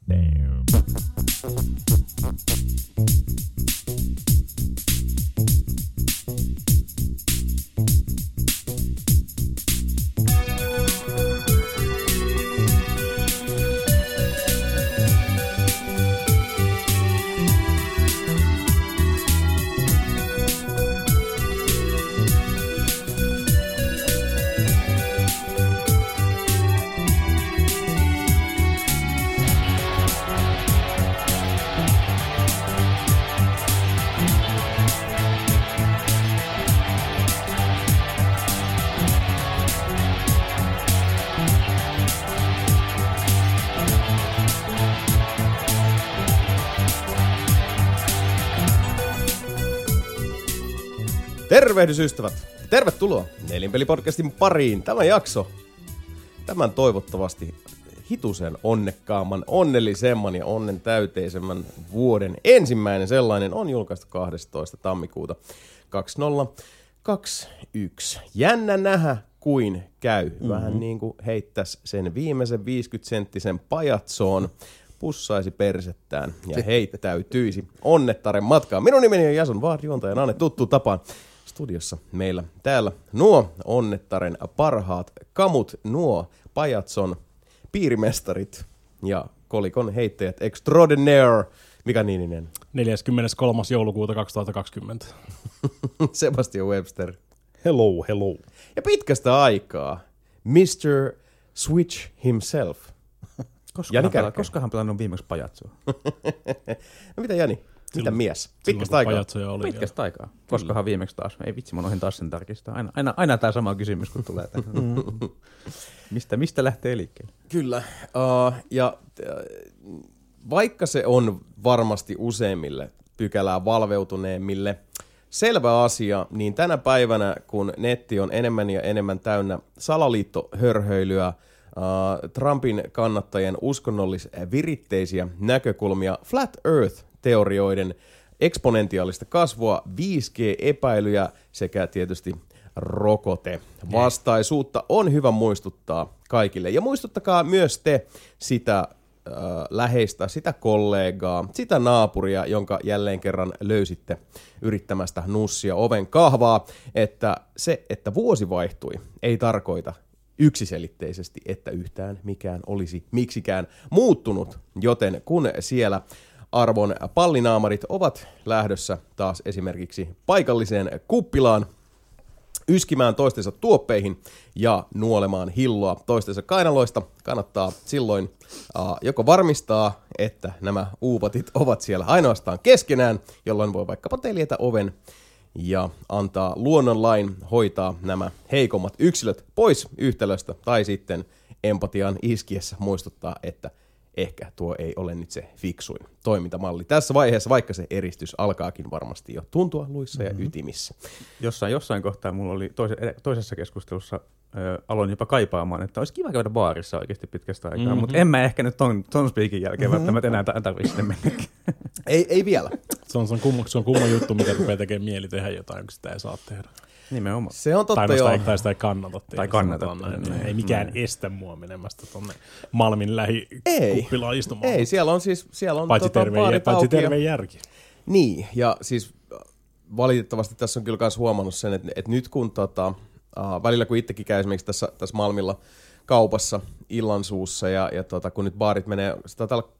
Tervehdysystävät, tervetuloa Nelinpeli-podcastin pariin. Tämä jakso, tämän toivottavasti hitusen onnekkaamman, onnellisemman ja onnen täyteisemmän vuoden ensimmäinen sellainen on julkaistu 12. tammikuuta 2021. Jännä nähdä kuin käy. Vähän niin kuin heittäisi sen viimeisen 50-senttisen pajatsoon, pussaisi persettään ja heittäytyisi Onnettaren matkaan. Minun nimeni on Jason Vaard, juontajana Anne tuttu tapaan. Studiossa meillä täällä nuo Onnettaren parhaat kamut, nuo pajatson piirimestarit ja kolikon heittäjät extraordinaire. Mikä niininen? 43. joulukuuta 2020. Sebastian Webster. Hello, hello. Ja aikaa Mr. Switch himself. Koskahan pelannut viimeksi pajatsoa? No mitä Jani? Mitä mies? Pitkästä aikaa. Pitkästä aikaa. Koskahan viimeksi taas? Ei vitsi, mä noihin taas sen tarkistaa. Aina tämä sama kysymys, kun tulee tänne. Mistä lähtee liikkeelle? Kyllä. Vaikka se on varmasti useimmille pykälää valveutuneemmille selvä asia, niin tänä päivänä, kun netti on enemmän ja enemmän täynnä salaliittohörhöilyä, Trumpin kannattajien uskonnollis-viritteisiä näkökulmia, Flat Earth-teorioiden eksponentiaalista kasvua, 5G-epäilyjä sekä tietysti rokotevastaisuutta on hyvä muistuttaa kaikille. Ja muistuttakaa myös te sitä läheistä, sitä kollegaa, sitä naapuria, jonka jälleen kerran löysitte yrittämästä nussia oven kahvaa, että se, että vuosi vaihtui, ei tarkoita yksiselitteisesti, että yhtään mikään olisi miksikään muuttunut, joten kun siellä arvon pallinaamarit ovat lähdössä taas esimerkiksi paikalliseen kuppilaan yskimään toistensa tuoppeihin ja nuolemaan hilloa toistensa kainaloista, kannattaa silloin joko varmistaa, että nämä uupatit ovat siellä ainoastaan keskenään, jolloin voi vaikkapa teljetä oven ja antaa luonnonlain hoitaa nämä heikommat yksilöt pois yhtälöstä, tai sitten empatian iskiessä muistuttaa, että ehkä tuo ei ole nyt se fiksuin toimintamalli tässä vaiheessa, vaikka se eristys alkaakin varmasti jo tuntua luissa ja ytimissä. Jossain kohtaa mulla oli toisessa keskustelussa aloin jopa kaipaamaan, että olisi kiva käydä baarissa oikeasti pitkästä aikaa, mutta en mä ehkä nyt ton speakin jälkeen välttämättä enää tarvitse sinne mennäkin. Ei vielä. Se on kumma juttu, mikä rupeaa tekemään mieli tehdä jotain, kun sitä ei saa tehdä. Nimenomaan. Se on totta, tai sitä ei kannata tehdä. Tai kannata. Ei mikään estä mua menemästä tuonne Malmin lähikuppilaan istumaan. Ei, siellä on paitsi terve järki. Niin, ja siis valitettavasti tässä on kyllä myös huomannut sen, että nyt kun välillä kun itsekin käy esimerkiksi tässä Malmilla kaupassa illansuussa ja kun nyt baarit menee, se taitaa olla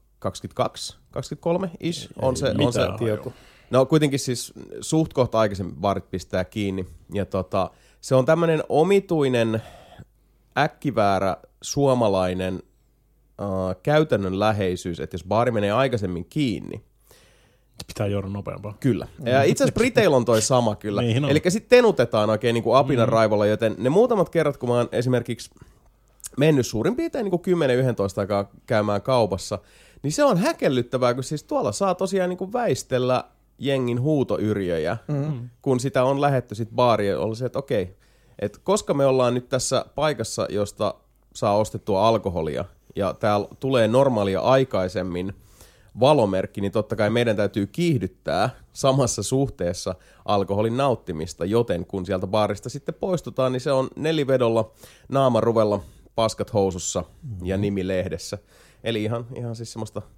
23-ish on se tieto. No kuitenkin siis suht kohta aikaisemmin baarit pistää kiinni ja se on tämmöinen omituinen äkkiväärä suomalainen käytännönläheisyys, että jos baari menee aikaisemmin kiinni, pitää juoda nopeampaa. Kyllä. Ja itse asiassa Briteillä on toi sama kyllä. Niin eli sitten tenutetaan oikein niin kuin apinan raivolla, joten ne muutamat kerrat, kun mä oon esimerkiksi mennyt suurin piirtein niin kuin 10-11 aikaa käymään kaupassa, niin se on häkellyttävää, kun siis tuolla saa tosiaan niin kuin väistellä jengin huutoyrjöjä, kun sitä on lähetty sitten baariin. Oli se, että okei, että koska me ollaan nyt tässä paikassa, josta saa ostettua alkoholia, ja täällä tulee normaalia aikaisemmin valomerkki, niin totta kai meidän täytyy kiihdyttää samassa suhteessa alkoholin nauttimista, joten kun sieltä baarista sitten poistutaan, niin se on nelivedolla, naamaruvella, paskat housussa ja nimi lehdessä. Eli ihan siis semmoista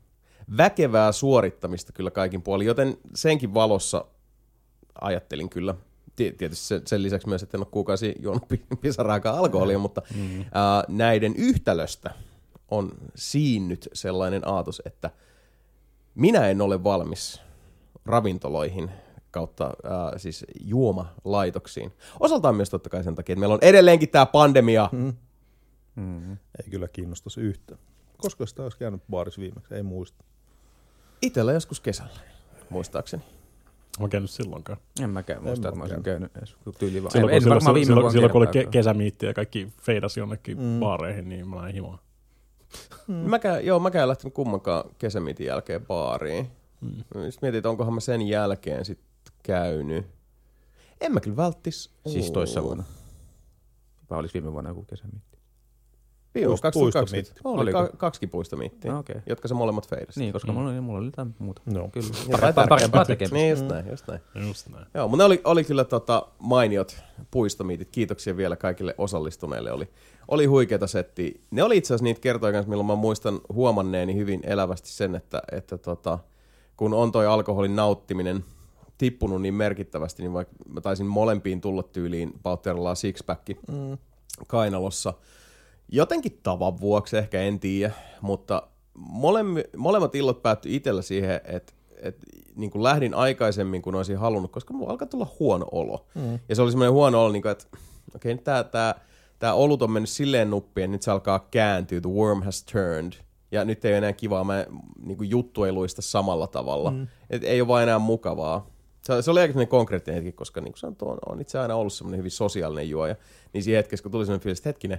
väkevää suorittamista kyllä kaikin puolin, joten senkin valossa ajattelin kyllä, tietysti sen lisäksi myös, että en ole kuukausi juonut pisaraakaan alkoholia, mutta näiden yhtälöstä on siinnyt sellainen aatos, että minä en ole valmis ravintoloihin kautta siis juomalaitoksiin. Osaltaan myös totta kai sen takia, että meillä on edelleenkin tämä pandemia. Ei kyllä kiinnostaisi yhtään. Koska sitä olisi käynyt baarissa viimeksi, ei muista. Itellä joskus kesällä, muistaakseni. Mä oon käynyt silloinkaan. En mäkään muista, että mä olisin käynyt edes tyyli vaan. Silloin kun oli kesämiitti ja kaikki feidasi jonnekin baareihin, niin mä näin himoa. Mäkään en lähtenyt kummankaan kesämiitin jälkeen baariin. Sitten mietin, että onkohan mä sen jälkeen sitten käynyt. En mä kyllä välttis. Siis toissa vuonna. Vai olisi viime vuonna joku kesämiitti? Viime 2020. Oli kaksikin puistomiittiä, jotka se molemmat feidasi. Niin, koska mulla oli jotain muuta. No. Kyllä. Parempaa tekemistä. Niin, just näin. Joo, mutta ne oli kyllä mainiot puistomiitit. Kiitoksia vielä kaikille osallistuneille. Oli huikeata settiä. Ne oli itse asiassa niitä kertoja kanssa, milloin mä muistan huomanneeni hyvin elävästi sen, että kun on toi alkoholin nauttiminen tippunut niin merkittävästi, niin vaikka mä taisin molempiin tulla tyyliin pautteerallaan sixpacki kainalossa. Jotenkin tavan vuoksi, ehkä en tiedä, mutta molemmat illat päättyi itsellä siihen, että niin kuin lähdin aikaisemmin kuin olisin halunnut, koska mulla alkaa tulla huono olo. Ja se oli semmoinen huono olo, että okei, nyt tää olut on mennyt silleen nuppiin, että nyt se alkaa kääntyä, the worm has turned. Ja nyt ei ole enää kivaa, niin juttu ei luista samalla tavalla. Et ei ole vaan enää mukavaa. Se oli aika konkreettinen hetki, koska niin kuin sanottu, on itse aina ollut semmoinen hyvin sosiaalinen juoja. Niin siinä hetkessä, kun tuli semmoinen fiilis, että hetkinen,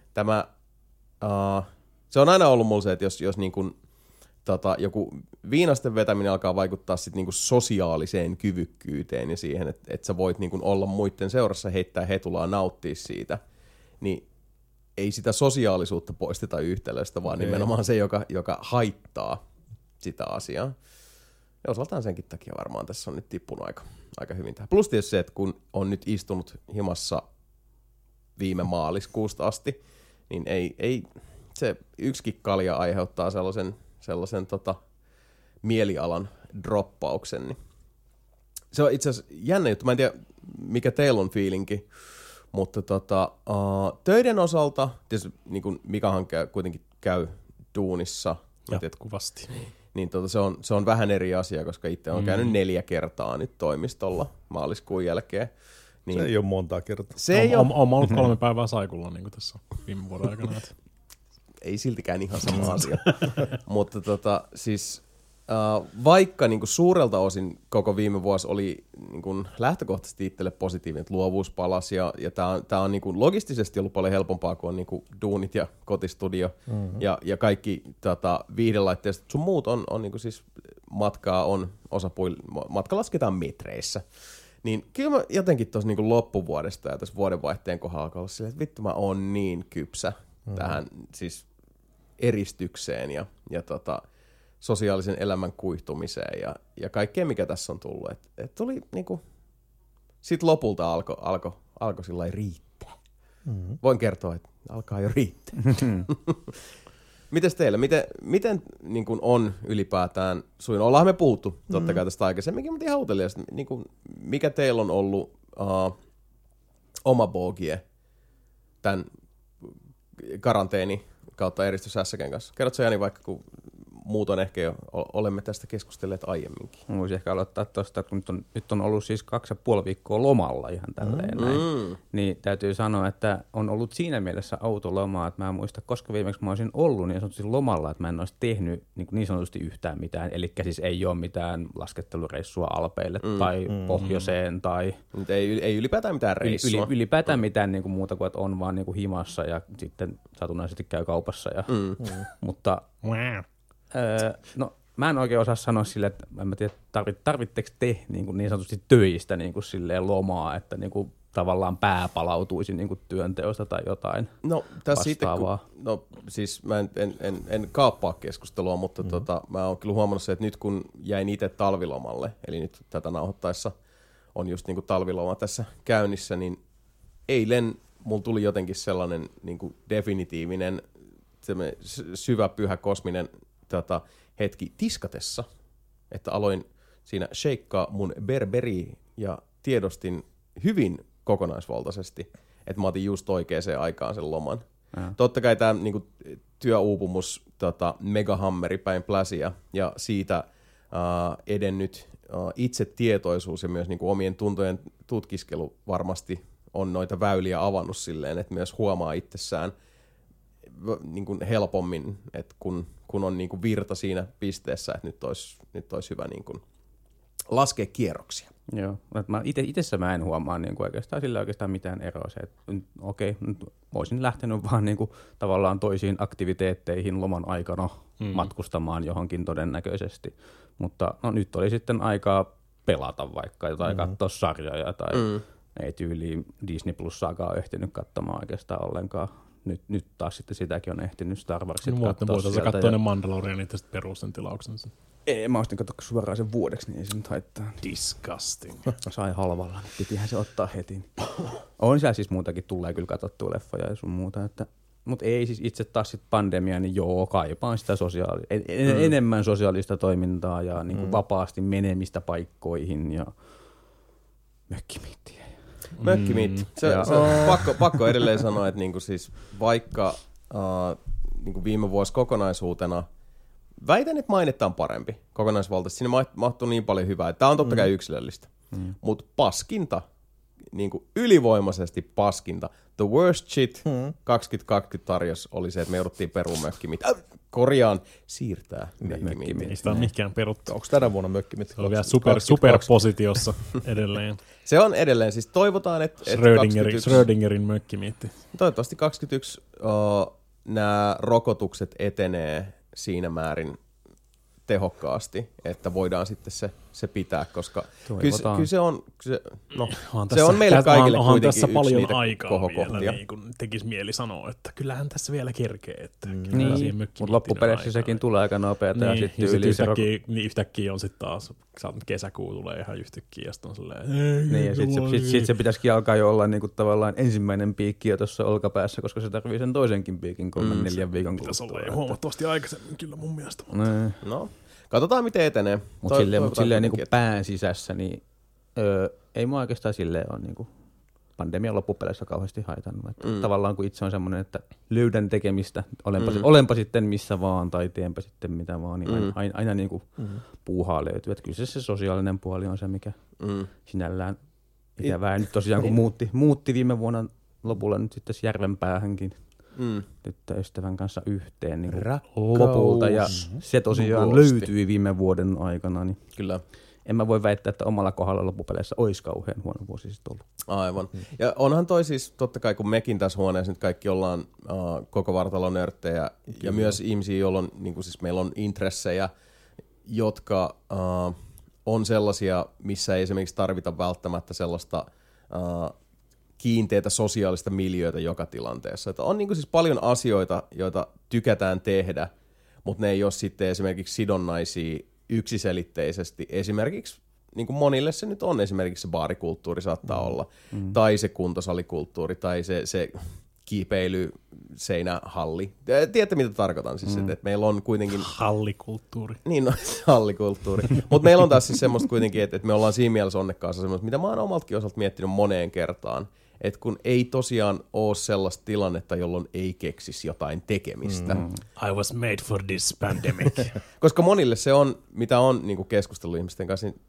se on aina ollut mulla se, että jos niin kuin, joku viinasten vetäminen alkaa vaikuttaa sit niin kuin sosiaaliseen kyvykkyyteen ja siihen, että sä voit niin kuin olla muiden seurassa, heittää hetulaa, nauttia siitä, niin ei sitä sosiaalisuutta poisteta yhtälöstä, vaan nimenomaan se, joka haittaa sitä asiaa. Ja osaltaan senkin takia varmaan tässä on nyt tippunut aika hyvin tähän. Plus tietysti se, että kun on nyt istunut himassa viime maaliskuusta asti, niin ei se yksikin kalja aiheuttaa sellaisen mielialan droppauksen. Niin. Se on itse asiassa jännä juttu. Mä en tiedä, mikä teillä on fiilinki, mutta töiden osalta, tietysti niin kuin Mikahan kuitenkin käy duunissa. Jatkuvasti. Niin se on vähän eri asia, koska itse olen käynyt 4 kertaa nyt toimistolla maaliskuun jälkeen. Niin, se ei ole montaa kertaa. Olen ollut 3 päivää saikulla niin kuin tässä viime vuoden aikana. Ei siltikään ihan sama asia. Mutta siis vaikka niin kuin suurelta osin koko viime vuosi oli niin kuin lähtökohtaisesti itselle positiivinen, että luovuus palasi ja tämä on niin kuin logistisesti ollut paljon helpompaa, kun on niin kuin duunit ja kotistudio ja kaikki viihdelaitteet. Sun muut on niin kuin siis matkaa on matka lasketaan metreissä. Niin kyllä mä jotenkin tuossa niin kuin loppuvuodesta ja tässä vuodenvaihteen kohdalla alkaa olla silleen, että vittu mä oon niin kypsä tähän siis eristykseen ja sosiaalisen elämän kuihtumiseen ja kaikkea, mikä tässä on tullut. Et tuli niinku, sit lopulta alkoi sillai riittää. Voin kertoa, että alkaa jo riittää. Mites teillä? Miten niin kun on ylipäätään sujunut? Ollaan me puhuttu totta kai tästä aikaisemminkin, mutta ihan uteliaasti. Niin kun, mikä teillä on ollut oma bogie tämän karanteeni kautta eristysässäkän kanssa? Kerrotko Jani vaikka, kun muut on ehkä jo, olemme tästä keskustelleet aiemminkin. Mä voisin ehkä aloittaa tuosta, että nyt on ollut siis 2,5 viikkoa lomalla ihan tälleen näin. Niin täytyy sanoa, että on ollut siinä mielessä autolomaa, että mä en muista, koska viimeksi mä olisin ollut niin sanotusti lomalla, että mä en olisi tehnyt niin sanotusti yhtään mitään. Eli siis ei ole mitään laskettelureissua Alpeille tai Pohjoiseen tai... Ei ylipäätään mitään reissua. Ylipäätään mitään niin kuin muuta kuin, että on vaan niin kuin himassa ja sitten satunnaisesti käy kaupassa. Mutta... no, mä en oikein osaa sanoa sille, että en mä tiedä, tarvitteeko te niin sanotusti töistä niin kuin silleen lomaa, että niin kuin tavallaan pää palautuisi niin kuin työnteosta tai jotain vastaavaa. Siis mä en kaappaa keskustelua, mutta mä oon kyllä huomannut se, että nyt kun jäin itse talvilomalle, eli nyt tätä nauhoittaessa on just niin kuin talviloma tässä käynnissä, niin eilen mulla tuli jotenkin sellainen niin kuin definitiivinen, syvä, pyhä, kosminen hetki tiskatessa, että aloin siinä sheikkaa mun berberi ja tiedostin hyvin kokonaisvaltaisesti, että mä otin just oikeaan aikaan sen loman. Totta kai tämä niinku, työuupumus megahammeri päin pläsiä ja siitä edennyt itsetietoisuus ja myös niinku, omien tuntojen tutkiskelu varmasti on noita väyliä avannut silleen, että myös huomaa itsessään niinku, helpommin, että kun on niinku, virta siinä pisteessä, että nyt olisi hyvä niinku, laskea kierroksia. Joo, itessä mä en huomaa niin oikeastaan mitään eroa. Se, että olisin lähtenyt vaan niin kuin, tavallaan toisiin aktiviteetteihin loman aikana matkustamaan johonkin todennäköisesti. Mutta no, nyt oli sitten aikaa pelata vaikka tai katsoa sarjoja tai ei tyyliin Disney Plussaakaan ehtinyt katsomaan oikeastaan ollenkaan. Nyt taas sitten sitäkin on ehtinyt Star Warsit katsoa. Voitaisiin katsoa ne Mandalorianit ja sitten perusten tilauksensa. Ei, mä ostin katsoa suoraan sen vuodeksi, niin ei se nyt haittaa. Disgusting. Sai halvalla, niin pitihän se ottaa heti. On siellä siis muutakin, tulee kyllä katsottua leffoja ja sun muuta. Mutta ei siis itse taas sit pandemia, niin joo, kaipaan sitä enemmän sosiaalista toimintaa ja niinku vapaasti menemistä paikkoihin ja mökkimiittiä. Mökkimiitti. Se pakko edelleen sanoa, että niinku siis vaikka niinku viime vuosi kokonaisuutena, väitän, että mainetta on parempi kokonaisvaltaisesti. Siinä mahtuu niin paljon hyvää. Tämä on totta kai yksilöllistä. Mutta paskinta, niinku ylivoimaisesti paskinta, the worst shit 2020 tarjos oli se, että me jouduttiin peruun mökkimiitti. Siirtää mökkimiitti. Ei sitä ole mikään peruttu. Onko tänä vuonna mökkimiitti? Se on vielä superpositiossa edelleen. Se on edelleen. Siis toivotaan, että Schrödingerin mökkimiitti. Toivottavasti 2021 nämä rokotukset etenee siinä määrin tehokkaasti, että voidaan sitten se pitää, koska kyllä se on, se on meille kaikille kuitenkin tässä paljon yksi niitä aikaa kohokohtia. Vielä, niin kuin tekisi mieli sanoa, että kyllähän tässä vielä kerkee. Että mutta loppupeleissä sekin tulee aika nopeata. Niin, ja sitten yhtäkkiä on sitten taas, kesäkuu tulee ihan yhtäkkiä ja sitten on silleen, niin, ja sitten se pitäisikin alkaa jo olla niinku tavallaan ensimmäinen piikki jo tuossa olkapäässä, koska se tarvii sen toisenkin piikin 3-4 viikon pitäisi olla jo huomattavasti aikaisemmin kyllä mun mielestä. No, katsotaan miten etenee. Mutta silleen niinku pään sisässä, niin ei mua oikeastaan silleen ole niinku pandemian loppupeleissä kauheasti haitannut. Tavallaan kun itse on semmoinen, että löydän tekemistä, olenpa sitten missä vaan tai teenpä sitten mitä vaan, niin aina niinku puuhaa löytyy. Et kyllä se sosiaalinen puoli on se, mikä sinällään ikävää. Nyt tosiaan kun muutti viime vuonna lopulla nyt sitten Järvenpäähänkin tyttöystävän kanssa yhteen niin lopulta, ja se tosiaan löytyi viime vuoden aikana. Niin kyllä. En mä voi väittää, että omalla kohdalla loppupeleissä olisi kauhean huono vuosi sitten ollut. Aivan. Ja onhan toi siis, totta kai kun mekin tässä huoneessa nyt kaikki ollaan koko vartalon nörttejä ja myös ihmisiä, joilla on, niin kuin siis meillä on intressejä, jotka on sellaisia, missä ei esimerkiksi tarvita välttämättä sellaista kiinteätä sosiaalista miljöötä joka tilanteessa. Että on niin kuin siis paljon asioita, joita tykätään tehdä, mutta ne ei ole sitten esimerkiksi sidonnaisia yksiselitteisesti. Esimerkiksi niin kuin monille se nyt on esimerkiksi se baarikulttuuri saattaa olla, tai se kuntosalikulttuuri, tai se kiipeilyseinähalli. Tiedätte, mitä tarkoitan? Siis, että meillä on kuitenkin hallikulttuuri. Niin, no, hallikulttuuri. Mutta meillä on taas siis semmoista kuitenkin, että me ollaan siinä mielessä onnekkaassa semmoista, mitä mä oon omaltakin osalta miettinyt moneen kertaan, että kun ei tosiaan ole sellaista tilannetta, jolloin ei keksisi jotain tekemistä. I was made for this pandemic. Koska monille se on, mitä on niin kuin keskustellut ihmisten kanssa, niin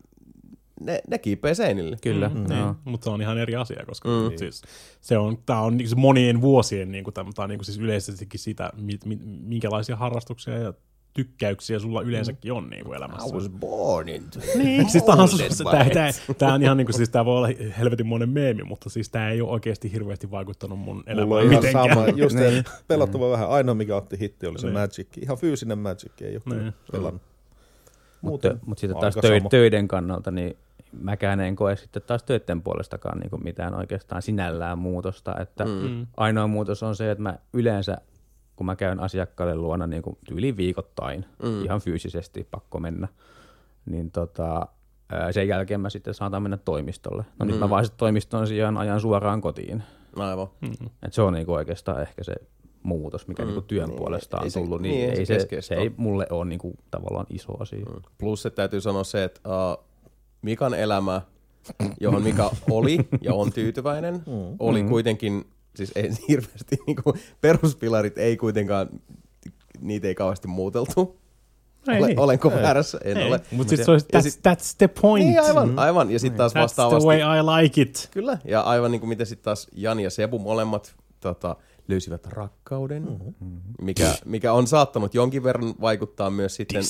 ne kiipee seinille. Kyllä. Mutta se on ihan eri asia, koska siis tämä on niin monien vuosien, niin tämä on niin siis yleisestikin sitä, minkälaisia harrastuksia ja tykkäyksiä sulla yleensäkin on niin kuin elämässä. I was born into niin, siis tämä on ihan niin kuin, siis tämä voi olla helvetin monen meemi, mutta siis tämä ei ole oikeasti hirveästi vaikuttanut mun elämään mitenkään. Sama, just pelattava vähän. Ainoa mikä otti hitti oli se Magic. Ihan fyysinen Magic ei ole pelannut. Mutta sitten taas töiden kannalta, niin mäkään en koe sitten taas töiden puolestakaan niin kuin mitään oikeastaan sinällään muutosta. Että ainoa muutos on se, että mä yleensä kun mä käyn asiakkaille luona niin kuin tyyliin viikoittain, ihan fyysisesti pakko mennä, niin sen jälkeen mä sitten saatan mennä toimistolle. No nyt mä vaan sitten toimiston sijaan ajan suoraan kotiin. Aivan. Et se on niin kuin oikeastaan ehkä se muutos, mikä niinku työn puolesta on tullut, se ei mulle ole niinku tavallaan iso asia. Plus se täytyy sanoa se, että Mikan elämä, johon Mika oli ja on tyytyväinen, oli kuitenkin, siis ei hirveästi, niinku, peruspilarit ei kuitenkaan, niitä ei kauheasti muuteltu. Olenko väärässä? En ole. Mutta that's the point. Niin, aivan. Ja sitten taas vastaavasti. That's the way I like it. Kyllä, ja aivan niin kuin miten sitten taas Jani ja Sebu molemmat löysivät rakkauden, mikä on saattanut jonkin verran vaikuttaa myös sitten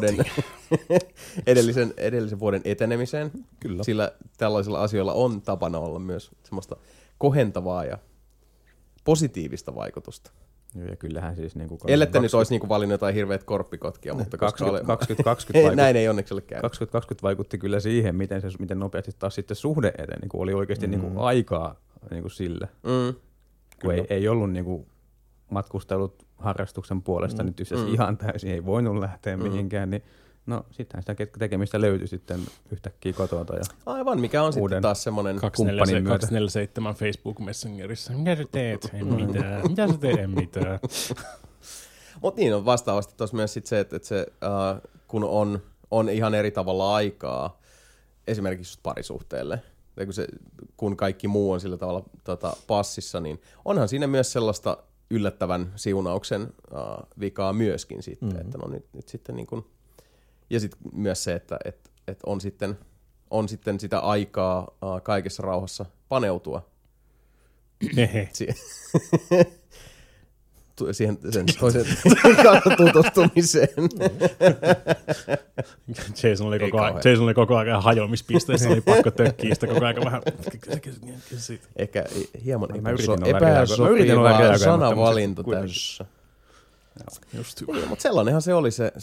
edellisen vuoden etenemiseen. Kyllä. Sillä tällaisilla asioilla on tapana olla myös semmoista kohentavaa ja positiivista vaikutusta. Ja kyllähän siis niinku ellette nyt olisi niinku valinnut jotain hirveät korppikotkia, mutta 2020 näin ei onneksi ole käynyt. 2020 vaikutti kyllä siihen, miten nopeasti taas sitten suhde eteni, niin oli oikeasti niinku aikaa niinku sille. Kun ei ollut niinku matkustelut harrastuksen puolesta nyt ihan täysin, ei voinut lähteä mihinkään, niin no sittenhän sitä tekemistä löytyi sitten yhtäkkiä kotoa. Ja aivan, mikä on sitten taas semmoinen 247 Facebook Messengerissa. Mitä sä teet? En mitään. Mitä sä teet? En mitään. Mutta niin on vastaavasti tuossa myös sit se, että se, kun on ihan eri tavalla aikaa esimerkiksi just parisuhteelle, kun kaikki muu on sillä tavalla passissa, niin onhan siinä myös sellaista yllättävän siunauksen vikaa myöskin sitten, että no nyt sitten niin kuin. Ja sitten myös se, että on sitten sitä aikaa kaikessa rauhassa paneutua siihen sen toisen kanssa tutustumiseen. Jason oli koko ajan hajoamispisteessä, oli pakko tökkiä sitä koko ajan vähän. Ehkä hieman epäsopiva sanavalinta tässä. Mutta sellainenhan se oli se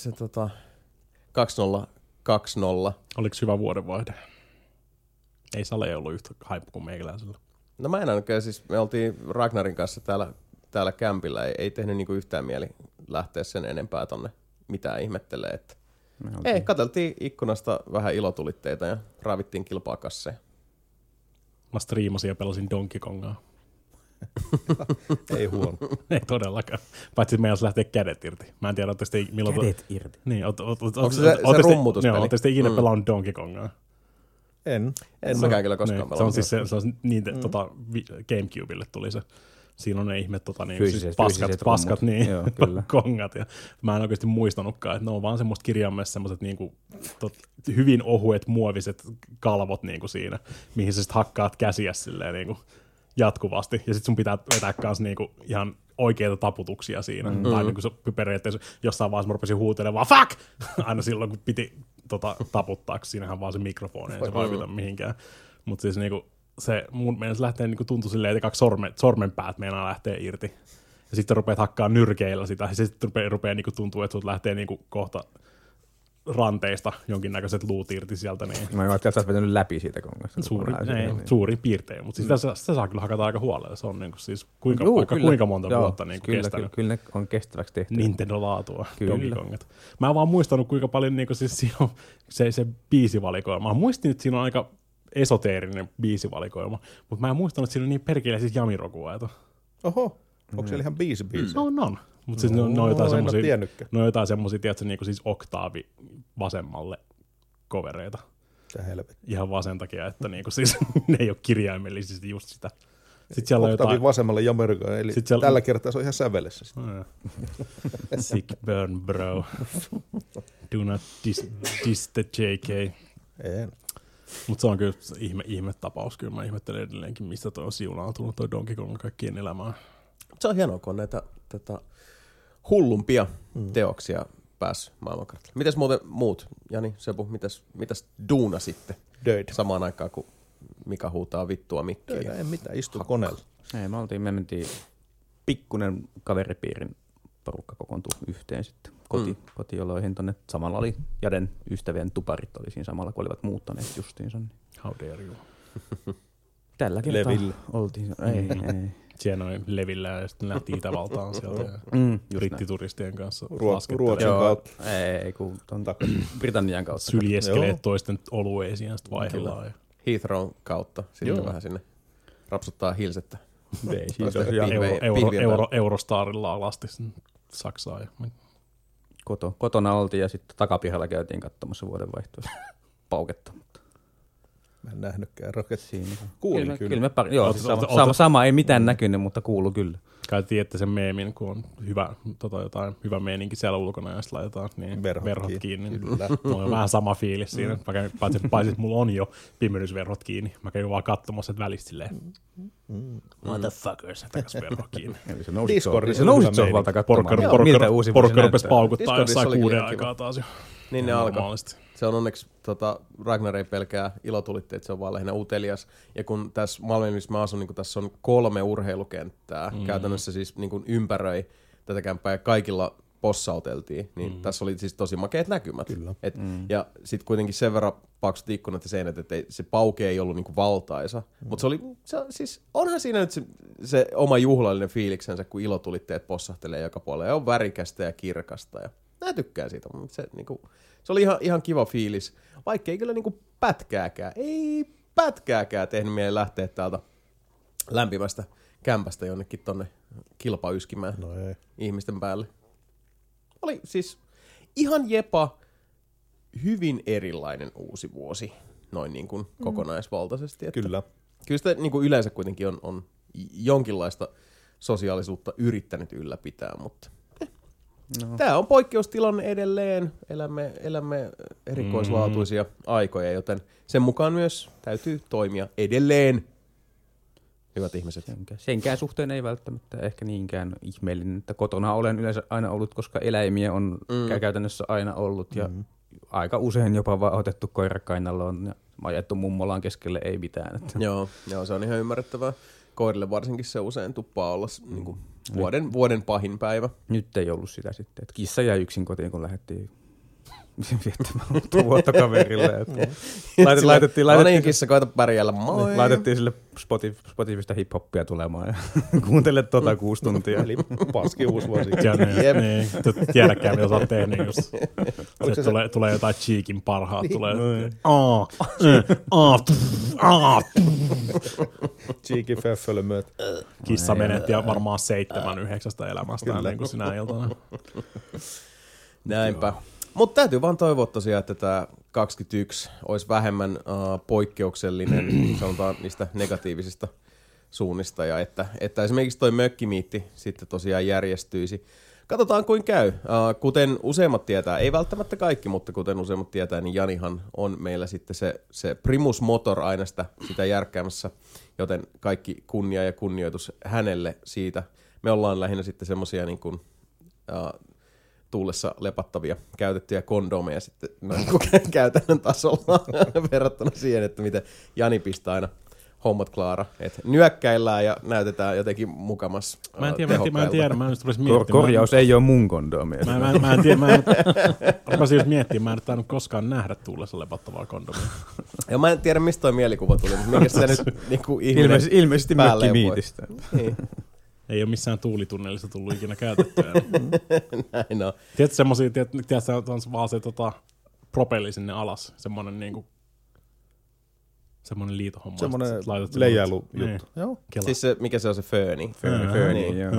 2020. Oliko hyvä vuodenvaihde? Ei Sale ollut yhtä haippu kuin meikäläisellä. No mä en ainakaan, siis me oltiin Ragnarin kanssa täällä kämpillä, ei tehnyt niinku yhtään mieli lähteä sen enempää tonne mitään ihmettelee. Että ei, katseltiin ikkunasta vähän ilotulitteita ja raavittiin kilpaa kasseen. Mä striimasin ja pelasin Donkey Kongaa. Ei huono. Ei todellakaan. Paitsi meidän lähtee kädet irti. Mä en tiedä, ootteko te milloin. Kädet irti? Niin, onko se rummutuspeli? Ootteko te ikinä pelannut Donkey Kongaa? En mäkään kyllä koskaan pelannut. Se on siis Gamecubelle tuli se. Siinä on ne ihme siis paskat niin, joo, kongat. Ja mä en oikeasti muistanutkaan, että ne on vaan semmoista kirjaimessa semmoiset hyvin ohuet muoviset kalvot niinku siinä, mihin sä sit hakkaat käsiä silleen niinku jatkuvasti. Ja sit sun pitää vetää kans niinku ihan oikeita taputuksia siinä. Tai niinku se periaatteessa jossain vaiheessa mä rupesin huutelemaan fuck! Aina silloin, kun piti taputtaa, kun siinähän vaan se mikrofoni, ei se vaikuta mihinkään. Mutta siis niinku se mun mielestä lähtee niinku tuntuu silleen, että kaksi sormenpäät meinaa lähtee irti. Ja sitten rupeat hakkaa nyrkeillä sitä, ja sitten rupeaa niinku tuntuu, että sut lähtee niinku kohta ranteista jonkinnäköiset luut irti sieltä. Niin. Mä ajattelin, että sä oot vetänyt läpi siitä kongasta. Suurin piirtein, mutta siis sitä saa kyllä hakata aika huolella. Se on niinku siis kuinka monta vuotta niinku kestänyt. Kyllä ne on kestäväksi tehty. Nintendo-laatua Donkey Kongat. Mä en vaan muistanut, kuinka paljon niinku siis siinä on se biisivalikoima. Mä muistin, että siinä on aika esoteerinen biisivalikoima, mutta mä en muistanut, että siinä on niin perkele siis jamirokuaita. Oho, onko siellä ihan biisi? On. Mutta siis ne on jotain semmosia, tiedätkö, niinku siis oktaavi vasemmalle kovereita. Ihan vaan sen takia, että niinku siis ne ei ole kirjaimellisesti just sitä. Oktaavi vasemmalle jamerkaan, eli tällä kertaa se on ihan sävelessä. Sick burn, bro. Do not diss the JK. En. Mutta se on kyllä ihme tapaus. Kyllä mä ihmettelen edelleenkin, mistä toi on siunaantunut toi Donkey Kong kaikkien elämään. Se on hienoa, kun on näitä hullumpia teoksia päässyt maailmankartalle. Mites muuten muut, Jani, Sebu, mitäs duunasitte samaan aikaan, kun Mika huutaa vittua mikkiin? Töitä, en mitään, istu koneella. Ei, me mentiin pikkunen kaveripiirin porukka kokoontui yhteen sitten kotioloihin tonne. Samalla oli Jaden ystävien tuparit oli siinä samalla, kun olivat muuttaneet justiinsa. Niin. How dare you? Tällä kertaa oltiin. Ei. Siellä oli Levillä ja sitten lähti Itävaltaan sieltä ja brittituristien kanssa Ruotsin kautta. Ei, kun Britannian kautta. Syljeskelee toisten olueisiin ja sitten vaihdellaan. Heathrown kautta, sitten vähän sinne rapsuttaa hilsettä Eurostarilla alasti Saksaa. Ja Kotona oltiin ja sitten takapihalla käytiin katsomassa vuodenvaihtoa pauketta. Mä en nähnytkään Rocketsia. Kuulin kyllä. Sama ei mitään näkynyt, mutta kuulu kyllä. Kai tiedätte sen meemin, kun on jotain hyvä meininki siellä ulkona ja sitten laitetaan niin verhot kiinni. Kyllä. Mulla on vähän sama fiilis siinä. Paitsi että mulla on jo pimennysverhot kiinni. Mä käyn vaan katsomassa, että välistä silleen motherfuckers, takas verho kiinni. Discordissa nousit sohvalta katsomaan. Porukka rupesi paukuttaa jossain 6 aikaa taas jo. Niin ne alkaa. Se on onneksi, Ragnar ei pelkää ilotulitteet, se on vaan lähinnä utelias. Ja kun tässä Malmössä, missä mä asun, niin tässä on 3 urheilukenttää, käytännössä siis niin ympäröi tätä kämppää ja kaikilla possauteltiin, niin tässä oli siis tosi makeat näkymät. Ja sitten kuitenkin sen verran paksut ikkunat ja seinät, että se pauke ei ollut niin valtaisa. Mutta siis onhan siinä nyt se oma juhlallinen fiiliksensä, kun ilotulitteet possahtelee joka puolella ja on värikästä ja kirkasta. Ja mä tykkään siitä, mutta se oli ihan kiva fiilis, vaikka ei kyllä pätkääkään tehnyt mieleen lähteä täältä lämpimästä kämpästä jonnekin tonne kilpayskimään ihmisten päälle. Oli siis ihan jepa hyvin erilainen uusi vuosi noin niin kuin kokonaisvaltaisesti. Että kyllä sitä niin kuin yleensä kuitenkin on jonkinlaista sosiaalisuutta yrittänyt ylläpitää, mutta tämä on poikkeustilanne edelleen. Elämme erikoislaatuisia aikoja, joten sen mukaan myös täytyy toimia edelleen. Hyvät ihmiset. Senkään suhteen ei välttämättä ehkä niinkään ihmeellinen, että kotona olen yleensä aina ollut, koska eläimiä on käytännössä aina ollut ja aika usein jopa vaan otettu koira kainaloon ja ajettu mummolaan keskelle ei mitään. Joo, se on ihan ymmärrettävää. Koirille varsinkin se usein tuppaa olla niin kuin vuoden pahin päivä. Nyt ei ollut sitä sitten, että kissa jäi yksin kotiin, kun lähdettiin viettämään vuotta kaverille. Laitettiin niin kissa, koita pärjäällä, moi. Laitettiin sille Spotifysta hip-hoppia tulemaan ja kuuntele 6 tuntia. Eli paski uusi vuosi. Tiedäkään, mitä osaa tehdä, niin jos tulee jotain Cheekin parhaat. Cheekin Feffölö myöt. Kissa menetti varmaan 7/9 elämästään niin kuin sinä iltana. Näinpä. Mutta täytyy vaan toivoa tosiaan, että tämä 21 olisi vähemmän poikkeuksellinen, sanotaan niistä negatiivisista suunnista, ja että esimerkiksi toi mökkimiitti sitten tosiaan järjestyisi. Katsotaan kuin käy. Kuten useimmat tietää, ei välttämättä kaikki, mutta kuten useimmat tietää, niin Janihan on meillä sitten se primus motor aina sitä järkkäämässä, joten kaikki kunnia ja kunnioitus hänelle siitä. Me ollaan lähinnä sitten semmosia niin kuin tuulessa lepattavia käytettyjä kondomeja sitten käytännön tasolla verrattuna siihen, että miten Jani pistää aina hommat klaara. Että nyökkäillään ja näytetään jotenkin mukamas tehokkailta. Mä en tulisi miettimään. Korjaus ei ole mun kondomia. Mä en tiedä. Rupesin just miettimään, mä en tainnut koskaan nähdä tuulessa lepattavaa kondomia. Ja mä en tiedä, mistä toi mielikuva tuli, mutta minkä se nyt niinku ihminen ilmeisesti mökkimiitistä. Niin. Ei ole missään tuulitunnelissa tullut ikinä käytettyä. Näin on. Tiedätkö semmosia, on vaan se propelli sinne alas, semmoinen niinku semmoinen liitohomma. Semmoinen leijailu juttu. Joo. Siis se, mikä se on se fööni? Fööni, joo.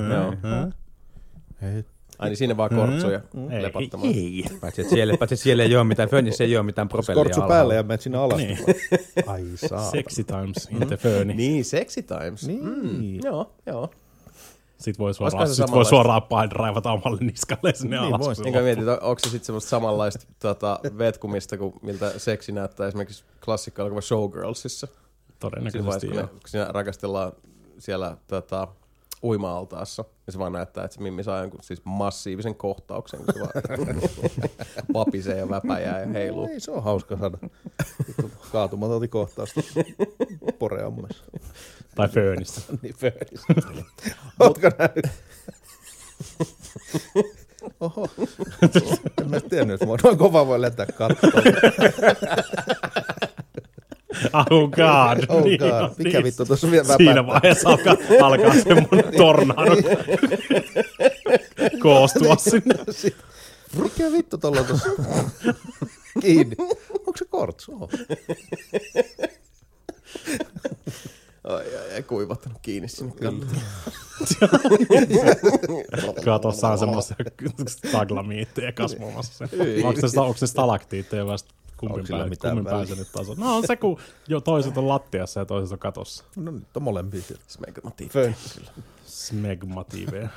Ai niin siinä vaan kortsuja lepattamaan. Ei. Paitsi että siellä ei ole mitään föönissä, ei ole mitään propellia kortsu päälle ja menet sinne alas. Niin. Ai saa. Sexy times in the fööni. Niin, sexy times. Niin. Joo. Sitten voi suoraan raivata omalle niskalle sinne alas. Enkä mietit, onko se sitten semmoista samanlaista vetkumista kuin miltä seksi näyttää esimerkiksi klassikko alkava Showgirlsissa. Todennäköisesti kun siinä rakastellaan siellä uima-altaassa ja se vaan näyttää, että se Mimmi saa jonkun siis massiivisen kohtauksen, kun se vaan vapisee ja väpäjää ja heiluu. Ei, se on hauska saada. Kaatumatonti kohtausta Poreammessa. Tai Föönissä. Niin, Föönissä. Ootko nähnyt? Oho. En mä tiennyt, että mä noin kova voi lentää kattoon. Oh god. Oh niin, god. Mikä vittu tuossa vielä väpää? Siinä vaiheessa alkaa semmoinen tornado koostua sinne. Mikä vittu tuolla on tuossa kiinni? Onko se kortsu? kuivattanut kiinni sinne kattoon. Katossa on semmoisia staglamiitteja kasvamassa. Onko se stalaktiitteja vasta kummin päin se nyt taas on? No on se, kun jo toiset on lattiassa ja toiset on katossa. No nyt on molempia. Smegmatiiveja.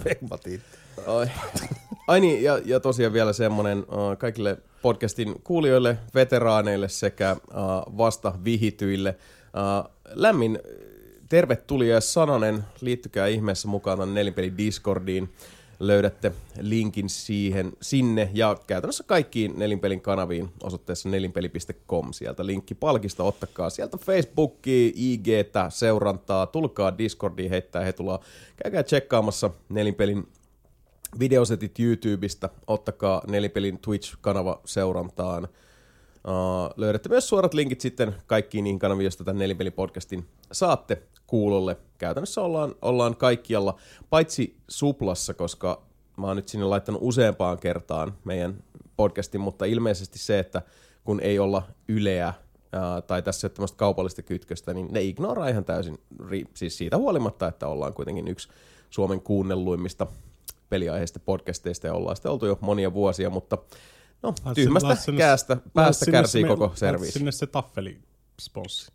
Ai niin, ja tosiaan vielä semmoinen kaikille podcastin kuulijoille, veteraaneille sekä vasta vihityille. Lämmin tervetulia sananen, liittykää ihmeessä mukaan tämän Nelinpeli Discordiin. Löydätte linkin sinne ja käytännössä kaikkiin Nelinpelin kanaviin osoitteessa nelinpeli.com. Sieltä linkki palkista, ottakaa sieltä Facebookia, IG:tä, seurantaa, tulkaa Discordiin, heittää hetulaa. Käykää tsekkaamassa Nelinpelin videosetit YouTubesta, ottakaa Nelinpelin Twitch-kanava seurantaan. Löydätte myös suorat linkit sitten kaikkiin niihin kanaviin, joista tämän Nelinpeli-podcastin saatte kuulolle. Käytännössä ollaan kaikkialla, paitsi Suplassa, koska mä oon nyt sinne laittanut useampaan kertaan meidän podcastin, mutta ilmeisesti se, että kun ei olla Yleä tai tässä ei ole tämmöistä kaupallista kytköstä, niin ne ignoraa ihan täysin, siis siitä huolimatta, että ollaan kuitenkin yksi Suomen kuunnelluimmista peliaiheista podcasteista ja ollaan sitten oltu jo monia vuosia, mutta no, tyhmästä päästä kärsii koko serviisi. Sinne se taffelisponssi.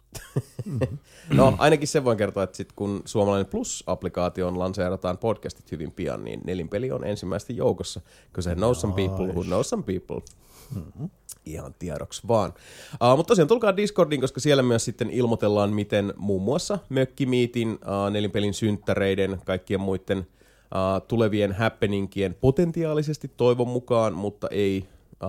No, ainakin sen voin kertoa, että sit kun Suomalainen Plus-applikaation lanseerataan podcastit hyvin pian, niin Nelinpeli on ensimmäisesti joukossa, kun se knows some people who knows some people. Mm-hmm. Ihan tiedoksi vaan. Mutta tosiaan tulkaa Discordiin, koska siellä myös sitten ilmoitellaan, miten muun muassa Mökkimiitin, Nelinpelin synttäreiden, kaikkien muiden tulevien happeningien potentiaalisesti toivon mukaan, mutta ei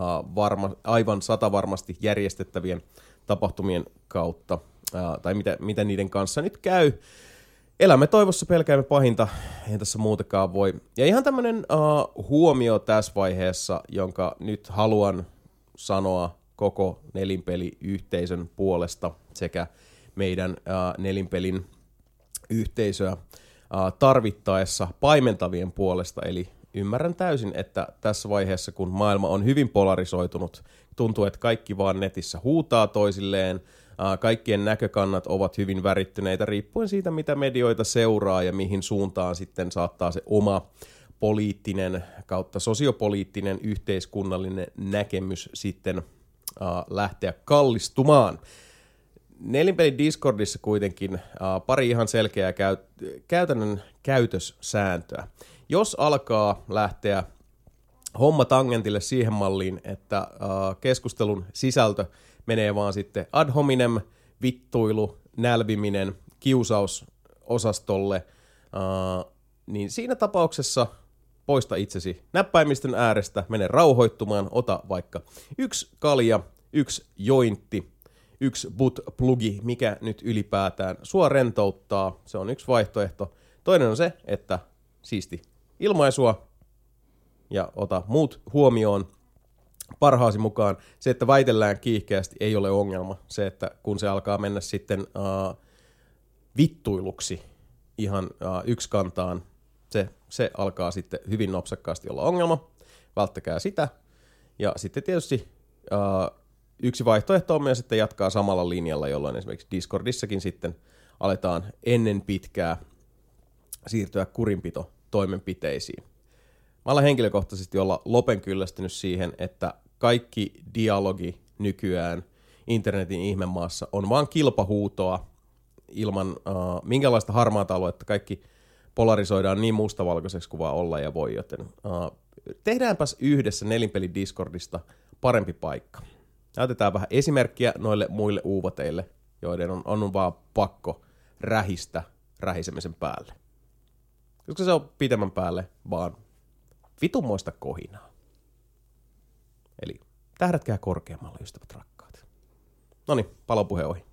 aivan 100% järjestettävien tapahtumien kautta, tai mitä niiden kanssa nyt käy. Elämme toivossa, pelkäämme pahinta, eihän tässä muutakaan voi. Ja ihan tämmönen huomio tässä vaiheessa, jonka nyt haluan sanoa koko Nelinpeli-yhteisön puolesta sekä meidän Nelinpelin yhteisöä tarvittaessa paimentavien puolesta, eli ymmärrän täysin, että tässä vaiheessa, kun maailma on hyvin polarisoitunut, tuntuu, että kaikki vaan netissä huutaa toisilleen, kaikkien näkökannat ovat hyvin värittyneitä riippuen siitä, mitä medioita seuraa ja mihin suuntaan sitten saattaa se oma poliittinen kautta sosiopoliittinen yhteiskunnallinen näkemys sitten lähteä kallistumaan. Nelinpelin Discordissa kuitenkin pari ihan selkeää käytännön käytössääntöä. Jos alkaa lähteä homma tangentille siihen malliin, että keskustelun sisältö menee vaan sitten ad hominem, vittuilu, nälviminen, kiusaus osastolle, niin siinä tapauksessa poista itsesi näppäimistön äärestä, mene rauhoittumaan, ota vaikka 1 kalja, 1 jointti, 1 butt-plugi, mikä nyt ylipäätään sua rentouttaa, se on yksi vaihtoehto. Toinen on se, että siisti ilmaisua ja ota muut huomioon parhaasi mukaan. Se, että väitellään kiihkeästi, ei ole ongelma. Se, että kun se alkaa mennä sitten vittuiluksi ihan yksikantaan, se alkaa sitten hyvin nopsakkaasti olla ongelma. Välttäkää sitä. Ja sitten tietysti yksi vaihtoehto on myös, että jatkaa samalla linjalla, jolloin esimerkiksi Discordissakin sitten aletaan ennen pitkää siirtyä kurinpito-toimenpiteisiin. Mä olen henkilökohtaisesti olla lopen kyllästynyt siihen, että kaikki dialogi nykyään internetin ihmemaassa on vaan kilpahuutoa ilman minkälaista harmaata aluetta. Kaikki polarisoidaan niin mustavalkoiseksi kuin vaan olla ja voi, joten tehdäänpäs yhdessä Nelinpeli Discordista parempi paikka. Näytetään vähän esimerkkiä noille muille uuvoteille, joiden on vaan pakko rähistä rähisemisen päälle. Koska se on pitemmän päälle vaan vitunmoista kohinaa. Eli tähdätkää korkeammalle, ystävät rakkaat. Noniin, palopuhe ohi.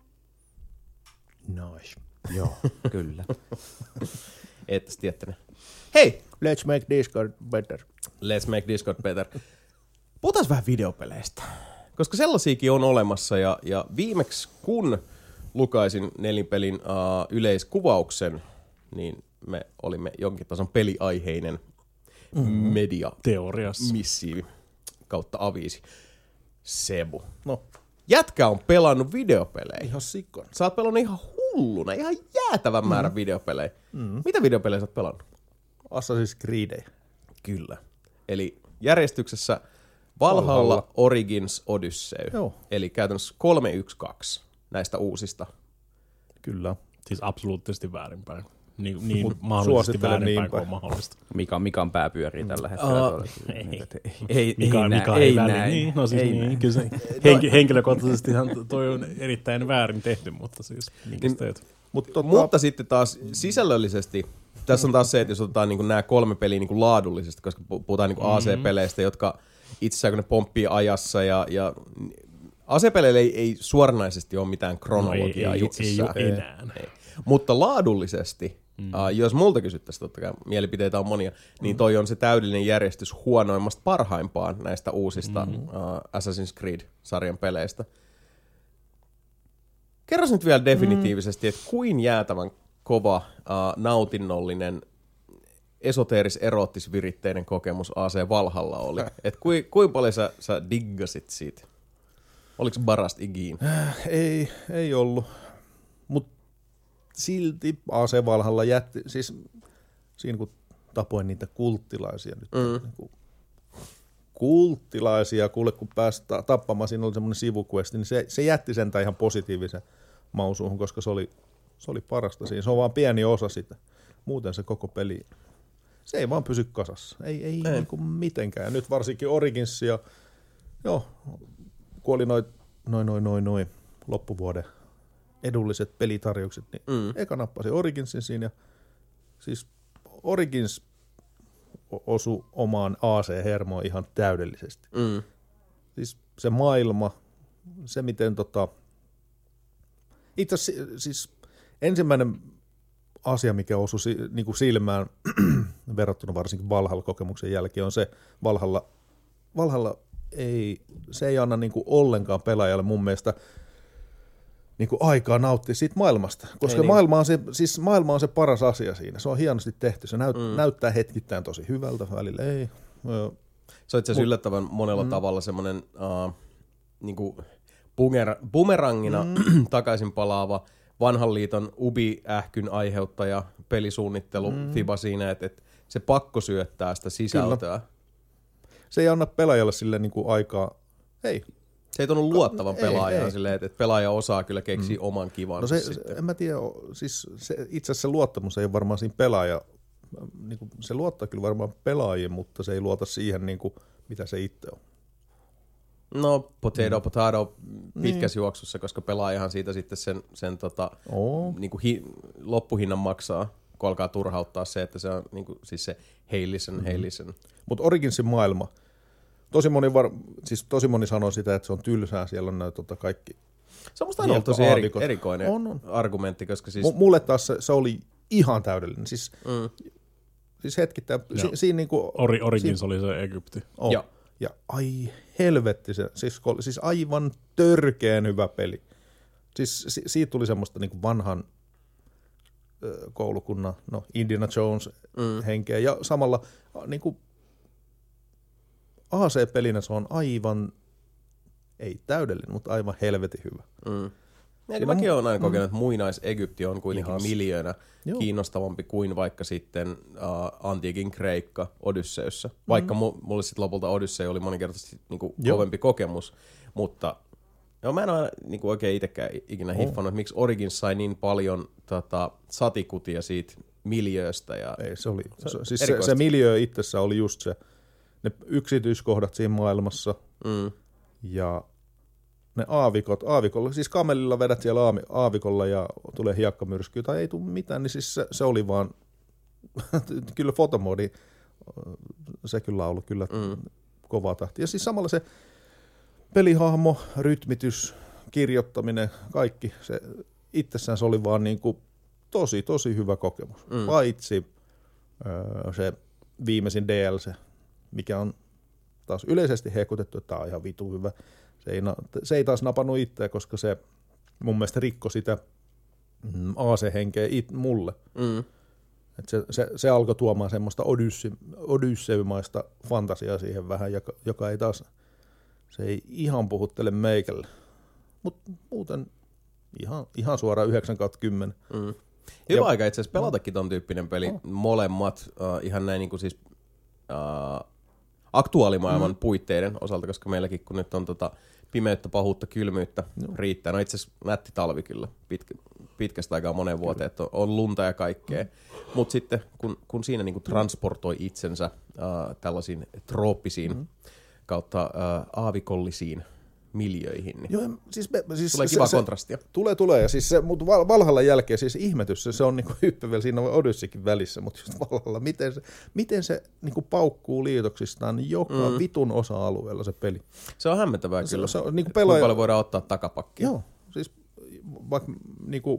Nice. Joo, kyllä. Eettäs tiettäne. Hei! Let's make Discord better. Let's make Discord better. Puhutaan vähän videopeleistä. Koska sellaisiakin on olemassa ja viimeksi kun lukaisin Nelinpelin yleiskuvauksen, niin me olimme jonkin tason peliaiheinen media teoriassa missiivi kautta aviisi. Sebu. No. Jätkä on pelannut videopelejä. Ihan sikon. Sä oot pelannut ihan hulluna, ihan jäätävän määrän videopelejä. Mitä videopelejä sä oot pelannut? Assassin's Creed. Kyllä. Eli järjestyksessä Valhalla, Origins, Odyssey. Joo. Eli käytännössä 3-1-2 näistä uusista. Kyllä. Siis absoluuttisesti väärinpäin. Niin mahdollisesti väärinpäin kuin on mahdollista. Mikan pää pyörii tällä hetkellä. Ei näin. Niin, no siis niin, kyllä se henkilökohtaisestihan toi on erittäin väärin tehty, mutta siis Mutta sitten taas sisällöllisesti, tässä on taas se, että jos otetaan niin nämä 3 peliä niin laadullisesti, koska puhutaan niin AC-peleistä, jotka itse asiassa kun ne pomppii ajassa ja AC-peleillä ei suoranaisesti ole mitään kronologiaa itsessään. Ei ole enää. Ei. Mutta laadullisesti, jos multa kysyttäisiin, totta kai mielipiteitä on monia, niin toi on se täydellinen järjestys huonoimmasta parhaimpaan näistä uusista Assassin's Creed-sarjan peleistä. Kerros nyt vielä definitiivisesti, että kuin jäätävän kova, nautinnollinen, esoteeris-eroottis-viritteinen kokemus AC Valhalla oli. Että kuin paljon sä diggasit siitä? Oliko Barast igiin? Ei ollut. Mutta silti AC Valhalla jätti, siis siinä kun tapoin niitä kulttilaisia nyt, niin kulttilaisia, kuule kun pääsi tappamaan, siinä oli semmoinen sivuquesti, niin se jätti sentään ihan positiivisen mausuuhun, koska se oli parasta siinä. Se on vaan pieni osa sitä. Muuten se koko peli, se ei vaan pysy kasassa. Ei. Niin kuin mitenkään. Ja nyt varsinkin Originsia, kun oli noin loppuvuoden edulliset pelitarjoukset, niin eka nappasin Originsin siinä. Ja siis Origins osui omaan AC-hermoon ihan täydellisesti. Siis se maailma, se miten itse asiassa siis ensimmäinen asia, mikä osui niinku silmään verrattuna varsinkin Valhalla-kokemuksen jälkeen, on se Valhalla se ei anna niinku ollenkaan pelaajalle mun mielestä niinku aikaa nauttia siitä maailmasta, koska maailma on se paras asia siinä. Se on hienosti tehty. Se näyttää hetkittäin tosi hyvältä, välillä ei. Se on itse asiassa yllättävän monella tavalla semmoinen niinku bumerangina takaisin palaava vanhan liiton Ubi-ähkyn aiheuttaja pelisuunnittelu FIBA siinä, että se pakko syöttää sitä sisältöä. Kyllä. Se ei anna pelaajalle sille niinku aikaa. Ei. Se ei tunnu luottavan pelaajaa silleen, että pelaaja osaa kyllä keksiä oman kivansa. No en mä tiedä, siis itse asiassa se luottamus ei ole varmaan siinä pelaaja, niinku, se luottaa kyllä varmaan pelaajiin, mutta se ei luota siihen, niinku, mitä se itse on. No, potato pitkässä juoksussa, koska pelaajahan siitä sitten sen niinku loppuhinnan maksaa, kun alkaa turhauttaa se, että se on niinku, siis se heillisen. Mutta Originsin maailma, tosi moni sanoo sitä, että se on tylsää, siellä on näitä kaikki. Se on musta aina tosi erikoinen argumentti, koska siis mulle taas se oli ihan täydellinen. Siis hetkittäin. Siinä niinku Origins oli se Egypti. Ja ai helvetti se, siis aivan törkeen hyvä peli. Siis siitä tuli semmoista niinku vanhan koulukunnan, Indiana Jones henkeä ja samalla niinku AC-pelinä se on aivan, ei täydellinen, mutta aivan helvetin hyvä. Mäkin olen aina kokenut, että muinais-Egypti on kuitenkin miljöönä kiinnostavampi kuin vaikka sitten antiikin Kreikka Odysseyssä. Vaikka mulle sitten lopulta Odyssey oli moninkertaisesti niinku kovempi kokemus, mutta mä en ole niinku oikein itsekään ikinä hiffannut, että miksi Origins sai niin paljon satikutia siitä miljööstä. Ei, se miljö itsessä oli just se, ne yksityiskohdat siinä maailmassa ja ne aavikolla, siis kamelilla vedät siellä aavikolla ja tulee hiekkamyrskyä tai ei tule mitään, niin siis se oli vaan, kyllä fotomoodi, se kyllä on ollut kyllä kovaa tahtia. Ja siis samalla se pelihahmo, rytmitys, kirjoittaminen, kaikki, se itsessään se oli vaan niin kuin tosi hyvä kokemus. Paitsi se viimeisin DLC, mikä on taas yleisesti hekutettu, että tämä on ihan vitu hyvä. Se ei taas napannut itseä, koska se mun mielestä rikkoi sitä AC-henkeä mulle. Se alkoi tuomaan semmoista Odyssey-maista fantasiaa siihen vähän, joka ei taas, se ei ihan puhuttele meikälle. Mutta muuten Ihan suoraan 9/10. Hyvä aika itse asiassa pelatakin ton tyyppinen peli. Molemmat ihan näin niinku siis aktuaalimaailman puitteiden osalta, koska meilläkin kun nyt on pimeyttä, pahuutta, kylmyyttä riittää. No itse asiassa nätti talvi kyllä pitkästä aikaa moneen vuoteen, että on lunta ja kaikkea. Mutta sitten kun siinä niinku transportoi itsensä tällaisiin trooppisiin kautta aavikollisiin miljöihin, niin joo, siis tulee kiva kontrastia. Tulee. Ja siis mutta Valhallan jälkeen siis ihmetys, se on niinku hyppy vielä siinä Odysseykin välissä, mutta just Valhalla, miten se niinku paukkuu liitoksistaan joka vitun osa-alueella se peli. Se on hämmentävää kyllä. Se on, niinku kuinka paljon voidaan ottaa takapakkia. Joo, siis vaikka niinku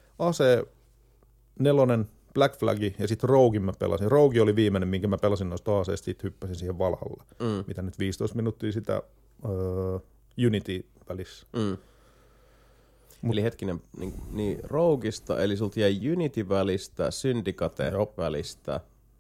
AC4, Black Flagi ja sitten Roguein mä pelasin. Rogue oli viimeinen, minkä mä pelasin noista AC:ista, sitten hyppäsin siihen Valhalla. Mitä nyt 15 minuuttia sitä Unity välissä. Eli hetkinen, niin Roguesta, eli sulta jäi Unity välistä, Syndicate välistä.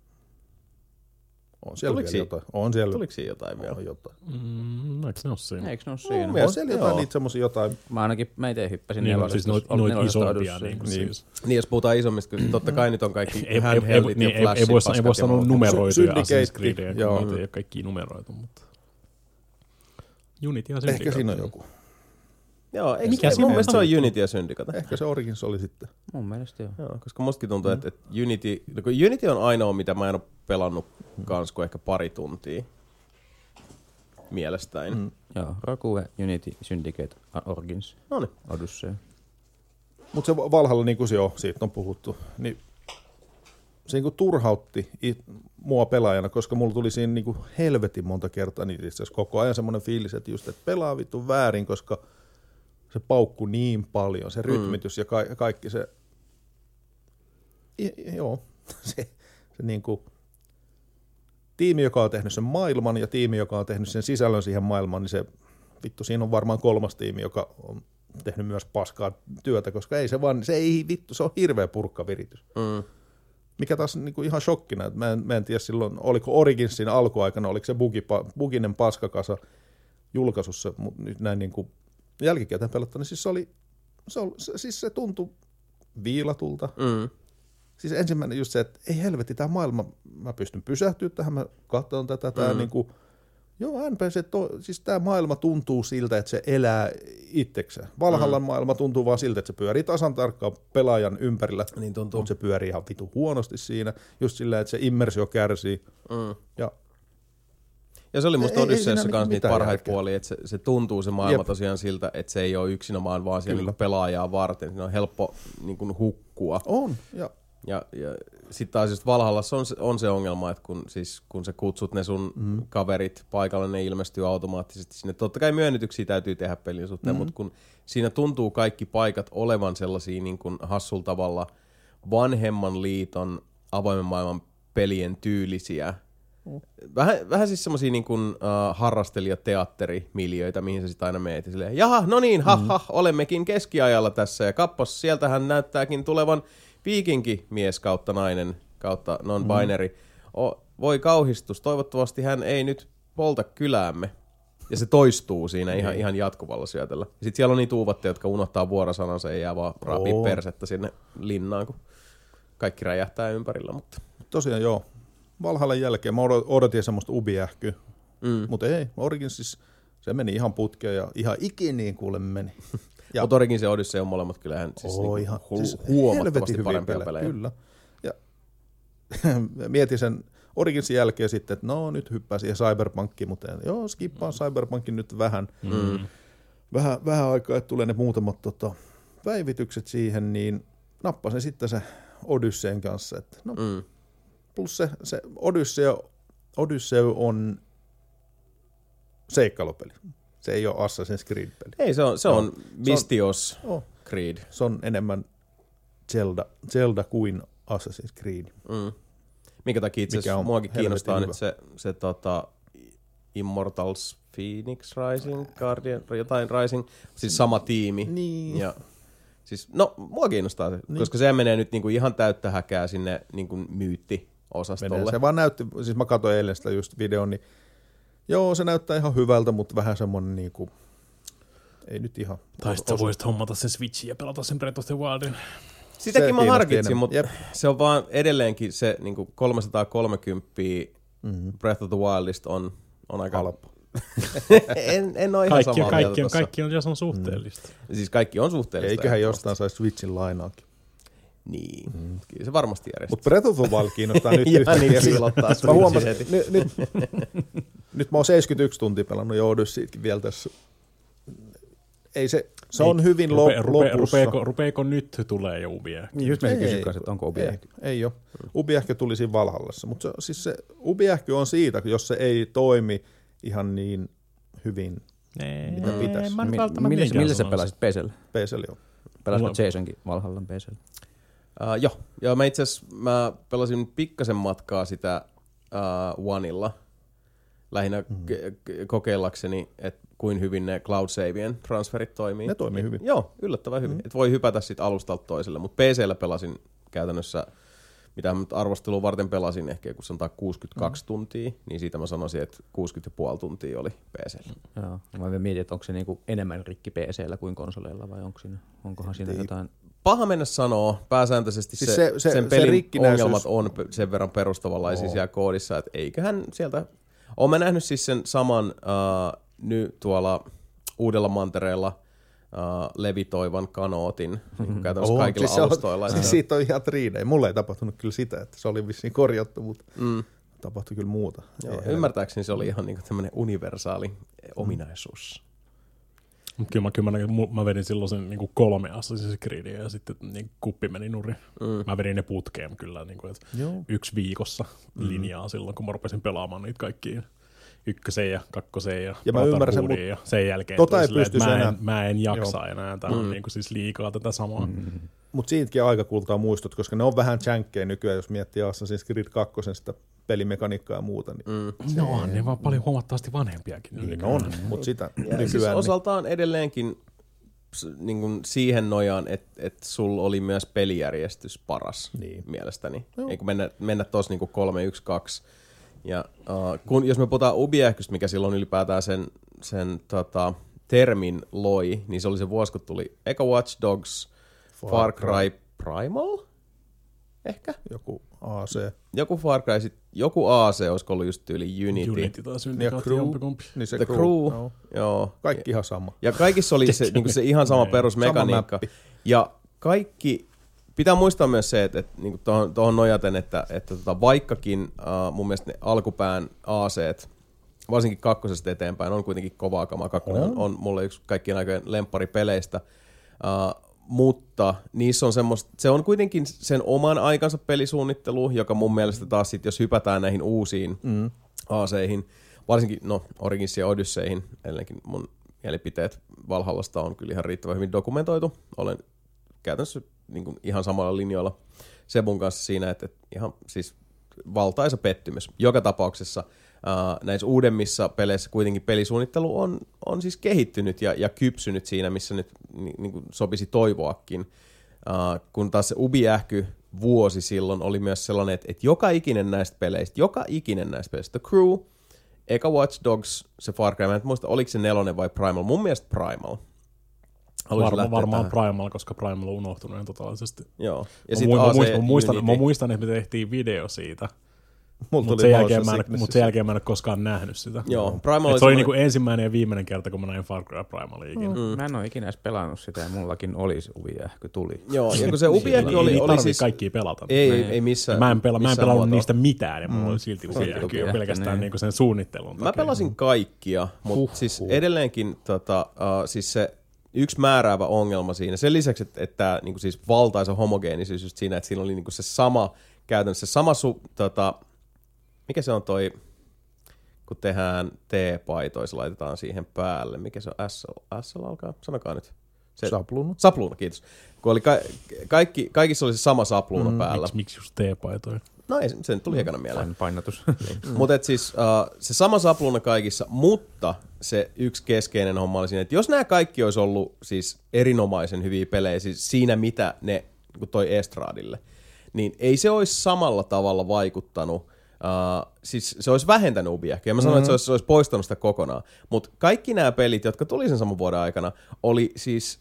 On siellä vielä jotain. On siellä. Tuliko siinä jotain vielä? On jotain. Eikö ne ole siinä? On siellä jotain niitä semmosia jotain. Mä itse hyppäsin niin, siis noit isompia. Niin, jos puhutaan isommista, kyllä totta kai nyt on kaikki handheldit ja flashit. Ei voi sanoa numeroituja Assassin's Creedia, kun niitä ei ole kaikki numeroitu, mutta Unity ja Syndicate. Ehkä siinä on joku. Joo, mun mielestä se on Unity ja Syndicate. Ehkä se Origins oli sitten. Mun mielestä joo. Koska mustakin tuntuu, että Unity on ainoa, mitä mä en ole pelannut kans kuin ehkä pari tuntia mielestäni. Joo, Rogue, Unity, Syndicate, Origins, Odyssey. Mutta se Valhalla, niin kuin se jo, siitä on puhuttu, niin se niin turhautti mua pelaajana, koska mulla tuli siinä niin helvetin monta kertaa, niin itse asiassa koko ajan semmoinen fiilis, että just, että pelaa vittu väärin, koska se paukkui niin paljon, se rytmitys ja kaikki se, joo, se niin kuin tiimi, joka on tehnyt sen maailman ja tiimi, joka on tehnyt sen sisällön siihen maailmaan, niin se vittu, siinä on varmaan 3. tiimi, joka on tehnyt myös paskaa työtä, koska ei se vaan, se ei vittu, se on hirveä purkkaviritys. Mikä taas niin kuin ihan shokkina, että mä en tiedä silloin, oliko Originsin alkuaikana, oliko se buginen paskakasa julkaisussa, mutta nyt näin niin kuin jälkikäteen pelattuna, niin siis se tuntui viilatulta. Siis ensimmäinen just se, että ei helvetti, tämä maailma, mä pystyn pysähtyä tähän, mä katson tätä, tää niinku, joo, NPC, siis tämä maailma tuntuu siltä, että se elää itsekseen. Valhallan maailma tuntuu vaan siltä, että se pyörii tasan tarkkaan pelaajan ympärillä, niin mutta se pyörii ihan vitu huonosti siinä, just sillä, että se immersio kärsii. Ja se oli musta Odysseyssa kanssa niitä parhaita puolia, että se tuntuu se maailma tosiaan siltä, että se ei ole yksinomaan vaan siellä niin pelaajaa varten. Siinä on helppo niin kuin hukkua. On, ja sitten taas just Valhallassa on se ongelma, että kun sä kutsut ne sun kaverit paikalle, ne ilmestyy automaattisesti sinne. Totta kai myönnytyksiä täytyy tehdä pelin suhteen, mutta kun siinä tuntuu kaikki paikat olevan sellaisia niin kuin hassulla tavalla vanhemman liiton avoimen maailman pelien tyylisiä. Vähän siis semmosia niin kuin harrastelijateatterimiljöitä, mihin sä sit aina meet. Silleen, jaha, no niin, olemmekin keskiajalla tässä. Ja kappas, sieltähän näyttääkin tulevan viikinkimies kautta nainen kautta non-binary. Voi kauhistus, toivottavasti hän ei nyt polta kyläämme. Ja se toistuu siinä ihan jatkuvalla syötöllä. Ja sit siellä on niitä uuvatteja, jotka unohtaa vuorosanansa ja jää vaan rapii persettä sinne linnaan, kun kaikki räjähtää ympärillä. Mutta tosiaan joo. Valhallan jälkeen mä odotin semmoista ubiähkyä, mutta ei. Originsis, se meni ihan putkeen ja ihan ikiniin kuule meni. Mutta Origins ja Odyssey on molemmat kyllähän siis huomattavasti parempia pelejä. Kyllä. Ja mietin sen Originsin jälkeen sitten, että no nyt hyppää siihen Cyberpunkkiin, mutta joo, skippaan Cyberpunkin nyt vähän. Vähän aikaa, että tulee ne muutamat päivitykset siihen, niin nappasin sitten se Odysseyn kanssa. Että no, plus se Odyssey on seikkailupeli. Se ei ole Assassin's Creed-peli. Ei, se on Mystios Creed. Se on enemmän Zelda kuin Assassin's Creed. Minkä takia itse asiassa muakin kiinnostaa nyt se Immortals Phoenix Rising, Guardian, jotain Rising, siis sama tiimi. Niin. Ja siis, no, mua kiinnostaa se, koska se menee nyt niinku ihan täyttä häkää sinne niinku myytti-osastolle. Menee. Se vaan näytti, siis mä katsoin eilen sitä just videon, niin joo, se näyttää ihan hyvältä, mutta vähän semmoinen niinku, ei nyt ihan. Tai sitten voisit hommata sen Switchin ja pelata sen Breath of the Wildin. Sitäkin mä harkitsin, mutta se on vaan edelleenkin se niin 330 Breath of the Wildista on aika halpa. en ole ihan samaa mieltä tossa. Kaikki on, jos on suhteellista. Siis kaikki on suhteellista. Eiköhän jostain saisi Switchin lainaakin. Niin, kyllä se varmasti järjestää. Mutta Breath of the Wild kiinnostaa nyt yhtäkkiä. Mä huomasin, nyt mä oon 71 tuntia pelannut ja Odysseytkin vielä tässä. Ei se on hyvin lopussa. Rupeeko nyt tulee jo Ubiähkö? Just mä kysyin kanssa, että onko Ubiähkö. Ei ole. Ubiähkö tuli siinä Valhallassa, mutta siis se Ubiähkö on siitä, jos se ei toimi ihan niin hyvin, mitä pitäisi. Millä sä pelasit PC:llä? PC:llä joo. Pelasitko Jasonkin Valhallan PC:llä? Joo, mä itse asiassa pelasin pikkasen matkaa sitä Oneilla. Lähinnä kokeillakseni, että kuin hyvin ne Cloud Savien transferit toimii. Ne toimii hyvin. Joo, yllättävän hyvin. Et voi hypätä sit alustalta toiselle, mutta PC:llä pelasin käytännössä, mitä mä arvostelua varten pelasin ehkä, kun sanotaan 62 tuntia, niin siitä mä sanoisin, että 60,5 tuntia oli PC:llä. Joo, mä mietin, että onko se niinku enemmän rikki PC:llä kuin konsoleilla vai onkohan siinä jotain... Paha mennä sanoo, pääsääntöisesti siis sen pelin ongelmat on sen verran perustavanlaisia siellä koodissa, että eiköhän sieltä... Olen mä nähnyt siis sen saman nyt tuolla Uudella Mantereella levitoivan kanootin niin käytännössä kaikilla siis alustoilla. Siis siitä on ihan triinejä. Mulle ei tapahtunut kyllä sitä, että se oli vissiin korjattu, mutta tapahtui kyllä muuta. Joo, ymmärtääkseni se oli ihan niin tämmöinen universaali ominaisuus. Kyllä mä vedin silloin sen niin 3 Assassin's Creedia ja sitten niin kuppi meni nurin. Mä vedin ne putkeen kyllä, niin kuin, että 1 viikossa linjaa silloin, kun mä rupesin pelaamaan niitä kaikkiin 1 ja 2 ja mä ymmärrän, ja sen jälkeen mä en jaksa enää. Tämä on niin kuin siis liikaa tätä samaa. Mutta siitäkin aika kultaa muistot, koska ne on vähän jänkkejä nykyään, jos miettii Assassin's Creed 2 sitä pelimekaniikkaa ja muuta. Niin no, ne vaan paljon huomattavasti vanhempiakin. Niin on, mutta sitä nykyään... Siis osaltaan edelleenkin niin kuin siihen nojaan, että sulla oli myös pelijärjestys paras mielestäni. Eikö mennä tuossa niin 3-1-2. Ja jos me puhutaan Ubiähkystä, mikä silloin ylipäätään sen termin loi, niin se oli se vuosi, kun tuli eka Watch Dogs, Far Cry Primal? Ehkä? Joku AC. Joku Far Cry, sit joku AC, olisiko ollut just tyyli Unity. Unity taas ja Crew. Niin se The Crew. Joo. Kaikki ihan sama. Ja kaikissa oli se, niin se ihan sama perusmekaniikka. Ja kaikki, pitää muistaa myös se, että niin tuohon nojaten, että vaikkakin mun mielestä ne alkupään AC:t, varsinkin 2 eteenpäin, on kuitenkin kovaa kamaa. 2 on mulle yksi kaikkien aikojen lempparipeleistä. Mutta niissä on se on kuitenkin sen oman aikansa pelisuunnittelu, joka mun mielestä taas sit, jos hypätään näihin uusiin AC:ihin, varsinkin Originsiin ja Odysseihin, edelleenkin mun mielipiteet Valhallasta on kyllä ihan riittävän hyvin dokumentoitu. Olen käytännössä niin kuin ihan samalla linjoilla Sebun kanssa siinä, että ihan siis valtaisa pettymys. Joka tapauksessa näissä uudemmissa peleissä kuitenkin pelisuunnittelu on siis kehittynyt ja kypsynyt siinä, missä nyt niin kuin sopisi toivoakin. Kun taas se Ubiähky vuosi silloin oli myös sellainen, että joka ikinen näistä peleistä, The Crew, eka Watch Dogs, se Far Cry, mä en muista, oliko se 4 vai Primal, mun mielestä Primal. Varmaan Primal, koska Primal on unohtunut ihan totaalisesti. Joo. Ja mä muistan, että me tehtiin video siitä. Mutta sen jälkeen mä en ole koskaan nähnyt sitä. Joo, se oli niinku ensimmäinen ja viimeinen kerta, kun mä näin Far Cry Primalia ikinä. Mä en ole ikinä edes pelannut sitä ja mullakin olisi Ubiähky tuli. Joo, ja kun se Ubiähky oli siis... kaikkia pelata. Ei missään. Mä en pelannut niistä mitään ja mulla oli silti Ubiähky jo pelkästään niinku sen suunnittelun. Mä pelasin kaikkia, mutta siis edelleenkin siis se yksi määräävä ongelma siinä. Sen lisäksi, että niinku siis valtaisa homogeenisyys just siinä, että siinä oli niinku se sama, käytännössä se sama mikä se on toi, kun tehdään T-paitoja, se laitetaan siihen päälle. Mikä se on? SL alkaa? Sanokaa nyt. Sapluuna. Sapluuna, kiitos. Kun oli kaikissa oli se sama sapluuna päällä. Miksi just T-paitoja? No ei, se tuli ekana mieleen. Painotus. Mutta siis se sama sapluuna kaikissa, mutta se yksi keskeinen homma oli siinä, että jos nämä kaikki olisi ollut siis erinomaisen hyviä pelejä, siis siinä mitä ne toi Estradille, niin ei se olisi samalla tavalla vaikuttanut siis se olisi vähentänyt ubiehkeä. Mä sanoin, että se olisi poistanut sitä kokonaan. Mutta kaikki nämä pelit, jotka tuli sen saman vuoden aikana, oli siis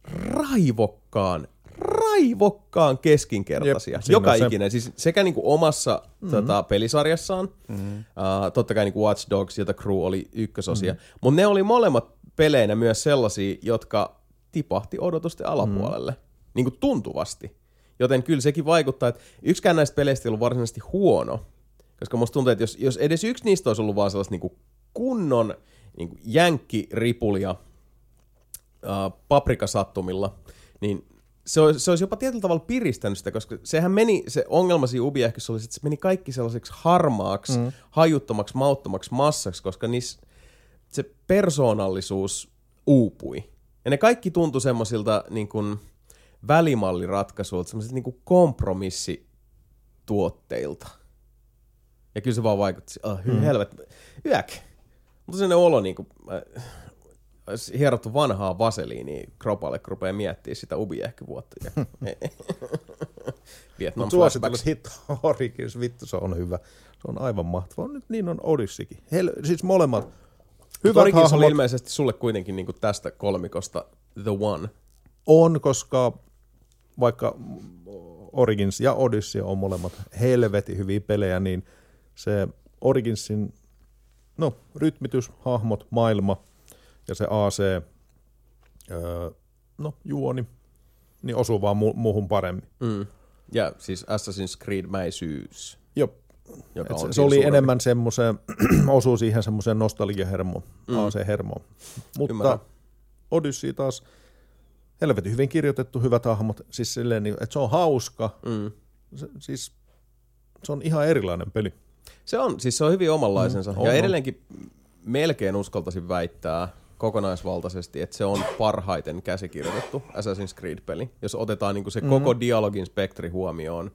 raivokkaan keskinkertaisia. Joka ikinen. Siis sekä niinku omassa pelisarjassaan, totta kai niinku Watch Dogs ja The Crew oli ykkösosia, mutta ne oli molemmat peleinä myös sellaisia, jotka tipahti odotusten alapuolelle. Niinku tuntuvasti. Joten kyllä sekin vaikuttaa, että yksikään näistä peleistä ei ollut varsinaisesti huono. Koska musta tuntuu, että jos edes yksi niistä olisi ollut vaan sellaista niinku kunnon niinku jänkkiripulia paprikasattumilla, niin se olisi jopa tietyllä tavalla piristänyt sitä, koska sehän meni, se ongelma siinä ubiehkössä oli, että se meni kaikki sellaiseksi harmaaksi, hajuttomaksi, mauttomaksi massaksi, koska se persoonallisuus uupui. Ja ne kaikki tuntui semmoisilta niin kuin välimalliratkaisuilta, semmoisilta niin kuin kompromissituotteilta. Ja kyllä se vaan vaikutti, helvetti, mutta sellainen olo niin kuin olisi hierottu vanhaa vaseliinia kropalle, kun rupeaa miettimään sitä ubiehkyvuotta. Vietnam flashbacks. Hit Origins, vittu se on hyvä. Se on aivan mahtavaa. Nyt niin on Odysseykin. Siis molemmat. Hyvät Origins oli ilmeisesti sulle kuitenkin niin kuin tästä kolmikosta the one. On, koska vaikka Origins ja Odyssey on molemmat helvetin hyviä pelejä, niin se Originsin rytmitys, hahmot, maailma ja se AC, juoni, niin osuu vaan muuhun paremmin. Ja siis Assassin's Creed-mäisyys. Joo. Se oli enemmän semmoisen, osuu siihen semmoiseen nostalgiahermoon, AC-hermoon. Mutta Odyssey taas helvetin hyvin kirjoitettu, hyvät hahmot, siis silleen, että se on hauska, se on ihan erilainen peli. Se on hyvin omanlaisensa, ja edelleenkin melkein uskaltaisin väittää kokonaisvaltaisesti, että se on parhaiten käsikirjoitettu Assassin's Creed-peli, jos otetaan niinku se koko dialogin spektri huomioon.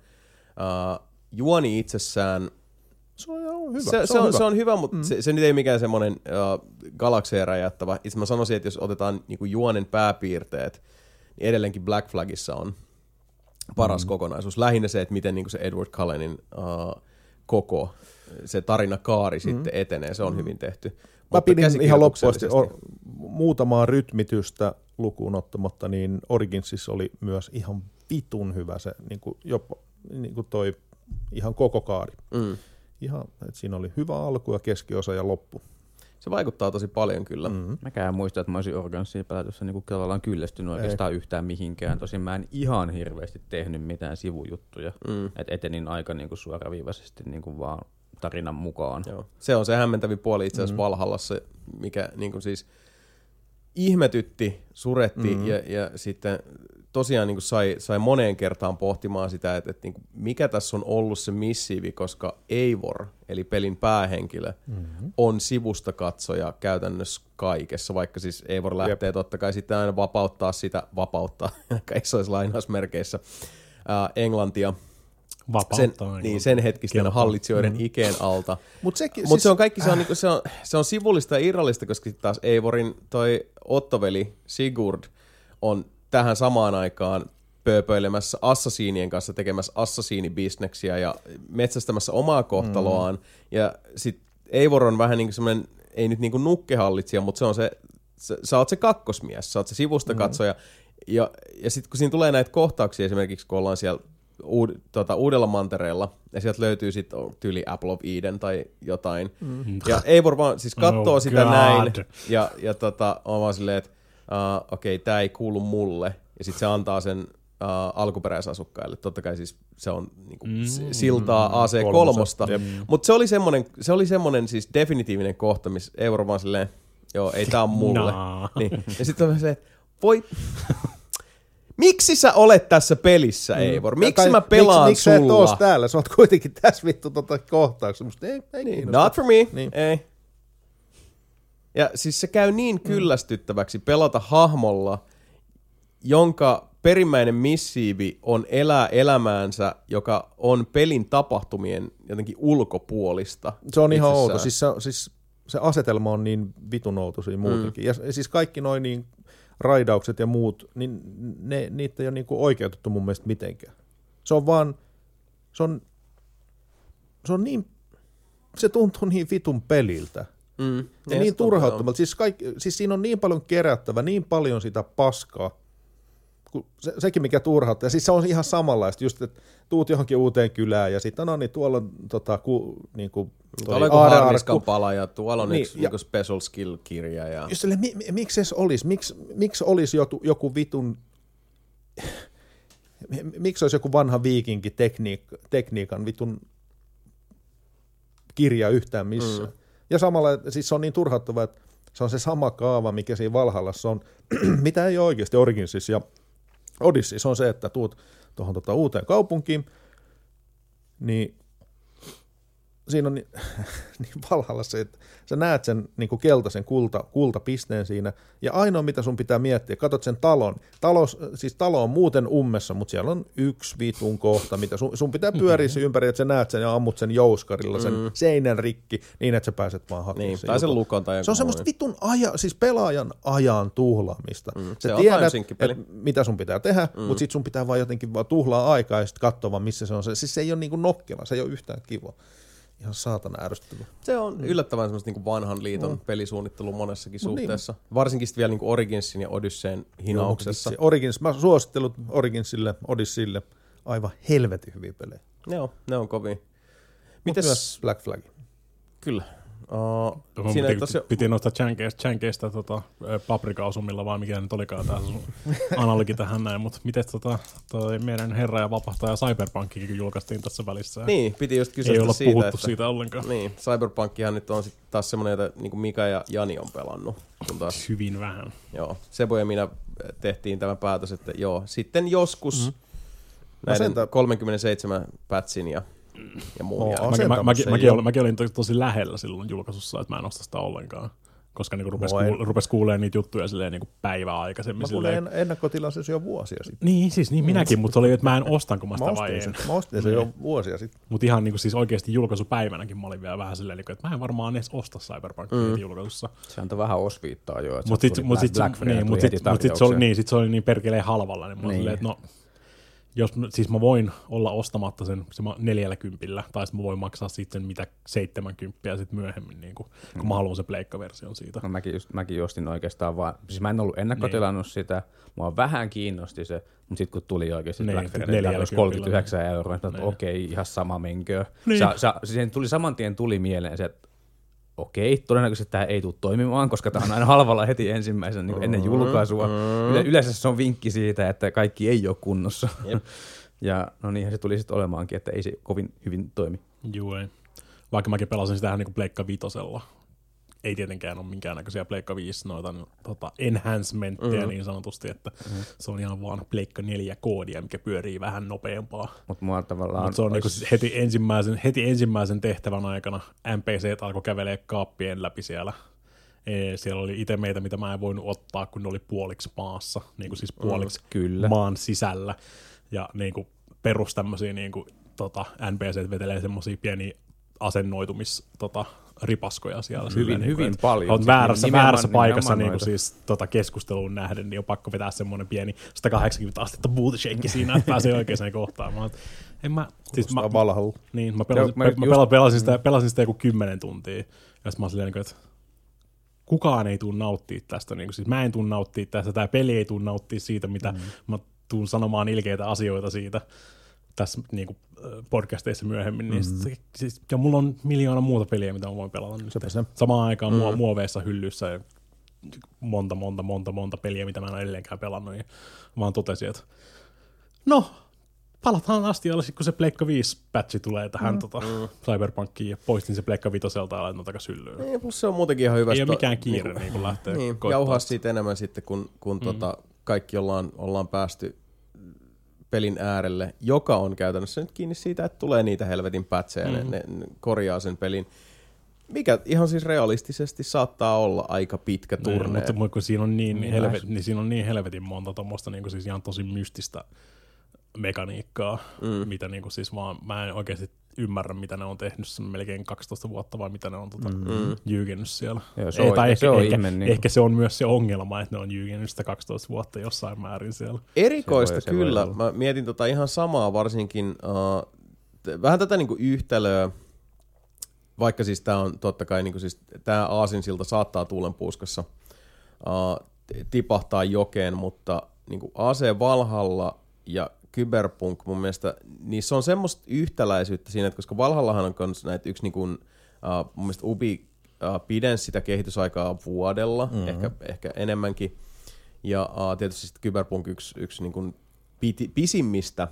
Juoni itsessään, se on hyvä. Se on hyvä, mutta se nyt ei mikään semmoinen galakseja räjäyttävä. Itse mä sanoisin, että jos otetaan niinku juonen pääpiirteet, niin edelleenkin Black Flagissa on paras kokonaisuus. Lähinnä se, että miten niinku se Edward Cullenin koko se tarinakaari sitten etenee, se on hyvin tehty. Mä pidin ihan loppuasti muutamaa rytmitystä lukuun ottamatta, niin Originsissa oli myös ihan vitun hyvä se jopa toi ihan koko kaari. Ihan, että siinä oli hyvä alku ja keskiosa ja loppu. Se vaikuttaa tosi paljon kyllä. Mäkään muista, että mä olisin Originsia pelätyssä tavallaan kyllästynyt oikeastaan yhtään mihinkään. Tosin mä en ihan hirveästi tehnyt mitään sivujuttuja. Että etenin aika suoraviivaisesti vaan tarinan mukaan. Joo. Se on se hämmentävin puoli itse asiassa Valhallassa, mikä siis ihmetytti, suretti ja sitten tosiaan sai moneen kertaan pohtimaan sitä, että mikä tässä on ollut se missiivi, koska Eivor, eli pelin päähenkilö, on sivustakatsoja käytännössä kaikessa, vaikka siis Eivor lähtee totta kai sitten aina vapauttaa, isoissa lainausmerkeissä, Englantia, sen hetkisten hallitsijoiden ikeen alta. Mutta se on kaikki, se on sivullista ja irrallista, koska taas Eivorin toi Ottoveli Sigurd on tähän samaan aikaan pööpöilemässä assasiinien kanssa, tekemässä assasiinibisneksiä ja metsästämässä omaa kohtaloaan. Ja sit Eivor on vähän semmoinen, ei nyt nukkehallitsija, mutta se on sä oot se kakkosmies, sä oot se sivustakatsoja. Ja sitten kun siinä tulee näitä kohtauksia esimerkiksi, kun ollaan siellä uudella mantereella, ja sieltä löytyy sitten tyyli Apple of Eden tai jotain. Ja Eivor vaan siis katsoo sitä näin, ja on vaan silleen, että okei, tää ei kuulu mulle. Ja sitten se antaa sen alkuperäisasukkaille. Totta kai siis se on siltaa AC3. Mutta se oli semmonen siis definitiivinen kohta, missä Eivor vaan silleen, joo, ei tää on mulle. Niin. Ja sitten on se, että miksi sä olet tässä pelissä, Eivor? Miksi mä pelaan miksi sulla? Miksi sä et oos täällä? Sä oot kuitenkin tässä vittu kohtauksessa. Ei kiinnosta. Not for me. Niin. Ei. Ja siis se käy niin kyllästyttäväksi pelata hahmolla, jonka perimmäinen missiivi on elää elämäänsä, joka on pelin tapahtumien jotenkin ulkopuolista. Se on ihan outo. Siis se asetelma on niin vitun outo siinä muutenkin. Ja siis kaikki noin niin raidaukset ja muut, niin niitä ei ole oikeutettu mun mielestä mitenkään. Se on vaan, se on niin se tuntuu niin vitun peliltä. Ja niin turhauttomalta. Siis siinä on niin paljon kerättävä, niin paljon sitä paskaa, sekin mikä turhauttaa. Ja siis se on ihan samanlaista, just että tuut johonkin uuteen kylään ja sitten no niin tuolla on niinku tuolla on harniskan pala ja tuolla on niin, yksi niinku special skill-kirja. Ja just silleen, miksi se olisi? Miksi olisi joku vitun miksi olisi joku vanha viikinki tekniikan vitun kirja yhtään missään? Ja samalla, siis se on niin turhauttava, että se on se sama kaava, mikä siinä Valhallassa on, mitä ei ole oikeasti Originsissa ja Odysseyssa on se, että tuut tuohon uuteen kaupunkiin, niin siinä on niin Valhallassa, että sä näet sen niin kuin keltaisen kultapisteen siinä, ja ainoa mitä sun pitää miettiä, katsot sen talon, talo on muuten ummessa, mutta siellä on yksi vitun kohta, mitä sun pitää pyöriä sen ympäri, että sä näet sen ja ammut sen jouskarilla, sen seinän rikki, niin että sä pääset vaan hakemaan niin, tai sen lukon tai se on semmoista vitun siis pelaajan ajan tuhlaamista. Sä tiedät, mitä sun pitää tehdä, mutta sit sun pitää vaan jotenkin vaan tuhlaa aikaa ja sit katsoa vaan, missä se on. Siis se ei ole niinku nokkela, se ei ole yhtään kiva. Ihan saatana ärsyttävä. Se on yllättävän semmoista niinku vanhan liiton pelisuunnittelu monessakin suhteessa. Niin. Varsinkin sitten vielä niinku Originsin ja Odysseyn hinauksessa. Origins, mä suosittelut Originsille, Odysseylle aivan helvetin hyviä pelejä. Joo, ne on kovia. Mites myös Black Flag? Kyllä. Siinä piti noista chankeista paprikaosumilla vai mikä nyt olikaan tämä analogi tähän näin, mutta miten toi meidän herra ja vapahtaja Cyberpunkkikin julkaistiin tässä välissä. Niin, piti just kysyä siitä. Ei olla siitä, puhuttu siitä ollenkaan. Niin, Cyberpunkkihan nyt on sitten taas semmoinen, jota niin Mika ja Jani on pelannut. Taas, hyvin vähän. Joo, Sebo ja minä tehtiin tämä päätös, että joo, sitten joskus näiden 37 patchin ja muun. Mäkin olin tosi lähellä silloin julkaisussa, että mä en osta sitä ollenkaan, koska niinku rupesi kuulemaan niitä juttuja silleen niinku päivää aikaisemmin. Mä kuulin ennakkotilaisuus jo vuosia sitten. Niin minäkin, mutta oli, että mä en ostan, kun mä sitä vai en. Mä ostin sen jo vuosia sitten. Mutta ihan niinku siis oikeasti julkaisupäivänä mä olin vielä vähän silleen, että mä en varmaan edes osta Cyberpunkia julkaisussa. Se antoi vähän osviittaa jo, että sit se oli niin perkeleen halvalla, niin mä olin silleen, että no siis mä voin olla ostamatta sen 40, tai sitten mä voin maksaa sitten mitä 70 sitten myöhemmin, niin kun mä haluan se pleikkaversion siitä. No mäkin ostin oikeastaan vaan, siis mä en ollut ennakkotilannut sitä, mua vähän kiinnosti se, mutta sitten kun tuli oikeasti Black Friday, olisi 39 €, että okei, ihan sama menkö. Niin. Siihen tuli saman tien mieleen se, että okei, todennäköisesti tämä ei tule toimimaan, koska tämä on aina halvalla heti ensimmäisen niin ennen julkaisua. Yleensä se on vinkki siitä, että kaikki ei ole kunnossa. Yep. Ja no niinhän se tuli sitten olemaankin, että ei se kovin hyvin toimi. Juu ei. Vaikka mäkin pelasin sitä niin kuin Pleikka Vitosella. Ei tietenkään ole minkäännäköisiä Pleikka 5 noita enhancementteja niin sanotusti, että se on ihan vaan Pleikka 4 koodia, mikä pyörii vähän nopeampaa. Mutta se on niinku heti ensimmäisen tehtävän aikana NPCt alkoi kävelee kaappien läpi siellä. Siellä oli itemeitä, mitä mä en voinut ottaa, kun ne oli puoliksi maassa, niinku siis puoliksi maan sisällä. Ja niinku perus tämmöisiä niinku, NPCt vetelee semmosia pieniä asennoitumis ripaskoja siellä. Hyvin paljon. On väärässä paikassa niin siis, keskusteluun nähden, niin on pakko vetää semmoinen pieni 180 astetta boot shake siinä, että pääsee oikeaan kohtaan. Mä pelasin sitä joku 10 tuntia, ja sitten mä oon silleen, että kukaan ei tule nauttia tästä. Niin siis mä en tule nauttia tästä, tämä peli ei tule nauttia siitä, mitä mä tuun sanomaan ilkeitä asioita siitä tässä niin podcasteissa myöhemmin, niin ja mulla on miljoona muuta peliä, mitä mä voin pelata nyt. Samaan aikaan muoveissa hyllyssä ja monta peliä, mitä mä en ole edelleenkään pelannut, ja vaan totesin, että no, palataan astialle, kun se Pleikka 5-patchi tulee tähän Cyberpunkiin, ja poistin se Pleikka 5:ltä ja laitan takaisin hyllyyn. Niin, plus se on muutenkin ihan hyvä. Ei ole mikään kiire niin lähteä koittaa. Jauhaa siitä enemmän sitten, kun kaikki ollaan päästy pelin äärelle, joka on käytännössä nyt kiinni siitä, että tulee niitä helvetin patcheja, ne korjaa sen pelin, mikä ihan siis realistisesti saattaa olla aika pitkä turne. Mutta kun siinä on niin helvetin monta tommoista niin siis ihan tosi mystistä mekaniikkaa, mitä niin siis vaan, mä en oikeasti ymmärrä, mitä ne on tehnyt melkein 12 vuotta, vai mitä ne on jyykennyt siellä. Ehkä se on myös se ongelma, että ne on jyykennyt sitä 12 vuotta jossain määrin siellä. Erikoista kyllä. Mä mietin ihan samaa varsinkin, vähän tätä niinku yhtälöä vaikka siis tämä on totta kai, niin siis tämä aasinsilta saattaa tuulenpuuskassa tipahtaa jokeen, mutta niin AC Valhalla ja Cyberpunk mun mielestä, niissä on semmoista yhtäläisyyttä siinä, että koska Valhallahan on myös näitä yksi niin kuin, mun mielestä Ubi pidensi sitä kehitysaikaa vuodella, ehkä enemmänkin, ja tietysti sitten Cyberpunk yksi niin kuin pisimmistä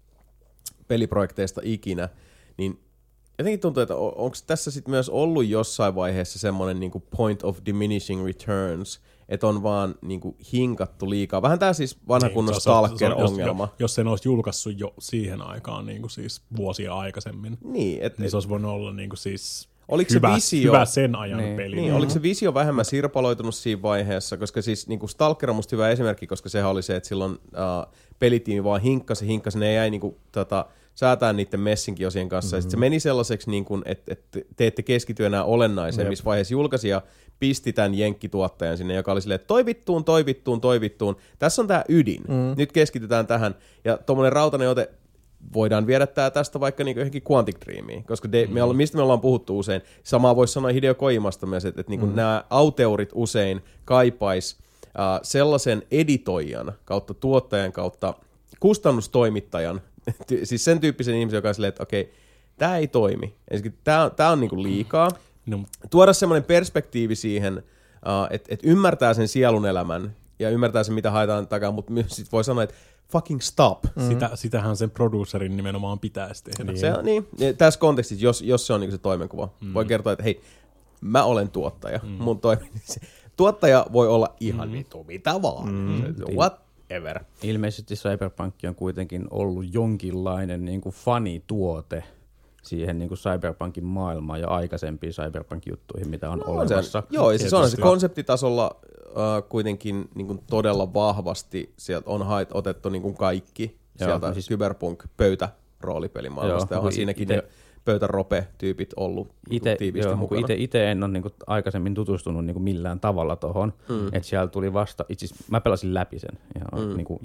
peliprojekteista ikinä, niin jotenkin tuntuu, että onko tässä sitten myös ollut jossain vaiheessa semmoinen niinku point of diminishing returns, että on vaan niinku hinkattu liikaa. Vähän tämä siis vanha kunnon Stalker-ongelma. Jos sen olisi julkaissut jo siihen aikaan niinku siis vuosia aikaisemmin, niin se olisi voinut olla niinku siis hyvä sen ajan peli. Niin, oliko se visio vähemmän sirpaloitunut siinä vaiheessa, koska siis niinku Stalker on musta hyvä esimerkki, koska sehän oli se, että silloin pelitiimi vaan hinkkasi, ne jäi niinku säätää niiden messinkiosien kanssa. Ja sitten se meni sellaiseksi, niin että te ette keskity enää olennaiseen, missä vaiheessa julkaisi ja pisti tämän jenkkituottajan sinne, joka oli silleen, että toivittuun. Tässä on tämä ydin. Nyt keskitytään tähän. Ja tuommoinen rautainen ote, voidaan viedä tästä vaikka niin johonkin Quantic Dreamiin, koska mistä me ollaan puhuttu usein. Samaa voisi sanoa Hideo Kojimasta myös, että niin nämä auteurit usein kaipais sellaisen editoijan kautta tuottajan kautta kustannustoimittajan, siis sen tyyppisen ihmisen, joka on silleen, että okei, tämä ei toimi. Tämä on niinku liikaa. No. Tuoda semmoinen perspektiivi siihen, että ymmärtää sen sielun elämän ja ymmärtää sen, mitä haetaan takaa, mutta myös sit voi sanoa, että fucking stop. Sitähän sen producerin nimenomaan pitäisi tehdä. Niin. Tässä kontekstissa, jos se on niinku se toimenkuva, voi kertoa, että hei, mä olen tuottaja. Mun tuottaja voi olla ihan mitä vaan. Whatever. Ilmeisesti Cyberpunk on kuitenkin ollut jonkinlainen niin kuin fanituote siihen niin kuin Cyberpunkin maailmaan ja aikaisempiin Cyberpunk-juttuihin, mitä on olemassa. Joo, ja se on se konseptitasolla kuitenkin niin kuin todella vahvasti. Sieltä on otettu niin kuin kaikki sieltä siis Cyberpunk-pöytä roolipelimaailmasta. Ja on siinäkin pöytärope-tyypit ollut tiiviisti mukana. Itse en ole niinku aikaisemmin tutustunut niinku millään tavalla tohon, että siellä tuli vasta, itse mä pelasin läpi sen ja niinku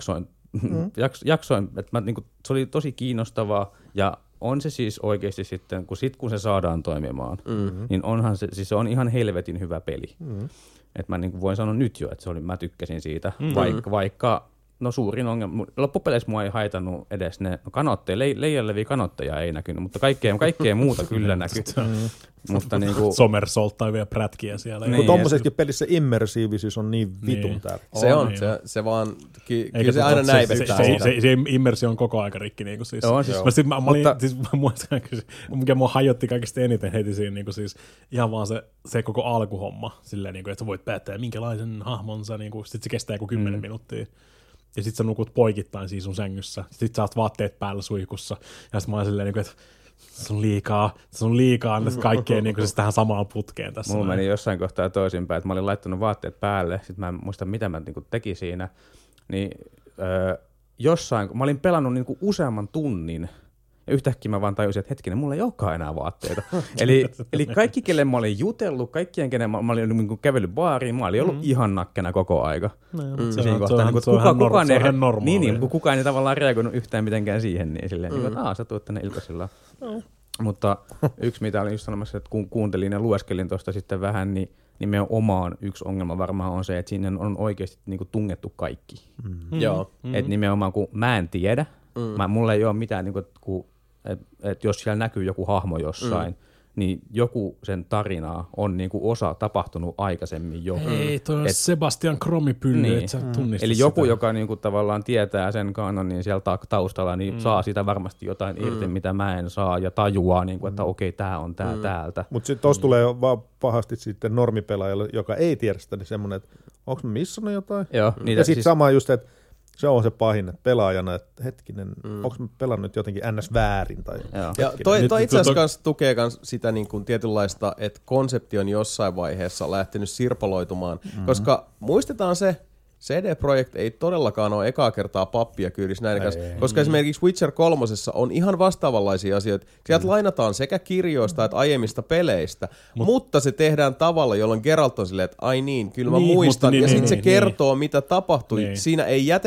jaksoin, että mä niinku, se oli tosi kiinnostavaa ja on se siis oikeasti sitten, kun se saadaan toimimaan, niin onhan se, siis se on ihan helvetin hyvä peli. Että mä niinku voin sanoa nyt jo, että mä tykkäsin siitä, vaikka no suurin ongelma, loppupeleissä mua ei haitannut edes ne leijäleviä kanotteja ei näkynyt, mutta kaikkea muuta kyllä näkyi. Mutta niinku somersaulttaivia prätkiä siellä. Niin, tommosessakin pelissä immersiivisyys on niin vitun tärkeä. Se on, se vaan, kyllä se aina näivettää. Se immersio on koko aika rikki. Niinku siis. Joo, siis. Mä muistan, mikä mua hajotti kaikista eniten heti siinä, niinku siis ihan vaan se koko alkuhomma, silleen, niinku, että sä voit päättää minkälaisen hahmonsa, niinku, sit se kestää joku 10 minuuttia. Ja sit sä nukut poikittain siinä sun sängyssä. Sit sä oot vaatteet päällä suihkussa. Ja sit mä oon silleen, että se on liikaa kaikkea niin siis tähän samaan putkeen tässä. Mulla meni jossain kohtaa toisinpäin, että mä olin laittanut vaatteet päälle. Sit mä en muista, mitä mä niin tekin siinä. Niin mä olin pelannut niin useamman tunnin. Ja yhtäkkiä mä vaan tajusin, että hetkinen, mulla ei olekaan enää vaatteita. eli kaikki, kelle mä olin jutellut, kaikkien, kenen mä olin niin kävellyt baariin, mä olin ollut ihan nakkena koko aika. Se on ihan normaalia. Niin, kukaan ei tavallaan reagoinut yhtään mitenkään siihen, niin silleen, niin että sä tuut tänne iltasilla. Mutta yksi, mitä olin just sanomassa, että kun kuuntelin ja lueskelin tuosta sitten vähän, niin nimenomaan yksi ongelma varmaan on se, että sinne on oikeasti niin kuin tungettu kaikki. Että nimenomaan, kun mä en tiedä, mulla ei ole mitään, niin kuin, että jos siellä näkyy joku hahmo jossain, niin joku sen tarinaa on niinku osa tapahtunut aikaisemmin jo. Ei, toi on Sebastian Kromipylly, niin. Että sä tunnistat eli joku, sitä. Joka niinku tavallaan tietää sen kanonin sieltä taustalla, niin saa sitä varmasti jotain irti, mitä mä en saa, ja tajuaa, niinku, että okei, tää on tää täältä. Mutta sitten tuossa tulee vaan pahasti sitten normipelaajalle, joka ei tiedä sitä, niin semmoinen, että onko mä missannut jotain? Joo, ja sitten sama just, että se on se pahin, että pelaajana, että hetkinen, onko mä pelannut jotenkin ns. Väärin? Tai ja toi itse asiassa tukee sitä niin kuin tietynlaista, että konsepti on jossain vaiheessa lähtenyt sirpaloitumaan, koska muistetaan se, CD Projekt ei todellakaan ole ekaa kertaa pappia kyydissä näiden kanssa, koska esimerkiksi Witcher 3 on ihan vastaavanlaisia asioita. Sieltä lainataan sekä kirjoista että aiemmista peleistä, mutta se tehdään tavalla, jolloin Geralt on silleen, että ai niin, kyllä mä muistan, ja sitten se kertoo, mitä tapahtui. Siinä ei jätetä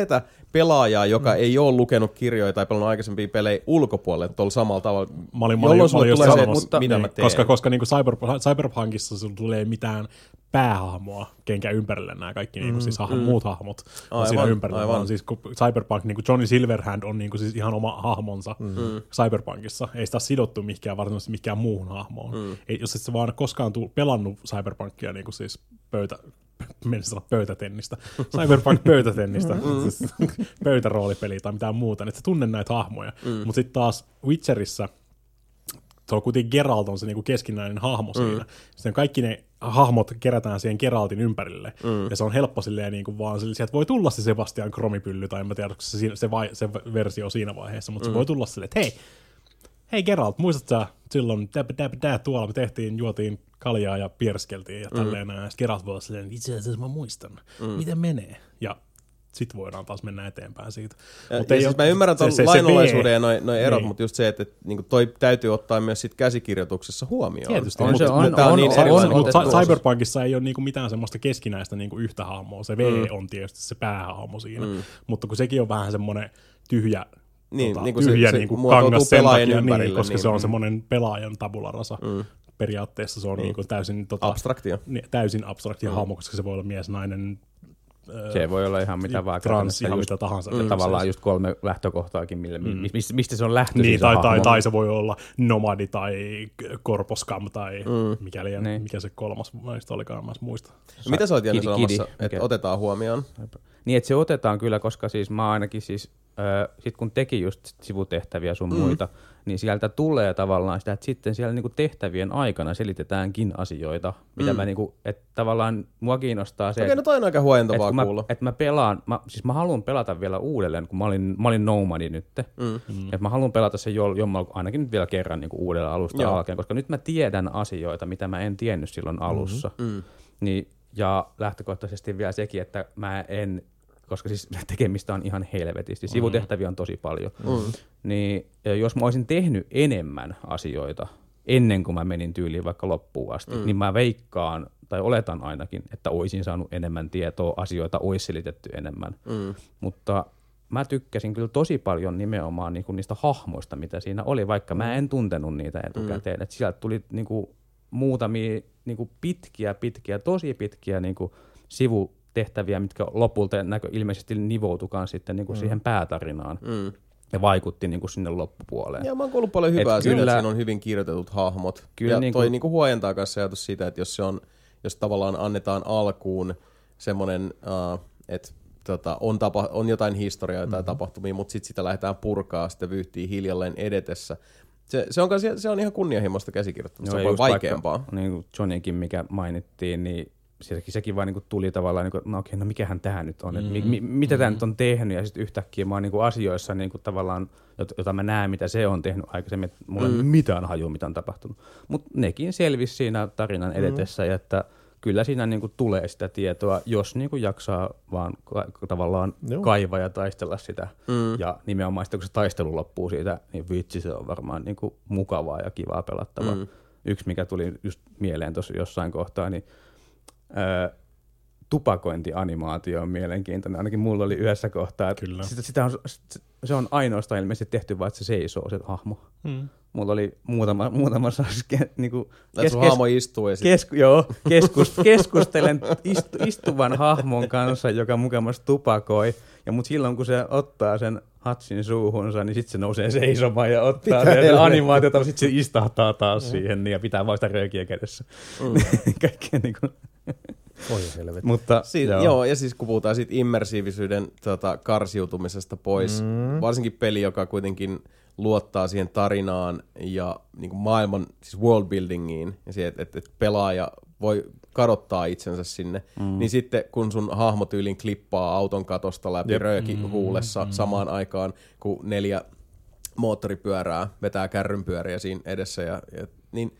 pelaajaa, joka ei ole lukenut kirjoja tai pelannut aikaisempia pelejä ulkopuolelle tuolla samalla tavalla. Mä olin tulee se, että mitä mä teen. Koska niin Cyberpunkissa sulla tulee mitään päähahmoa, kenkä ympärille nämä kaikki siis muut hahmot on siinä ympärillä. Vaan siis Cyberpunk, niin kuin Johnny Silverhand on niin siis ihan oma hahmonsa Cyberpunkissa. Ei sitä sidottu mihinkään varsinaisesti mihinkään muuhun hahmoon. Jos et sä vaan koskaan pelannut Cyberpunkia niin kuin siis pöytätennistä. Cyberpunk-pöytätennistä. Siis pöytäroolipeliä tai mitään muuta. Että sä tunne näitä hahmoja. Mutta sitten taas Witcherissä se on kuitenkin Geralt on se niinku keskinäinen hahmo siinä. Sitten kaikki ne hahmot kerätään siihen Geraltin ympärille. Ja se on helppo silleen niinku vaan sieltä voi tulla se Sebastian Kromipylly, tai en mä tiedä, onko se versio siinä vaiheessa, mutta se voi tulla silleen, että hei Geralt, muistatko sä silloin tuolla me juotiin kaljaa ja pierskeltiin ja tälleen näin. Ja sitten Geralt voi olla silleen, itse asiassa mä muistan, miten menee. Ja sitten voidaan taas mennä eteenpäin siitä. Siis mä ymmärrän tuon lainalaisuuden ja noi erot, mutta just se, että niinku toi täytyy ottaa myös sit käsikirjoituksessa huomioon. Tietysti, mutta Cyberpunkissa ei ole niinku mitään semmoista keskinäistä niinku yhtä hahmoa. Se V on tietysti se päähahmo siinä, mutta kun sekin on vähän semmoinen tyhjä kangas sen takia, koska se on semmoinen pelaajan tabula rasa. Periaatteessa se on niinku täysin täysin abstraktia hahmo, koska se voi olla mies, nainen, se voi olla ihan mitä vaan. Trans, ihan mitä tahansa. Tavallaan just 3 lähtökohtaakin, mistä se on lähtöisin niin, tai se voi olla nomadi tai korposkam tai mikä se kolmas näistä olikaan, mä muista. Mitä sä olet Janne sanomassa, että otetaan huomioon? Niin, että se otetaan kyllä, koska siis mä ainakin siis, sit kun teki just sivutehtäviä sun muita, niin sieltä tulee tavallaan sitä, että sitten siellä niinku tehtävien aikana selitetäänkin asioita, mitä mä niinku, että tavallaan mua kiinnostaa se, no toi on aika huojentavaa kuulla. Että mä pelaan, mä haluan pelata vielä uudelleen, kun mä olin nomadi nyt, että mä haluan pelata sen ainakin nyt vielä kerran niinku uudella alusta alkeen, koska nyt mä tiedän asioita, mitä mä en tiennyt silloin alussa. Niin, ja lähtökohtaisesti vielä sekin, että mä en, koska siis tekemistä on ihan helvetisti, sivutehtäviä on tosi paljon, niin jos mä olisin tehnyt enemmän asioita ennen kuin mä menin tyyliin vaikka loppuun asti, niin mä veikkaan, tai oletan ainakin, että olisin saanut enemmän tietoa, asioita olisi selitetty enemmän. Mutta mä tykkäsin kyllä tosi paljon nimenomaan niinku niistä hahmoista, mitä siinä oli, vaikka mä en tuntenut niitä etukäteen. Että sieltä tuli niinku muutamia niinku pitkiä, tosi pitkiä niinku sivutehtäviä, mitkä lopulta ilmeisesti nivoutukaan sitten niinku siihen päätarinaan. Ja vaikutti niinku sinne loppupuoleen. Ja mä oon kuullut paljon hyvää siitä, että siinä on hyvin kirjoitetut hahmot. Kyllä, ja toi niinku huojentaa kanssa ajatus siitä, että jos tavallaan annetaan alkuun semmoinen, että on jotain historiaa tai tapahtumia, mutta sitten sitä lähdetään purkaa, sitten vyyhtiin hiljalleen edetessä. Se on ihan kunnianhimoista käsikirjoittamista, se on vaikeampaa. Vaikka, niin kuin Johnnykin, mikä mainittiin, niin sekin vaan niin tuli tavallaan, niin kuin, no mikähän tämä nyt on, mitä tämä nyt on tehnyt, ja sitten yhtäkkiä mä oon niin asioissa niin kuin tavallaan, jota mä näen, mitä se on tehnyt aikaisemmin, että mulla ei mitään hajua, mitä on tapahtunut. Mutta nekin selvisi siinä tarinan edetessä, ja että kyllä siinä niin kuin tulee sitä tietoa, jos niin kuin jaksaa vaan tavallaan kaivaa ja taistella sitä. Ja nimenomaan sitten, kun se taistelu loppuu siitä, niin vitsi, se on varmaan niin kuin mukavaa ja kivaa pelattavaa. Yksi, mikä tuli just mieleen tuossa jossain kohtaa, niin tupakointianimaatio on mielenkiintoinen. Ainakin mulla oli yhdessä kohtaa. Kyllä. Se on ainoastaan ilmeisesti tehty vaan, että se seisoo, se hahmo. Mulla oli muutamassa niinku hahmo istuu ja keskustelen istuvan hahmon kanssa, joka mukamassa tupakoi. Ja mut silloin, kun se ottaa sen hatsin suuhunsa, niin sitten se nousee seisomaan ja ottaa sen animaatiota, sitten se istahtaa taas siihen ja pitää vaan sitä röökiä kädessä. Kaikkea niinku. Oi helvetti. Mutta, joo, ja siis kun puhutaan siitä immersiivisyyden karsiutumisesta pois, varsinkin peli, joka kuitenkin luottaa siihen tarinaan ja niin kuin maailman, siis worldbuildingiin, ja siihen, että pelaaja voi kadottaa itsensä sinne, niin sitten kun sun hahmotyyliin klippaa auton katosta läpi rööki huulessa samaan aikaan, kun 4 moottoripyörää vetää kärrynpyöriä siinä edessä, niin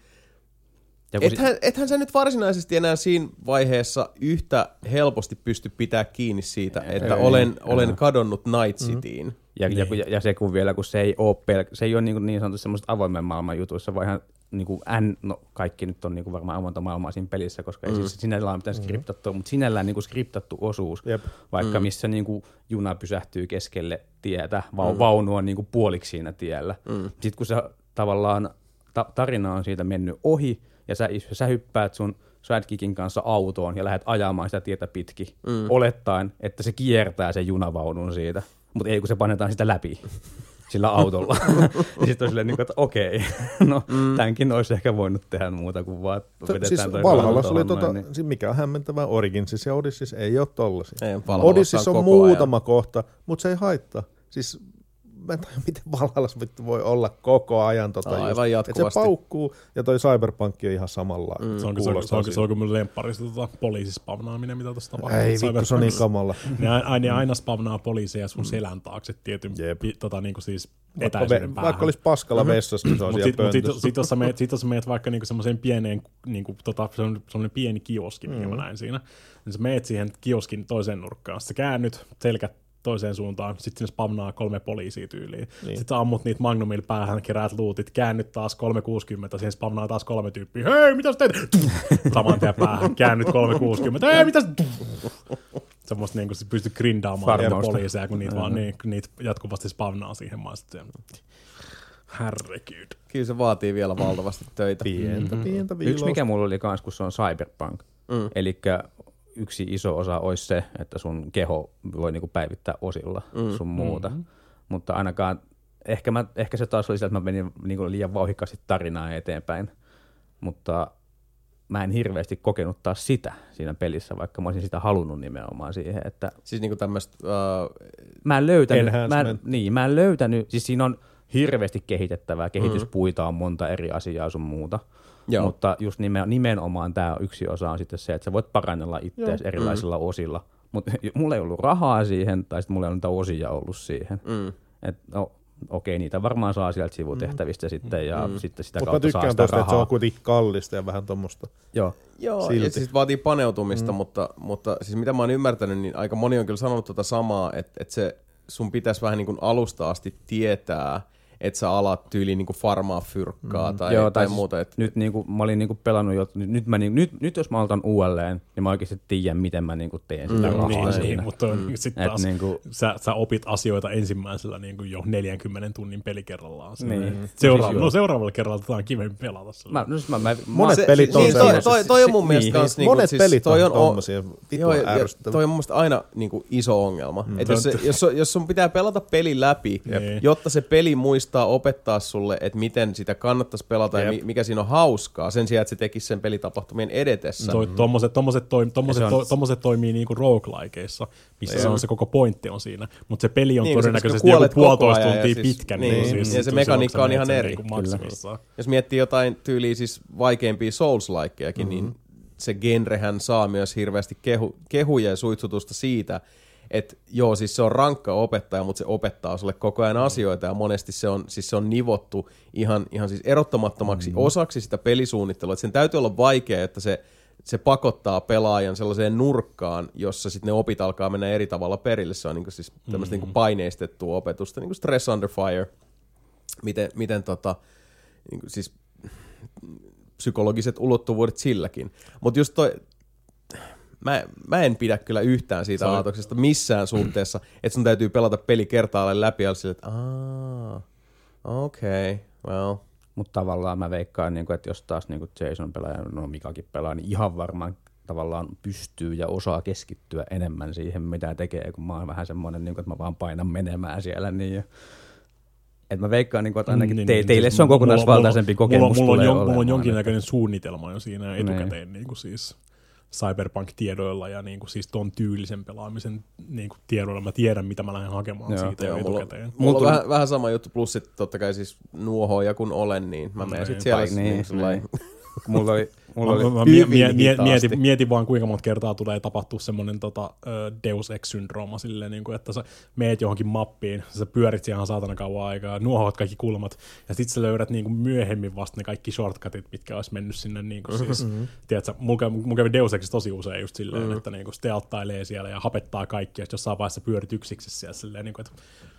ethän sä nyt varsinaisesti enää siinä vaiheessa yhtä helposti pysty pitää kiinni siitä, että olen kadonnut Night Cityin. Ja se kun vielä, kun se ei ole niin sanotusti semmoiset avoimen maailman jutuissa, vaan ihan niinku kaikki nyt on niinku varmaan avointa maailmaa siinä pelissä, koska ei siis sinällään mitään skriptattua, mutta sinällään niinku skriptattu osuus, vaikka missä niinku juna pysähtyy keskelle tietä, vaunu on niinku puoliksi siinä tiellä. Sitten kun se tavallaan tarina on siitä mennyt ohi, ja sä hyppäät sun sidekickin kanssa autoon ja lähdet ajamaan sitä tietä pitkin, olettaen, että se kiertää sen junavaunun siitä, mutta ei kun se panetaan sitä läpi sillä autolla. Ja sitten on silleen, että okei, no tämänkin olisi ehkä voinut tehdä muuta kuin vaan vedetään siis toi Valhallassa oli niin. Mikä on hämmentävää, Originsissa ja Odysseyssa ei ole tollaisia. Odysseyssa on muutama kohta, mutta se ei haittaa. Siis mä en tajua, miten Valhallassa voi olla koko ajan aivan jatkuvasti. Että se paukkuu, ja toi Cyberpunk on ihan samalla. Se onko mun lempparista poliisispavnaaminen, mitä tuossa tapahtuu. Ei vittu, se on niin kamala. Ne aina spavnaa poliiseja sun selän taakse tietyn niinku siis etäisyyden päähän. Vaikka olisi paskalla vessassa, niin se on siellä pöntössä. Sit jos sä meet vaikka niinku semmoiseen pieneen, niinku, semmoinen pieni kioski, minkä mä näin siinä, niin sä meet siihen kioskin toiseen nurkkaan, sä käännyt selkät toiseen suuntaan, sitten sinne spamnaa 3 poliisia tyyliin. Niin. Sitten ammut niitä magnumilla päähän, keräät lootit, käännyt taas 360, siihen spamnaa taas 3 tyyppiä. Hei, mitä sä teet? Saman tien päähän, käännyt 360. Hei, mitä sä semmoista niin kuin se pystyy grindaamaan poliiseja, kun niitä, vaan, niitä jatkuvasti spamnaa siihen maan. Herregud. Kyllä se vaatii vielä valtavasti töitä. Pientä viilausta. Yksi mikä mulla oli kans, kun se on Cyberpunk. Elikkä yksi iso osa olisi se, että sun keho voi niinku päivittää osilla sun muuta. Mutta ainakaan, ehkä se taas oli se, että mä menin niinku liian vauhikkaasti tarinaa eteenpäin. Mutta mä en hirveästi kokenut taas sitä siinä pelissä, vaikka mä olisin sitä halunnut nimenomaan siihen. Että siis niinku tämmöistä mä en löytänyt, siis siinä on hirveästi kehitettävää, kehityspuita on monta eri asiaa sun muuta. Joo. Mutta just nimenomaan tämä yksi osa on sitten se, että sä voit parannella itseäsi erilaisilla osilla. Mutta mulla ei ollut rahaa siihen, tai sitten mulla ei ollut niitä osia ollut siihen. Okei, niitä varmaan saa sieltä sivutehtävistä sitten, ja sitten sitä kautta saa sitä rahaa. Mutta mä tykkään tosta, että se on kuitenkin kallista ja vähän tommoista. Joo, silti. Ja siis vaatii paneutumista, mutta siis mitä mä oon ymmärtänyt, niin aika moni on kyllä sanonut tota samaa, että se sun pitäisi vähän niin kuin alusta asti tietää, että sä alat tyyliin niinku farmaa fyrkkaa tai muuta. Nyt niinku, mä olin niinku pelannut jo, nyt jos mä aloitan uudelleen, niin mä oikeasti tiedän, miten mä niinku teen sitä rahaa siinä. Mutta sitten taas niinku, sä opit asioita ensimmäisellä niinku jo 40 tunnin pelikerrallaan. Seuraavalla kerralla tätä on kivempi pelata. Monet pelit on sellaisia. Toi on mun mielestä kans niinku, monet pelit on tommosia. Toi on mun mielestä aina niinku iso ongelma. Jos sun pitää pelata peli läpi, jotta se peli muistaa opettaa sulle, että miten sitä kannattaisi pelata ja mikä siinä on hauskaa, sen sijaan, että se tekisi sen pelitapahtumien edetessä. Tommoset toimii niinku roguelikeissa, missä se on se koko pointti on siinä, mutta se peli on todennäköisesti joku 1,5 tuntia pitkä. Ja se mekaniikka on ihan eri. Jos miettii jotain tyyliä siis vaikeimpia Souls-likejakin, niin se genrehän saa myös hirveästi kehuja ja suitsutusta siitä, että joo, siis se on rankka opettaja, mutta se opettaa sulle koko ajan asioita ja monesti se on nivottu ihan siis erottamattomaksi osaksi sitä pelisuunnittelua. Että sen täytyy olla vaikea, että se pakottaa pelaajan sellaiseen nurkkaan, jossa sitten ne opit alkaa mennä eri tavalla perille. Se on niinku siis tämmöistä niinku paineistettua opetusta, niin kuin Stress Under Fire, miten niinku siis psykologiset ulottuvuudet silläkin. Mutta just toi Mä en pidä kyllä yhtään siitä ajatuksesta missään suhteessa, että sun täytyy pelata peli kertaalleen läpi ja sille, että okei, well. Mutta tavallaan mä veikkaan, että jos taas Jason pelaa ja Mikakin pelaa, niin ihan varmaan tavallaan pystyy ja osaa keskittyä enemmän siihen, mitä tekee, kun mä oon vähän semmoinen, että mä vaan painan menemään siellä. Niin että mä veikkaan, että ainakin teille se on kokonaisvaltaisempi kokemus. Mulla on jonkinnäköinen suunnitelma jo siinä etukäteen, niin kuin siis Cyberpunk-tiedoilla ja niinku siis ton tyylisen pelaamisen niinku tiedoilla mä tiedän, mitä mä lähden hakemaan siitä jo etukäteen. Mulla on vähän sama juttu, plus sitten totta kai siis nuohoja kun olen, niin mä menen sitten siellä Mulla oli mietin vaan, kuinka monta kertaa tulee tapahtua semmoinen Deus Ex-syndrooma silleen, niin kuin, että sä meet johonkin mappiin, sä pyörit siihen saatana kauan aikaa, nuohoat kaikki kulmat, ja sit sä löydät niin kuin myöhemmin vasta ne kaikki shortcutit, mitkä olisi mennyt sinne. Niin kuin, siis, tiedätkö, mun kävi Deus Exissa tosi usein just silleen, että niin kuin stealttailee siellä ja hapettaa kaikki, ja jossain vaiheessa pyörit yksiksessä siellä silleen, niin kuin, että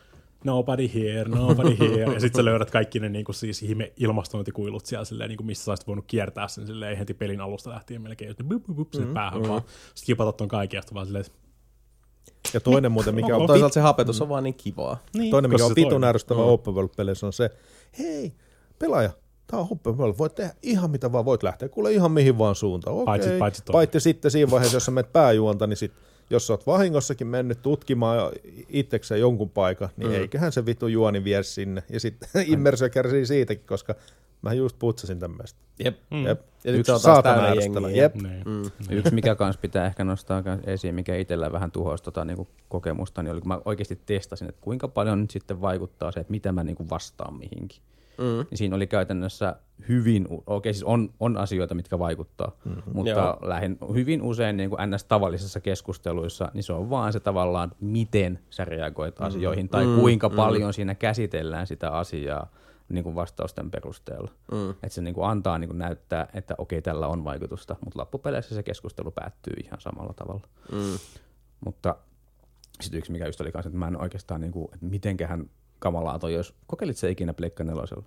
nobody here, ja sit sä löydät kaikki ne niinku siis ilmastointikuilut siellä silleen, niinku missä sä olisit voinut kiertää sen silleen heti pelin alusta lähtien melkein, että sinne päähän vaan. Sit kipatat ton kaikesta vaan silleen, ja toinen muuten, mikä on... Toisaalta se hapetus on vaan niin kivaa. Niin, toinen, mikä on vitun ärsyttävä open world-peleissä on se, hei, pelaaja, tää on open world, voit tehdä ihan mitä vaan, voit lähteä kuule ihan mihin vaan suuntaan. Okei, paitsi sitten siinä vaiheessa, jos sä menet pääjuonta, niin sit, jos sä oot vahingossakin mennyt tutkimaan itsekseen jonkun paikan, niin eiköhän se vitu juoni vie sinne. Ja sitten immersio kärsii siitäkin, koska mä just putsasin tämmöistä. Jep. Yksi saatana ärsyttävä. Jep. Yksi, mikä kans pitää ehkä nostaa esiin, mikä itsellä vähän tuhosi niinku kokemusta, niin oli, kun mä oikeasti testasin, että kuinka paljon nyt sitten vaikuttaa se, että mitä mä niinku vastaan mihinkin. Niin siinä oli käytännössä siis on asioita, mitkä vaikuttaa, mutta hyvin usein niin kuin NS-tavallisissa keskusteluissa, niin se on vaan se tavallaan, miten sä reagoit asioihin, tai kuinka paljon siinä käsitellään sitä asiaa niin kuin vastausten perusteella. Että se niin kuin antaa niin kuin näyttää, että okei, tällä on vaikutusta, mutta loppupeleissä se keskustelu päättyy ihan samalla tavalla. Mutta sitten yksi, mikä just oli kanssa, että mä en oikeastaan, niin kuin, että mitenköhän kamalaa toi, jos kokeilit se ikinä Pleikka 4:lla?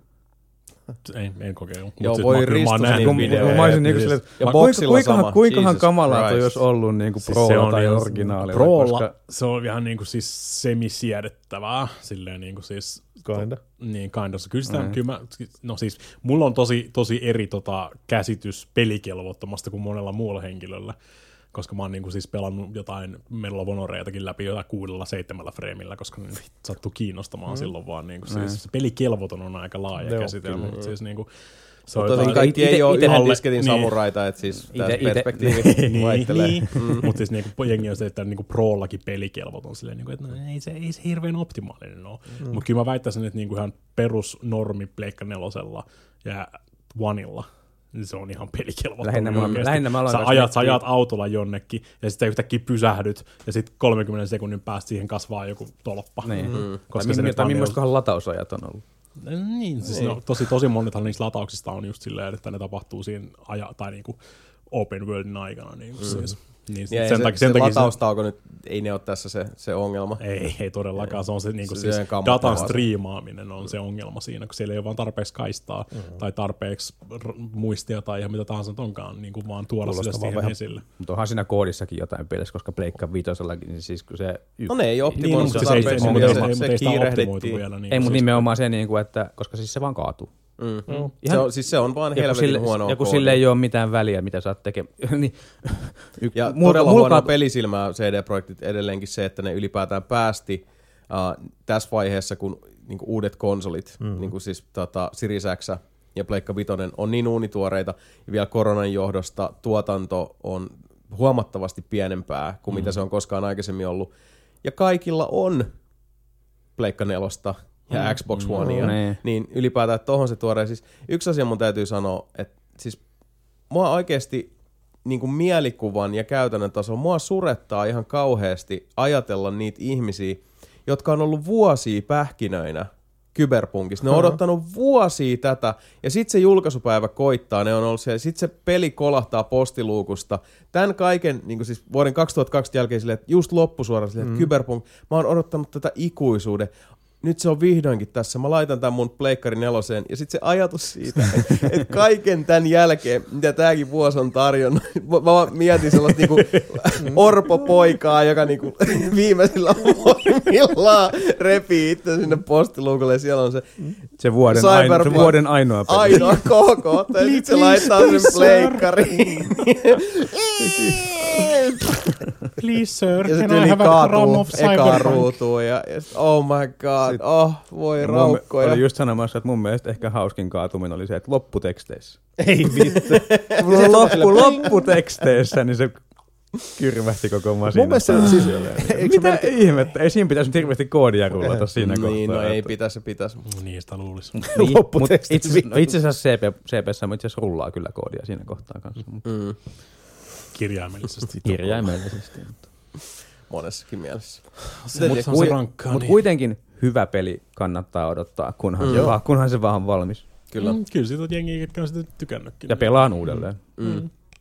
En kokeilu. Joo, voi ristus niin videoja. Mä olisin niinku silleen, että kuinkahan kamalaa toi olisi ollut niinku Prolla tai originaalilla. Prolla se on ihan niinku siis semisiedettävää, silleen niinku siis... Kinda. Niin, kinda. No siis, mulla on tosi eri käsitys pelikelvottomasta kuin monella muulla henkilöllä. Koska mä oon niinku siis pelannut jotain Medal of Honoreitakin läpi jotain 6-7 freimillä, koska ne sattuu kiinnostamaan silloin vaan. Niinku siis se pelikelvoton on aika laaja käsite, mutta siis niinku... Mutta kaikki ei ole yhden disketin samuraita, että siis tässä perspektiivi vaihtelee. Mutta siis niinku jengi on se, että niinku Prollakin pelikelvoton silleen, niinku, että no, ei se hirveän optimaalinen ole. Mutta kyllä mä väittäisin, että niinku ihan perusnormi Pleikka 4:lla ja Oneilla, niin se on ihan pelikelvoton. Lähinnä mä sä ajat autolla jonnekin, ja sitten yhtäkkiä pysähdyt, ja sitten 30 sekunnin päästä siihen kasvaa joku tolppa. Niin. Tai millaiskohan latausajat on ollut? Niin, siis no, tosi monethan niistä latauksista on just silleen, että ne tapahtuu siinä tai niinku open worldin aikana. Niinku siis. Niin, sen takia lataustauko nyt, ei ne ole tässä se ongelma. Ei todellakaan, se on se niinku siis datan striimaaminen on se ongelma siinä, kun siellä ei ole vaan tarpeeksi kaistaa tai tarpeeksi muistia tai ihan mitä tahansa onkaan, niin kuin vaan tuoda sitä siihen esille. Mutta onhan siinä koodissakin jotain pelissä, koska Pleikka 5:llakin, niin siis kun se... No ne ei optimoitu tarpeeksi, se kiirehdittiin. Ei, mutta nimenomaan se, että koska siis se vaan kaatuu. Se on vaan helvetin huonoa. Ja kun sille ei ole mitään väliä, mitä sä oot tekemään. Niin, ja todella huonoa pelisilmää CD-projektit edelleenkin se, että ne ylipäätään päästi tässä vaiheessa, kun niinku uudet konsolit, niinku siis Series X ja Pleikka 5 on niin uunituoreita, ja vielä koronan johdosta tuotanto on huomattavasti pienempää kuin mitä se on koskaan aikaisemmin ollut. Ja kaikilla on Pleikka 4 ja Xbox Onea, niin ylipäätään tohon se tuoreen. Siis yksi asia mun täytyy sanoa, että siis mua oikeasti niin kuin mielikuvan ja käytännön tasolla mua surettaa ihan kauheasti ajatella niitä ihmisiä, jotka on ollut vuosia pähkinöinä Cyberpunkissa. Ne on odottanut vuosia tätä, ja sitten se julkaisupäivä koittaa, ne on ollut siellä, sitten se peli kolahtaa postiluukusta. Tämän kaiken, niin kuin siis vuoden 2020 jälkeen silleen, että just loppusuoraan silleen, että Cyberpunk, mä oon odottanut tätä ikuisuuden. Nyt se on vihdoinkin tässä. Mä laitan tämän mun Pleikkari 4, ja sitten se ajatus siitä, että kaiken tämän jälkeen, mitä tääkin vuosi on tarjonnut, mä mietin sellaista niinku orpopoikaa, joka niinku viimeisillä voimillaan repii itse sinne postiluukulle, ja siellä on se vuoden ainoa peli. Ainoa KK, ja sitten se laittaa sen pleikkariin. Please sir, ja sitten yli kaatuu ekaan ruutuun, ja oh my god, voi raukkoja. Oli just sanomassa, että mun mielestä ehkä hauskin kaatuminen oli se, että lopputeksteissä. Ei vittu. Lopputeksteissä, niin se kyrvähti koko masina. Mun mielestä se siis... Mitä ihmettä? Ei siinä pitäisi nyt hirveästi koodia rullata siinä kohtaa. Niin, no ei pitäisi. Niistä luulisi. Itse asiassa CP:ssä itse asiassa rullaa kyllä koodia siinä kohtaa kanssa. Kirjaimellisesti. Monessakin mielessä. Mutta kuitenkin hyvä peli kannattaa odottaa, kunhan se vaan on valmis. Kyllä. Kyllä siitä on jengiä, ketkä on sitä tykännytkin. Ja pelaan uudelleen.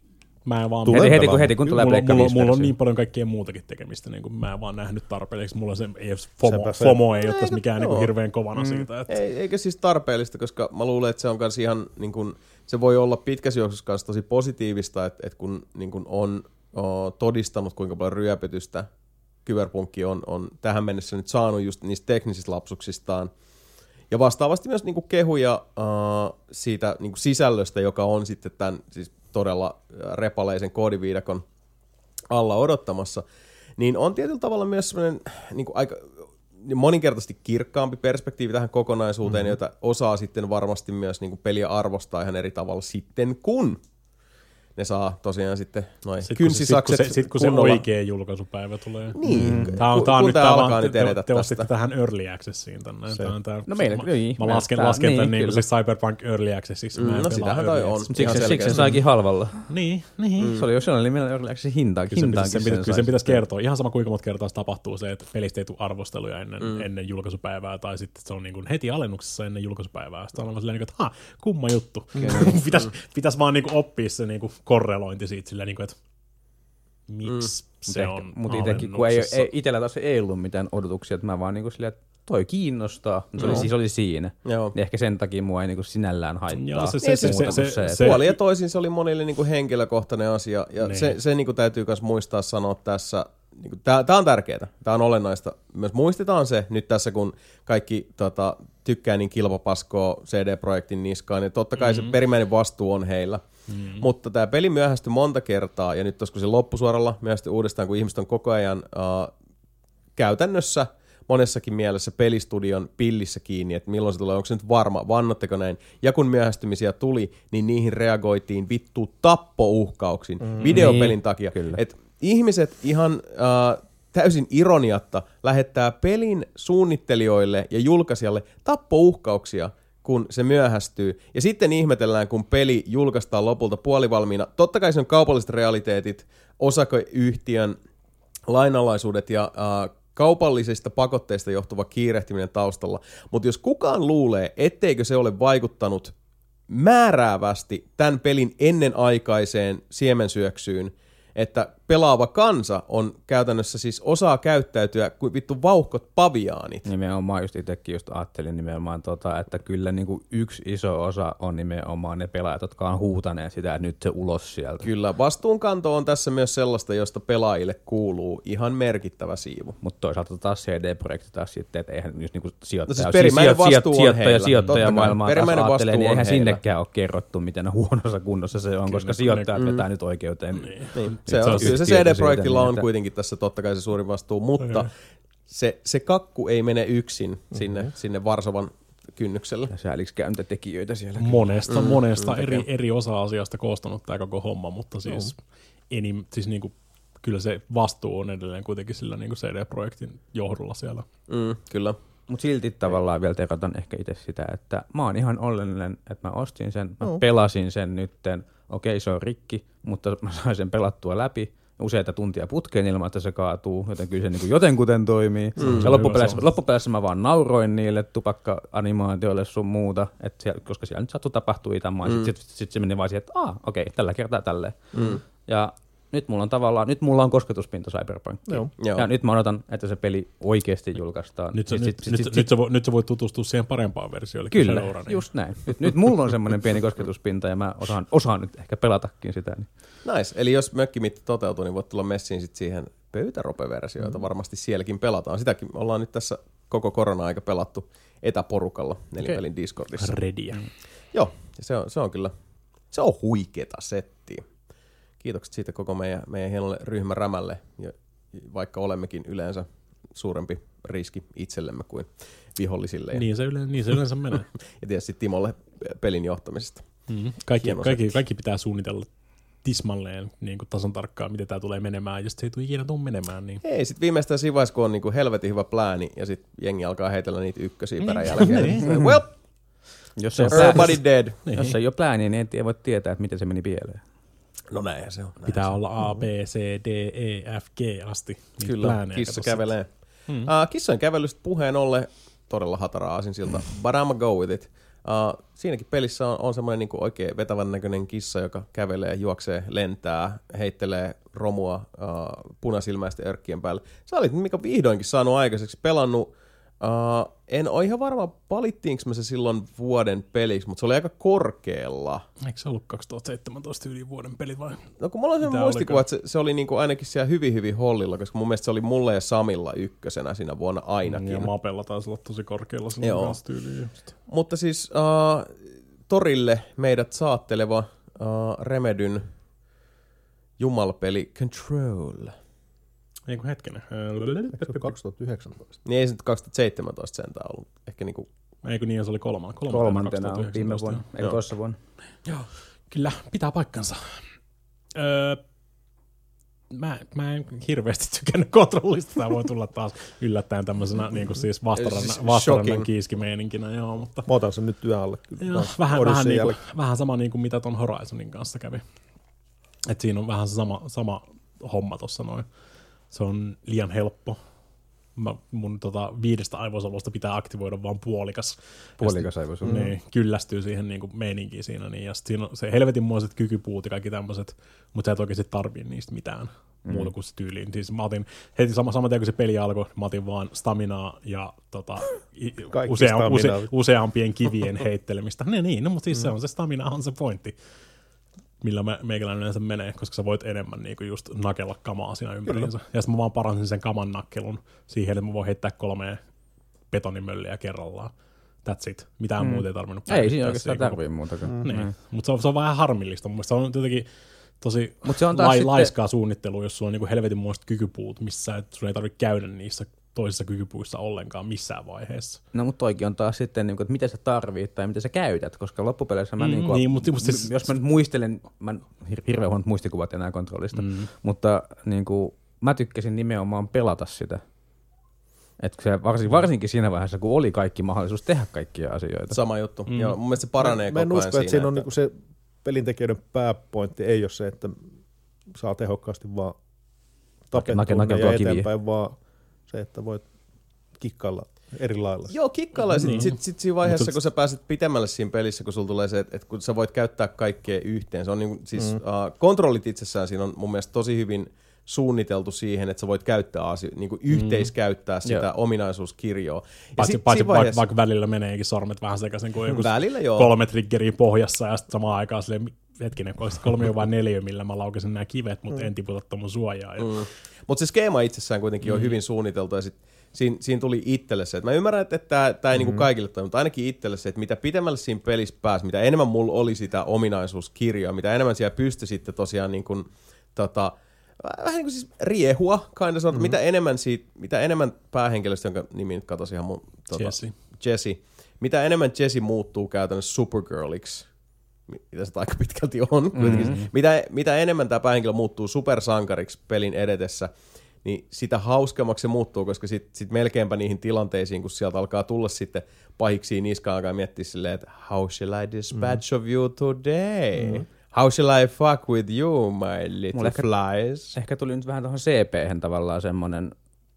Mä en vaan... Heti kun tulee Pleikka 5 mulla on niin paljon kaikkea muutakin tekemistä, niin kuin mä en vaan nähnyt tarpeelliseksi. Mulla se FOMO ei ole tässä mikään niin kuin hirveän kovana siitä. Että... Eikä siis tarpeellista, koska mä luulen, että se on kans ihan, niin kuin, se voi olla pitkässä juoksussa kanssa tosi positiivista, että kun niin kuin on todistanut, kuinka paljon ryöpytystä Cyberpunkki on tähän mennessä nyt saanut just niistä teknisistä lapsuksistaan. Ja vastaavasti myös niin kuin kehuja siitä niin kuin sisällöstä, joka on sitten tämän siis todella repaleisen koodiviidakon alla odottamassa, niin on tietyllä tavalla myös semmoinen niin kuin aika moninkertaisesti kirkkaampi perspektiivi tähän kokonaisuuteen, jota osaa sitten varmasti myös niin kuin peliä arvostaa ihan eri tavalla sitten, kun ne saa tosiaan sitten noin kynsisakset Sitten kun se oikea julkaisupäivä tulee. Niin, kun tämä alkaa nyt edetä tästä. Te ostitte tähän Early Accessiin tänne. No meillä niin. Mä lasken tämän niin kuin siis Cyberpunk Early Accessiksi. No sitähän toi on. Siksi se saikin halvalla. Niin. Se oli jo sellainen meillä Early Accessin hintaakin. Kyllä sen pitäisi kertoa. Ihan sama kuinka monta kertaa tapahtuu se, että pelistä ei tule arvosteluja ennen julkaisupäivää, tai sitten se on niin kuin heti alennuksessa ennen julkaisupäivää. Sitten on silleen, että kumma juttu. Pitäisi vaan niin kuin oppia se niin kuin korrelointi siitä silleen, niin kuin, että miksi se on mutta itsekin, kun itsellä taas ei ollut mitään odotuksia, että mä vaan niin kuin silleen, että toi kiinnostaa, se oli siinä. Joo. Niin ehkä sen takia mua ei niin kuin sinällään haittaa. Joo, se puoli ja toisin se oli monille niin kuin henkilökohtainen asia, ja niin. se niin kuin täytyy myös muistaa sanoa tässä. Niin tämä on tärkeää, tämä on olennaista. Myös muistetaan se nyt tässä, kun kaikki tykkää niin kilpapaskoa CD-projektin niskaan, niin totta kai se perimmäinen vastuu on heillä. Mutta tämä peli myöhästyi monta kertaa, ja nyt olisiko se loppusuoralla myöhästyi uudestaan, kun ihmiset on koko ajan käytännössä monessakin mielessä pelistudion pillissä kiinni, että milloin se tulee, onko se nyt varma, vannotteko näin. Ja kun myöhästymisiä tuli, niin niihin reagoitiin vittu tappouhkauksin videopelin takia. Et ihmiset ihan täysin ironiatta lähettää pelin suunnittelijoille ja julkaisijalle tappouhkauksia, kun se myöhästyy. Ja sitten ihmetellään, kun peli julkaistaan lopulta puolivalmiina. Totta kai se on kaupalliset realiteetit, osakeyhtiön lainalaisuudet ja kaupallisista pakotteista johtuva kiirehtiminen taustalla. Mutta jos kukaan luulee, etteikö se ole vaikuttanut määräävästi tämän pelin ennenaikaiseen siemensyöksyyn, että pelaava kansa on käytännössä siis osaa käyttäytyä kuin vittu vauhkot paviaanit. Nimenomaan just itsekin just ajattelin nimenomaan että kyllä niinku yksi iso osa on nimenomaan ne pelaajat, jotka on huutaneet sitä, että nyt se ulos sieltä. Kyllä, vastuunkanto on tässä myös sellaista, josta pelaajille kuuluu ihan merkittävä siivu. Mutta toisaalta taas CD-projekti taas sitten, että eihän just niinku sijoittajamaailmaa taas ajattelee, niin eihän sinnekään ole kerrottu, miten huonossa kunnossa se on, koska sijoittajat vetää nyt oikeuteen. Se CD-projektilla on kuitenkin tässä totta kai se suurin vastuu, mutta se kakku ei mene yksin sinne Varsovan kynnykselle. Ja sääliksi käyntätekijöitä siellä. Monesta eri osa-asiasta koostunut tämä koko homma, mutta siis, siis niinku, kyllä se vastuu on edelleen kuitenkin sillä niinku CD-projektin johdolla siellä. Kyllä. Mutta silti tavallaan vielä terotan ehkä itse sitä, että mä oon ihan onnellinen, että mä ostin sen, mä pelasin sen nytten. Okei, se on rikki, mutta mä sain sen pelattua läpi useita tuntia putkeen ilman, että se kaatuu, joten kyllä se niin kuin jotenkuten toimii. Ja loppupeleissä mä vaan nauroin niille tupakka-animaatioille sun muuta, koska siellä nyt sattui tapahtuu itämaan. Sitten se meni vaan siihen, että okei, tällä kertaa tälleen. Ja nyt mulla on kosketuspinta Cyberpunk. Ja nyt mä odotan, että se peli oikeasti julkaistaan. Nyt sä voit tutustua siihen parempaan versioon. Kyllä, just näin. Nyt mulla on semmoinen pieni kosketuspinta ja mä osaan nyt ehkä pelatakin sitä. Niin. Nice. Eli jos mökkimitta toteutuu, niin voit tulla messiin sit siihen pöytärope-versioon, jota varmasti sielläkin pelataan. Sitäkin ollaan nyt tässä koko korona-aika pelattu etäporukalla Nelipelin Discordissa. Redia. Joo, se on kyllä, se on huikeeta settiä. Kiitokset siitä koko meidän hienolle ryhmärämälle, vaikka olemmekin yleensä suurempi riski itsellemme kuin vihollisille. Niin se yleensä menee. Ja tietysti Timolle pelin johtamisesta. Kaikki pitää suunnitella tismalleen niin kuin tasan tarkkaan, miten tämä tulee menemään, ja sitten se ei tule ikinä menemään. Niin. Ei, sitten viimeistään siinä vaiheessa, kun on niin kuin helvetin hyvä plääni, ja sitten jengi alkaa heitellä niitä ykkösiä peräjälkeen. Well, everybody dead. Jos ei ole plääniä, niin ei voi tietää, että miten se meni pieleen. No näinhän se on. Pitää olla A, B, C, D, E, F, G asti. Kyllä, kissa kävelee. Kissojen kävelystä puheen ollen todella hatara aasinsilta, but I'm go with it. Siinäkin pelissä on semmoinen niinku oikein vetävän näköinen kissa, joka kävelee, juoksee, lentää, heittelee romua punasilmäisten örkkien päälle. Sä olit Mika vihdoinkin saanut aikaiseksi pelannut. En ole ihan varma, valittiinko me se silloin vuoden peliksi, mutta se oli aika korkealla. Eikö se ollut 2017 yli vuoden peli vai? No kun mulla on semmoinen muistikuva, että se oli niinku ainakin siellä hyvin hollilla, koska mun mielestä se oli mulle ja Samilla ykkösenä siinä vuonna ainakin. Ja Mapella taisi olla tosi korkealla silloin kanssa tyyliin. Mutta siis torille meidät saatteleva Remedyn jumalpeli Control. Ei kun hetkinen. 2019. Niin ei se nyt 2017 sentään ollut. Ehkä niinku... Eikö niin, se oli kolmantena viime vuonna, ei toissa vuonna. Joo, kyllä, pitää paikkansa. Mä en hirveästi tykännyt Controlista. Tämä voi tulla taas yllättäen tämmöisenä niin kuin siis vastarannan kiiskimeininkinä. Joo, mutta... Mä otan sen nyt työn alle. Joo, vähän sama niin kuin mitä ton Horizonin kanssa kävi. Et siinä on vähän se sama homma tossa noin. Se on liian helppo. Mun 5 aivosolusta pitää aktivoida vaan puolikas. Puolikas aivosolu. Niin, kyllästyy siihen niinku meininkiin siinä. Niin. Ja siinä on se helvetinmoiset kykypuut ja kaikki tämmöiset, mutta sä et oikeasti tarvii niistä mitään muuta kuin se tyyliin. Siis mä otin heti saman tien kun se peli alkoi, mä otin vaan staminaa ja useampien kivien heittelemistä. No, mutta siis se stamina on se pointti, millä meikäläinen yleensä menee, koska sä voit enemmän niinku just nakella kamaa siinä ympäriinsä. Ja sitten mä vaan paransin sen kaman nakkelun siihen, että mä voin heittää 3 betonimölliä kerrallaan. That's it. Mitään muuta ei tarvinnut. Ei siinä oikeastaan tarvii muutakaan. Niin. Mutta se on vähän harmillista. Mun mielestä se on jotenkin tosi laiskaa suunnittelua, jos sulla on niinku helvetinmoiset kykypuut, missä sun ei tarvitse käydä niissä toisissa kykypuissa ollenkaan missään vaiheessa. No mutta toikin on taas sitten, että mitä sä tarvit tai mitä sä käytät, koska loppupeleissä mä jos mä nyt muistelen, mä hirveän huonot muistikuvat enää Controlista, mutta niinku, mä tykkäsin nimenomaan pelata sitä. Että se varsinkin siinä vaiheessa, kun oli kaikki mahdollisuus tehdä kaikkia asioita. Sama juttu. Ja mun mielestä se paranee koko ajan siinä. Mä en usko, että siinä on niinku se pelintekijöiden pääpointti ei ole se, että saa tehokkaasti vaan tapettua ja eteenpäin, vaan se, että voit kikkailla eri lailla. Joo, kikkailla. Sitten siinä vaiheessa, kun sä pääset pitemmälle siinä pelissä, kun sulla tulee se, että kun sä voit käyttää kaikkea yhteen. Se on niin, siis kontrollit itsessään siinä on mun mielestä tosi hyvin suunniteltu siihen, että sä voit käyttää niin kuin yhteiskäyttää sitä ominaisuuskirjoa. Vaikka välillä meneekin sormet vähän sekaisin, kun on joku 3 triggeriä pohjassa ja sitten samaan aikaan silleen, hetkinen, 3 on vain 4, millä mä laukasin nämä kivet, mutta en tiputa tuon suojaa. Mutta se skeema itsessään kuitenkin on hyvin suunniteltu ja siinä tuli itselle se, että mä ymmärrän, että tämä ei niinku kaikille toimi, mutta ainakin itselle se, että mitä pitemmälle siinä pelissä pääsi, mitä enemmän mulla oli sitä ominaisuuskirjaa, mitä enemmän siellä pystyi sitten tosiaan niin kuin, vähän niin kuin siis riehua, mitä enemmän päähenkilöstä, jonka nimi nyt katosi ihan mun Jesse. Mitä enemmän Jesse muuttuu käytännössä Supergirliksi, mitä se aika pitkälti on. Mitä enemmän tämä päähenkilö muuttuu supersankariksi pelin edetessä, niin sitä hauskemmaksi se muuttuu, koska sit melkeinpä niihin tilanteisiin, kun sieltä alkaa tulla sitten pahiksi niskaan, alkaa miettiä silleen, että how shall I dispatch of you today? How shall I fuck with you, my little flies? Ehkä tuli nyt vähän tuohon CP-hän tavallaan semmoinen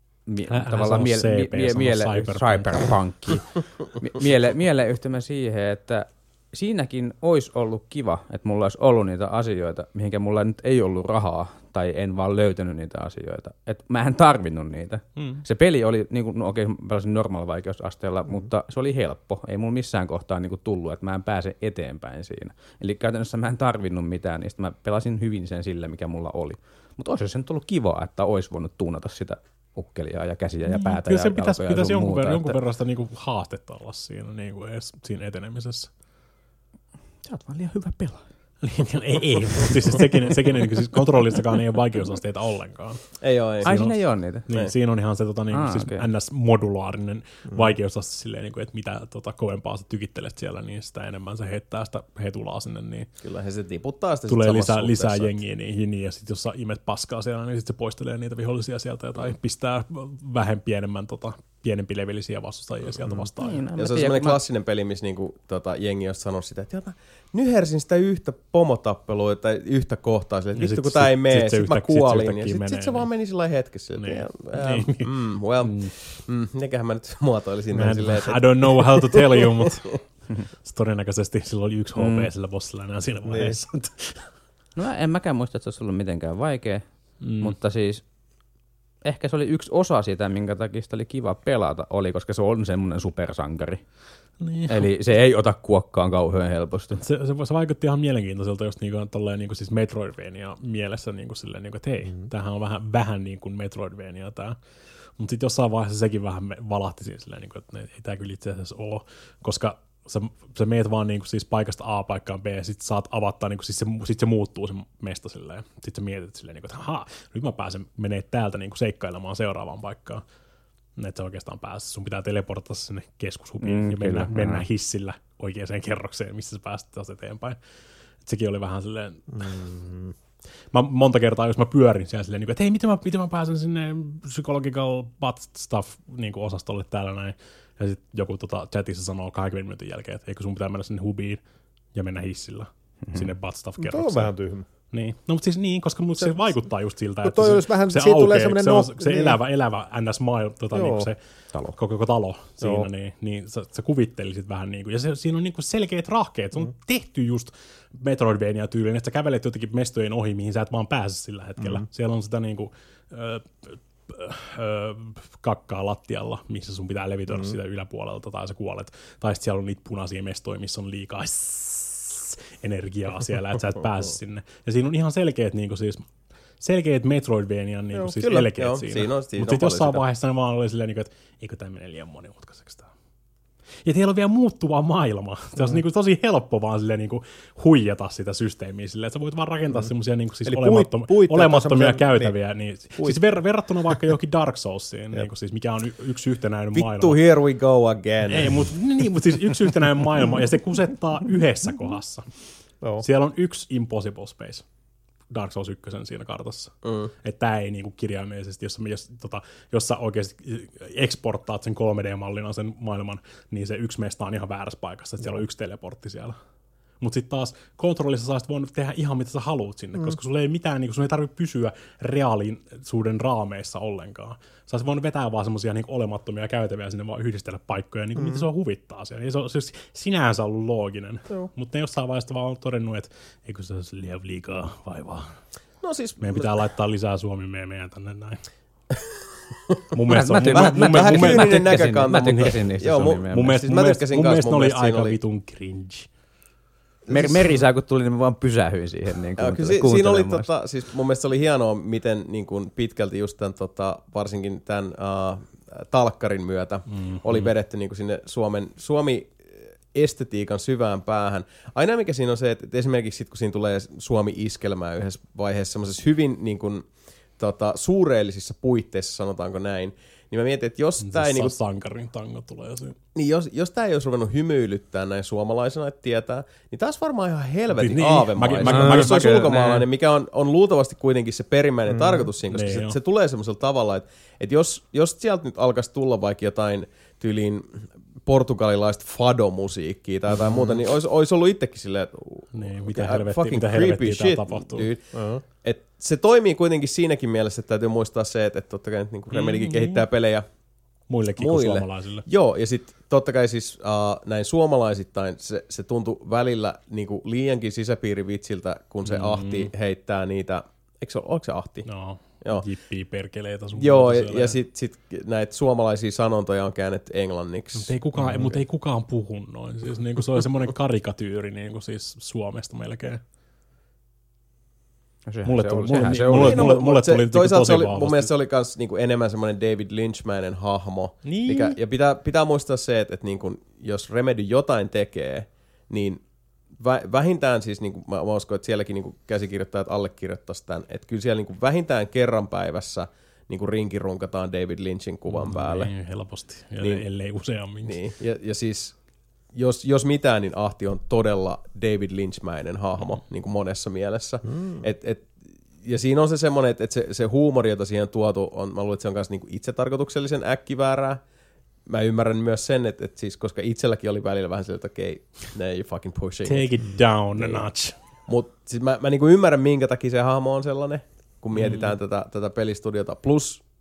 cyberpunkki. Mieleyhtymä siihen, että siinäkin olisi ollut kiva, että mulla olisi ollut niitä asioita, mihinkä mulla nyt ei ollut rahaa, tai en vaan löytänyt niitä asioita. Että mä en tarvinnut niitä. Se peli oli, niin kuin, no okei, pelasin normaalivaikkeusasteella, mutta se oli helppo. Ei mulla missään kohtaa niin kuin tullut, että mä en pääse eteenpäin siinä. Eli käytännössä mä en tarvinnut mitään niistä. Mä pelasin hyvin sen sillä, mikä mulla oli. Mutta olisi se nyt ollut kivaa, että olisi voinut tuunata sitä ukkelia ja käsiä ja päätä ja jalkoja ja sun muuta. Pitäisi jonkun verran sitä niinku haastetta olla siinä etenemisessä. Sä oot vaan liian hyvä pelaaja. ei. Siis sekin niin siis kontrollissakaan ei ole vaikeusasteita ollenkaan. Ei ole. Ai siinä ei ole niitä. Niin, siinä on ihan se siis NS-modulaarinen vaikeusaste silleen, niin kuin, että mitä kovempaa sä tykittelet siellä, niin sitä enemmän se heittää sitä hetulaa sinne. Niin kyllähän se tiputtaa sitä. Tulee lisää jengiä niihin, ja sitten jos sä imet paskaa siellä, niin sitten se poistelee niitä vihollisia sieltä tai pistää vähän pienempi levelisiä vastustajia sieltä vastaan. Niin, ja se on semmoinen klassinen peli, missä niinku, jengi jos sanoo sitä, että nyhersin sitä yhtä pomotappelua tai yhtä kohtaa, että vittu kun tää ei mene, sit mä kuolin. Ja sit se vaan meni sillä hetkessä. Nekähän mä nyt muotoilisin. I don't know how to tell you, mutta Todennäköisesti sillä oli 1 HP sillä bossilla enää siinä vaiheessa. No en mäkään muista, että se olisi ollut mitenkään vaikea, mutta siis ehkä se oli yksi osa sitä, minkä takia sitä oli kiva pelata, koska se on semmoinen supersankari. Niin. Eli se ei ota kuokkaan kauhean helposti. Se vaikutti ihan mielenkiintoiselta just niinku siis Metroidvania mielessä, niinku silleen, niinku, että hei, tämähän on vähän niin kuin Metroidvania tää. Mutta sitten jossain vaiheessa sekin vähän valahti siinä silleen, niinku, että ei tämä kyllä itse asiassa ole, koska sä meet vaan niinku siis paikasta A paikkaan B ja sit saat avattaa, niinku, sit se muuttuu se mesta silleen. Sit sä mietit silleen, niinku, että nyt mä pääsen menee täältä niinku seikkailemaan seuraavaan paikkaan. Että sä oikeastaan pääset. Sun pitää teleportata sinne keskushubiin ja mennä hissillä oikeaan kerrokseen, missä sä pääset taas eteenpäin. Et sekin oli vähän silleen... Mä monta kertaa, jos mä pyörin siellä silleen, että hei, miten mä pääsen sinne psychological butt stuff niin osastolle täällä näin. Ja sitten joku chatissa sanoo 20 minuutin jälkeen, että eikö sun pitää mennä sinne hubiin ja mennä hissillä sinne butt stuff kerrokseen. Tämä on vähän tyhmä. Niin. No mutta siis niin, koska se vaikuttaa just siltä, että se aukee, se elävä NS-maailma, niin se koko talo siinä, niin sä kuvittelisit vähän niin kuin, ja siinä on niin kuin selkeät rahkeet, se on tehty just Metroidvania-tyyliin, että sä kävelet jotenkin mestojen ohi, mihin sä et vaan pääse sillä hetkellä. Siellä on sitä niin kuin, kakkaa lattialla, missä sun pitää levitoida sitä yläpuolelta, tai sä kuolet. Tai sitten siellä on niitä punaisia mestoja, missä on liikaa energiaa siellä, että sä et pääse sinne. Ja siinä on ihan selkeät, niin kuin siis, selkeät Metroidvanian niin kuin siis elkeet siinä. Mutta sitten jossain vaiheessa ne vaan oli silleen, että eikö tämä mene liian monimutkaiseksi tämä. Ja teillä on vielä muuttuva maailma. Se on niin tosi helppo vaan silleen, niin kuin huijata sitä systeemiä silleen, että sä voit vaan rakentaa semmoisia niin siis olemattomia käytäviä. Niin, siis verrattuna vaikka johonkin Dark Soulsiin, niin kuin siis, mikä on yksi yhtenäinen maailma. Vittu, here we go again. Ei, mutta siis yksi yhtenäinen maailma, ja se kusettaa yhdessä kohdassa. Siellä on yksi impossible space. Dark Souls 1 siinä kartassa. Että tämä ei niinku kirjaimellisesti, jos sä oikeasti eksporttaat sen 3D-mallina sen maailman, niin se yksi mesta on ihan väärässä paikassa, että siellä on yksi teleportti siellä. Mutta sitten taas kontrollissa sä olisit voinut tehdä ihan mitä sä haluut sinne, koska sulla ei mitään, niinku, sun ei tarvitse pysyä reaalisuuden raameissa ollenkaan. Sä olisit voinut vetää vaan semmosia niinku olemattomia käytäviä sinne, vaan yhdistellä paikkoja, niinku, mitä se on huvittaa siellä. Ja se on sinänsä ollut looginen, mutta ne jossain vaiheessa vaan on todennut, että eikö se olisi liikaa vaivaa. No siis... Meidän pitää laittaa lisää Suomi-meemejä tänne näin. Mun tykkäsin niistä Suomi-meemejä. Mun mielestä ne oli aika vitun cringe. Merisääkut tuli, niin mä vaan pysähyin siihen niin siinä oli siis mun mielestä oli hienoa, miten niin kuin pitkälti just tämän, varsinkin tämän talkkarin myötä oli vedetty niin kuin sinne Suomi-estetiikan syvään päähän. Aina mikä siinä on se, että esimerkiksi sit, kun siinä tulee Suomi-iskelmää yhdessä vaiheessa semmoisessa hyvin niin kuin, suureellisissa puitteissa, sanotaanko näin, niin mä mietin, että jos tää ei niinku... sankarin tango tulee siinä. Niin jos tää ei olisi ruvennut hymyilyttää näin suomalaisena, että tietää, niin taas varmaan ihan helvetin aavemaista. Jos se olisi ulkomaalainen, mikä on luultavasti kuitenkin se perimmäinen tarkoitus siinä, koska se tulee semmoisella tavalla, että jos sieltä nyt alkaisi tulla vaikka jotain tyyliin portugalilaista fado-musiikkia tai jotain muuta, niin olisi ollut itsekin silleen, että mitä helvettiä tää tapahtuu. Et se toimii kuitenkin siinäkin mielessä, että täytyy muistaa se, että totta kai niin Remedykin kehittää pelejä muillekin kuin suomalaisille. Joo, ja sitten totta kai siis näin suomalaisittain se tuntui välillä niinku liiankin sisäpiirivitsiltä, kun se Ahti heittää niitä, oliko se Ahti? No. Jippii perkeleitä sun. Joo, ja sit näitä suomalaisia sanontoja on käännetty englanniksi. Mutta ei kukaan puhu noin. Siis niinku se oli semmoinen karikatyyri niinku siis Suomesta melkein. Mulle tuli toisaalta tosi vahvasti. Mun mielestä se oli kans niinku enemmän semmoinen David Lynch-mäinen hahmo. Niin. Ja pitää muistaa se, että niinku, jos Remedy jotain tekee, niin vähintään siis, niinku, mä uskon, että sielläkin niinku käsikirjoittajat allekirjoittaisi tämän, että kyllä siellä niinku vähintään kerran päivässä niinku rinkirunkataan David Lynchin kuvan päälle. Niin, helposti, ellei useammin. Niin. Ja siis jos mitään, niin Ahti on todella David Lynch-mäinen hahmo niin kuin monessa mielessä. Ja siinä on se semmoinen, että se huumori, jota siihen tuotu, mä luulen, että se on myös niinku itsetarkoituksellisen äkkiväärää. Mä ymmärrän myös sen, että siis, koska itselläkin oli välillä vähän siltä, että okei, you fucking pushing. Take it down a notch. Mutta siis mä niinku ymmärrän, minkä takia se hahmo on sellainen, kun mietitään tätä pelistudiota. Plus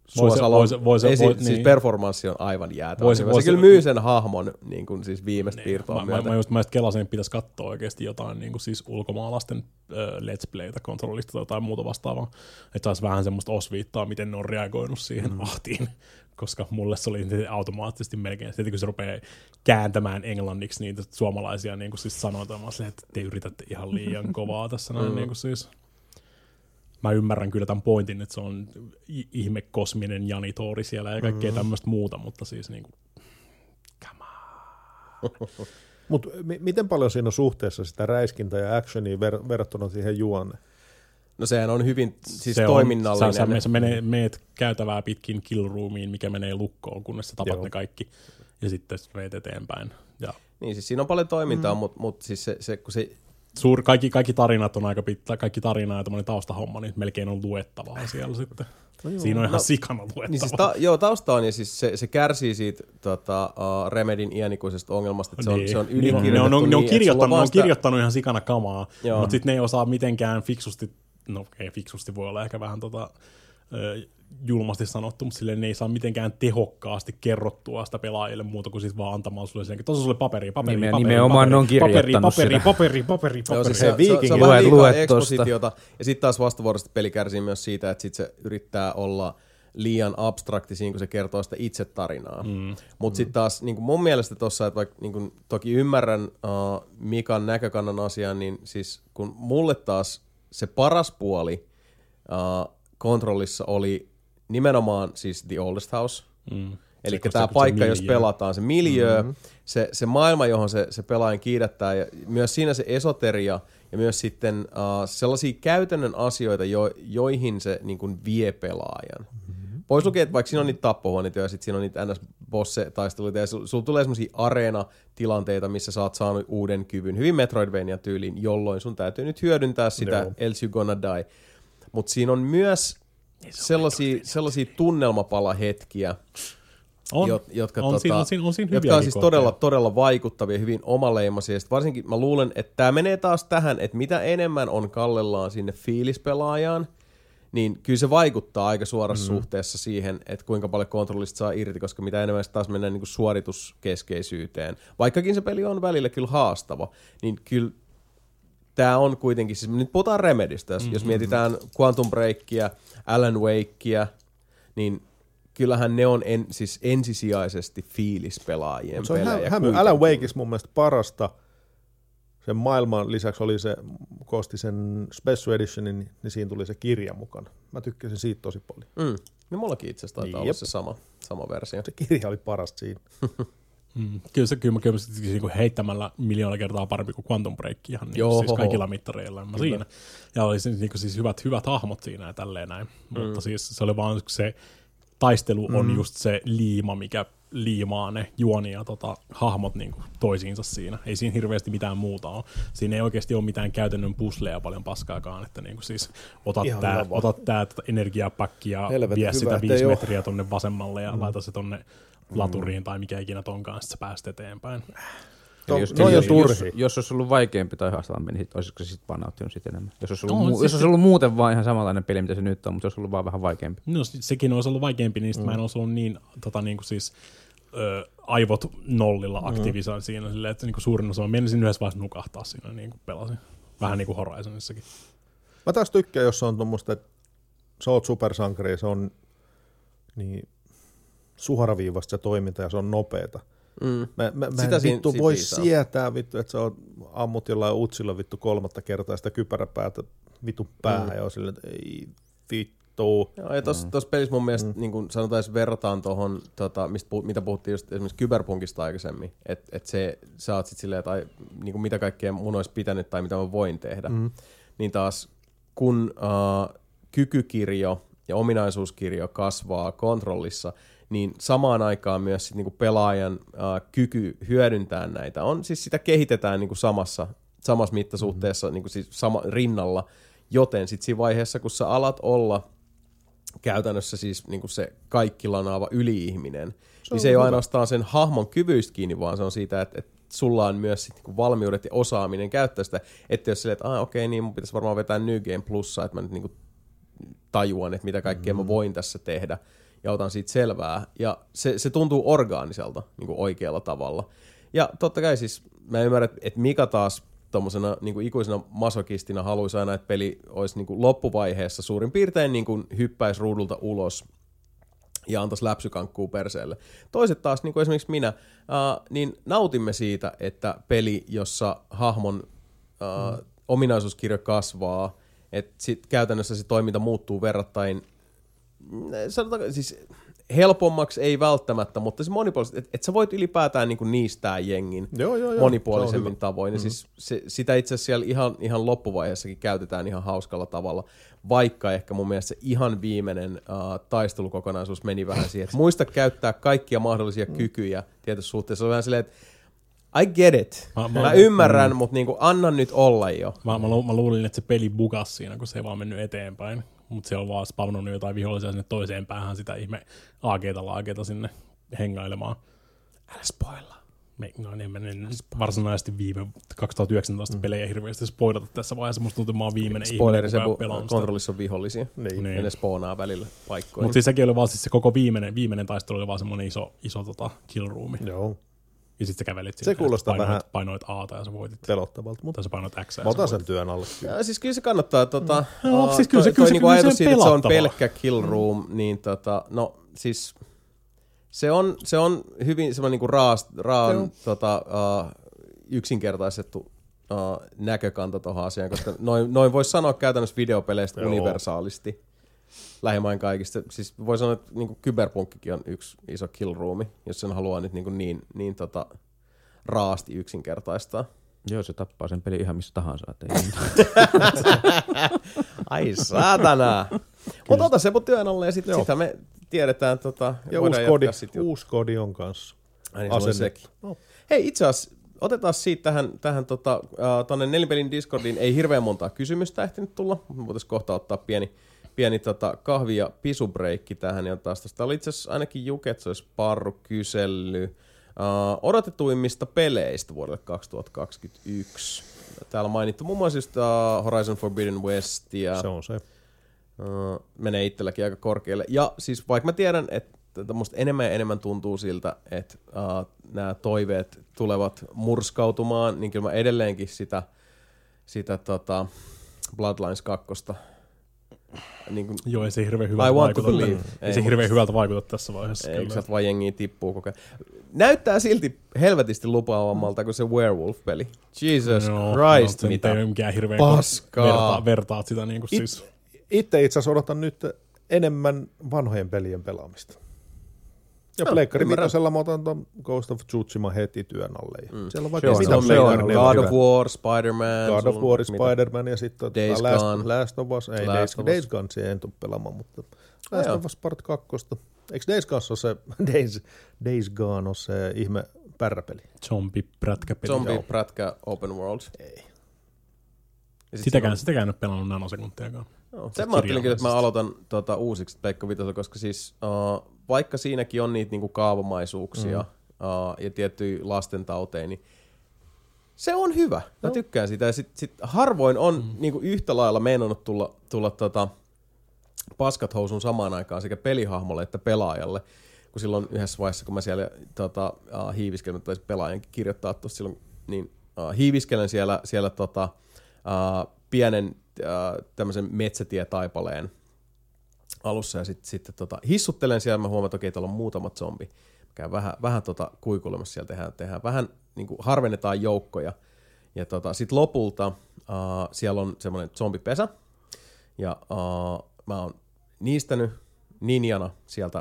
siis performanssi on aivan jäätävä. Se kyllä myy sen hahmon niin kuin siis viimeistä piirtoa myötä. Mä just kelasin, että pitäisi katsoa oikeasti jotain niin kuin siis ulkomaalaisten let's playtä kontrollista tai jotain muuta vastaavaa. Että saisi vähän semmoista osviittaa, miten ne on reagoinut siihen ahtiin. Koska mulle se oli automaattisesti melkein, sitten kun se rupeaa kääntämään englanniksi niitä suomalaisia niin kuin siis sanoita, että te yritätte ihan liian kovaa tässä näin. Niin kuin siis. Mä ymmärrän kyllä tämän pointin, että se on ihme kosminen janitori siellä ja kaikkea tämmöistä muuta, mutta siis niinku, come on. Mut miten paljon siinä on suhteessa sitä räiskintää ja actionia verrattuna siihen juoneen? No sehän on hyvin siis toiminnallinen. Sä meet käytävää pitkin kill roomiin, mikä menee lukkoon, kunnes sä tapat ne kaikki, ja sitten meet eteenpäin. Ja. Niin, siis siinä on paljon toimintaa, mutta siis se, kun se... Kaikki tarinat on aika pitkä, kaikki tarinaa ja tämmöinen taustahomma, niin melkein on luettavaa siellä sitten. Siinä on ihan sikana luettavaa. Niin siis tausta on, ja siis se kärsii siitä Remedin iänikuisesta ongelmasta, että se on ylikirjoitettu. Ne on kirjoittanut ihan sikana kamaa, mutta sitten ne ei osaa mitenkään fiksusti, no ei fiksusti voi olla ehkä vähän julmasti sanottu, mutta silleen ne ei saa mitenkään tehokkaasti kerrottua sitä pelaajille muuta kuin siis vaan antamaan sulle sen. Tuossa sulle paperi. Nimenomaan ne on kirjoittanut paperi. Joo, siis se on vähän liikaa ekspositiota, ja sitten taas vastavuoroisesti peli kärsii myös siitä, että sit se yrittää olla liian abstrakti siinä, kun se kertoo sitä itse tarinaa. Mutta sitten taas niin mun mielestä tuossa, että vaikka niin toki ymmärrän Mikan näkökannan asian, niin siis kun mulle taas se paras puoli kontrollissa oli nimenomaan siis The Oldest House. Eli tämä paikka, jos pelataan, se miljöö, se maailma, johon se pelaajan kiidättää, ja myös siinä se esoteria, ja myös sitten sellaisia käytännön asioita, joihin se niin kuin vie pelaajan. Pois lukee, että vaikka siinä on niitä tappohuoneita, ja sitten siinä on niitä NS-bosse-taisteluita, ja sulla tulee sellaisia areenatilanteita, missä sä oot saanut uuden kyvyn, hyvin Metroidvania tyyliin, jolloin sun täytyy nyt hyödyntää sitä, else you gonna die. Mutta siinä on myös sellaisia tunnelmapalahetkiä, jotka on siis todella vaikuttavia, hyvin omaleimaisia. Varsinkin mä luulen, että tämä menee taas tähän, että mitä enemmän on kallellaan sinne fiilispelaajaan, niin kyllä se vaikuttaa aika suorassa suhteessa siihen, että kuinka paljon kontrollista saa irti, koska mitä enemmän taas mennään niin kuin suorituskeskeisyyteen. Vaikkakin se peli on välillä kyllä haastava, niin kyllä tämä on kuitenkin, siis nyt puhutaan Remedistä, jos mietitään Quantum Breakia, Alan Wakea, niin kyllähän ne on siis ensisijaisesti fiilispelaajien pelejä. Alan Wakeissa mun mielestä parasta, sen maailman lisäksi oli se, koosti sen Special Editionin, niin siinä tuli se kirja mukana. Mä tykkäsin siitä tosi paljon. No mullakin itse asiassa taitaa olla se sama versio. Se kirja oli parasta siinä. Kyllä se niin heittämällä 1,000,000 kertaa parempi kuin Quantum Break ihan niin, siis kaikilla mittareilla siinä. Ja oli siis hyvät hahmot siinä ja tälleen näin. Mutta siis se oli vaan se taistelu on just se liima, mikä liimaa ne juoni ja hahmot niin kuin toisiinsa siinä. Ei siinä hirveästi mitään muuta ole. Siinä ei oikeasti ole mitään käytännön pusleja paljon paskaakaan, että niin kuin siis otat tää energiapäkki ja vie sitä 5 metriä tonne vasemmalle ja laita se tonne laturiin tai mikä ikinä tonkaan, sitten sä pääset eteenpäin. Jos olisi ollut vaikeampi tai haastavampi, niin olisiko se sitten vaan nauttinut siitä enemmän? Jos olisi ollut muuten vaan ihan samanlainen peli, mitä se nyt on, mutta olisi ollut vaan vähän vaikeampi. No sekin olisi ollut vaikeampi, niin mä en olisi ollut niin, niin kuin siis, aivot nollilla aktiivisaan siinä, silleen, että niin kuin suurin osa, mä menisin yhdessä vaiheessa nukahtaa siinä, niin kuin pelasin. Vähän niin kuin Horizonissakin. Mä taas tykkään, jos on tuommoista, että sä oot supersankari, se on niin suoraviivasta se toiminta ja se on nopeeta. Mä en vittu voi sietää vittu, että sä ammut jollain utsilla vittu 3. kertaa sitä kypäräpäätä vittu päähän ja on silleen, että ei vittu. Joo, ja tossa pelissä mun mielestä niin kun sanotaan, jos verrataan tuohon, mitä puhuttiin just esimerkiksi Cyberpunkista aikaisemmin, että sä oot sit silleen, että niin kuin mitä kaikkea mun olisi pitänyt tai mitä mä voin tehdä, niin taas kun kykykirjo ja ominaisuuskirjo kasvaa kontrollissa, niin samaan aikaan myös sit niinku pelaajan kyky hyödyntää näitä on, siis sitä kehitetään niinku samassa mittasuhteessa niinku siis rinnalla, joten sitten siinä vaiheessa, kun sä alat olla käytännössä siis niinku se kaikki lanaava yli-ihminen, niin se ei ole ainoastaan sen hahmon kyvyistä kiinni, vaan se on siitä, että sulla on myös sit niinku valmiudet ja osaaminen käyttää sitä, että jos silleen, että okei, niin mun pitäisi varmaan vetää New Game Plussa, että mä nyt niinku tajuan, että mitä kaikkea mä voin tässä tehdä, ja otan siitä selvää. Ja se tuntuu orgaaniselta niin kuin oikealla tavalla. Ja totta kai siis mä ymmärrän, että Mika taas tommosena niin kuin ikuisena masokistina haluaisi aina, että peli olisi niin kuin loppuvaiheessa suurin piirtein niin kuin hyppäisi ruudulta ulos ja antaisi läpsykankkuu perseelle. Toiset taas, niin kuin esimerkiksi minä, niin nautimme siitä, että peli, jossa hahmon ominaisuuskirjo kasvaa, että sit käytännössä se toiminta muuttuu verrattain, sanotaanko, siis helpommaksi ei välttämättä, mutta se monipuolisesti, että sä voit ylipäätään niin kuin niistää jengin monipuolisemmin tavoin. Ja siis sitä itse asiassa siellä ihan loppuvaiheessakin käytetään ihan hauskalla tavalla, vaikka ehkä mun mielestä se ihan viimeinen taistelukokonaisuus meni vähän siihen, että muista käyttää kaikkia mahdollisia kykyjä tietyssä suhteessa. Se on vähän silleen, että I get it. Mä ymmärrän, mutta niinku, anna nyt olla jo. Mä luulin, että se peli bugasi siinä, kun se ei vaan mennyt eteenpäin. Mutta se on vaan spawnannut jotain vihollisia sinne toiseen päähän sitä ihme laakeita sinne hengailemaan. Älä spoilaa. En varsinaisesti viime 2019 pelejä hirveästi spoilata tässä vaiheessa. Musta tuntuu, että mä oon viimeinen ihminen, joka pelaa sitä. Kontrollissa on vihollisia. Niin. Ja ne spoonaa välillä paikkoja. Mutta siis sekin oli vaan siis se koko viimeinen taistelu oli vaan semmoinen iso kill roomi. Joo. Ja sitten sä kävelit se kuulostaa vähän painoit A:ta ja sä voitit. Pelottavalta, mutta sä painoit X. Mä otan sen työn alle. Ja, siis kyllä se kannattaa. Siis kyllä se niinku ajatus siitä, että se on pelkkä kill room, niin no siis se on hyvin semmoinen niinku yksinkertaistettu näkökanta tuohon asiaan, koska noin voisi sanoa käytännössä videopeleistä universaalisti. Lähimain kaikista. Siis voi sanoa, että niin Cyberpunkkikin on yksi iso kill roomi, jos sen haluaa nyt niin raasti yksinkertaistaa. Joo, se tappaa sen pelin ihan missä tahansa. Ai saatana! Mutta ota se työn alle ja sitten me tiedetään. Ja uusi kodi on kanssa. Niin sekin. Hei, itse asiassa otetaan siitä tähän tonne Nelipelin Discordiin. Ei hirveän montaa kysymystä ehtinyt tulla. Voitaisiin kohta ottaa pieni kahvi- ja pisubreikki tähän. Ja taas tästä oli itse asiassa ainakin Juket, se olisi Parru kysely odotetuimmista peleistä vuodelle 2021. Täällä mainittu muun muassa just Horizon Forbidden West. Ja se on se. Menee itselläkin aika korkealle. Ja siis vaikka mä tiedän, että musta enemmän ja enemmän tuntuu siltä, että nämä toiveet tulevat murskautumaan, niin kyllä mä edelleenkin sitä Bloodlines 2. Niin kuin, joo, ei se hirveän hyvältä vaikuta. Ei se hirveän hyvältä vaikuta tässä vaiheessa. Eikö sieltä vaan jengiä tippuu koko ajan. Näyttää silti helvetisti lupaavammalta kuin se Werewolf-peli. Jesus Christ, mitä paskaa. Vertaat sitä niin kuin siis. Itse asiassa odotan nyt enemmän vanhojen pelien pelaamista. Ja Pleikkari vitosella mä otan ton Ghost of Tsushima heti työn alle. Siellä on vaikka God of War, Spider-Man. God of War, Spider-Man ja sitten Last of Us. Ei, Days Gone en tule pelaamaan, mutta Last of Us Part 2. Eikö Days Gone ole se ihme pärräpeli? Zombie-prätkäpeli. Zombie-prätkä Open World. Ei. Sitäkään en ole pelannut nanosekuntiakaan. Sen mä ajattelinkin, että mä aloitan uusiksi Pleikka Vitosella, koska siis vaikka siinäkin on niitä niinku kaavamaisuuksia ja tiettyjä lastentauteja, niin se on hyvä. Mä tykkään sitä. Ja sit harvoin on niinku yhtä lailla meinannut tulla paskat housuun samaan aikaan sekä pelihahmolle että pelaajalle. Kun silloin yhdessä vaiheessa, kun mä siellä hiiviskelen, tai pelaajankin kirjoittaa tuossa silloin, niin hiiviskelen siellä pienen tämmöisen metsätietaipaleen alussa ja sitten hissuttelen siellä, mä huomaan, että okei, täällä on muutama zombi. Mä käyn vähän kuikulemassa siellä, tehdään vähän, niin kuin harvennetaan joukkoja. Ja sitten lopulta siellä on semmoinen zombipesä, ja mä oon niistänyt ninjana sieltä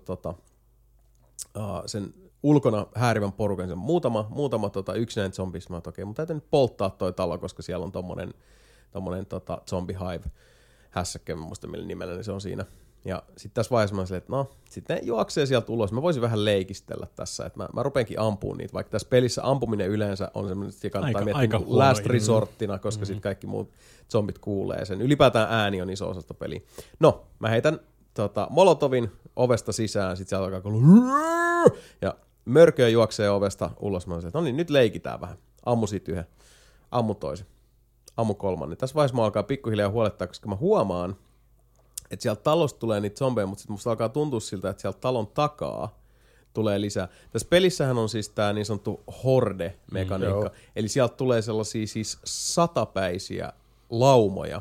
sen ulkona häärivän porukan, sen muutama yksinäinen zombi. Mä oon, okei, mun täytyy nyt polttaa toi talo, koska siellä on tommonen zombie hive hässäkkä, mä muistan millä nimellä, niin se on siinä. Ja sitten tässä vaiheessa mä olin silleen, että sitten ne juoksee sieltä ulos. Mä voisin vähän leikistellä tässä, että mä rupeankin ampumaan niitä, vaikka tässä pelissä ampuminen yleensä on semmoinen, että kannattaa miettiä last resorttina, koska sitten kaikki muut zombit kuulee sen. Ylipäätään ääni on iso osasta peliä. No, mä heitän molotovin ovesta sisään, sit sieltä alkaa kuulua ja mörköä juoksee ovesta ulos. Mä olin silleen, että no niin, nyt leikitään vähän. Ammu siitä yhden, ammu toisen. Ammu kolmannen. Tässä vaiheessa mä alkaa pikkuhiljaa huolettaa, koska mä huomaan, että sieltä talosta tulee niitä zombeja, mutta sitten musta alkaa tuntua siltä, että sieltä talon takaa tulee lisää. Tässä pelissähän on siis tää niin sanottu horde-mekaniikka, eli sieltä tulee sellaisia siis satapäisiä laumoja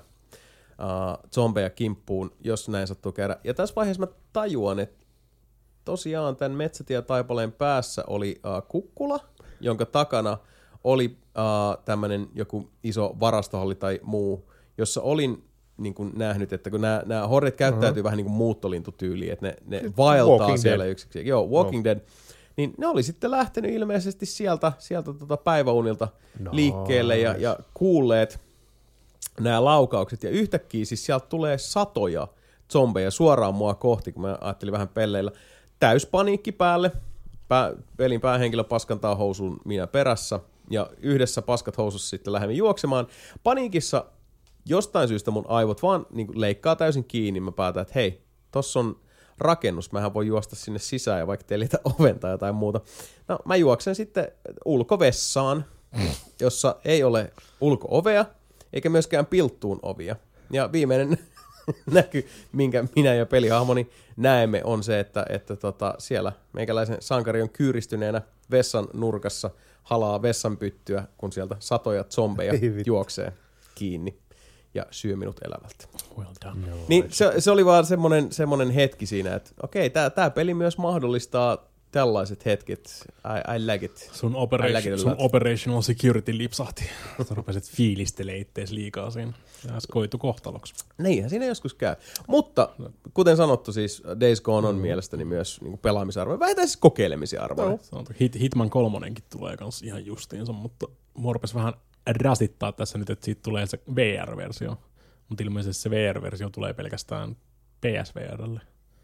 zombeja kimppuun, jos näin sattuu käydä. Ja tässä vaiheessa mä tajuan, että tosiaan tämän metsätietaipaleen päässä oli kukkula, jonka takana oli tämmöinen joku iso varastohalli tai muu, jossa olin niin kuin nähnyt, että kun nämä hordet käyttäytyy vähän niin kuin muuttolintutyyliin, että ne vaeltaa siellä yksiksi. Joo, Walking Dead. Niin ne oli sitten lähtenyt ilmeisesti sieltä päiväunilta liikkeelle ja kuulleet nämä laukaukset. Ja yhtäkkiä siis sieltä tulee satoja zombeja suoraan mua kohti, kun mä ajattelin vähän pelleillä. Täys paniikki päälle. Pelin päähenkilö paskantaa housuun minä perässä. Ja yhdessä paskat housussa sitten lähdemme juoksemaan. Paniikissa jostain syystä mun aivot vaan niin kuin leikkaa täysin kiinni. Mä päätän, että hei, tossa on rakennus. Mähän voi juosta sinne sisään ja vaikka telitä oven tai jotain muuta. No mä juoksen sitten ulkovessaan, jossa ei ole ulko-ovea eikä myöskään pilttuun ovia. Ja viimeinen näky, minkä minä ja pelihahmoni näemme, on se, että siellä meikäläisen sankari on kyyristyneenä vessan nurkassa, halaa vessanpyttyä, kun sieltä satoja zombeja juoksee kiinni ja syö minut elävältä. Well done. No, niin se oli vaan semmoinen hetki siinä, että okei, tää peli myös mahdollistaa tällaiset hetket. I like it. Sun operational security lipsahti. Sä rupesit fiilistelee ittees liikaa siinä. Ja koitu kohtaloksi. Niinhän siinä joskus käy. Mutta kuten sanottu, siis Days Gone on mielestäni myös niin pelaamisarvoinen. Vähintään siis kokeilemisarvoinen. Hitman 3:nkin tulee kans ihan justiinsa, mutta mua rupesi vähän rasittaa tässä nyt, että siitä tulee se VR-versio. Mutta ilmeisesti se VR-versio tulee pelkästään PSVRlle.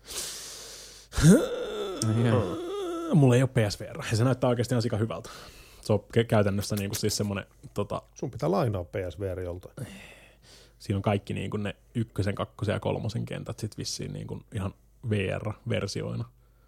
Mulla ei ole PSVR, ja se näyttää oikeasti ihan sika hyvältä. Se on käytännössä niinku siis semmoinen... Sun pitää lainaa PSVR joltain. Siinä on kaikki niinku ne 1, 2 ja 3 kentät sit vissiin niinku ihan VR-versioina.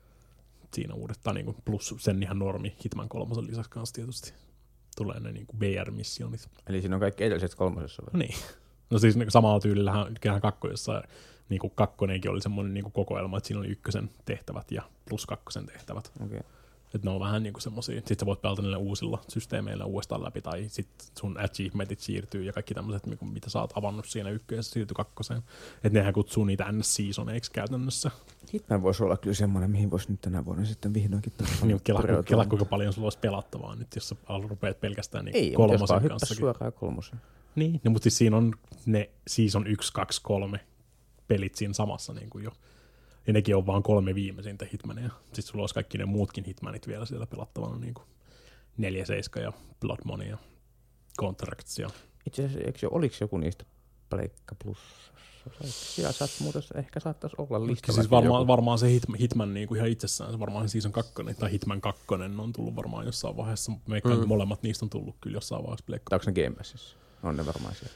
Siinä uudestaan niinku plus sen ihan normi Hitman 3 lisäksi kanssa tietysti tulee ne niinku VR-missionit. Eli siinä on kaikki edelliset 3. Niin. No siis samalla tyylillähän 2. Niinku 2 oli semmoinen niinku kokoelma, että siinä oli 1 tehtävät ja plus 2 tehtävät. Okay. Että ne on vähän niinku semmosia, sit sä voit pelata niillä uusilla systeemeillä uudestaan läpi, tai sit sun achievementit siirtyy ja kaikki tämmöiset, mitä sä oot avannut siinä 1 ja siirtyy 2. Että nehän kutsuu niitä NS-seasoneiksi käytännössä. Hitman voisi olla kyllä semmoinen, mihin voisi nyt tänä vuonna sitten vihdoinkin niin, kela kuinka paljon sulla olisi pelattavaa nyt, jos sä rupeat pelkästään niin 3 kanssakin. Ei, mutta jos suoraan 3. Niin, no, mutta siis siinä on ne season 1, 2, 3 pelit siinä samassa niin kuin jo. Ja nekin on vaan 3 viimeisintä Hitmania. Sitten sulla olisi kaikki ne muutkin Hitmanit vielä siellä pelattavana, niin kuin 4, 7 ja Blood Money ja Contracts. Ja... Itse asiassa, oliko joku niistä Pleikka Plussassa? Siellä ehkä saattaisi olla listalla. Siis varmaan se Hitman niin kuin ihan itsessään, se varmaan se season 2 tai Hitman 2 on tullut varmaan jossain vaiheessa. Molemmat niistä on tullut kyllä jossain vaiheessa Pleikka. Onko ne Game Passissa? On ne varmaan siellä.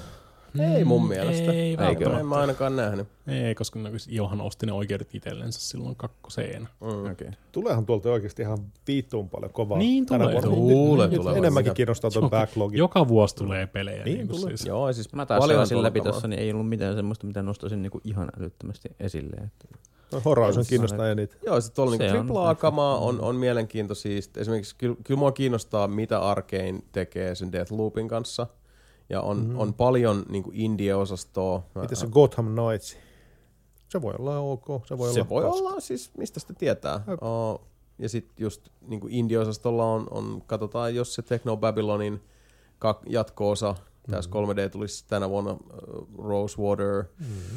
Ei mun mielestä. En mä ainakaan nähnyt. Ei, koska Johan osti ne oikeudet itsellensä silloin 2. Okay. Tuleehan tuolta oikeasti ihan viittuun paljon kovaa. Niin tulee. Enemmänkin kiinnostaa tuon backlogin. Joka vuosi tulee pelejä. Niin tulee. Siis. Joo, siis mä taas selasin läpi tossa, niin ei ollut mitään semmoista, mitä nostaisin niinku ihan älyttömästi esille. Horizon kiinnostaa eniten. Joo, sit tuolla niinku AAA-kamaa on mielenkiintoisia. Esimerkiksi kyllä mua kiinnostaa, mitä Arkane tekee sen Deathloopin kanssa. Ja on paljon niinku indie-osastoa. Miten se Gotham Knights? Se voi olla ok. Se voi olla siis, mistä sitä tietää. Ja sitten just niinku indie-osastolla on, katsotaan, jos se Techno Babylonin jatko-osa, tässä 3D tulisi tänä vuonna, Rosewater,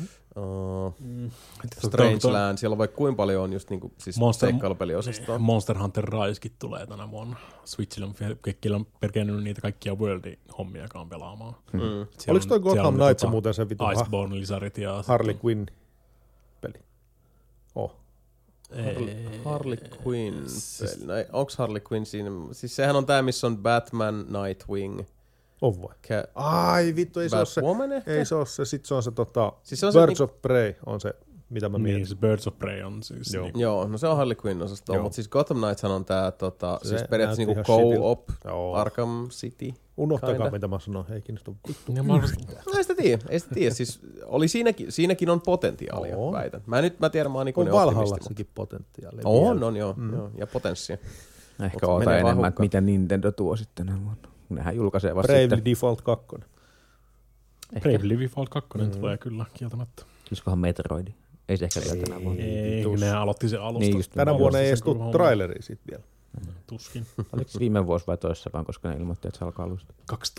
Strangeland, siellä on vaikka kuinka paljon on just niinku, siis seikkailupeliosastoa. Monster Hunter Risekin tulee tänä vuonna. Switchillä on perkeennyt niitä kaikkia World-hommiakaan pelaamaan. Oliko toi Gotham Knights muuten se vitu Iceborne-lisarit ja... Harley Quinn peli? Harley Quinn peli. No, onks Harley Quinn siinä? Siis sehän on tää, missä on Batman, Nightwing. On vai? Ai vittu, ei se ole se. Batwoman ehkä? Ei se ole se. Sitten se on se siis se on Birds se, of Prey on se mitä mä mietin. Niin, se Birds of Prey on siis. Joo, joo, no se on Harley Quinn osastoa, mutta siis Gotham Knightshan on tää siis periaatteessa niinku co-op Arkham City. Unohtakaa mitä mä sanoin, ei kiinnosta vittu. Ei sitä tiedä, siis oli siinäkin on potentiaalia, väitän. Mä tiedän, mä oon niinku ne optimisti. On Valhallassakin potentiaalia. On, joo, ja potenssia. Ehkä oota enemmän, että mitä Nintendo tuo sitten. Nehän julkaisee vasta Bravely sitten. Default 2. Bravely Default 2 tulee kyllä kieltämättä. Olisikohan Metroidi? Ei se ehkä vielä tänä vuonna. Ei, ne aloitti se alusta. Niin, tänä vuonna ei edes tule traileria siitä vielä. Tuskin. Oliko viime vuosi vai toissakaan, koska ne ilmoitti, että se alkaa alusta?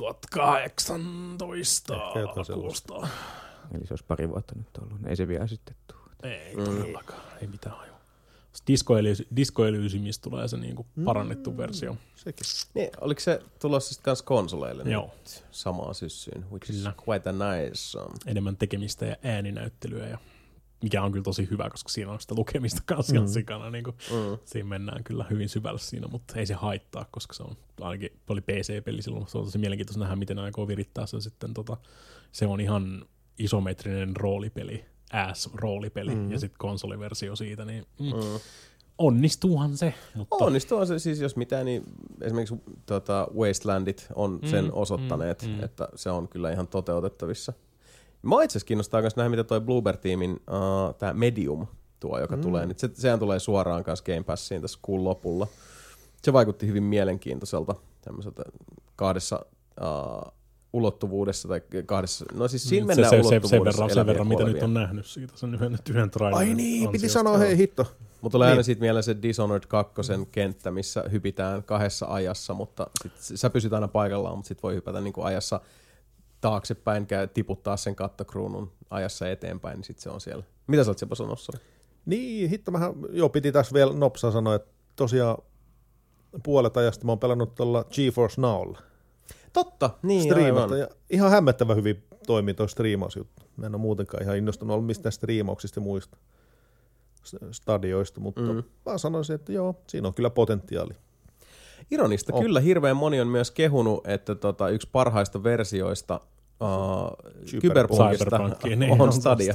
2018 kuulostaa. Eli se olisi pari vuotta nyt ollut. Ei se vielä sitten tule. Ei todellakaan, ei mitään hajua. Disco Elysiumista tulee se niinku parannettu versio. Sekin. Niin, oliko se tulossa sitten kans konsoleille? Joo. Samaan syssyyn, which is quite a nice. Enemmän tekemistä ja ääninäyttelyä, ja mikä on kyllä tosi hyvä, koska siinä on sitä lukemista kanssa ihan sikana. Niin siinä mennään kyllä hyvin syvälle siinä, mutta ei se haittaa, koska se on ainakin oli PC-peli silloin. Se on tosi mielenkiintoista nähdä, miten aikoo virittää sen sitten. Se on ihan isometrinen roolipeli. roolipeli ja sitten konsoliversio siitä, niin onnistuuhan se. Mutta onnistuuhan se, siis jos mitään, niin esimerkiksi Wastelandit on sen osoittaneet, että se on kyllä ihan toteutettavissa. Mä itse asiassa kiinnostaa myös nähdä, mitä toi Bloober-tiimin tää Medium tuo, joka tulee nyt. Sehän tulee suoraan kanssa Game Passiin tässä kuun lopulla. Se vaikutti hyvin mielenkiintoiselta tämmöiseltä kahdessa ulottuvuudessa tai kahdessa, no siis siinä mennään ulottuvuudessa. Sen verran, mitä nyt on nähnyt siitä, sen yhden trailerin. Ai niin, piti sanoa hei hitto. Mutta tulee aina siitä mieleen se Dishonored 2 kenttä, missä hypitään kahdessa ajassa, mutta sä pysyt aina paikallaan, mutta sit voi hypätä niinku ajassa taaksepäin, tiputtaa sen kattokruunun ajassa eteenpäin, niin sit se on siellä. Mitä sä oot Seppo sanossa? Niin, hitto, piti tässä vielä nopsaa sanoa, että tosiaan puolet ajasta mä oon pelannut tuolla GeForce Nowlla. Totta, niin striimata, ja ihan hämmättävän hyvin toimii toi striimausjuttu. Mä en ole muutenkaan ihan innostunut ollut mistään striimauksista ja muista stadioista, mutta mä sanoisin, että joo, siinä on kyllä potentiaali. Ironista kyllä, hirveän moni on myös kehunut, että yksi parhaista versioista Cyberpunkista on Stadia.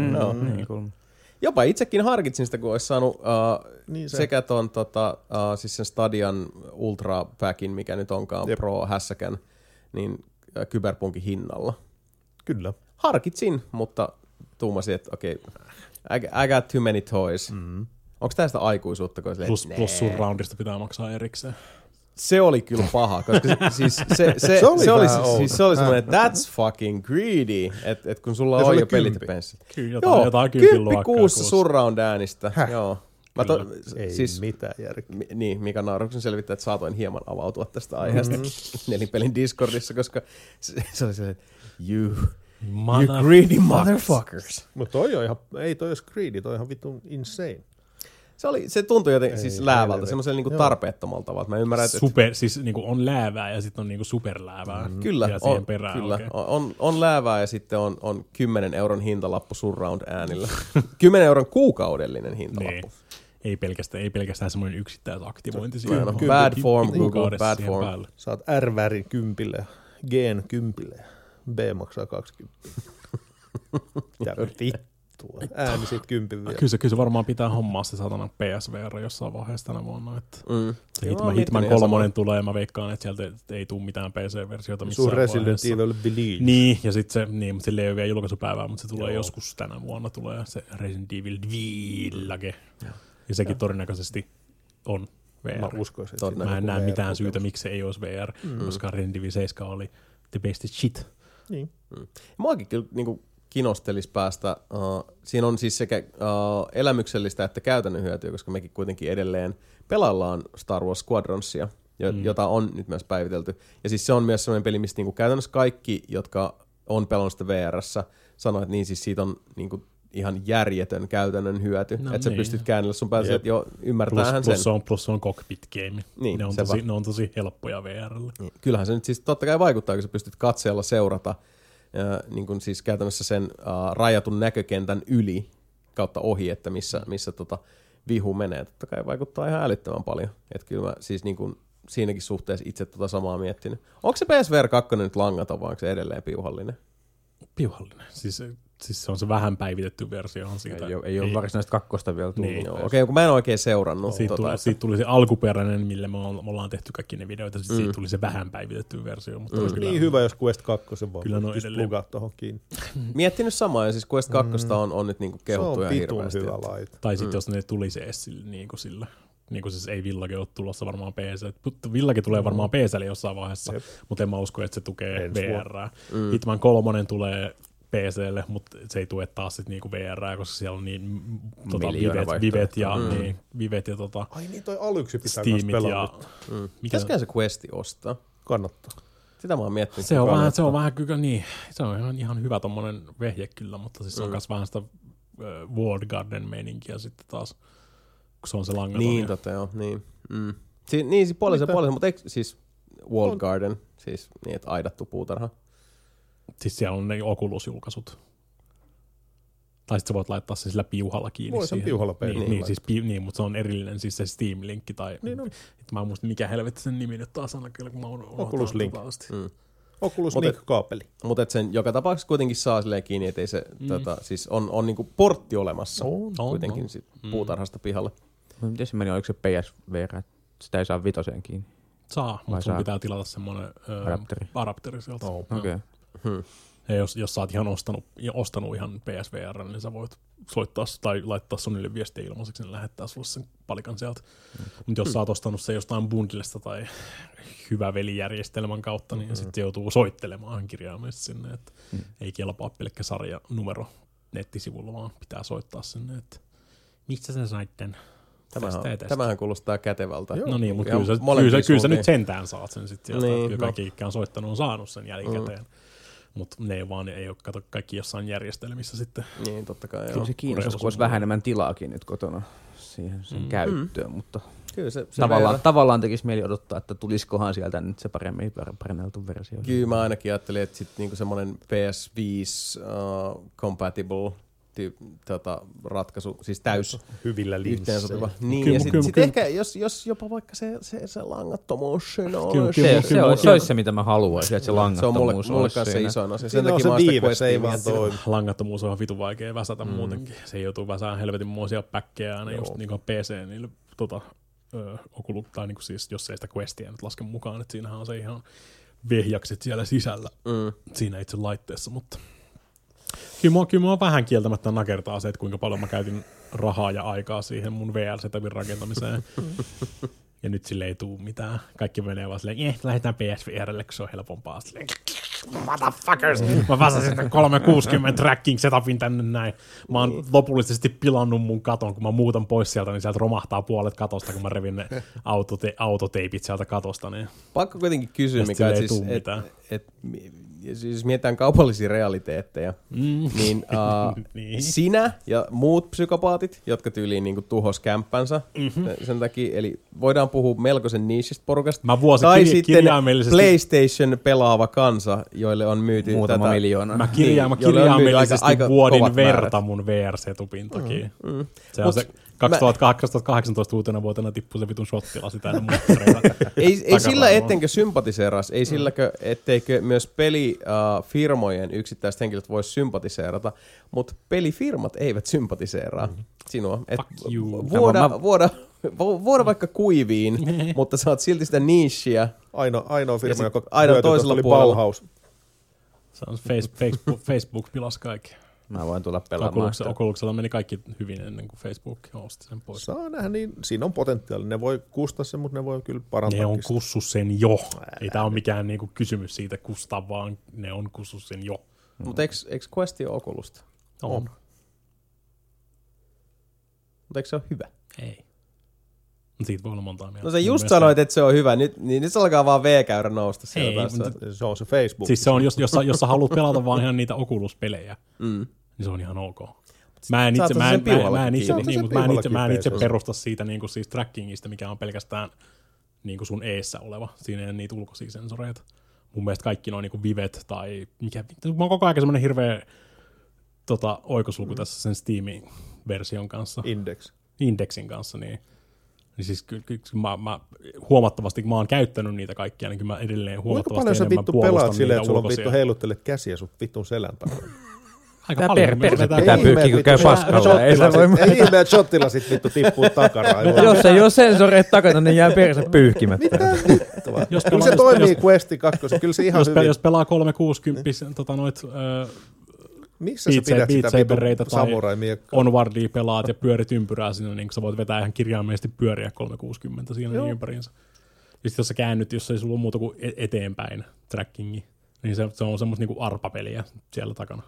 Jopa itsekin harkitsin sitä, kun olisi saanut niin sekä ton siis sen Stadian Ultra Packin, mikä nyt onkaan Pro-hässäkän, niin Cyberpunkin hinnalla. Kyllä. Harkitsin, mutta tuumasin, että okei, I got too many toys. Onko tästä aikuisuutta? Plus surroundista pitää maksaa erikseen. Se oli kyllä paha, koska se oli semmoinen, that's fucking greedy, että kun sulla on jo pelit ja penssit. Jotain 10 kuussa surround äänistä. Joo. Ei siis, mitään järkeä. Niin, Mika Naaruksen selvittää, että saatoin hieman avautua tästä aiheesta Nelinpelin Discordissa, koska se oli se, että you greedy motherfuckers. Mutta toi on ihan, ei toi olisi greedy, toi on ihan vitun insane. Se tuntui jotenkin siis läävältä, semmoisella niinku tarpeettomalta tavalla. Mä ymmärrän, että siis niinku on läävää ja sitten on niinku superläävää. Kyllä, on läävää ja sitten on 10 euron hintalappu surround äänillä. 10 euron kuukaudellinen hintalappu. Ei pelkästään semmoinen yksittäisaktivointi. Bad form, Google, bad form. Saat R-värin 10 ja G-n 10 ja B maksaa 20. Ja vittua. Ääni siitä 10 vielä. Kyllä se varmaan pitää hommaa se satana PSVR jossain vaiheessa tänä vuonna. Että Hitman 3 tulee ja mä veikkaan, että sieltä ei tule mitään PC-versiota missään vaiheessa. Sun Resident Evil Village. Niin, ja sitten mutta sille ei ole vielä julkaisupäivää, mutta se tulee joskus tänä vuonna tulee se Resident Evil Village. Ja sekin todennäköisesti on VR. Mä uskoisin. Mä en näe mitään syytä, miksi se ei olisi VR, koska Resident Evil 7 oli the best shit. Niin. Muakin kyllä niinku kinostelisi päästä. Siinä on siis sekä elämyksellistä että käytännön hyötyä, koska mekin kuitenkin edelleen pelaillaan Star Wars Squadronsia, jota on nyt myös päivitelty. Ja siis se on myös sellainen peli, mistä niinku käytännössä kaikki, jotka on pelannut sitä VR:ssä, sanoo, että niin siis siitä on niinku ihan järjetön käytännön hyöty. Että sä pystyt käännellä sun päässä, että jo ymmärtäähän sen. Plus se on cockpit game. Niin, ne on tosi helppoja VR:lle. Niin. Kyllähän se nyt siis totta kai vaikuttaa, kun sä pystyt katseella seurata niin kuin siis käytännössä sen rajatun näkökentän yli kautta ohi, että missä vihu menee. Totta kai vaikuttaa ihan älyttömän paljon. Että kyllä mä siis niin kuin siinäkin suhteessa itse samaa miettinyt. Onko se PSVR 2 nyt langaton vai onko se edelleen piuhallinen? Piuhallinen. Siis Siis se on se vähän päivitetty versio on siitä. Ei ole varsinaista kakkosta vielä tullut. Niin, okei, kun mä en oikein seurannut. Siitä tuli se alkuperäinen, millä me ollaan tehty kaikki ne videoita, siitä tuli se vähän päivitetty versio. Mutta niin hyvä, jos Quest 2 vaan pystyisi plugaa tuohon kiinni. Miettinyt samaa, ja siis Quest 2 on nyt niinku kehuttu ihan hirveästi. Se on vitun hyvä laite. Tai sitten jos ne tulisi edes niinku sillä. Niin kuin siis ei Village ole tulossa varmaan PC. Village tulee varmaan PC:lle jossain vaiheessa, mutta en mä usko, että se tukee VR:ää. Hitman 3 tulee PC:lle, mutta se ei tue taas sit niinku VR:ää, koska siellä on niin Vivet ja ai niin, toi Alyxi pitää Steamit myös pelata. Pitäisikö se Questi ostaa? Kannattaa. Sitä mä oon miettinyt. Se on vähän kyllä niin. Se on ihan hyvä tommonen vehje kyllä, mutta siis se on myös vähän sitä World Garden-meininkiä sitten taas, kun se on se langaton. Niin, joo. Niin, niin puolisen, mutta eikö siis World Garden, siis niin, että aidattu puutarha? Siis siellä on ne Oculus-julkaisut. Tai sitten sä voit laittaa sen sillä piuhalla kiinni. Voi sen piuhalla peiliin. Niin, mutta se on erillinen siis se Steam-linkki. Tai, niin on. Mä en muista mikä helvetti sen nimi nyt taas aina kyllä, kun mä Oculus Link. Oculus Link-kaapeli. Mutta et sen joka tapauksessa kuitenkin saa silleen kiinni, ettei se, siis on niinku portti olemassa kuitenkin sit puutarhasta pihalle. Miten se meni, oliko se PSVR? Sitä ei saa vitoseen kiinni. Saa, mutta sun pitää tilata semmoinen adapteri sieltä. Okei. Ja jos sä oot ihan ostanut ihan PSVR, niin sä voit soittaa tai laittaa Sonylle viestiä ilmaiseksi, niin lähettää sulle sen palikan sieltä. Mutta jos sä oot ostanut sen jostain bundlesta tai hyvä velijärjestelmän kautta, niin sitten joutuu soittelemaan kirjaimellisesti sinne, että ei kelpaa pelkkä sarjanumero nettisivulla, vaan pitää soittaa sinne, että mistä sä sait tän? Tämähän kuulostaa kätevältä. No niin, mutta kyllä sä nyt sentään saat sen sitten sieltä, niin, kaikki on soittanut on saanut sen jälkikäteen. Mutta ne ei ole kato kaikki jossain järjestelmissä sitten. Niin, totta kai. Kyllä se kiinnostaisi, kun olisi vähän enemmän tilaakin nyt kotona siihen sen käyttöön, mutta kyllä se tavallaan tekisi mieli odottaa, että tulisikohan sieltä nyt se paremmin paranneltu versio. Kyllä mä ainakin ajattelin, että sitten niinku semmoinen PS5 compatible ratkaisu, siis täys hyvillä yhteensopiva. Niin, ja sitten ehkä, jos jopa vaikka se langattomuus siinä olisi. Se olisi se, mitä mä haluaisin, että se langattomuus olisi. Se on mulle kanssa isoin asia. Sen takia mä sitä Quest ei vaan toimi. Langattomuus on vitun vaikea väsätä muutenkin. Se joutuu väsään helvetinmoisia päkkejä aina just niin kuin PC, niille Oculus, tai niin kuin siis, jos ei sitä Questia nyt laske mukaan, että siinähän on se ihan vehjakset siellä sisällä siinä itse laitteessa, mutta Kyllä mua vähän kieltämättä nakertaa se, että kuinka paljon mä käytin rahaa ja aikaa siihen mun VR-setupin rakentamiseen. Ja nyt sille ei tuu mitään. Kaikki menee vaan silleen, lähdetään PSVRlle, kun se on helpompaa. Silleen, motherfuckers! Mä vasasin 360 tracking setupin tänne näin. Mä oon lopullisesti pilannut mun katon, kun mä muutan pois sieltä, niin sieltä romahtaa puolet katosta, kun mä revin ne autoteipit sieltä katosta. Niin. Pakko kuitenkin kysyä, mikä siis mietitään kaupallisia realiteetteja, niin, sinä ja muut psykopaatit, jotka tyyliin niin kuin tuhos kämppänsä sen takia, eli voidaan puhua melkoisen niishistä porukasta, tai sitten PlayStation pelaava kansa, joille on myyty muutama miljoona. Mä kirjaimellisesti vuodin verta mun VR-setupin takia. Se on se 2018 uutena vuotena tippui se vitun shottilasi tänne muuttereilla. Ei sillä ettenkö sympatiseeras, ei silläkö etteikö myös pelifirmojen yksittäiset henkilöt voisi sympatiseerata, mutta pelifirmat eivät sympatiseeraa sinua. Vuoda vaikka kuiviin, mutta sä oot silti sitä nicheä. Ainoa firma, joka toisella oli Bauhaus. Se on Facebook pilas kaikki. Mä voin tulla pelaamaan. Oculuksella meni kaikki hyvin ennen kuin Facebook osti sen pois. Saa nähdä, niin siinä on potentiaali. Ne voi kustaa sen, mutta ne voi kyllä parantaa. Ne on kussu sen jo. Ei tää ole mikään niinku kysymys siitä kustaa, vaan ne on kussu sen jo. Mutta eikö Quest ole Oculusta? On. Mutta eikö se ole hyvä? Ei. Siitä voi olla montaa mieltä. No sä just sanoit, että se on hyvä. Nyt se alkaa vaan V-käyrä nousta. Se on se Facebook. Siis se on, jos sä haluat pelata vaan ihan niitä Oculus-pelejä, niin se on ihan ok. Mä en itse perusta siitä niinku siis trackingista, mikä on pelkästään niinku sun eessä oleva. Siinä ei ole niitä ulkoisia sensoreita. Mun mielestä kaikki noin niinku Vivet tai mikä. Mä oon koko ajan semmonen hirveä oikosulku tässä sen Steam-version kanssa. Indexin kanssa, niin siis mä huomattavasti, kun mä oon käyttänyt niitä kaikkia, niin kyllä mä edelleen huomattavasti enemmän puolustan niitä ulkoisia. Kuinka paljon sä vittu pelaat silleen, että sulla on vittu heiluttelet käsiä sun vittun selän takana? Aika paljon. Pitää pyyhkiä, kun käy paskalla. Ei ihme, että shottilla sit vittu tippuu takaraivoon. Jos ei ole sensoreita takana, niin jää perse pyyhkimättä. Mitä vittua? Kyllä se toimii Questi 2, kyllä se ihan hyvin. Jos pelaa 360 noit missä sä pidät sitä vittu samurai-miekkaa? Onwardia pelaat ja pyörit ympyrää sinne, niin sä voit vetää ihan kirjaimellisesti pyöriä 360 siinä niin ympäriinsä. Ja sitten jos sä käännyt, jos ei sulla ole muuta kuin eteenpäin trackingi, niin se on semmoista niinku arpapeliä siellä takana.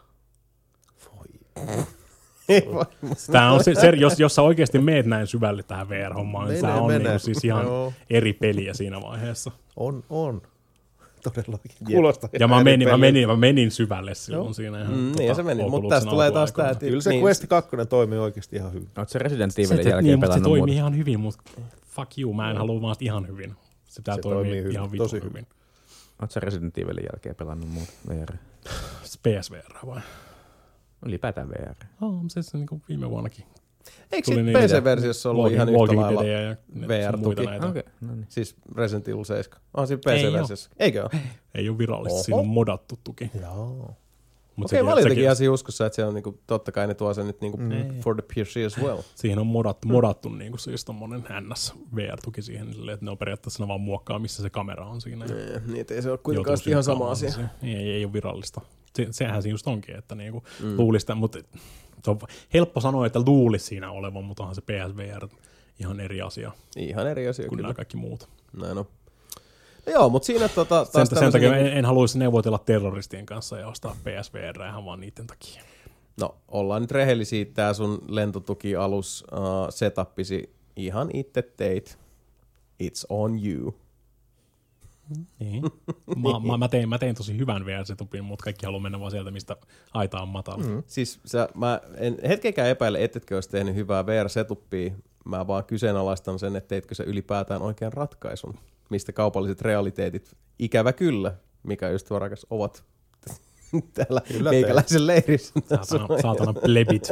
Tää on jos sä oikeasti meet näin syvälle tähän VR-hommaan, niin tää on niinku siis ihan eri peliä siinä vaiheessa. On. Todellakin. Kuulostaa. Ja mä menin syvälle silloin siinä ihan niin ja se meni, mutta tästä tulee taas tää. Kyllä se Quest 2 toimii oikeasti ihan hyvin. Oot se Resident Evilin jälkeen pelannut se toimii ihan hyvin, mutta fuck you, mä en halua vaan ihan hyvin. Se pitää toimia ihan vitun hyvin. Oot sä Resident Evilin jälkeen pelannut muuta VR? PSVR vai? Ylipäätään VR. Se niinku viime vuonnakin. Eikö PC-versiossa ollut ihan yhtä lailla VR-tuki? Okay, no niin. Siis Resident Evil 7. On siinä PC-versiossa. Eikö ole? Ei ole virallisesti, siinä on modattu tuki. Joo. Okei, mä olin jotenkin ihan siinä uskossa, että se on niinku, totta kai ne tuo sen nyt niinku for the PC as well. Siihen on modattu niinku siis tommonen NS VR-tuki siihen, että ne on periaatteessa vaan muokkaa, missä se kamera on siinä. Niin, ei se ole kuitenkaan ihan sama asia. Ei ole virallista. Sehän siinä just onkin, että niinku luulista, mutta se on helppo sanoa, että luulisi siinä olevan, mutta onhan se PSVR ihan eri asia. Ihan eri asia, kuin nämä kaikki muut. Näin on. No joo, mutta siinä sen takia en haluaisi neuvotella terroristien kanssa ja ostaa PSVR ihan vaan niiden takia. No, ollaan nyt rehellisiä, tää sun lentotukialus setupisi ihan itse teit. It's on you. Niin. Mä tein tosi hyvän VR-setupin, mutta kaikki haluaa mennä vaan sieltä, mistä aita on matala. Siis mä en hetkenkään epäile, ettetkö olisi tehnyt hyvää VR-setupia. Mä vaan kyseenalaistan sen, että teitkö sä ylipäätään oikean ratkaisun, mistä kaupalliset realiteetit, ikävä kyllä, mikä just rakas, ovat täällä meikäläisen leirissä. Saatana plebit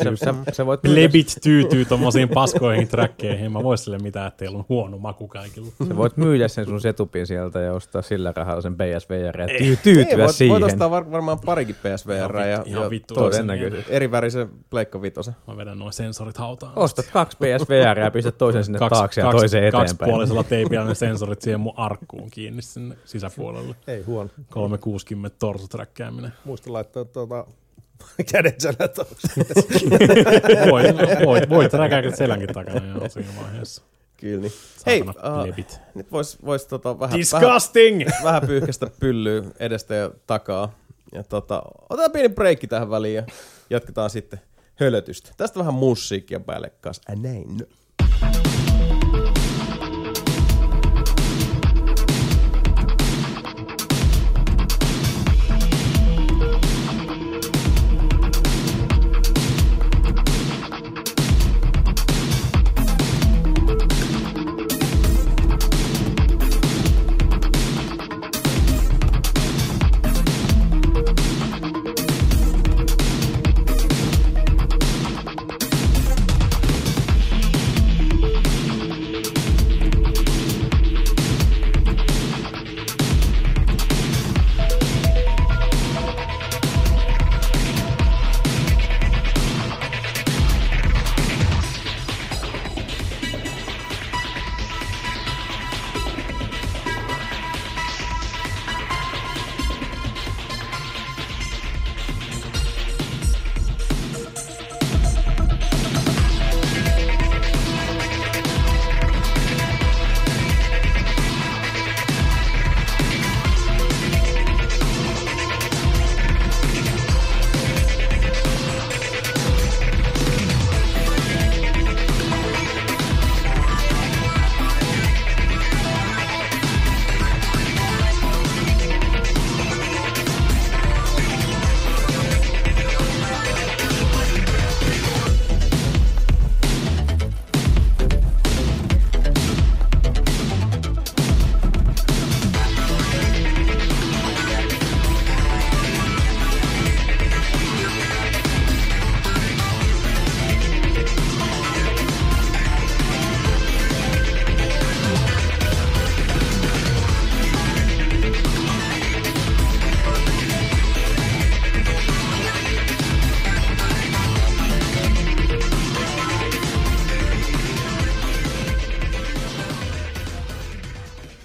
tyytyy tommosiin paskoihin trackkeihin. Mä vois sille mitään, että teillä on huono maku kaikilla. Sä voit myydä sen sun setupin sieltä ja ostaa sillä rahalla sen PSVR ja tyytyä siihen. Voit ostaa varmaan parikin PSVR ja eri värisen Pleikka Vitosen. Mä vedän noin sensorit hautaan. Ostat 2 PSVR ja pistät toisen sinne taakse ja toisen eteenpäin. Kaksipuolisella teipillä ne sensorit siihen mun arkkuun kiinni sinne sisäpuolelle. Ei huono. 360 torsotrackkeja. Muista laittaa kädet selän taakse. Voit räkäkät selänkin takana jo siinä vaiheessa. Kyllä niin. Hei, nyt vois vähän pyyhkästä pyllyä edestä ja takaa. Ja otetaan pieni breikki tähän väliin ja jatketaan sitten hölötystä. Tästä vähän musiikkia päälle kanssa. Näin.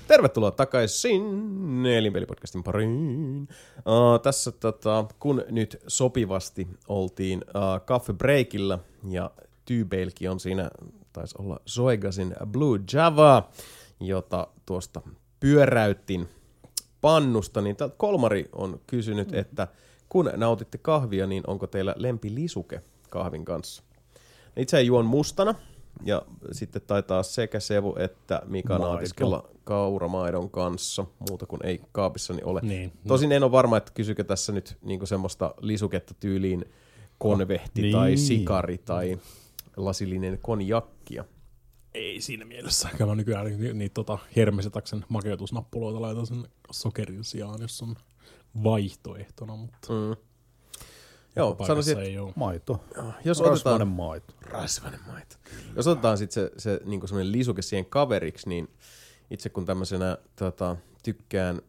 Tervetuloa takaisin Nelinpelipodcastin pariin. Tässä kun nyt sopivasti oltiin kaffebreakillä ja Tyybeilki on siinä, taisi olla Zoigasin Blue Java, jota tuosta pyöräytin pannusta, niin Kolmari on kysynyt, että kun nautitte kahvia, niin onko teillä lempilisuke kahvin kanssa? Itse juon mustana, ja sitten taitaa sekä Sevu että Mika nautiskella kauramaidon kanssa, muuta kuin ei kaapissani ole. Niin, tosin en ole varma, että kysykö tässä nyt niinku semmoista lisuketta tyyliin konvehti tai sikari tai lasillinen konjakkia. Ei siinä mielessä. Kyllä mä nykyään niitä Hermesetaksen makeutusnappuloita laitan sen sokerin sijaan, jos on vaihtoehtona, mutta... Joo, sanoisin, että maito. Jos rasvainen maito. Rasvainen maito. Jos otetaan sitten se niinku semmoinen lisuke siihen kaveriksi, niin itse kun tämmöisenä tykkään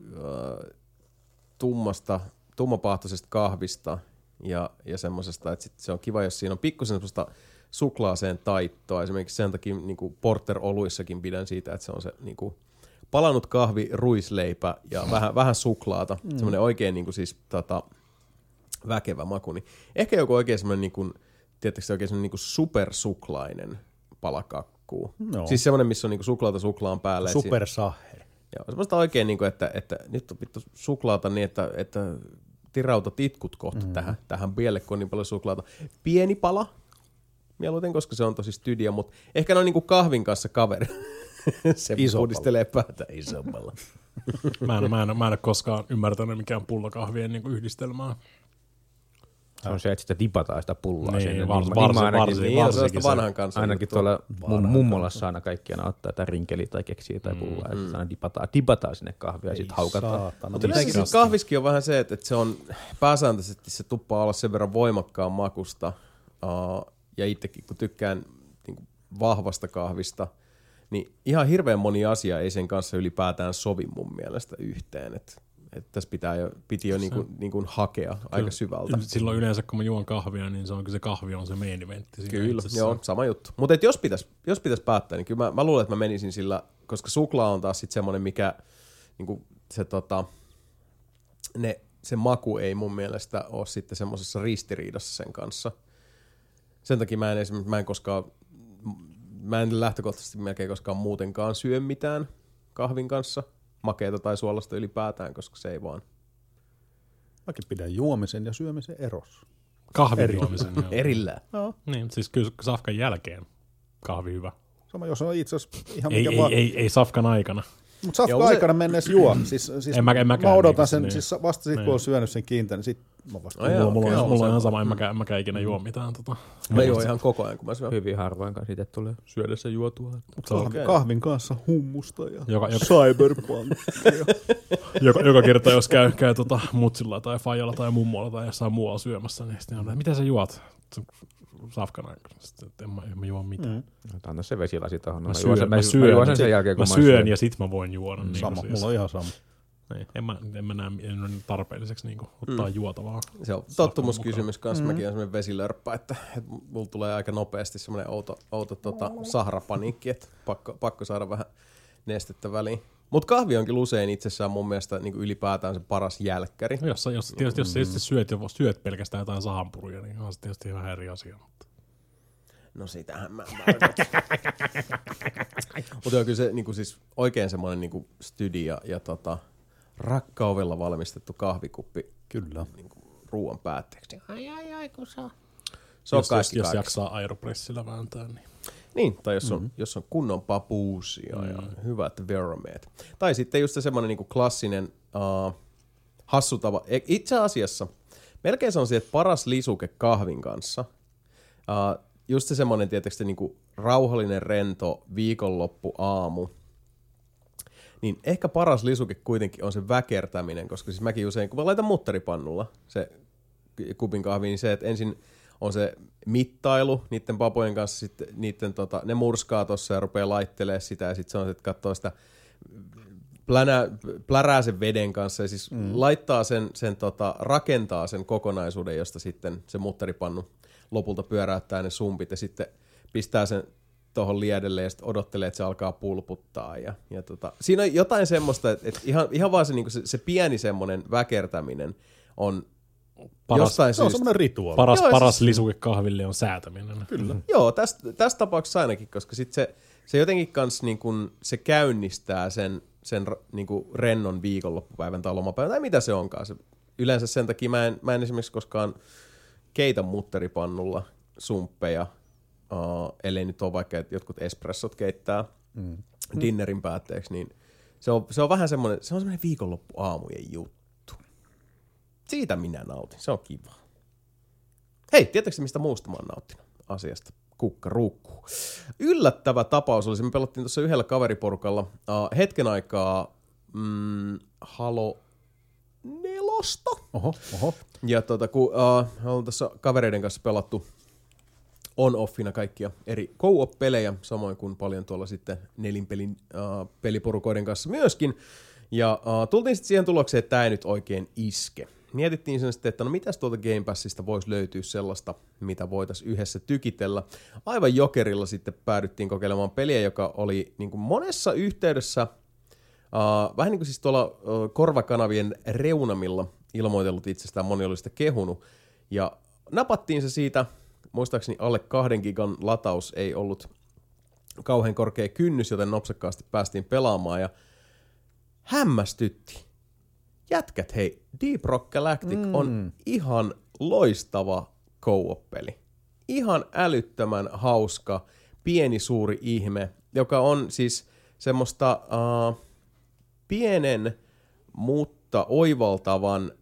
tummapahtoisesta kahvista ja semmosesta, että sit se on kiva, jos siinä on pikkusen semmoista suklaaseen taittoa. Esimerkiksi sen takia niinku porter-oluissakin pidän siitä, että se on se niinku palanut kahvi, ruisleipä ja vähän suklaata. Semmoinen oikein niinku siis väkevä maku. Niin ehkä joku oikein semmoinen niinku, tiedättekö oikein semmoinen niinku supersuklainen palakakkuu. No. Siis semmoinen, missä on niinku suklaata suklaan päällä. Supersahe. Joo, semmoista oikein niinku, että nyt on vittu suklaata niin, että tirautat itkut kohta tähän pielle, kun on niin paljon suklaata. Pieni pala, mieluiten, koska se on tosi stydia, mutta ehkä ne on niinku kahvin kanssa kaveri. Se pudistelee päätä isommalla. Mä en ole koskaan ymmärtänyt mikään pullakahvien niinku yhdistelmää. Se on se, että sitä dipataan sitä pullaa. Niin, varsinkin vanhan kanssa. Ainakin tuolla mummolassa aina kaikkiaan ottaa jotain rinkeliä tai keksiä tai pullaa. Että aina dipataan sinne kahvia ja sitten haukataan. Mutta yleensä kahviskin on vähän se, että se on pääsääntöisesti se tuppaa olla sen verran voimakkaan makusta. Ja itsekin kun tykkään niin vahvasta kahvista, niin ihan hirveän moni asia ei sen kanssa ylipäätään sovi mun mielestä yhteen. Että tässä piti jo niin kuin hakea aika syvältä. Silloin yleensä, kun mä juon kahvia, niin se kahvi on se main eventti. Kyllä, joo, sama juttu. Mutta jos pitäisi päättää, niin kyllä mä luulen, että mä menisin sillä, koska suklaa on taas sitten semmoinen, mikä niin kuin se maku ei mun mielestä ole sitten semmoisessa ristiriidassa sen kanssa. Sen takia mä en lähtökohtaisesti melkein koskaan muutenkaan syö mitään kahvin kanssa, makeita tai suolasta ylipäätään, koska se ei vaan. Mäkin pidän juomisen ja syömisen erossa. Kahvin juomisen. Erillään. No. Niin, siis kyllä safkan jälkeen kahvi hyvä. Sama, jos on itse asiassa ihan ei safkan aikana. Mutta safkan aikana mennessä juo. Siis mä odotan sen, siis vasta sit kun on syönyt sen kiinteän, niin sit mä vasta. Mulla on ihan sama, en mäkään ikinä juo mitään. Mä juon ihan koko ajan, kun mä syön. Hyvin harvoin kanssa itse tulee syödessä juotua. Kahvin kanssa hummusta ja cyberpunk. joka kerta, jos käy mutsilla tai faijalla tai mummolla tai jossain muualla syömässä, niin sitten on, mitä sä juot? Safkan aikana. En mä juo mitään. Anna se vesilasi tuohon. Mä syön sen jälkeen, kun mä syön ja sit mä voin juoda. Sama, mulla on ihan sama. Niin, en mä näe tarpeelliseksi niin ottaa juotavaa. Se on tottumuskysymys kanssa. Mäkin on semmoinen vesilörppä, että mulla tulee aika nopeasti semmoinen outo sahrapaniikki, että pakko saada vähän nestettä väliin. Mutta kahvi onkin usein itsessään mun mielestä niin kuin ylipäätään se paras jälkkäri. Jos syöt pelkästään jotain sahanpuruja, niin on se tietysti ihan eri asia. No sitähän mä Mutta on kyllä se niin kuin siis oikein semmoinen niin kuin stydi ja rakkaudella valmistettu kahvikuppi. Kyllä. Niin kuin ruoan päätteeksi. Ai, kun saa. Se on kaikki. Jos jaksaa aeropressillä vääntää, niin. Niin, tai jos on kunnon papuusia ja hyvät veromeet. Tai sitten just semmoinen niinku klassinen hassu tava. Itse asiassa melkein se on se, että paras lisuke kahvin kanssa. Just se semmoinen tietysti niinku rauhallinen, rento viikonloppu aamu. Niin ehkä paras lisuke kuitenkin on se väkertäminen, koska siis mäkin usein, kun mä laitan muttaripannulla se kupin kahvi, niin se, että ensin on se mittailu niiden papojen kanssa, sitten ne murskaa tossa ja rupeaa laittelemaan sitä, ja sitten se on se, että katsoo sitä, plärää sen veden kanssa, ja siis laittaa rakentaa sen kokonaisuuden, josta sitten se muttaripannu lopulta pyöräyttää ne sumpit, ja sitten pistää sen tuohon liedelle ja sitten odottelee, että se alkaa pulputtaa. Ja siinä on jotain semmoista, että ihan vaan se, niin se pieni semmoinen väkertäminen on jostain se on semmoinen rituaali. Paras lisuke kahville on säätäminen. Kyllä. Joo, tässä tapauksessa ainakin, koska sitten se jotenkin kans niin kun, se käynnistää sen niin kun rennon viikonloppupäivän tai lomapäivän, tai mitä se onkaan. Yleensä sen takia mä en esimerkiksi koskaan keitä mutteripannulla sumppeja, ellei nyt ole vaikka, että jotkut espressot keittää dinnerin päätteeksi, niin se on vähän semmoinen viikonloppuaamujen juttu. Siitä minä nautin, se on kiva. Hei, tiedätkö mistä muusta mä oon nauttinut asiasta? Kukkaruukku. Yllättävä tapaus oli se, me pelattiin tuossa yhdellä kaveriporukalla hetken aikaa Halo 4. Oho. Ja kun ollaan tässä kavereiden kanssa pelattu on-offina kaikkia eri co-op-pelejä, samoin kuin paljon tuolla sitten nelinpelin peliporukoiden kanssa myöskin. Ja tultiin sitten siihen tulokseen, että tämä ei nyt oikein iske. Mietittiin sen sitten, että no mitäs tuolta Game Passista voisi löytyä sellaista, mitä voitaisiin yhdessä tykitellä. Aivan jokerilla sitten päädyttiin kokeilemaan peliä, joka oli niin kuin monessa yhteydessä, vähän niin kuin siis tuolla korvakanavien reunamilla ilmoitellut itsestään, moni oli sitä kehunut. Ja napattiin se siitä, muistaakseni alle 2 gigan lataus ei ollut kauhean korkea kynnys, joten nopsakkaasti päästiin pelaamaan ja hämmästytti. Jätkät, hei, Deep Rock Galactic on ihan loistava co-op-peli. Ihan älyttömän hauska, pieni suuri ihme, joka on siis semmoista pienen, mutta oivaltavan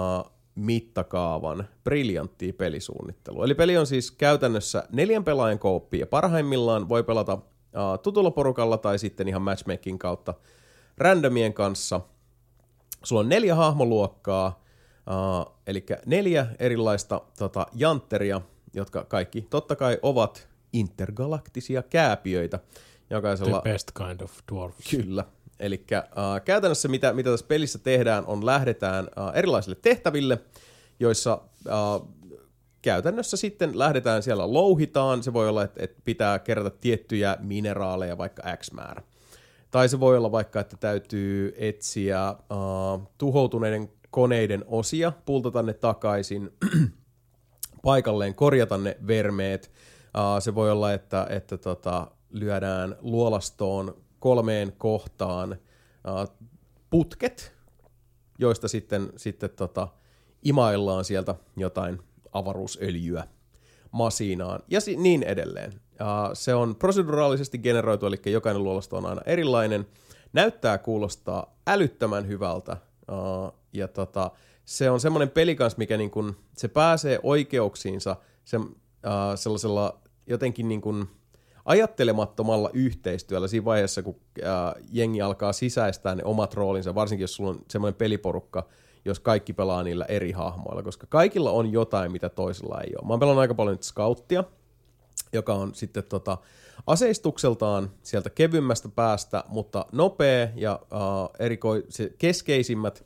mittakaavan briljanttia pelisuunnittelua. Eli peli on siis käytännössä 4 pelaajan co-opia. Parhaimmillaan voi pelata tutulla porukalla tai sitten ihan matchmaking kautta randomien kanssa. Sulla on 4 hahmoluokkaa, eli 4 erilaista jantteria, jotka kaikki totta kai ovat intergalaktisia kääpiöitä. Jokaisella... The best kind of dwarfs. Kyllä. Eli käytännössä mitä tässä pelissä tehdään, on lähdetään erilaisille tehtäville, joissa käytännössä sitten lähdetään siellä louhitaan. Se voi olla, että pitää kerätä tiettyjä mineraaleja, vaikka X määrä. Tai se voi olla vaikka, että täytyy etsiä tuhoutuneiden koneiden osia, pultata ne takaisin paikalleen, korjata ne vermeet. Se voi olla, että lyödään luolastoon 3 kohtaan putket, joista sitten imaillaan sieltä jotain avaruusöljyä masiinaan ja niin edelleen. Se on proseduraalisesti generoitu, eli jokainen luolasto on aina erilainen. Näyttää kuulostaa älyttömän hyvältä. Ja se on semmoinen peli kanssa, mikä niin kun, se pääsee oikeuksiinsa sellaisella jotenkin niin kun ajattelemattomalla yhteistyöllä siinä vaiheessa, kun jengi alkaa sisäistää ne omat roolinsa, varsinkin jos sulla on semmoinen peliporukka, jos kaikki pelaa niillä eri hahmoilla, koska kaikilla on jotain, mitä toisella ei ole. Mä oon pelannut aika paljon nyt Scouttia, joka on sitten aseistukseltaan sieltä kevyemmästä päästä, mutta nopea ja keskeisimmät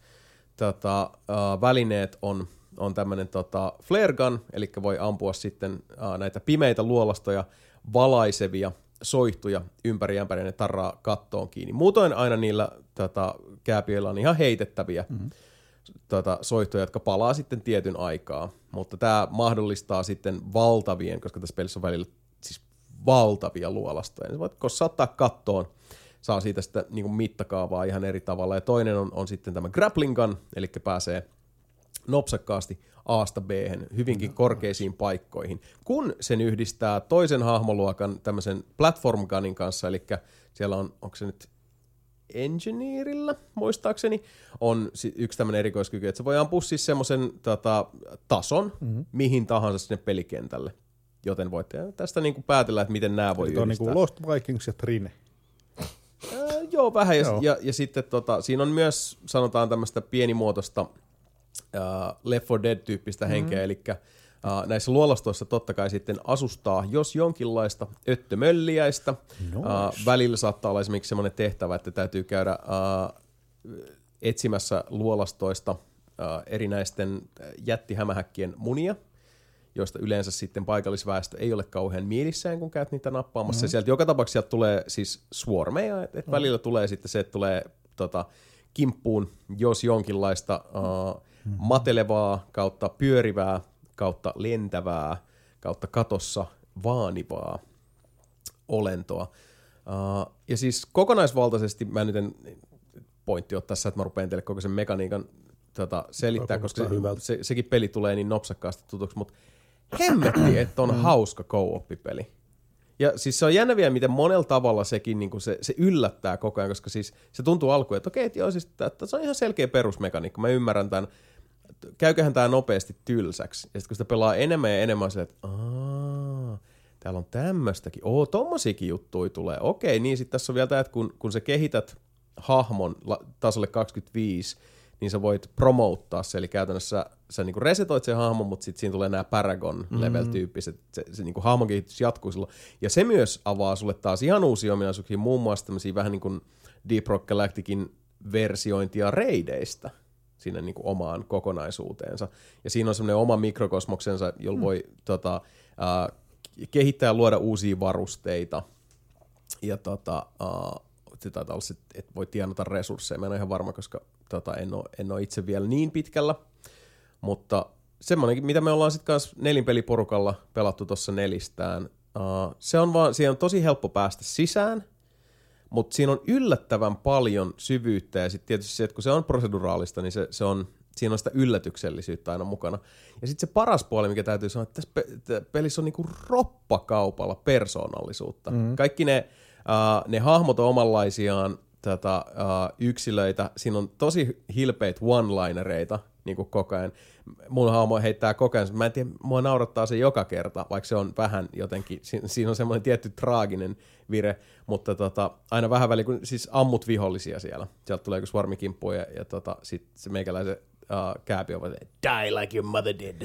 välineet on tämmöinen flare gun, eli voi ampua sitten näitä pimeitä luolastoja valaisevia soihtuja ympäri ne tarraa kattoon kiinni. Muutoin aina niillä kääpiöillä on ihan heitettäviä soihtuja, jotka palaa sitten tietyn aikaa, mutta tämä mahdollistaa sitten valtavien, koska tässä pelissä on välillä siis valtavia luolastoja, niin voit saattaa kattoon, saa siitä sitä niin kuin mittakaavaa ihan eri tavalla, ja toinen on sitten tämä grappling gun, eli pääsee nopsakkaasti A:sta B:hen hyvinkin korkeisiin paikkoihin, kun sen yhdistää toisen hahmoluokan tämmöisen platform gunin kanssa, eli siellä onko se nyt Engineerillä, muistaakseni, on yksi tämmöinen erikoiskyky, että se voi ampua siis semmoisen tason mihin tahansa sinne pelikentälle, joten voitte tästä niinku päätellä, että miten nämä voi yhdistää. On niinku Lost Vikings ja Trine. Joo, vähän. Ja sitten siinä on myös, sanotaan tämmöistä pienimuotoista Left 4 Dead-tyyppistä henkeä, eli näissä luolastoissa totta kai sitten asustaa, jos jonkinlaista öttömölliäistä. Välillä saattaa olla esimerkiksi semmoinen tehtävä, että täytyy käydä etsimässä luolastoista erinäisten jättihämähäkkien munia, joista yleensä sitten paikallisväestö ei ole kauhean mielissään, kun käyt niitä nappaamassa. Sieltä joka tapauksessa sieltä tulee siis swarmeja, että välillä tulee sitten se, että tulee kimppuun, jos jonkinlaista matelevaa kautta pyörivää kautta lentävää kautta katossa vaanivaa olentoa. Ja siis kokonaisvaltaisesti mä nyt en pointti ole tässä, että mä rupean teille koko sen mekaniikan selittää, koska sekin peli tulee niin nopsakkaasti tutuksi, mutta hemmetti, että on hauska co-op-peli. Ja siis se on jännä vielä, miten monella tavalla sekin niin se yllättää koko ajan, koska siis se tuntuu alkuun, että okei, joo, siis se on ihan selkeä perusmekaniikka. Mä ymmärrän tämän, käyköhän tämä nopeasti tylsäksi. Ja sitten kun sitä pelaa enemmän ja enemmän, se, että täällä on tämmöistäkin. Tommosiakin juttuja tulee. Okei, niin sitten tässä on vielä tämä, että kun sä kehität hahmon tasolle 25, niin sä voit promouttaa se, eli käytännössä sä niinku resetoit sen hahmon, mutta sitten siinä tulee nämä Paragon-level-tyyppiset, se niinku hahmon kehitys jatkuu silloin. Ja se myös avaa sulle taas ihan uusia ominaisuuksia, muun muassa tämmöisiä vähän niin kuin Deep Rock Galacticin versiointia raideista sinne niinku omaan kokonaisuuteensa. Ja siinä on semmoinen oma mikrokosmoksensa, jolla voi kehittää ja luoda uusia varusteita. Ja se taitaa olla, että voi tienata resursseja. Mä en ole ihan varma, koska en ole itse vielä niin pitkällä. Mutta semmoinenkin, mitä me ollaan sitten kanssa nelinpeliporukalla pelattu tuossa nelistään. Siihen on tosi helppo päästä sisään, mutta siinä on yllättävän paljon syvyyttä. Ja sitten tietysti se, että kun se on proseduraalista, niin siinä on sitä yllätyksellisyyttä aina mukana. Ja sitten se paras puoli, mikä täytyy sanoa, että tässä pelissä on niinku roppakaupalla persoonallisuutta. Kaikki ne hahmot on omanlaisiaan yksilöitä. Siinä on tosi hilpeitä one-linereita niin kuin koko ajan. Mun hahmo heittää koko ajan. Mä en tiedä, mua naurattaa se joka kerta, vaikka se on vähän jotenkin, siinä on semmoinen tietty traaginen vire, mutta aina vähän väliin, kun siis ammut vihollisia siellä. Sieltä tulee joku swarmikimppu ja sit se meikäläisen kääpi on vaan, die like your mother did.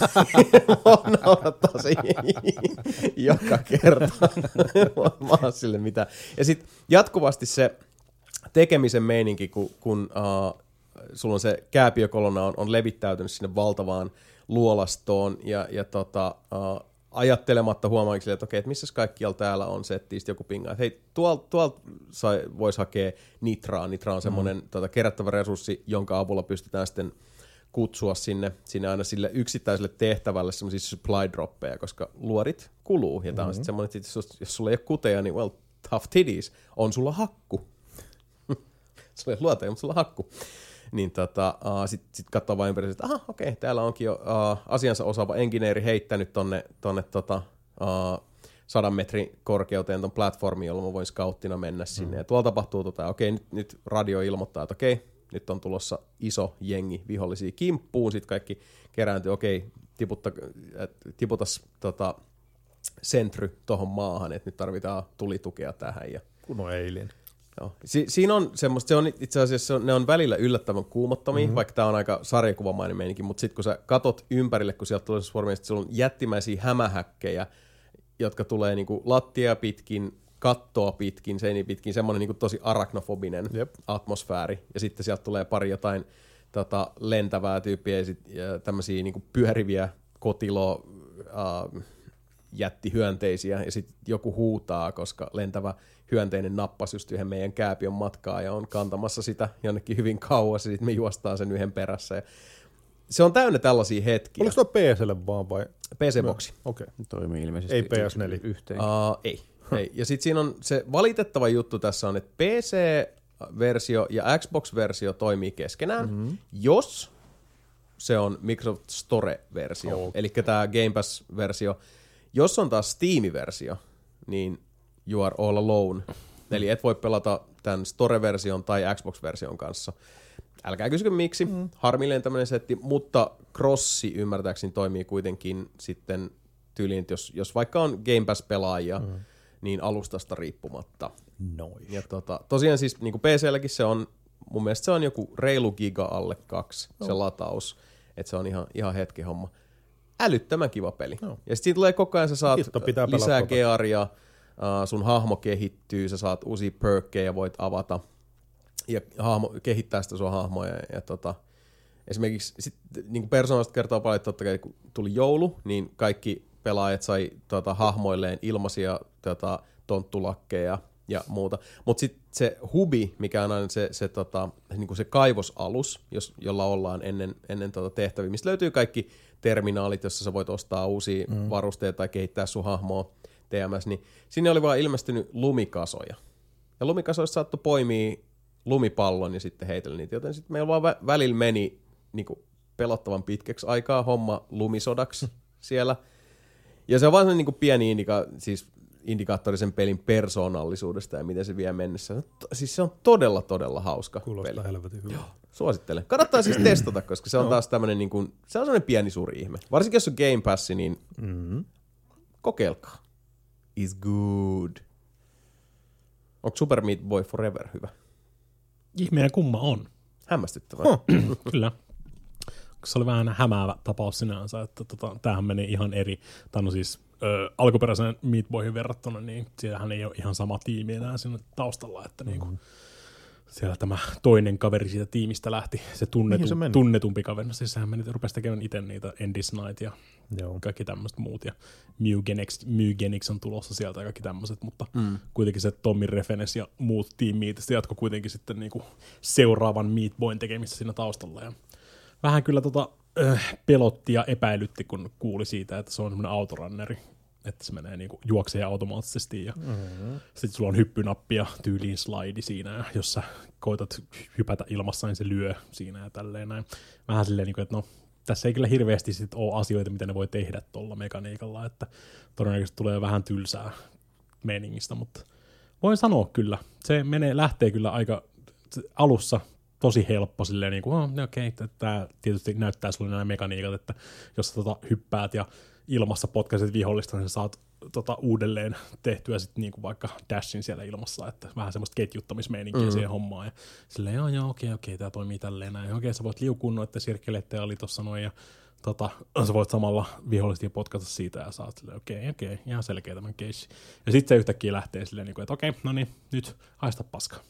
Naurattaa se joka kerta. Mä oon sille mitään. Ja sit jatkuvasti se tekemisen meininki, kun sulla on se kääpiökolonna on levittäytynyt sinne valtavaan luolastoon ja ajattelematta huomaankin, että okei, että missäs kaikkialla täällä on settiä, joku pingaa, että hei, tuolta voisi hakea nitraa. Nitra on semmoinen kerättävä resurssi, jonka avulla pystytään sitten kutsua sinne aina sille yksittäiselle tehtävälle semmoisia supply droppeja, koska luorit kuluu. Ja tää on sitten semmoinen, että jos sulla ei ole kuteja, niin well, tough titties, on sulla hakku. Sulla ei ole luoteja, mutta sulla on hakku. Niin sit katsoo vain ympäri, että aha, okei, täällä onkin jo asiansa osaava engineeri heittänyt tonne 100 metrin korkeuteen ton platformin, jolla mä voin scouttina mennä sinne. Ja tuolla tapahtuu okei, nyt radio ilmoittaa, että okei, nyt on tulossa iso jengi vihollisia kimppuun, sit kaikki kerääntyy, okei, tiputas sentry tohon maahan, että nyt tarvitaan tulitukea tähän. Ja kun on eilin. Joo. Siinä on semmoista, se on itse asiassa ne on välillä yllättävän kuumottomia, vaikka tää on aika sarjakuvamainen meininki, mutta sitten kun sä katot ympärille, kun sieltä tulee se swarmi, niin sulla on jättimäisiä hämähäkkejä, jotka tulee niinku lattia pitkin, kattoa pitkin, seiniä pitkin, semmoinen niinku tosi arachnofobinen atmosfääri. Ja sitten sieltä tulee pari jotain lentävää tyyppiä ja tämmöisiä niinku pyöriviä jättihyönteisiä, ja sitten joku huutaa, koska lentävä hyönteinen nappasi just yhden meidän kääpion matkaa ja on kantamassa sitä jonnekin hyvin kauas, ja sitten me juostaan sen yhden perässä. Ja se on täynnä tällaisia hetkiä. Oliko tuo PC:lle vaan vai? PC-boksi. Okei. Toimii ilmeisesti. Ei PS4. Yhteen. Ei. Ja sitten siinä on se valitettava juttu tässä on, että PC-versio ja Xbox-versio toimii keskenään, jos se on Microsoft Store-versio, eli tämä Game Pass-versio. Jos on taas Steam-versio, niin you are all alone. Eli et voi pelata tämän Store-version tai Xbox-version kanssa. Älkää kysykö miksi, harmillinen tämmöinen setti, mutta crossi ymmärtääkseni toimii kuitenkin sitten tyyliin, että jos vaikka on Game Pass-pelaajia, niin alustasta riippumatta. Nois. Ja tosiaan siis niin kuin PC-lläkin se on, mun mielestä se on joku reilu giga alle 2 se lataus, että se on ihan hetki homma. Älyttömän kiva peli. No. Ja sitten tulee koko ajan, sä saat lisää gearia, sun hahmo kehittyy, sä saat uusia perkkejä, voit avata ja kehittää sitä sun hahmoja. esimerkiksi niin persoonallisesti kertoo paljon, että totta kai kun tuli joulu, niin kaikki pelaajat sai hahmoilleen ilmaisia tonttulakkeja ja muuta. Mutta sitten se hubi, mikä on aina niin se kaivosalus, jolla ollaan ennen tehtäviä, mistä löytyy kaikki terminaalit, jossa sä voit ostaa uusia varusteita tai kehittää sun hahmoa TMS, niin sinne oli vaan ilmestynyt lumikasoja. Ja lumikasoista saattoi poimia lumipallon ja sitten heitellä niitä, joten sitten meillä vaan välillä meni niinku pelottavan pitkäksi aikaa homma lumisodaksi siellä. Ja se on vaan sellainen niinku pieni indikaattori sen pelin persoonallisuudesta ja miten se vie mennessä. Siis se on todella, todella hauska Kuulostaa peli. Helvetin hyvä. Suosittelen. Kannattaa siis testata, koska se on taas tämmöinen niinku, se on sellainen pieni suuri ihme. Varsinkin jos on Game Pass, niin kokeilkaa. Is good. Onko Super Meat Boy Forever hyvä? Ihmeen kumma on. Hämmästyttävää. Kyllä. Se oli vähän hämäävä tapaus sinänsä, että tämähän meni ihan eri. Tämä on siis alkuperäiseen Meat Boyhin verrattuna, niin siellähän ei ole ihan sama tiimi enää siinä taustalla, että niinku, siellä tämä toinen kaveri siitä tiimistä lähti, se tunnetumpi kaveri. Siis sehän rupesi tekemään itse niitä Endless Night ja kaikki tämmöiset muut, ja Mugenix on tulossa sieltä ja kaikki tämmöiset, mutta kuitenkin se Tommy Refenes ja muut tiimiit jatkoi kuitenkin sitten niinku seuraavan Meat Boyn tekemistä siinä taustalla. Ja vähän kyllä pelotti ja epäilytti, kun kuuli siitä, että se on semmoinen autorunneri, että se menee niinku juoksee automaattisesti ja sitten sulla on hyppynappi ja tyyliin slide siinä, ja jos sä koetat hypätä ilmassa, niin se lyö siinä ja tälleen näin. Vähän silleen, että no, tässä ei kyllä hirveästi sit ole asioita, mitä ne voi tehdä tuolla mekaniikalla, että todennäköisesti tulee vähän tylsää meiningistä, mutta voin sanoa kyllä, se lähtee kyllä aika alussa tosi helppo silleen, niin kuin, okei, tämä tietysti näyttää sulle nämä mekaniikat, että jos sä hyppäät ja ilmassa potkaiset vihollista, niin sä saat uudelleen tehtyä sitten niin kuin vaikka dashin siellä ilmassa, että vähän semmoista ketjuttamismeininkiä siihen hommaan, ja silleen, okei, tää toimii tälleen näin, okei, sä voit liukua noitten sirkkeleitä oli tossa noin, ja sä voit samalla vihollisesti potkata siitä, ja saat silleen, okei, ihan selkeä tämän case. Ja sitten se yhtäkkiä lähtee silleen, niin kuin, että okei, no niin, nyt haista paska.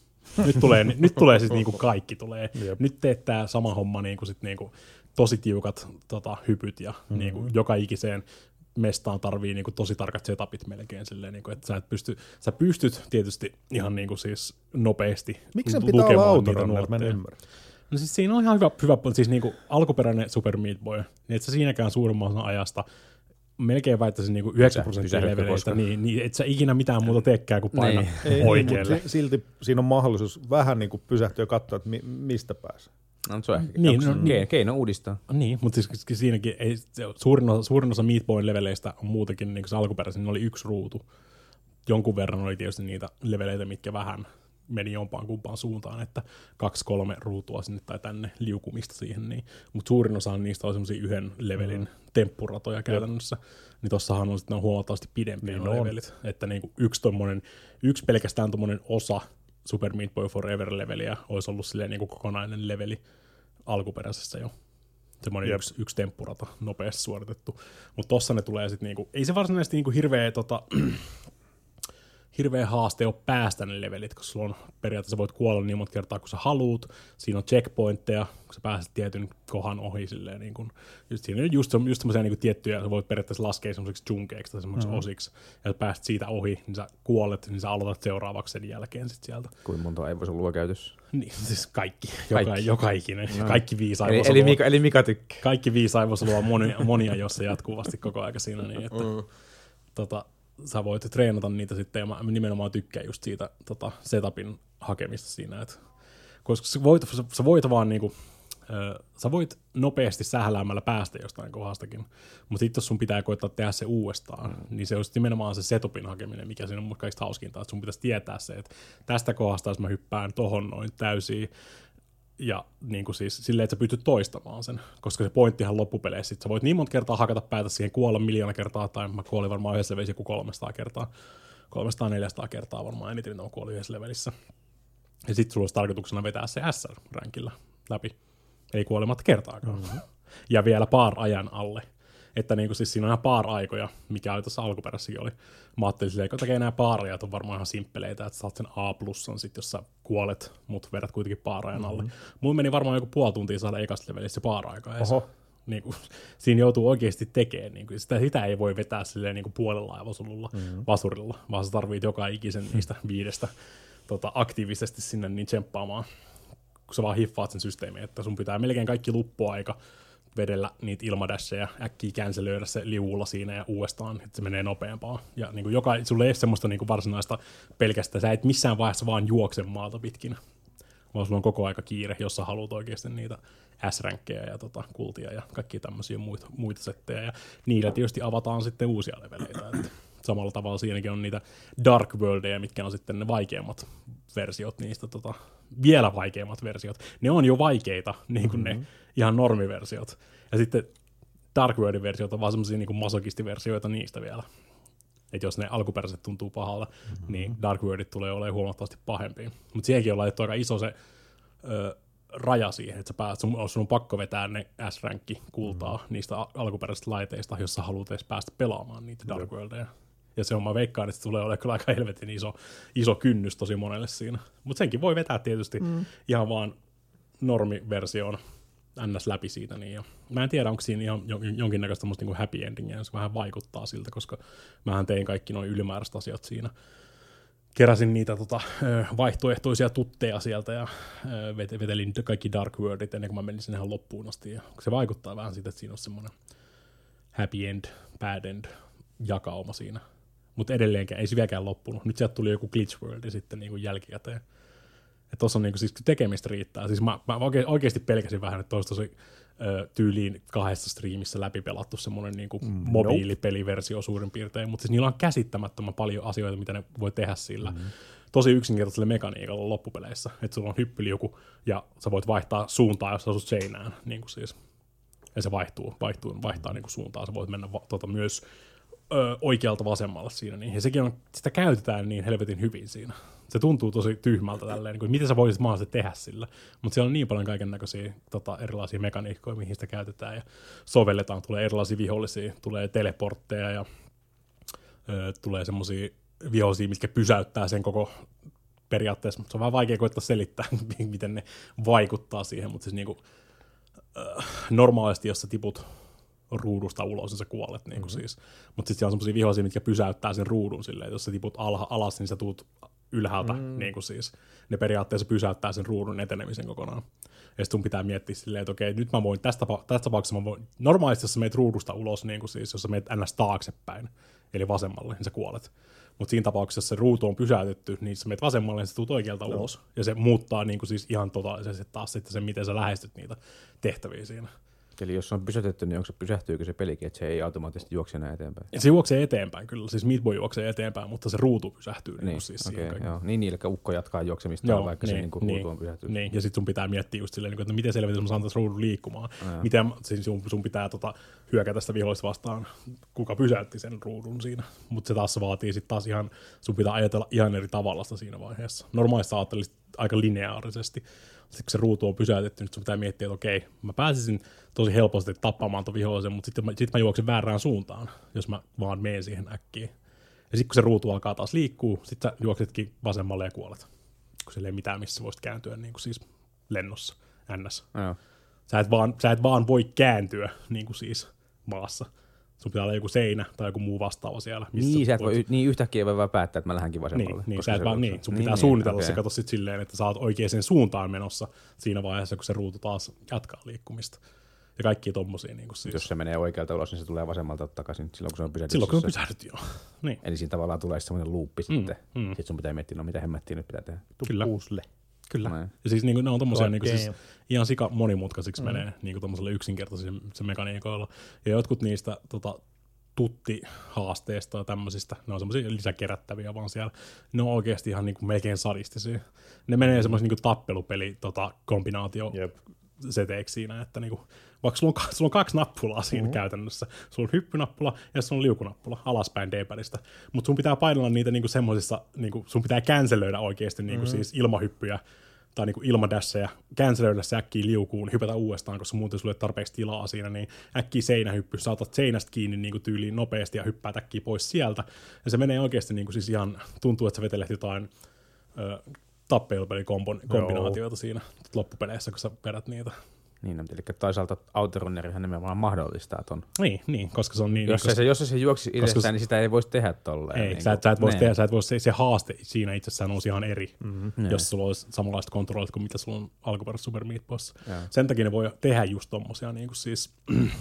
Nyt tulee siis niinku kaikki tulee. Jep. Nyt teet tää sama homma niinku sit niinku tosi tiukat hypyt ja niinku joka ikiseen mestaan tarvii niinku tosi tarkat setupit melkein silleen niinku, että sä pystyt tietysti ihan niinku siis nopeasti miksi sen pitää olla autorunner? Mä en ymmärrä. No siis siinä on ihan hyvä siis niinku alkuperäinen Super Meat Boy, niin et sä siinäkään suurimman osan ajasta melkein väittäisin niinku 9% leveleistä, niin et sä ikinä mitään muuta teekään kuin paina oikealle. Mutta silti siinä on mahdollisuus vähän niinku pysähtyä ja katsoa, että mistä pääsee. No se on ehkä keino uudistaa. Niin, mutta siis siinäkin ei, suurin osa Meat Boyn leveleistä on muutenkin, niin kuin se alkuperäisen, oli yksi ruutu. Jonkun verran oli tietysti niitä leveleitä, mitkä vähän meni jompaan kumpaan suuntaan, että 2-3 ruutua sinne tai tänne liukumista siihen, niin. Mutta suurin osa niistä on semmoisia yhden levelin temppuratoja käytännössä, niin tossahan on sitten huomattavasti pidempiä levelit, että niinku yksi pelkästään tommonen osa Super Meat Boy Forever-leveliä olisi ollut silleen niinku kokonainen leveli alkuperäisessä jo. Semmoinen yksi temppurata nopeasti suoritettu, mutta tossa ne tulee sitten niinku, ei se varsinaisesti niinku hirveä haaste on päästä ne levelit, koska sulla on periaatteessa voit kuolla niin monta kertaa kuin sä haluut. Siinä on checkpointteja, kun sä pääset tietyn kohan ohi silleen niin kuin, siinä on just semmoisia niin kuin tiettyjä, sä voit periaatteessa laskea semmoisiksi chunkeiksi tai semmoisiksi osiksi, ja pääset siitä ohi, niin sä kuolet, niin sä aloitat seuraavaksi sen jälkeen sit sieltä. Kuinka monta ei voisi olla käytössä? Niin, siis kaikki. Joka ikinen. No. Kaikki 5 eli Mika tykkää. Kaikki 5 aivosolua monia, jossa jatkuvasti koko aika siinä, niin että sä voit treenata niitä sitten, ja mä nimenomaan tykkään just siitä setupin hakemista siinä, että koska sä voit vaan niinku, sä voit nopeasti sähläämällä päästä jostain kohdastakin, mutta sitten jos sun pitää koittaa tehdä se uudestaan, niin se on nimenomaan se setupin hakeminen, mikä siinä on kaikista hauskinta, että sun pitäisi tietää se, että tästä kohdasta, jos mä hyppään tohon noin täysiin, ja niin kuin siis silleen, että sä pystyt toistamaan sen, koska se pointtihan loppupeleissä, sä voit niin monta kertaa hakata päätä siihen, kuolla 1,000,000 kertaa, tai mä kuolin varmaan yhdessä levelissä joku 300 kertaa, 300-400 kertaa varmaan eniten, mitä mä kuolin yhdessä levelissä. Ja sit sulla olisi tarkoituksena vetää se SR-ränkillä läpi, ei kuolematta kertaakaan. Ja vielä ajan alle. että niinku siis siinä on ihan paar-aikoja, mikä oli tuossa alkuperäissäkin oli. Mä ajattelin silleen, että tekee nämä paar-ajat on varmaan ihan simppeleitä, että saat sen A+, sit jos sä kuolet, mut vedät kuitenkin paar-ajan alle. Mun meni varmaan joku puoli tuntia saada ekasta levelistä se paar-aikaa. Niinku, siinä joutuu oikeasti tekemään. Niinku, sitä ei voi vetää silleen niinku puolella aivosolulla vasurilla, vaan sä tarvit joka ikisen niistä 5 aktiivisesti sinne niin tsemppaamaan, kun sä vaan hiffaat sen systeemiin, että sun pitää melkein kaikki luppuaika vedellä niitä ilmadässejä, äkkiä cancelöidä se liuulla siinä ja uudestaan, että se menee nopeampaa. Ja niinku sulla ei ole semmoista niinku varsinaista pelkästään, sä et missään vaiheessa vaan juokse maalta pitkin, vaan sulla on koko aika kiire, jos sä haluat oikeasti niitä S-ränkkejä ja kultia ja kaikkia tämmöisiä muita settejä. Ja niillä tietysti avataan sitten uusia leveleitä. Että samalla tavalla siinäkin on niitä Dark Worldeja, mitkä on sitten ne vaikeimmat versiot niistä, vielä vaikeimmat versiot. Ne on jo vaikeita, niin kuin ne ihan normiversiot. Ja sitten Dark Worldin versiot on vaan semmosia niin kuin masokistiversioita niistä vielä. Että jos ne alkuperäiset tuntuu pahalta, niin Dark Worldit tulee olemaan huomattavasti pahempia. Mutta siihenkin on laitettu aika iso se raja siihen, että sun on pakko vetää ne S-ränkki kultaa niistä alkuperäisistä laiteista, jos sä haluat edes päästä pelaamaan niitä Dark Worldeja. Ja se on, mä veikkaan, että se tulee olemaan kyllä aika helvetin iso kynnys tosi monelle siinä. Mutta senkin voi vetää tietysti ihan vaan normiversioon ns. Läpi siitä. Niin. Ja mä en tiedä, onko siinä ihan jonkinnäköistä niin happy endingia, se vähän vaikuttaa siltä, koska mähän tein kaikki noin ylimääräiset asiat siinä. Keräsin niitä vaihtoehtoisia tutteja sieltä ja vetelin kaikki Dark Worldit ennen kuin mä menin sinne ihan loppuun asti. Ja se vaikuttaa vähän siitä, että siinä on semmoinen happy end, bad end jakauma siinä. Mutta edelleenkään, ei se vieläkään loppunut. Nyt sieltä tuli joku Glitch World sitten niin kuin jälkikäteen. Että tossa on niin kuin, siis tekemistä riittää. Siis mä oikeasti pelkäsin vähän, että tosi tyyliin 2 striimissä läpipelattu semmoinen niin kuin mobiilipeliversio suurin piirtein, mutta siis niillä on käsittämättömän paljon asioita, mitä ne voi tehdä sillä. Tosi yksinkertaisella mekaniikalla loppupeleissä, että sulla on hyppyliuku ja sä voit vaihtaa suuntaa, jos sä asut seinään, niin kuin siis. Ja se vaihtaa niin kuin suuntaa, sä voit mennä myös oikealta vasemmalle siinä, niin. Ja sekin on, sitä käytetään niin helvetin hyvin siinä. Se tuntuu tosi tyhmältä tälleen, niin kuin, miten sä voisit mahdollisesti tehdä sillä, mutta siellä on niin paljon kaikennäköisiä erilaisia mekaniikkoja, mihin sitä käytetään ja sovelletaan, tulee erilaisia vihollisia, tulee teleportteja ja tulee semmoisia vihollisia, mitkä pysäyttää sen koko periaatteessa, mutta se on vähän vaikea koittaa selittää, miten ne vaikuttaa siihen, mutta siis niin kuin, normaalisti, jos sä tiput ruudusta ulos ja sä kuolet, niin kuin siis. Mutta sitten siellä on semmosia vihollisia, mitkä pysäyttää sen ruudun silleen, että jos sä tiput alas, niin sä tuut ylhäältä, niin kuin siis. Ne periaatteessa pysäyttää sen ruudun etenemisen kokonaan. Ja sitten sun pitää miettiä silleen, että okei, nyt mä voin, tässä tapauksessa mä voin, normaalisti jos sä meet ruudusta ulos, niin kuin siis, jos sä meet ns. Taaksepäin, eli vasemmalle, niin sä kuolet. Mutta siinä tapauksessa, jos se ruutu on pysäytetty, niin sä meet vasemmalle, niin sä tuut oikealta ulos. Ja se muuttaa niin kuin siis ihan totaalisesti taas sitten sen, miten sä lähestyt niitä tehtäviä siinä. Eli jos se on pysäytetty, niin pysähtyykö se pelikin, että se ei automaattisesti juokse enää eteenpäin? Ja se juoksee eteenpäin, kyllä. Siis Meat Boy juoksee eteenpäin, mutta se ruutu pysähtyy. Niin, siis okay, niin, eli ukko jatkaa juoksemista, vaikka se ruutu on pysähtynyt. Niin, ja sitten sun pitää miettiä just silleen, että miten selvitin, mä saan tässä ruudun liikkumaan. Miten siis sun pitää hyökätä sitä vihollista vastaan, kuka pysäytti sen ruudun siinä. Mutta se taas vaatii sitten taas ihan, sun pitää ajatella ihan eri tavalla sitä siinä vaiheessa. Normaalisti ajattelisit aika lineaarisesti. Sitten kun se ruutu on pysäytetty, nyt sun pitää miettiä, että okei, mä pääsisin tosi helposti tappamaan ton vihollisen, mutta sitten mä juoksen väärään suuntaan, jos mä vaan menen siihen äkkiin. Ja sitten kun se ruutu alkaa taas liikkuu, sitten sä juoksetkin vasemmalle ja kuolet. Kun siellä ei mitään, missä voisit kääntyä niin kuin siis lennossa, ns. Sä et vaan voi kääntyä niin kuin siis maassa. Sun pitää olla joku seinä tai joku muu vastaava siellä. Niin, sä et voi, niin yhtäkkiä voi vaan päättää, että mä lähdenkin vasemmalle. Niin, sä et vaan, niin. Sun pitää suunnitella se, kato sit silleen, että sä oot oikeaan suuntaan menossa siinä vaiheessa, kun se ruutu taas jatkaa liikkumista. Ja kaikki tommosia. Niin siis. Jos se menee oikealta ulos, niin se tulee vasemmalta takaisin silloin, kun se on pysähdyt. Silloin, kun se on pysähdyt, joo. Niin. Eli siinä tavallaan tulee semmoinen luuppi sitten. Sitten sun pitää miettiä, no mitä hemmettiä nyt pitää tehdä. Kyllä. Kyllä. Näin. Ja siis niin ne on tommosia niin siis ihan sika monimutkaisiksi menee niin tommoselle yksinkertaisille se mekaniikoilla. Ja jotkut niistä tutti-haasteista ja tämmöisistä, ne on semmoisia lisäkerättäviä vaan siellä. Ne on oikeasti ihan niin kuin melkein sadistisia. Ne menee semmoisen niin tappelupeli kombinaatio seteeksi siinä, että niin kuin, vaikka sulla on 2 nappulaa siinä käytännössä. Sulla on hyppynappula ja sulla on liukunappula alaspäin D-padista. Mutta sun pitää painella niitä niin semmoisissa, niin sun pitää cancelöidä oikeasti niin siis ilmahyppyjä tai niin ilmadässejä, cancelöidä se äkkiä liukuun, hypätä uudestaan, koska muuten sulle ei tarpeeksi tilaa siinä, niin äkkiä seinähyppy, saatat seinästä kiinni niin kuin tyyliin nopeasti ja hyppää äkkiä pois sieltä. Ja se menee oikeasti niin kuin siis ihan, tuntuu, että sä vetelet jotain tappeilupelikombinaatioita siinä loppupeleissä, kun sä vedät niitä. Niin, eli toisaalta autorunnerihan nimenomaan mahdollistaa ton. Niin, koska se on niin... Jos se juoksi itsestään, niin sitä ei voisi tehdä tolleen. Ei, niin sä et voisi tehdä, se haaste siinä itsessään on ihan eri, jos sulla olisi samanlaiset kontrollit kuin mitä sulla on alkuperäisessä Super Meat Boyssa. Sen takia ne voi tehdä just tommosia, niin kuin siis,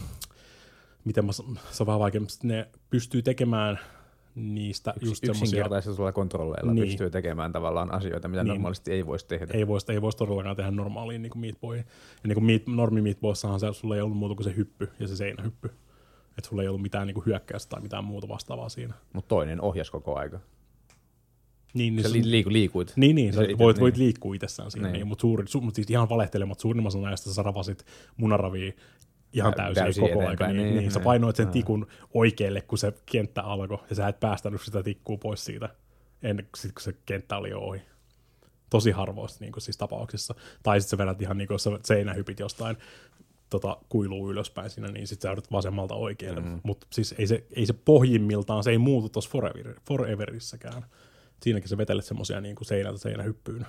se on vähän vaikea, ne pystyy tekemään niistä just yksinkertaisilla kontrolleilla pystyy tekemään tavallaan asioita, mitä normaalisti ei voisi tehdä. Ei voisi todellakaan tehdä normaaliin niin kuin Meat Boyin. Ja niin kuin normi Meat Boyssahan sulla ei ollut muuta kuin se hyppy ja se seinähyppy. Että sulla ei ollut mitään niin kuin hyökkäystä tai mitään muuta vastaavaa siinä. Mutta toinen ohjas koko aika. Niin, sä liikuit. Niin, sä voit liikkua itsessään siinä. Niin, mutta siis ihan valehtelematta suurimmassa ajasta sä ravasit munaravia ihan täysin koko aika. Niin, sä painoit sen tikun oikealle, kun se kenttä alkoi, ja sä et päästänyt sitä tikkua pois siitä, ennen kuin se kenttä oli jo ohi. Tosi harvoista niin siis tapauksissa. Tai sitten sä vedät ihan niin kuin, jos sä seinähypit jostain kuiluu ylöspäin siinä, niin sitten sä joudut vasemmalta oikealle. Mutta siis ei se pohjimmiltaan, se ei muutu tuossa Foreverissäkään. Siinäkin sä vetelet semmosia niin kuin seinältä seinähyppyyn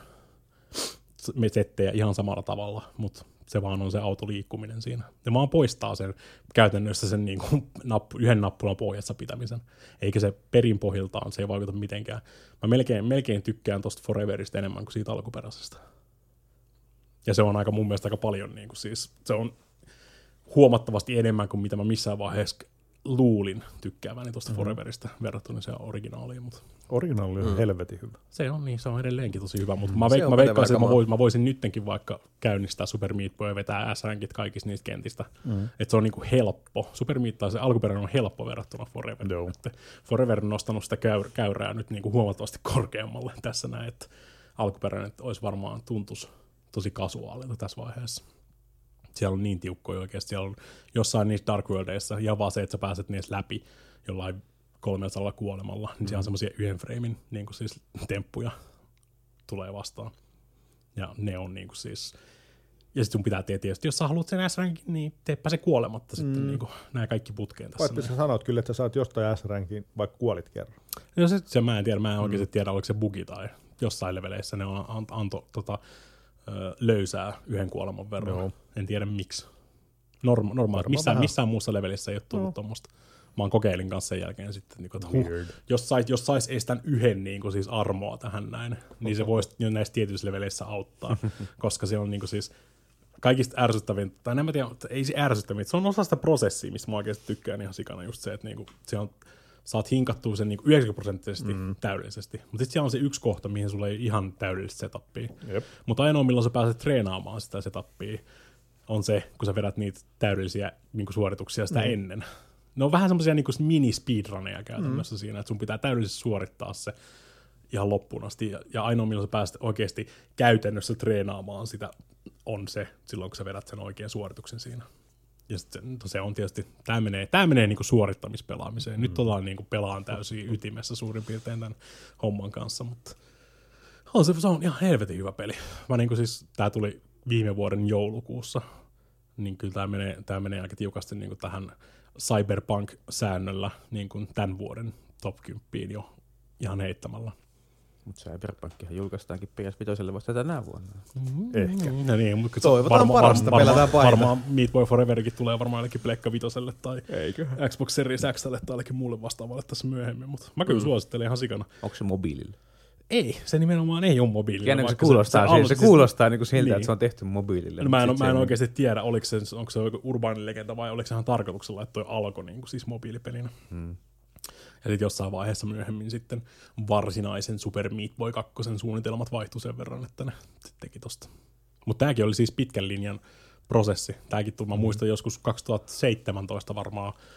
settejä ihan samalla tavalla, mutta se vaan on se autoliikkuminen siinä. Ja vaan poistaa sen käytännössä sen niin kuin yhden nappulan pohjassa pitämisen. Eikä se perinpohjiltaan, se ei vaikuta mitenkään. Mä melkein tykkään tosta Foreverista enemmän kuin siitä alkuperäisestä. Ja se on mun mielestä aika paljon, niin kuin siis, se on huomattavasti enemmän kuin mitä mä missään vaiheessa luulin tykkääväni tuosta Foreverista verrattuna se originaaliin. Mutta originaali on helvetin hyvä. Se on niin, se on edelleenkin tosi hyvä, mutta mä veikkaisin, että mä voisin nyttenkin vaikka käynnistää Super Meat Boy ja vetää S-rankit kaikista niistä kentistä. Että se on niinku helppo. Super Meat tai se alkuperäinen on helppo verrattuna Foreveriin. Forever on nostanut sitä käyrää nyt niinku huomattavasti korkeammalle tässä näin, että alkuperäinen olisi varmaan tuntuisi tosi kasuaalilta tässä vaiheessa. Siellä on niin tiukkoja oikeasti. Siellä on jossain niissä Dark Worldeissa ja vaan se, että sä pääset niistä läpi jollain 300 kuolemalla, niin siellä on semmoisia yhden framein niin kuin siis temppuja tulee vastaan. Ja ne on niin kuin siis... Ja sit sun pitää tietysti, jos sä haluat sen S-rankin, niin teepä se kuolematta sitten niin kuin nämä kaikki putkeen tässä. Vaikka sä sanot kyllä, että sä saat jostain S-rankin, vaikka kuolit kerran. No se mä en tiedä, mä en oikeasti tiedä, oliko se bugi tai jossain leveleissä ne antoi löysää yhden kuoleman verran. Joo. En tiedä miksi. Normaali. Missään muussa levelissä ei ole tullut tuommoista. Mä kokeilin kanssa sen jälkeen sitten, niin jos sais edes tämän yhden niin kuin siis armoa tähän näin, niin se voisi jo näissä tietyissä leveleissä auttaa, koska se on niin kuin siis kaikista ärsyttävin, tai en mä tiedä, ei se ärsyttävin, se on osa sitä prosessia, mistä mä oikeasti tykkään ihan sikana just se, että niin kuin, se on, saat hinkattua sen niin 90% täydellisesti, mutta sitten siellä on se yksi kohta, mihin sulla ei ihan täydellistä setupia, mutta ainoa milloin sä pääset treenaamaan sitä setupia, on se, kun sä vedät niitä täydellisiä niin kuin suorituksia sitä ennen. Ne on vähän semmoisia niin kuin mini-speedruneja käytännössä siinä, että sun pitää täydellisesti suorittaa se ihan loppuun asti. Ja ainoa, milloin sä pääset oikeasti käytännössä treenaamaan sitä, on se silloin, kun sä vedät sen oikean suorituksen siinä. Ja se on tietysti, tää menee niin kuin suorittamispelaamiseen. Nyt ollaan niin kuin pelaan täysin ytimessä suurin piirtein tämän homman kanssa, mutta se on ihan helvetin hyvä peli. Niin kuin siis, tää tuli viime vuoden joulukuussa, niin kyllä tää menee aika tiukasti niin kuin tähän Cyberpunk-säännöllä niin kuin tämän vuoden top 10 jo ihan heittämällä. Mutta Cyberpunkkihan julkaistaankin PS5 vasta tänä vuonna. Ehkä. No niin, mutta toivotaan parasta, pelätään pahinta. Varmaan Meat Boy Foreverikin tulee varmaan ainakin Pleikka 5:lle tai Xbox Series X:lle tai ainakin muulle vastaavalle tässä myöhemmin, mutta mä kyllä suosittelen ihan sikana. Onko se mobiilille? Ei, se nimenomaan ei ole mobiililla. Se kuulostaa niin kuin siltä, että se on tehty mobiilille. No, mä en oikeasti tiedä, onko se urbaani legenda vai oliko se ihan tarkoituksella, että toi alkoi niin kuin siis mobiilipelinä. Ja sitten jossain vaiheessa myöhemmin sitten varsinaisen Super Meat Boy 2 suunnitelmat vaihtui sen verran, että ne teki tosta. Mutta tämäkin oli siis pitkän linjan prosessi. Tämäkin mä muistan joskus 2017 varmaan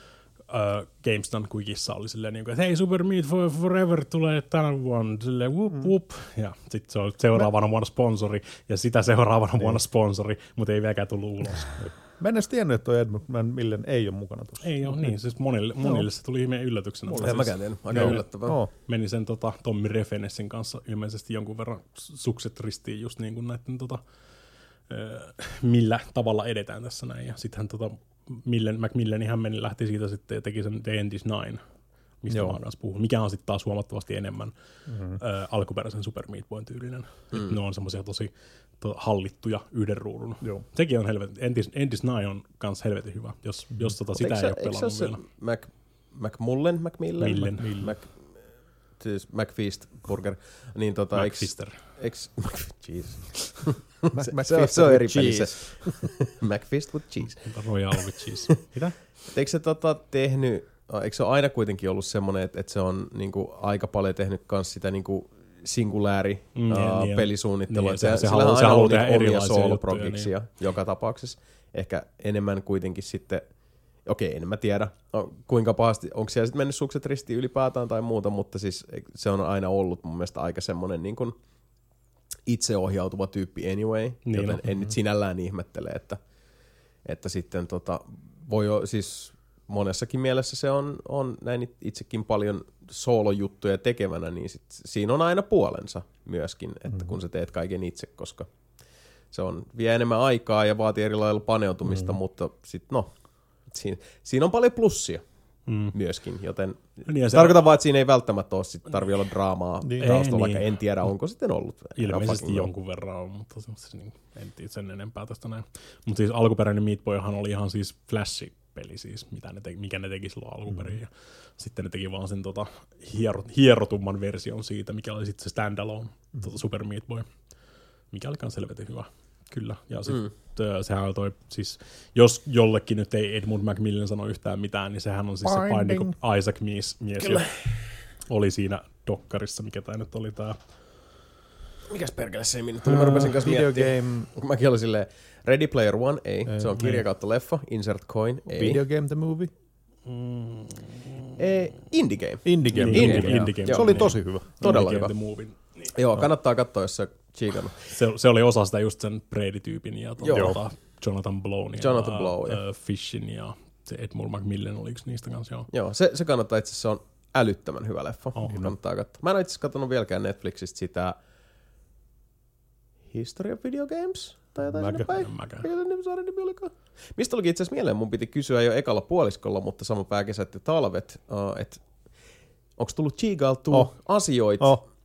Games Done Quickissa oli silleen, että hei, Super Meat Forever tulee tänä vuonna, silleen whoop. Ja sitten se on seuraavana vuonna sponsori, ja sitä seuraavana vuonna sponsori, mutta ei vieläkään tullut ulos. Mä en edes tiennyt, että toi Edmund McMillen ei ole mukana tuossa. Ei ole niin, siis monille se tuli ihmeen yllätyksenä. En mäkään tiennyt, aika yllättävää. Meni sen Tommi Refenessin kanssa ilmeisesti jonkun verran sukset ristiin just niin kuin näiden millä tavalla edetään tässä näin. Ja sittenhän McMillan ihan lähti siitä sitten ja teki sen The End is Nine, mistä mä oon kanssa puhunut, mikä on sitten taas huomattavasti enemmän alkuperäisen Super Meat Boyn tyylinen. Ne on semmoisia tosi hallittuja yhden ruudun. Joo. Sekin on helvetin. End is Nine on kans helvetin hyvä, jos sitä ei ole pelannut vielä. McMillan? Siis McFeast Burger. Niin McFister. Se on eri pelissä. McFist with cheese. Royal with cheese. Mitä? Eikö se tehnyt, eikö se ole aina kuitenkin ollut semmoinen, että se on niinku aika paljon tehnyt kans sitä niinku singulääri pelisuunnittelua. Se haluaa ollut omia solo-projectsia joka tapauksessa. Ehkä enemmän kuitenkin sitten, en mä tiedä kuinka pahasti, onko siellä sitten mennyt sukset ristiin ylipäätään tai muuta, mutta siis se on aina ollut mun mielestä aika semmoinen niin kuin itseohjautuva tyyppi anyway, joten en nyt sinällään ihmettele, että sitten voi siis monessakin mielessä se on näin itsekin paljon soolojuttuja tekevänä, niin siinä on aina puolensa myöskin, että kun sä teet kaiken itse, koska se vie enemmän aikaa ja vaatii eri lailla paneutumista, mutta sitten siinä on paljon plussia myöskin, joten tarkoitan vaan, että siinä ei välttämättä ole, tarvitse olla draamaa taustalla, vaikka en tiedä, onko sitten ollut. Ilmeisesti jonkun verran on, mutta en tiedä sen enempää tästä näin. Mutta siis alkuperäinen Meat Boyhan oli ihan siis Flash-peli siis, mikä ne teki silloin alkuperin. Ja sitten ne teki vaan sen hierotumman version siitä, mikä oli sitten se standalone Super Meat Boy, mikä oli kans helvetin hyvä. Kyllä, ja sitten sehän on toi, siis jos jollekin nyt ei Edmund McMillan sano yhtään mitään, niin sehän on siis se Binding Isaac mies joka oli siinä dokkarissa, mikä tää nyt oli tää. Mikäs perkele se ei minne tuli, mä rupesin kanssa miettimään. Mäkin olin silleen, Ready Player One, ei, se on kirja kautta leffa, Insert Coin, ei. Video Game the Movie? Indie Game. Indie Game. Se oli tosi hyvä. Todella hyvä. Joo, kannattaa katsoa, jos se chiikannut. Se oli osa sitä just sen Brady-tyypin ja Jonathan Blown ja Fishin ja se Edmund McMillan oli yksi niistä kanssa. Joo, se kannattaa itse asiassa, se on älyttömän hyvä leffa. Kannattaa katsoa. Mä en ole itse asiassa katsonut vieläkään Netflixistä sitä History of Video Games tai jotain sinne päin. Mistä olikin itse asiassa mieleen? Mun piti kysyä jo ekalla puoliskolla, mutta sama pääkesät ja talvet, että onko tullut chiigailtua asioita?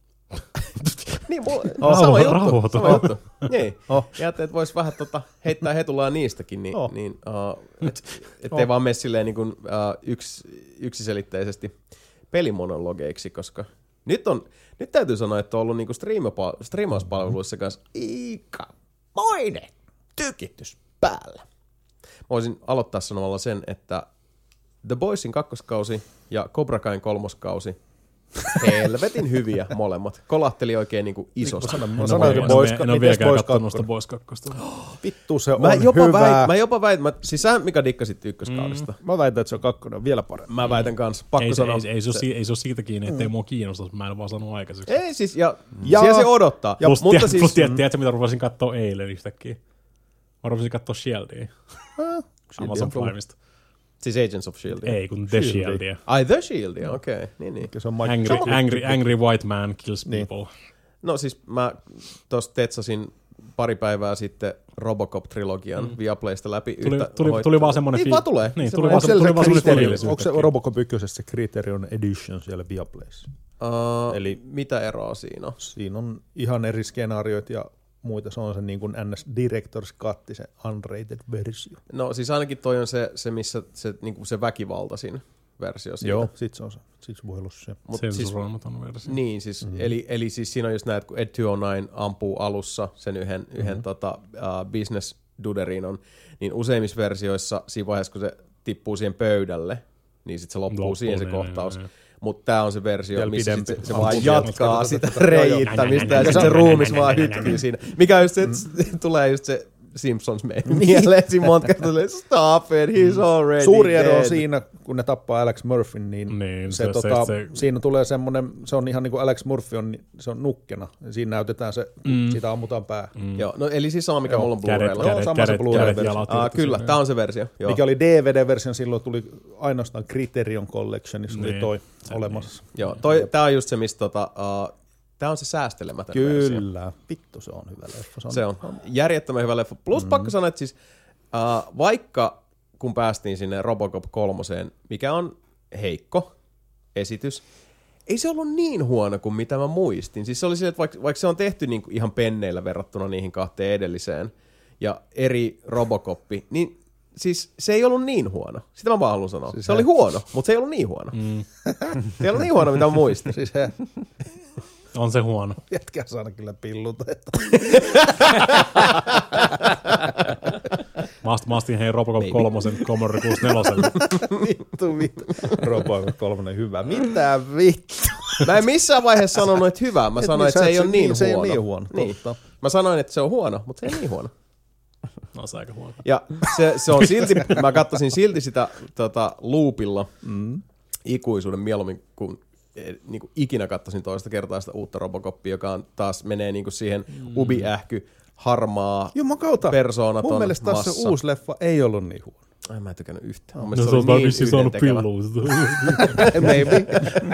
Niin, sama juttu. Niin. Ja että vois vähän heittää hetulaa niistäkin, niin ettei vaan mene silleen niin kuin, yksiselitteisesti pelimonologeiksi, koska nyt täytyy sanoa, että on ollut niin kuin striimauspalveluissa kanssa iikamoinen tykitys päällä. Mä voisin aloittaa sanomalla sen, että The Boysin 2. kausi ja Cobra Kain 3. kausi helvetin hyviä molemmat. Kolahteli oikein niinku isosti. En ole vieläkään kattonut sitä Boys 2. Vittu se on hyvä. Mä jopa väitän, siis sä mikä dikkasit ykköskaudesta. Mä väitän, että se on 2 vielä parempi. Mä väitän kans, pakko sanoa. Ei se ole siitä kiinni, ettei mua kiinnostaa, mä en vaan sanonut aikaiseksi. Ei siis, ja siellä se odottaa. Plus tiedätkö mitä ruvasin katsoa eilen yhtäkkiä? Mä ruvasin katsoa Shieldia. Amazon Primesta. Siis Agents of S.H.I.E.L.D. Ei, kun The Shieldia. Ai, The Shieldia, okei. Niin. Angry White Man Kills People. No siis mä tossa tetsasin pari päivää sitten Robocop-trilogian Viaplaysta läpi. Tuli vaan semmoinen niin vaan tulee. Niin, tuli vaan semmoinen fiilis. Onko se Robocop 1 se Criterion Edition siellä Viaplayssa? Eli mitä eroa siinä on? Siinä on ihan eri skenaarioita ja muita. Se on se niin kuin NS Director's Cut, se unrated versio. No siis ainakin toi on se missä se, niin kuin se väkivaltaisin versio siitä. Joo, sit se on se. Sit se voi olla se. Sensuroimaton versio. Niin, siis, eli siis siinä on just näet, kun Ed 209 ampuu alussa sen yhden business duderin niin useimmissa versioissa siinä vaiheessa, kun se tippuu siihen pöydälle, niin sit se loppuu siihen se kohtaus. Mutta tää on se versio, missä se vaan jatkaa sitä reiittämistä ja sitten se ruumis vaan hytkyy siinä. Mikä just se, tulee just Simpsons mieleen siinä monta kertaa, stop it, he's already Suuri dead. ero on siinä, kun ne tappaa Alex Murphyn, niin se siinä tulee semmoinen, se on ihan niin kuin Alex Murphy on, se on nukkena. Siinä näytetään se, siitä ammutaan pää. Joo, no eli siis sama, mikä mulla on Blu-raylla. Joo, sama se Blu-ray-versio. Kyllä, tää on se versio. Joo. Mikä oli DVD-versio, silloin tuli ainoastaan Criterion Collectionissa oli toi olemassa. Joo, tää on just se, mistä tää on se säästelemätön versio. Kyllä, vittu se on hyvä leffa. Se on järjettömän hyvä leffa. Plus pakko sanoa, että siis vaikka kun päästiin sinne Robocop 3, mikä on heikko esitys, ei se ollut niin huono kuin mitä mä muistin. Siis se oli sille, että vaikka se on tehty niinku ihan penneillä verrattuna niihin 2 edelliseen ja eri Robocoppi, niin siis se ei ollut niin huono. Sitä mä vaan haluan sanoa. Siis se oli huono, mutta se ei ollut niin huono. Se ei ollut niin huono, mitä mä muistin. Siis on se huono. Jätkää saada kyllä pilluta. Mä astin hei Robocop 3 Commodore 64. Vittu. Robocop 3 hyvä. Mitä vittu? Mä en missään vaiheessa sanonut, että hyvä. Mä sanoin, että se ei ole niin huono. Se ei ole niin huono. Niin. Mä sanoin, että se on huono, mutta se ei niin huono. No se aika huono. Ja se on silti, mä katsoisin silti sitä loopilla ikuisuuden mieluummin kuin niinku ikinä katsoisin toista kertaa sitä uutta Robocopia, joka on taas menee niinku siihen ubiähky, harmaa, persoonaton mun mielestä taas se uusi leffa ei ollut niin huono. Ai mä en tykännyt yhtään. No se on vissiin saanut pillua. Maybe.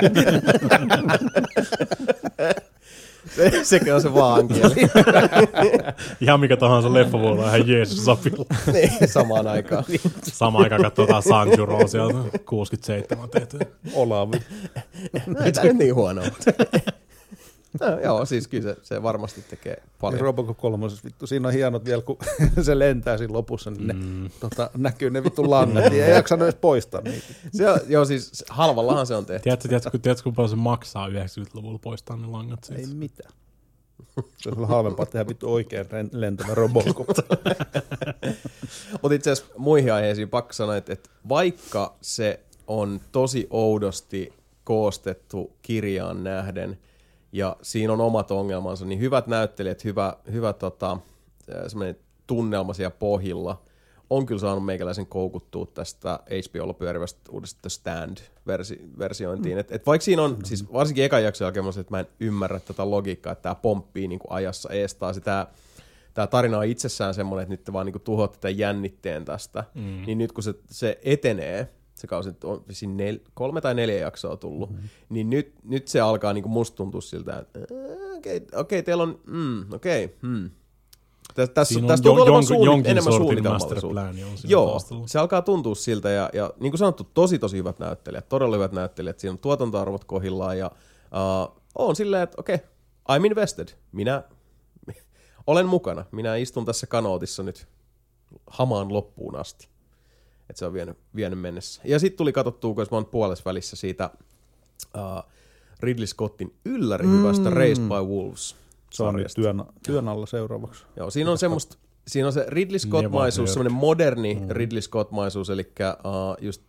Sekin on se vaankieli. Ihan mikä tahansa leffa voi olla ihan Jeesus sapilla. Niin, samaan aikaan. Samaan aikaan katsotaan Sanjuroa sieltä 67 tehty. Olavi. Ei tämä nyt niin huono. No, joo, siis kyllä se varmasti tekee paljon. Robocop 3, vittu, siinä on hienot vielä, kun se lentää siinä lopussa, niin ne, näkyy ne vittu langat, ja ei jaksanut edes poistaa niitä. Joo, siis halvallahan se on tehty. Tiedätkö kun paljon se maksaa 90-luvulla poistaa ne langat siitä? Ei mitään. Se olisi halvempaa tehdä vittu oikein lentävä Robocop. Mutta itse asiassa muihin aiheisiin pakko sanoa, että vaikka se on tosi oudosti koostettu kirjaan nähden, ja siinä on omat ongelmansa, niin hyvät näyttelijät, hyvä semmoinen tunnelma siellä pohjilla on kyllä saanut meikäläisen koukuttua tästä HBOlla pyörivästä uudesta The Stand-versiointiin. Et vaikka siinä on, siis varsinkin ekan jakson jälkeen, että mä en ymmärrä tätä logiikkaa, että tämä pomppii niin kuin ajassa eestaasi. Tämä tarina on itsessään semmoinen, että nyt te vaan niin kuin tuhoatte tämän jännitteen tästä. Niin nyt kun se etenee, se kausi on 3 tai 4 jaksoa tullut, niin nyt se alkaa niinku musta tuntua siltä, että okei, teillä on, Tässä tuntuu olevan enemmän suunnitelmallisuutta. Joo, se alkaa tuntua siltä, ja niin kuin sanottu, tosi hyvät näyttelijät, todella hyvät näyttelijät, siinä on tuotantoarvot kohdillaan, ja on silleen, että okei, I'm invested, minä olen mukana, minä istun tässä kanootissa nyt hamaan loppuun asti. Että se on vienyt mennessä. Ja sitten tuli katsottua, kun mä oon puolessa välissä siitä Ridley Scottin ylläri hyvästä Raised by Wolves. Se on työn alla seuraavaksi. Joo, siinä on se Ridley Scott-maisuus, semmoinen moderni Ridley Scott-maisuus, eli just,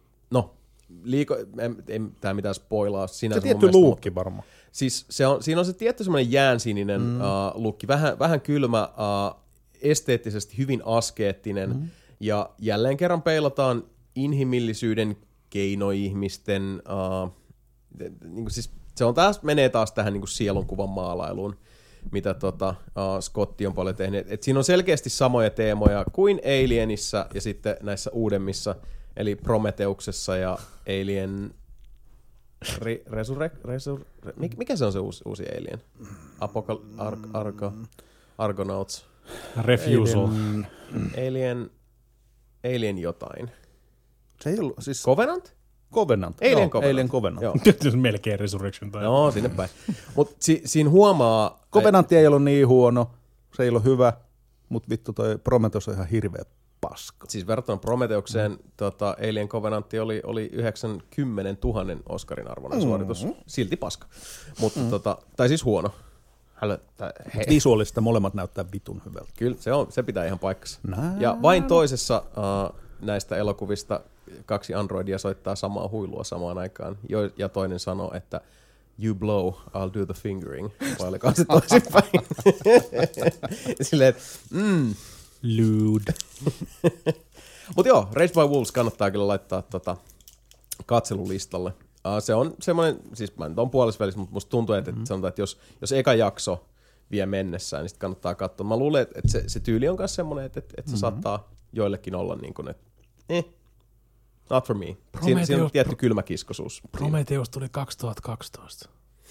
ei tää mitään spoilaa. Se tietty luukki varmaan. Siis siinä on se tietty semmoinen jäänsininen luukki, vähän kylmä, esteettisesti hyvin askeettinen, ja jälleen kerran peilataan inhimillisyyden keinoihmisten, niin siis se on menee taas tähän niin sielunkuvan maalailuun, mitä Scotti on paljon tehnyt. Et siinä on selkeästi samoja teemoja kuin Alienissa ja sitten näissä uudemmissa, eli Prometheuksessa ja Alien mikä se on se uusi Alien? Argonauts. Refusal. Alien jotain. Se ei ollut, siis Covenant? Alien Covenant. Joo. Melkein Resurrection. Joo, sinne päin. Mutta siinä huomaa... Covenant ei ollut niin huono, se ei ollut hyvä, mutta vittu toi Prometheus on ihan hirveä paska. Siis verrattuna Prometheukseen Alien Covenant oli 90 000 Oscarin arvoinen suoritus. Silti paska. Mutta tai siis huono. Visuaalista molemmat näyttää vitun hyvältä. Kyllä, se pitää ihan paikkansa. Ja vain toisessa näistä elokuvista 2 androidia soittaa samaa huilua samaan aikaan, ja toinen sanoo, että you blow, I'll do the fingering. Vai olikohan se toisinpäin? Silleen, että Lewd. Mutta joo, Raised by Wolves kannattaa kyllä laittaa katselulistalle. Se on semmoinen, siis mä nyt on puolesvälissä, mutta musta tuntuu, että sanotaan, että jos eka jakso vie mennessään, niin sitten kannattaa katsoa. Mä luulen, että se tyyli on myös semmoinen, että se saattaa joillekin olla niin kuin, että not for me. Siinä on tietty kylmäkiskoisuus. Prometheus tuli 2012.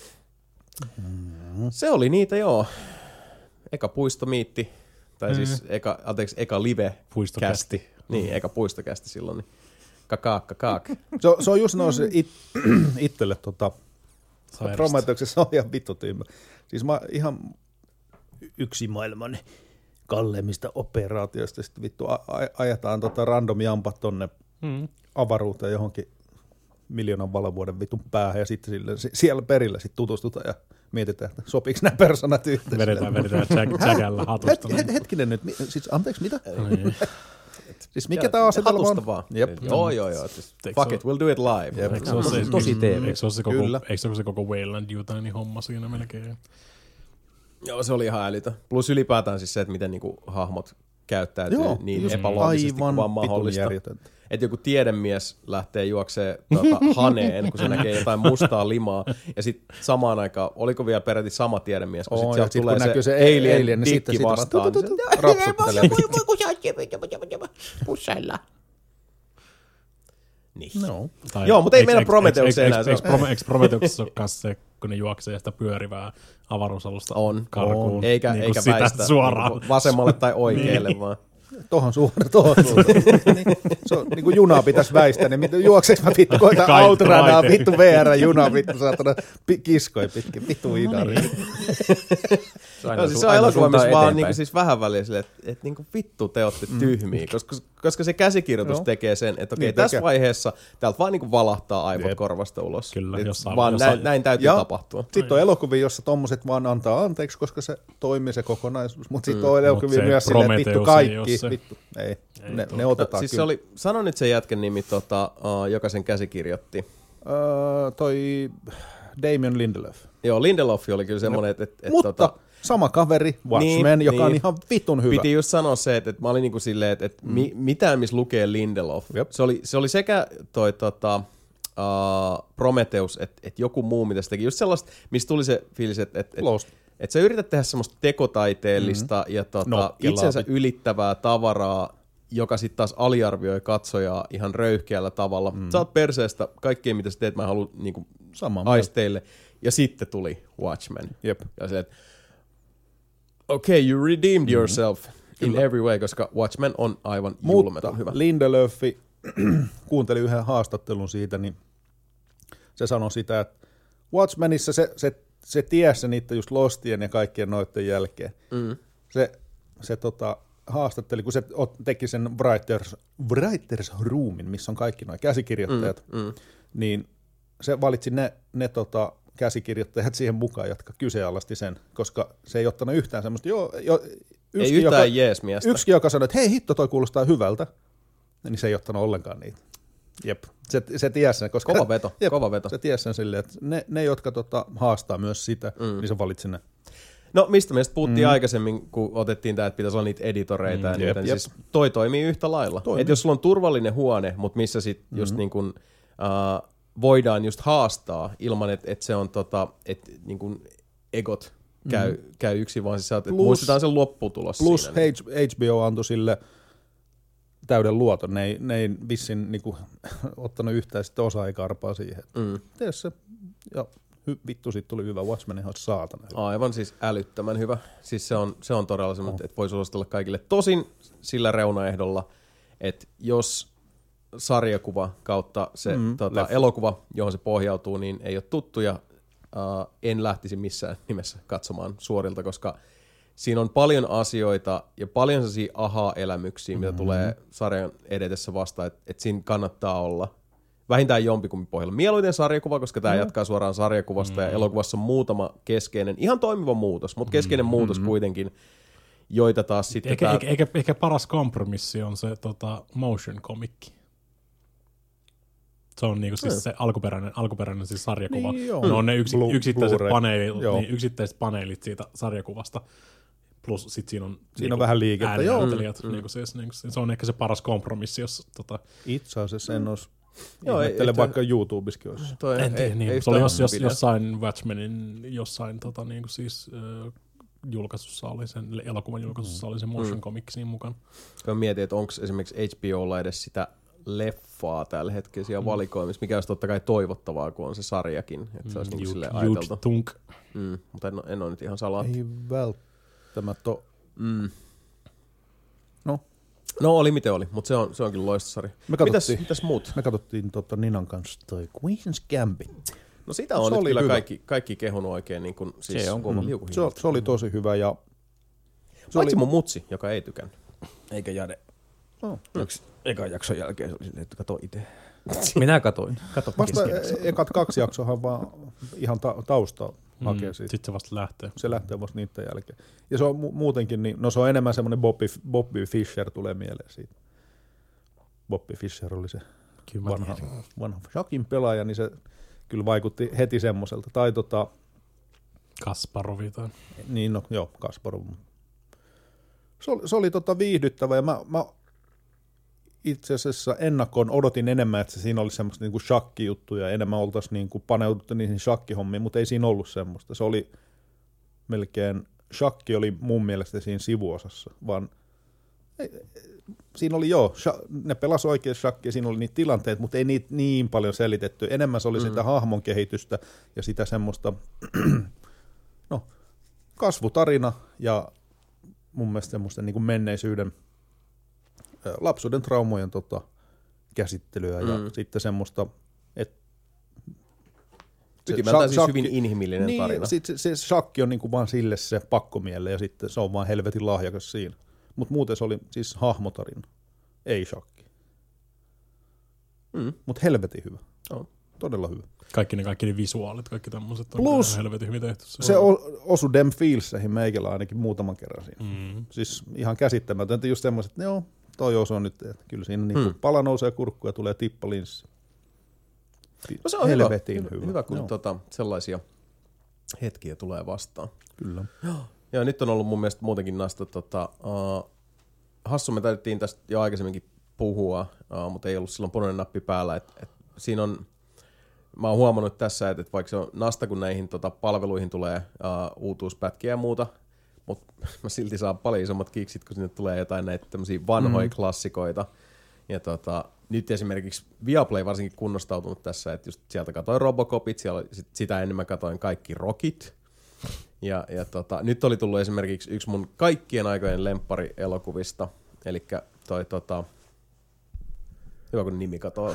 Se oli niitä, joo. Eka puistomiitti, tai siis eka live-kästi. Niin, eka puistokästi silloin. Niin. Kakaak. Se on just noin itselle Prometheuksessa on ihan vittu tyymä. Siis mä ihan yksi maailman kalleimmista operaatioista sitten vittu ajetaan random jampat tonne avaruuteen johonkin 1,000,000 valovuoden vitun päähän ja sitten siellä perillä sitten tutustutaan ja mietitään, että sopiiko nämä persoonat yhteen. Vedetään Jackalla hatusta. Hetkinen nyt, siis anteeksi mitä? Siis mikä tämä asetelma on? Hatusta vaan. Joo. Fuck it, we'll do it live. Tosi TV. Eikö se ole se koko Wayland Yutani homma siinä melkein? Joo, se oli ihan älytön. Plus ylipäätään siis se, että miten niinku hahmot käyttäytyy niin epäloogisesti kuin vaan mahdollista. Että joku tiedemies lähtee juokseen haneen, kun se näkee jotain mustaa limaa, ja sitten samaan aikaan, oliko vielä peräti sama tiedemies, kun sitten sieltä tulee se alien dikki vastaan. Rapsuttelee. Pussailla. Niin. No. Joo, mutta ei meidän Prometheukseen enää. Eikö Prometheuksessa ole myös se, kun ne juoksee sitä pyörivää avaruusalusta karkuun? Eikä niin väistä suoraan vasemmalle tai oikealle niin. Vaan. Tohon suoraan. Se on niin kuin junaa pitäisi väistää, niin juokseeko mä vittu, koitan autoradaa, vittu VR-junaa, vittu saatana kiskoja pitkin, vittu idari. Se on elokuva, missä vaan niinku siis vähän väliä silleen, että niinku vittu te ootte tyhmiä, koska se käsikirjoitus tekee sen, että okei, tässä vaiheessa täältä vaan niinku valahtaa aivot korvasta ulos. Kyllä, vaan näin täytyy tapahtua. Sitten on elokuvia, jossa tommoset vaan antaa anteeksi, koska se toimii se kokonaisuus, mutta sitten on elokuvia myös silleen, että vittu kaikki, vittu, ei, ne otetaan siis kyllä. Sano nyt sen jätken nimi, joka sen käsikirjoitti. Toi Damien Lindelof. Joo, Lindelof oli kyllä semmoinen, että mutta sama kaveri, Watchmen, joka on ihan vitun hyvä. Piti just sanoa se, että mä olin niinku silleen, että mitään, missä lukee Lindelof. Se oli sekä toi Prometheus, että joku muu, mitä se teki. Just sellaista, mistä tuli se fiilis, että sä yrität tehdä semmoista tekotaiteellista ja itsensä ylittävää tavaraa, joka sitten taas aliarvioi katsojaa ihan röyhkeällä tavalla. Sä oot perseestä kaikkea, mitä sä teet, mä haluan niinku aisteille. Ja sitten tuli Watchmen. Jep. Ja se, että okay, you redeemed yourself in every way, koska Watchmen on aivan julmeton hyvä. Lindelöfi, kuuntelin yhden haastattelun siitä, niin se sanoi sitä, että Watchmenissa se tiesi niitä just Lostien ja kaikkien noiden jälkeen. Se haastatteli, kun se teki sen Writers Roomin, missä on kaikki nuo käsikirjoittajat, niin se valitsi ne käsikirjoittajat siihen mukaan, jotka kyseenalaisti sen, koska se ei ottanut yhtään semmoista, ei yhtään jeesmiestä. Yksi, joka sanoi, että hei hitto, toi kuulostaa hyvältä, niin se ei ottanut ollenkaan niitä. Jep, se tiesi sen, koska kova veto. Se tiesi sen silleen, että ne jotka haastaa myös sitä, niin se valitsi ne. No mistä meistä puhuttiin aikaisemmin, kun otettiin tämä, että pitäisi olla niitä editoreita ja niitä, siis toi toimii yhtä lailla. Että jos sulla on turvallinen huone, mutta missä sitten just niin kuin, voidaan just haastaa ilman, että se on että niin kuin egot käy yksin, vaan siis että muistetaan sen lopputulos plus siinä. Plus HBO antoi sille täyden luoton. Ne ei vissin niinku ottanut yhtään sitten osaajakarpaa siihen. Tee se. Ja vittu, siitä tuli hyvä. Watchmen ihan saatana. Aivan siis älyttömän hyvä. Siis se on todella semmoinen, että voi suositella kaikille. Tosin sillä reunaehdolla, että jos sarjakuva kautta se elokuva, johon se pohjautuu, niin ei ole tuttu ja en lähtisi missään nimessä katsomaan suorilta, koska siinä on paljon asioita ja paljon sellaisia aha-elämyksiä, mitä tulee sarjan edetessä vastaan, että siinä kannattaa olla vähintään jompikumpi pohjalla. Mieluiten sarjakuva, koska tämä jatkaa suoraan sarjakuvasta ja elokuvassa on muutama keskeinen, ihan toimiva muutos, mutta keskeinen muutos kuitenkin, joita taas sitten... Ehkä paras kompromissi on se motion komikki. Se on niinku siis se alkuperäinen siis sarjakuva. Niin, on ne yksittäiset paneelit siitä sarjakuvasta. plus sit siinä on vähän liikettä. Ääninäyttelijät. Se on ehkä se paras kompromissi, jos itse asiassa en olisi ihmettele, vaikka YouTubessakin olisi. En tiedä, niin. Se oli jossain Watchmenin jossain julkaisussa oli sen, elokuvan julkaisussa oli se motion comicsiin mukaan. Mä mietin, että onko esimerkiksi HBOlla edes sitä leffaa tällä hetkellä siellä valikoimissa, mikä olisi totta kai toivottavaa, kun on se sarjakin. Että se olisi niin silleen ajateltu. Mutta en ole nyt ihan salaa. Ei välttämättä ole. No oli miten oli, mutta se on kyllä loistosarja. Mitäs muut? Me katsottiin Ninan kanssa toi Queen's Gambit. No sitä on nyt kyllä kaikki kehunut oikein. Niin kun, siis, se on kova. Se oli tosi hyvä. Ja paitsi mun mutsi, joka ei tykännyt. Eikä Jade. Ekan jakson jälkeen se oli silleen, että kato itse. Minä katoin. Vasta ekat 2 jaksohan vaan ihan taustaa hakee siitä. Sitten se vasta lähtee. Se lähtee vasta niiden jälkeen. Ja se on muutenkin, niin, se on enemmän semmoinen Bobby Fischer tulee mieleen siitä. Bobby Fischer oli se vanha Shakin pelaaja, niin se kyllä vaikutti heti semmoiselta. Tai Kasparov tai. Niin, Kasparov. Se oli viihdyttävä ja mä itse asiassa ennakkoon odotin enemmän, että siinä oli semmoista niinku shakkijuttuja, enemmän oltaisiin niinku paneuduttu niihin shakkihommiin, mutta ei siinä ollut semmoista. Se oli melkein, shakki oli mun mielestä siinä sivuosassa, vaan siinä oli ne pelasi oikein shakkia, siinä oli niitä tilanteet, mutta ei niitä niin paljon selitetty. Enemmän se oli sitä hahmon kehitystä ja sitä semmoista, kasvutarina ja mun mielestä semmoista niinku menneisyyden, lapsuuden traumojen käsittelyä ja sitten semmoista, että ykimältään siis hyvin inhimillinen tarina. Se shakki on niinku vaan sille se pakkomielle ja sitten se on vaan helvetin lahjakas siinä. Mutta muuten se oli siis hahmotarina, ei shakki. Mutta helvetin hyvä. Todella hyvä. Kaikki ne visuaalit, kaikki tämmöiset on helvetin hyvin tehty. Se osui Dem Feelseihin meikällä ainakin muutaman kerran siinä. Siis ihan käsittämätöntä just semmoiset, että toi osuu nyt, että kyllä siinä niin pala nousee kurkku ja tulee tippalinssi. No se on hyvä kun sellaisia hetkiä tulee vastaan. Kyllä. Ja nyt on ollut mun mielestä muutenkin näistä, hassu me taidettiin tästä jo aikaisemminkin puhua, mutta ei ollut silloin punainen nappi päällä, että siinä on, mä oon huomannut tässä, että vaikka se on nasta, kun näihin palveluihin tulee uutuuspätkiä ja muuta, mutta mä silti saan paljon isommat kiksit, kun sinne tulee jotain näitä tämmöisiä vanhoja klassikoita. Ja nyt esimerkiksi Viaplay varsinkin kunnostautunut tässä, että just sieltä katsoin Robocopit, siellä sitä ennen mä katsoin kaikki Rockit. Ja nyt oli tullut esimerkiksi yksi mun kaikkien aikojen lemppari elokuvista, eli hyvä kun nimi katoo.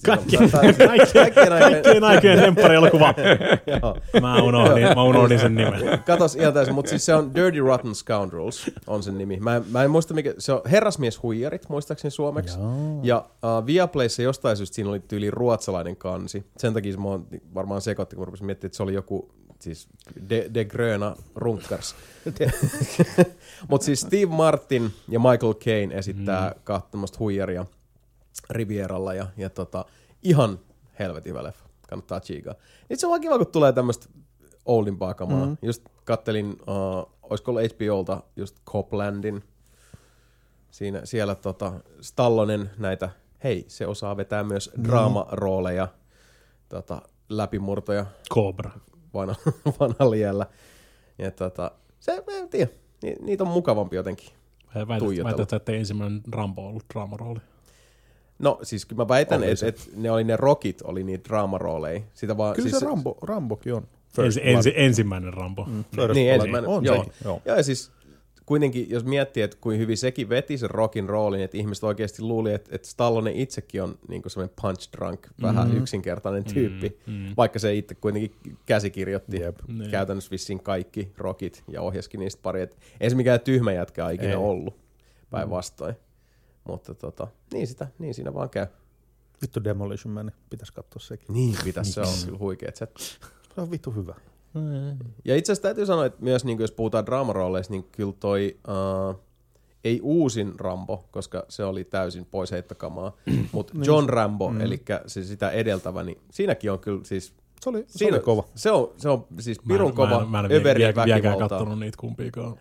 Kaikkien aikojen lemppari-elokuva. Mä unohdin sen nimen. Katos ihan täysin, mutta siis se on Dirty Rotten Scoundrels on sen nimi. Mä en muista mikä, se on Herrasmieshuijarit muistaakseni suomeksi. Ja Viaplayssa jostain syystä siinä oli tyyli ruotsalainen kansi. Sen takia mä oon varmaan sekoitti, kun mä rupesin miettimään, että se oli joku siis De Gröna Runkars. Mutta siis Steve Martin ja Michael Caine esittää kahta tämmöistä huijaria Rivieralla ja ihan helvetin hyvä leffa. Kannattaa chiikaa. Nyt se on vaan kiva, kun tulee tämmöistä oldimpaa kamaa. Just kattelin, olisiko ollut HBOlta just Coplandin. Siellä Stallonen näitä, hei, se osaa vetää myös draamarooleja, läpimurtoja. Cobra. Vanhalla iällä. Ja se, en tiedä, niitä on mukavampi jotenkin tuijotella. Väität, että ensimmäinen Rambo on ollut draamarooli. No siis kyllä mä väitän, että ne Rockit oli niitä draamarooleja. Kyllä siis, se Rambokin on. Ensimmäinen Rambo. Niin, ensimmäinen. Joo. Ja siis kuitenkin, jos miettii, että kuin hyvin sekin veti sen Rockin roolin, että ihmiset oikeasti luuli, että Stallone itsekin on niinku semmoinen punch drunk, vähän yksinkertainen tyyppi, vaikka se itse kuitenkin käsikirjoitti käytännössä vissiin kaikki Rockit ja ohjaskin niistä pari. Ei se mikään tyhmä jätkä ikinä ollut, päinvastoin. Mutta niin siinä vaan käy. Vittu Demolition Man, pitäisi katsoa sekin. Niin pitäisi, se on kyllä huikea. Se on vittu hyvä. Ja itse asiassa täytyy sanoa, että myös niin jos puhutaan draamarooleista, niin kyllä toi ei uusin Rambo, koska se oli täysin pois heittäkamaa, mutta John Rambo, eli se sitä edeltävä, niin siinäkin on kyllä siis... Se oli kova. Se on siis pirun kova, överin väkivaltaa. Mä en vieläkään kattonut niitä kumpiikaan.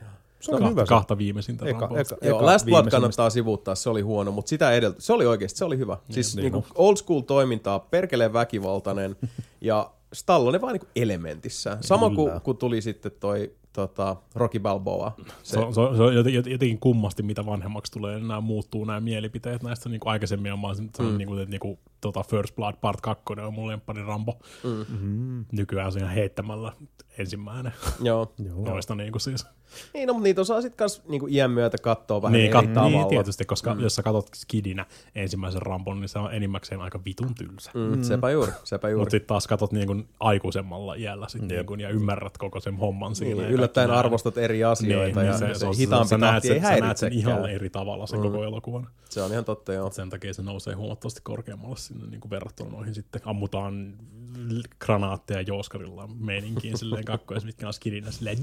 Se oli hyvä. Kahta viimeisintä. Joo, Last Blood kannattaa sivuuttaa, se oli huono, mutta sitä edeltä, se oli oikeasti, se oli hyvä. Siis niinku old school toimintaa, perkeleen väkivaltainen ja Stallone vaan niinku elementissä. Sama kuin tuli sitten toi Rocky Balboa. Se on jotenkin kummasti, mitä vanhemmaksi tulee, nämä muuttuu nämä mielipiteet. Näistä niin kuin aikaisemmin on niin First Blood Part 2 on mun lemppari Rambo. Nykyään se on heittämällä ensimmäinen. Joo. Noista niin kuin siis. Niin, no, mutta niitä osaa sitten kanssa niinku iän myötä katsoa vähän eri tavalla. Niin, tietysti, koska jos sä katsot Skidinä ensimmäisen Rambon, niin se on enimmäkseen aika vitun tylsä. Sepä juuri. Mutta sitten taas katsot niinku aikuisemmalla iällä niinku, ja ymmärrät koko sen homman siinä. Niin, yllättäen arvostat eri asioita ja se hitaampi tahti ei häiritsekään. Sä näet sen ihan eri tavalla se koko elokuvan. Se on ihan totta, joo. Sen takia se nousee huomattavasti korkeammalle sinne niinku verrattuna noihin sitten. Ammutaan granaatteja Jooskarilla meininkiin silleen kakkoja, mitkä on Skidinä silleen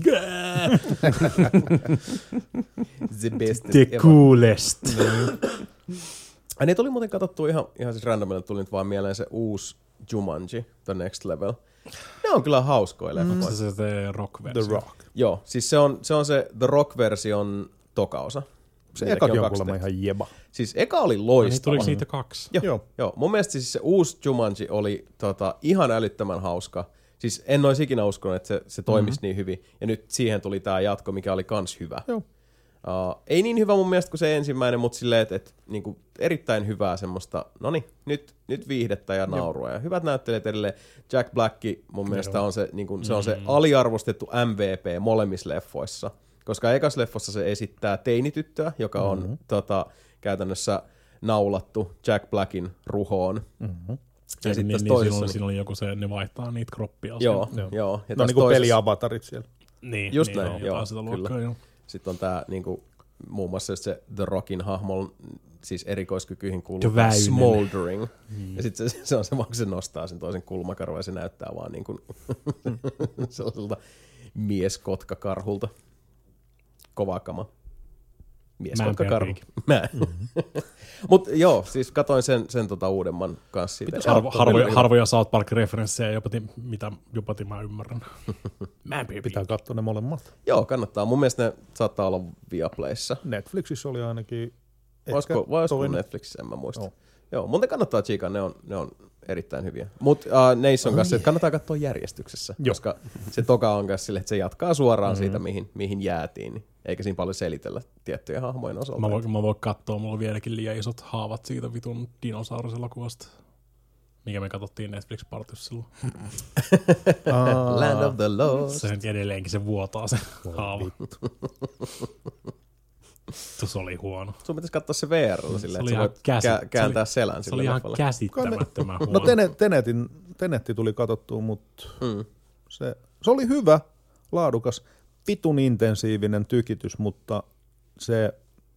The coolest. Ne tuli muuten katsottua ihan siis randomilla, tuli nyt vaan mieleen se uusi Jumanji, The Next Level. Ne on kyllä hauskoja leffoja. Se Rock-versio. The Rock. Joo, siis se on se The Rock-version tokaosa. Se ekakin on kuulemma ihan jeba. Siis eka oli loistava. Niin tuliko siitä 2? Joo. Mun mielestä siis se uusi Jumanji oli ihan älyttömän hauska. Siis en olisi ikinä uskonut, että se toimisi niin hyvin. Ja nyt siihen tuli tää jatko, mikä oli kans hyvä. Joo. Ei niin hyvä mun mielestä kuin se ensimmäinen, mutta silleen, että niinku erittäin hyvää semmoista, noniin, nyt viihdettä ja naurua. Ja hyvät näyttelijät edelleen. Jack Black mun mielestä on se, niinku, se on se aliarvostettu MVP molemmissa leffoissa. Koska ekas leffossa se esittää teinityttöä, joka on käytännössä naulattu Jack Blackin ruhoon. Ja sitten toisessa siinä oli joku se, ne vaihtaa niitä kroppia. Joo. Ja no niin kuin peliavatarit siellä. Niin, just näin, joo, kyllä. Joo. Sitten on tää niinku muun muassa se The Rockin hahmon siis erikoiskykyihin kuuluu smoldering. Ja sitten se on se, kun se nostaa sen toisen kulmakarvan ja se näyttää vaan niin kuin sellaiselta mieskotka-karhulta. Kova kama. Mieskotka-karhu. Mutta joo, siis katoin sen uudemman kanssa siitä. Harvoja South Park-referenssejä, jopa mä ymmärrän. Pitää katsoa ne molemmat. Joo, kannattaa. Mun mielestä ne saattaa olla Viaplayssa. Netflixissä oli ainakin. Olisiko Netflixissä, en mä muista. Joo, muuten kannattaa tsiikaa, ne on erittäin hyviä. Mutta Neisson kanssa, että kannattaa katsoa järjestyksessä, koska se toka on kanssa sille, että se jatkaa suoraan siitä, mihin jäätiin, niin eikä siinä paljon selitellä tiettyjä hahmojen osalta. Mä voin katsoa, mulla on vieläkin liian isot haavat siitä vitun dinosauruselokuvasta, mikä me katsottiin Netflix-partissa silloin. Land of the Lost. Se edelleenkin se vuotaa se haava. Se oli huono. Sun pitäisi katsoa se VR:llä silleen, että sä voit kääntää selän sille. Se oli ihan käsittämättömän huono. No Tenetti tuli katsottua, mutta se oli hyvä, laadukas, vitun intensiivinen tykitys, mutta se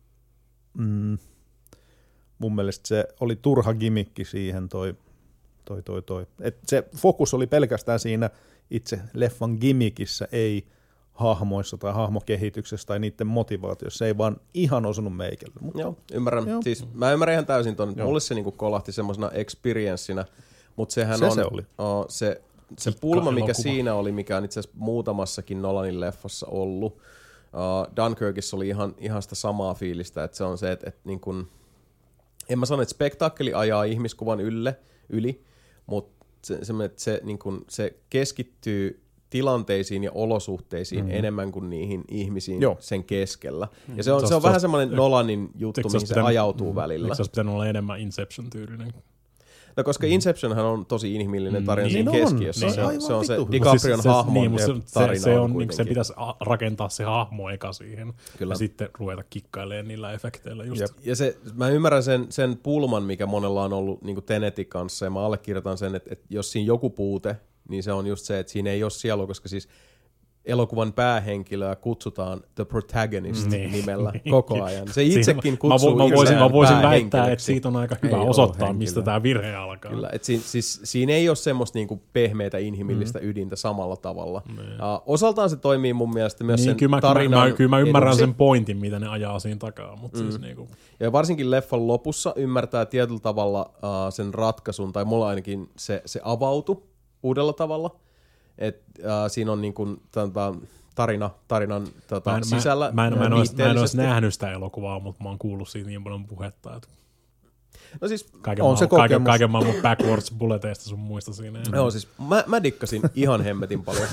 mun mielestä se oli turha gimikki siihen toi. Et se fokus oli pelkästään siinä itse leffan gimikissä, ei hahmoissa tai hahmokehityksessä tai niiden motivaatiossa. Se ei vaan ihan osunut meikelle. Mutta joo, ymmärrän. Joo. Siis mä ymmärrän ihan täysin ton. Mulle se niinku kolahti semmosena experiencenä, mutta sehän on se pulma, mikä siinä oli, mikä on itse asiassa muutamassakin Nolanin leffassa ollut. Dunkirkissa oli ihan sitä samaa fiilistä, että se on se, että niin kun, en mä sano, että spektaakkeli ajaa ihmiskuvan yli, mutta se keskittyy tilanteisiin ja olosuhteisiin enemmän kuin niihin ihmisiin sen keskellä. Ja se on vähän semmoinen Nolanin juttu, mihin se ajautuu välillä. Eikö se olisi pitänyt olla enemmän Inception-tyylinen? No koska Inceptionhan on tosi inhimillinen tarina siinä keskiössä. Se on se DiCaprion hahmon tarina. Se pitäisi rakentaa se hahmo eka siihen ja sitten ruveta kikkailemaan niillä efekteillä just. Ja mä ymmärrän sen pulman, mikä monella on ollut niin kuin Tenetin kanssa, ja mä allekirjoitan sen, että jos siinä joku puute, niin se on just se, että siinä ei ole sielua, koska siis elokuvan päähenkilöä kutsutaan The Protagonist nimellä koko ajan. Se itsekin kutsuu mä voisin väittää, että siitä on aika hyvä osoittaa, mistä tämä virhe alkaa. Kyllä, että siinä ei ole semmoista niinku pehmeitä inhimillistä ydintä samalla tavalla. Osaltaan se toimii mun mielestä myös sen tarinan Kyllä mä ymmärrän sen pointin, mitä ne ajaa siinä takaa. Mutta siis niinku. Ja varsinkin leffan lopussa ymmärtää tietyllä tavalla sen ratkaisun, tai mulla ainakin se avautui uudella tavalla. Että siinä on niin kuin, tarinan sisällä. Mä en olisi nähnyt sitä elokuvaa, mutta mä oon kuullut siitä niin paljon puhetta, että no siis, kaiken maailman backwards bulleteista sun muista siinä. Joo, siis mä dikkasin ihan hemmetin paljon.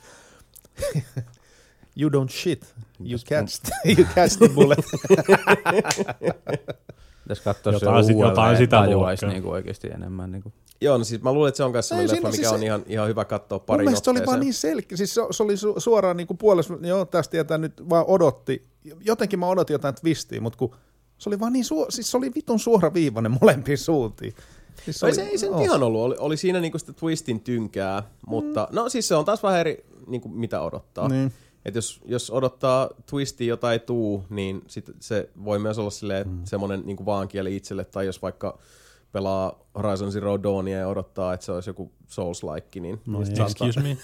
You don't shit, you catch the bullet. Pitäisi katsoa se uudelleen ja tajuaisi niinku oikeasti enemmän. Niinku. Joo, no siis mä luulen, että se on myös sellainen leffa, mikä on ihan hyvä katsoa parin otteeseen. Se oli vaan niin selkeä, siis se oli suoraan niinku puolessa, joo tästä tietää nyt vaan odotti, jotenkin mä odotin jotain twistiä, mutta kun se oli vaan niin siis se oli vitun suoraviivainen molempiin suuntiin. Siis se ei sen ihan ollut, oli siinä niinku sitä twistin tynkää, mutta no siis se on taas vähän eri, niinku, mitä odottaa. Niin. Että jos odottaa twistia jota ei tuu, niin sit se voi myös olla semmoinen niinku vaankieli itselle, tai jos vaikka pelaa Horizon Zero Dawnia ja odottaa, että se olisi joku Souls-like, niin excuse me.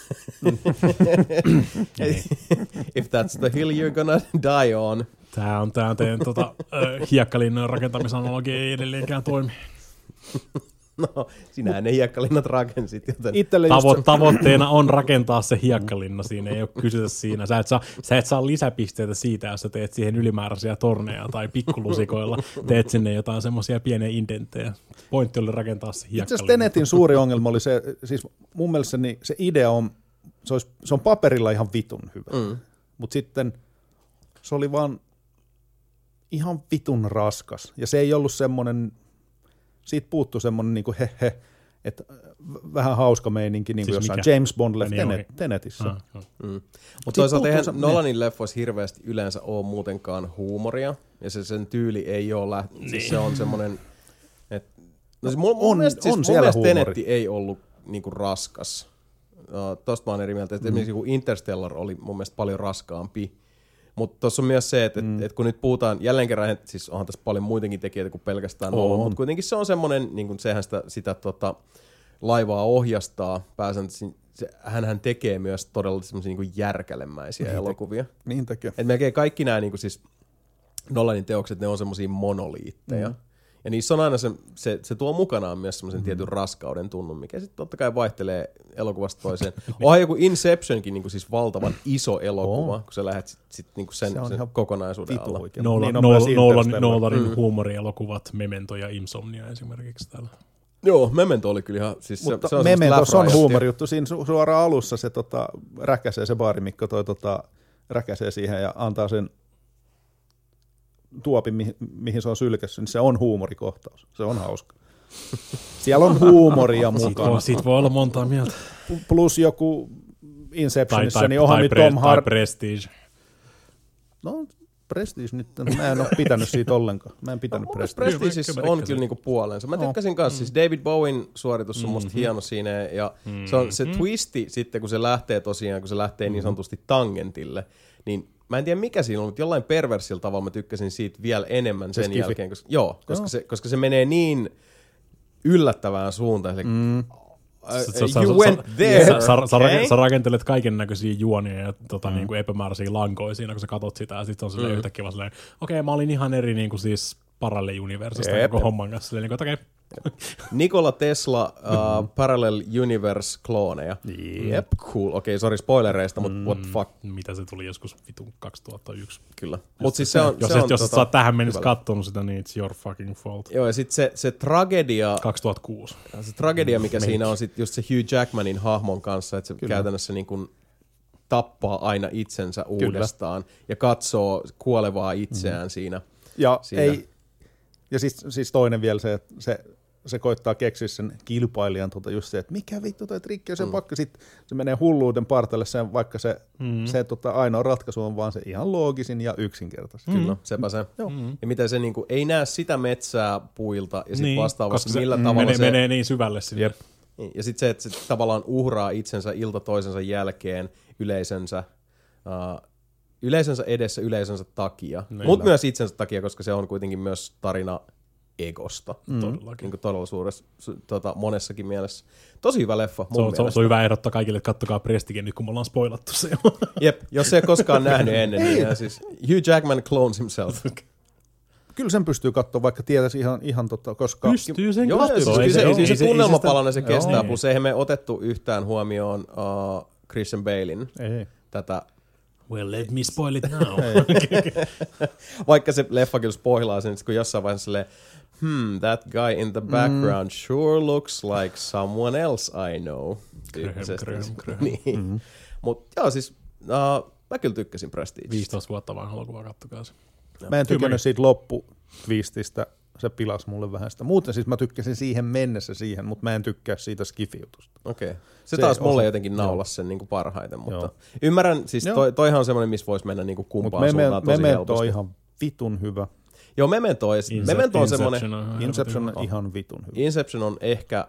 If that's the hill you're gonna die on. Tää on teidän hiekkalinnan rakentamisanalogia ei edelleenkään toimi. No, sinähän ne hiekkalinnat rakensit. Joten Tavoitteena on rakentaa se hiekkalinna, siinä ei ole kysytä siinä. Sä et saa lisäpisteitä siitä, jos sä teet siihen ylimääräisiä torneja tai pikkulusikoilla teet sinne jotain semmoisia pieniä indenttejä. Pointti oli rakentaa se hiekkalinna. Itse asiassa Tenetin suuri ongelma oli se, siis mun mielestä se idea on, se on paperilla ihan vitun hyvä, mutta sitten se oli vaan ihan vitun raskas ja se ei ollut semmoinen. Siitä puuttui semmoinen niinku että vähän hauska meininki niin kuin siis jossain James Bond-leffa Tenetissä. Mutta toisaalta eihän Nolanin leffoissa hirveästi yleensä ole muutenkaan huumoria, ja sen tyyli ei ole siis se on semmoinen, että no siis mun mielestä Tenetti ei ollut niinku raskas. Tosta mä oon eri mieltä, että esimerkiksi Interstellar oli mun mielestä paljon raskaampi. Mutta tuossa on myös se, että kun nyt puhutaan, jälleen kerran, siis onhan tässä paljon muitakin tekijöitä kuin pelkästään Nolan, mutta kuitenkin se on semmoinen, niin kuin sehän sitä laivaa ohjastaa, hänhän tekee myös todella semmoisia niin järkälemäisiä elokuvia. Niin tekee. Et melkein kaikki nämä niin siis Nolanin teokset, ne on semmoisia monoliitteja. Ja niissä on aina se tuo mukanaan myös semmoisen tietyn raskauden tunnun, mikä sitten totta kai vaihtelee elokuvasta toiseen. Onhan joku Inceptionkin niin siis valtavan iso elokuva, kun sä lähdet sit niin sen kokonaisuuden alla. Nolanin huumorielokuvat, Memento ja Insomnia esimerkiksi täällä. Joo, Memento oli kyllä ihan, siis mutta se on Mementos on huumorijuttu. Siinä suoraan alussa se räkäsee se baarimikko, räkäsee siihen ja antaa sen tuopin, mihin se on sylkässyt, niin se on huumorikohtaus. Se on hauska. Siellä on huumoria mukana. Siitä voi olla montaa mieltä. Plus joku Inceptionissa, niin onhan nyt Tom Hardy. Tai Prestige. No, Prestige nyt, mä en ole pitänyt siitä ollenkaan. Mä en pitänyt Prestige. Prestige on kyllä niinku puolensa. Mä tykkäsin kanssa, siis David Bowen suoritus on musta hieno siinä, ja se on se twisti sitten, kun se lähtee tosiaan, kun se lähtee niin sanotusti tangentille, niin mä en tiedä mikä siinä on, mutta jollain perversillä tavalla mä tykkäsin siitä vielä enemmän sen jälkeen, koska se menee niin yllättävään suuntaan. You went there. Sä rakentelet kaiken näköisiä juonia ja niinku epämääräisiä lankoja siinä, kun sä katot sitä, ja sitten on silleen yhtäkkiä vaan silleen, okei, mä olin ihan eri niinku siis Parallel-universista koko homman kanssa. Silleen, niin okei. Nikola Tesla Parallel Universe-klooneja. Jep. Cool. Okei, sorry spoilereista, mutta what the fuck. Mitä se tuli joskus vitun 2001. Kyllä. Mutta siis se on... Jos sä oot tähän mennessä kattonut sitä, niin it's your fucking fault. Joo, ja sitten se tragedia... 2006. Se tragedia, mikä siinä on sit just se Hugh Jackmanin hahmon kanssa, että se käytännössä niin kuin tappaa aina itsensä uudestaan ja katsoo kuolevaa itseään siinä. Ja siis toinen vielä se, että se koittaa keksiä sen kilpailijan just se, että mikä vittu toi trikki on se pakka, sitten se menee hulluuden partalle sen, vaikka se ainoa ratkaisu on vaan se ihan loogisin ja yksinkertaisin. Kyllä, sepä se. Ja miten se niinku, ei näe sitä metsää puilta ja sitten vastaavasti millä tavalla se... menee niin syvälle sinne. Jep. Ja sitten se, että se tavallaan uhraa itsensä ilta toisensa jälkeen yleisönsä edessä yleisönsä takia, mutta myös itsensä takia, koska se on kuitenkin myös tarina egosta. Niin todella suuressa, monessakin mielessä. Tosi hyvä leffa mun mielestä. Se on hyvä ehdottaa kaikille, että kattokaa Prestige nyt, kun me ollaan spoilattu se. Jep, jos ei koskaan nähnyt ennen, niin siis Hugh Jackman clones himself. Kyllä sen pystyy katsoa, vaikka tietäisi ihan koska... Pystyy sen katsoa. Se tunnelmapalana se kestää, plus eihän me otettu yhtään huomioon Christian Balein tätä Well, let me spoil it now. Vaikka se leffa kyllä spoilaa sen, kun jossain vaiheessa silleen, that guy in the background sure looks like someone else I know. Niin. Mutta joo, siis mä kyllä tykkäsin Prestige. 15 vuotta vanha elokuva, kattokaa se. Mä en tykännyt siitä lopputvististä, se pilasi mulle vähän sitä. Muuten siis mä tykkäsin siihen mennessä siihen, mutta mä en tykkää siitä skifiutusta. Okei. Se taas mulle jotenkin naulasi sen niinku parhaiten, mutta ymmärrän, siis toihan on semmoinen, missä voisi mennä niinku kumpaan suuntaan tosi helposti. Memento on ihan vitun hyvä. Joo, Memento on semmoinen. Inception on ihan vitun hyvä. Inception on ehkä,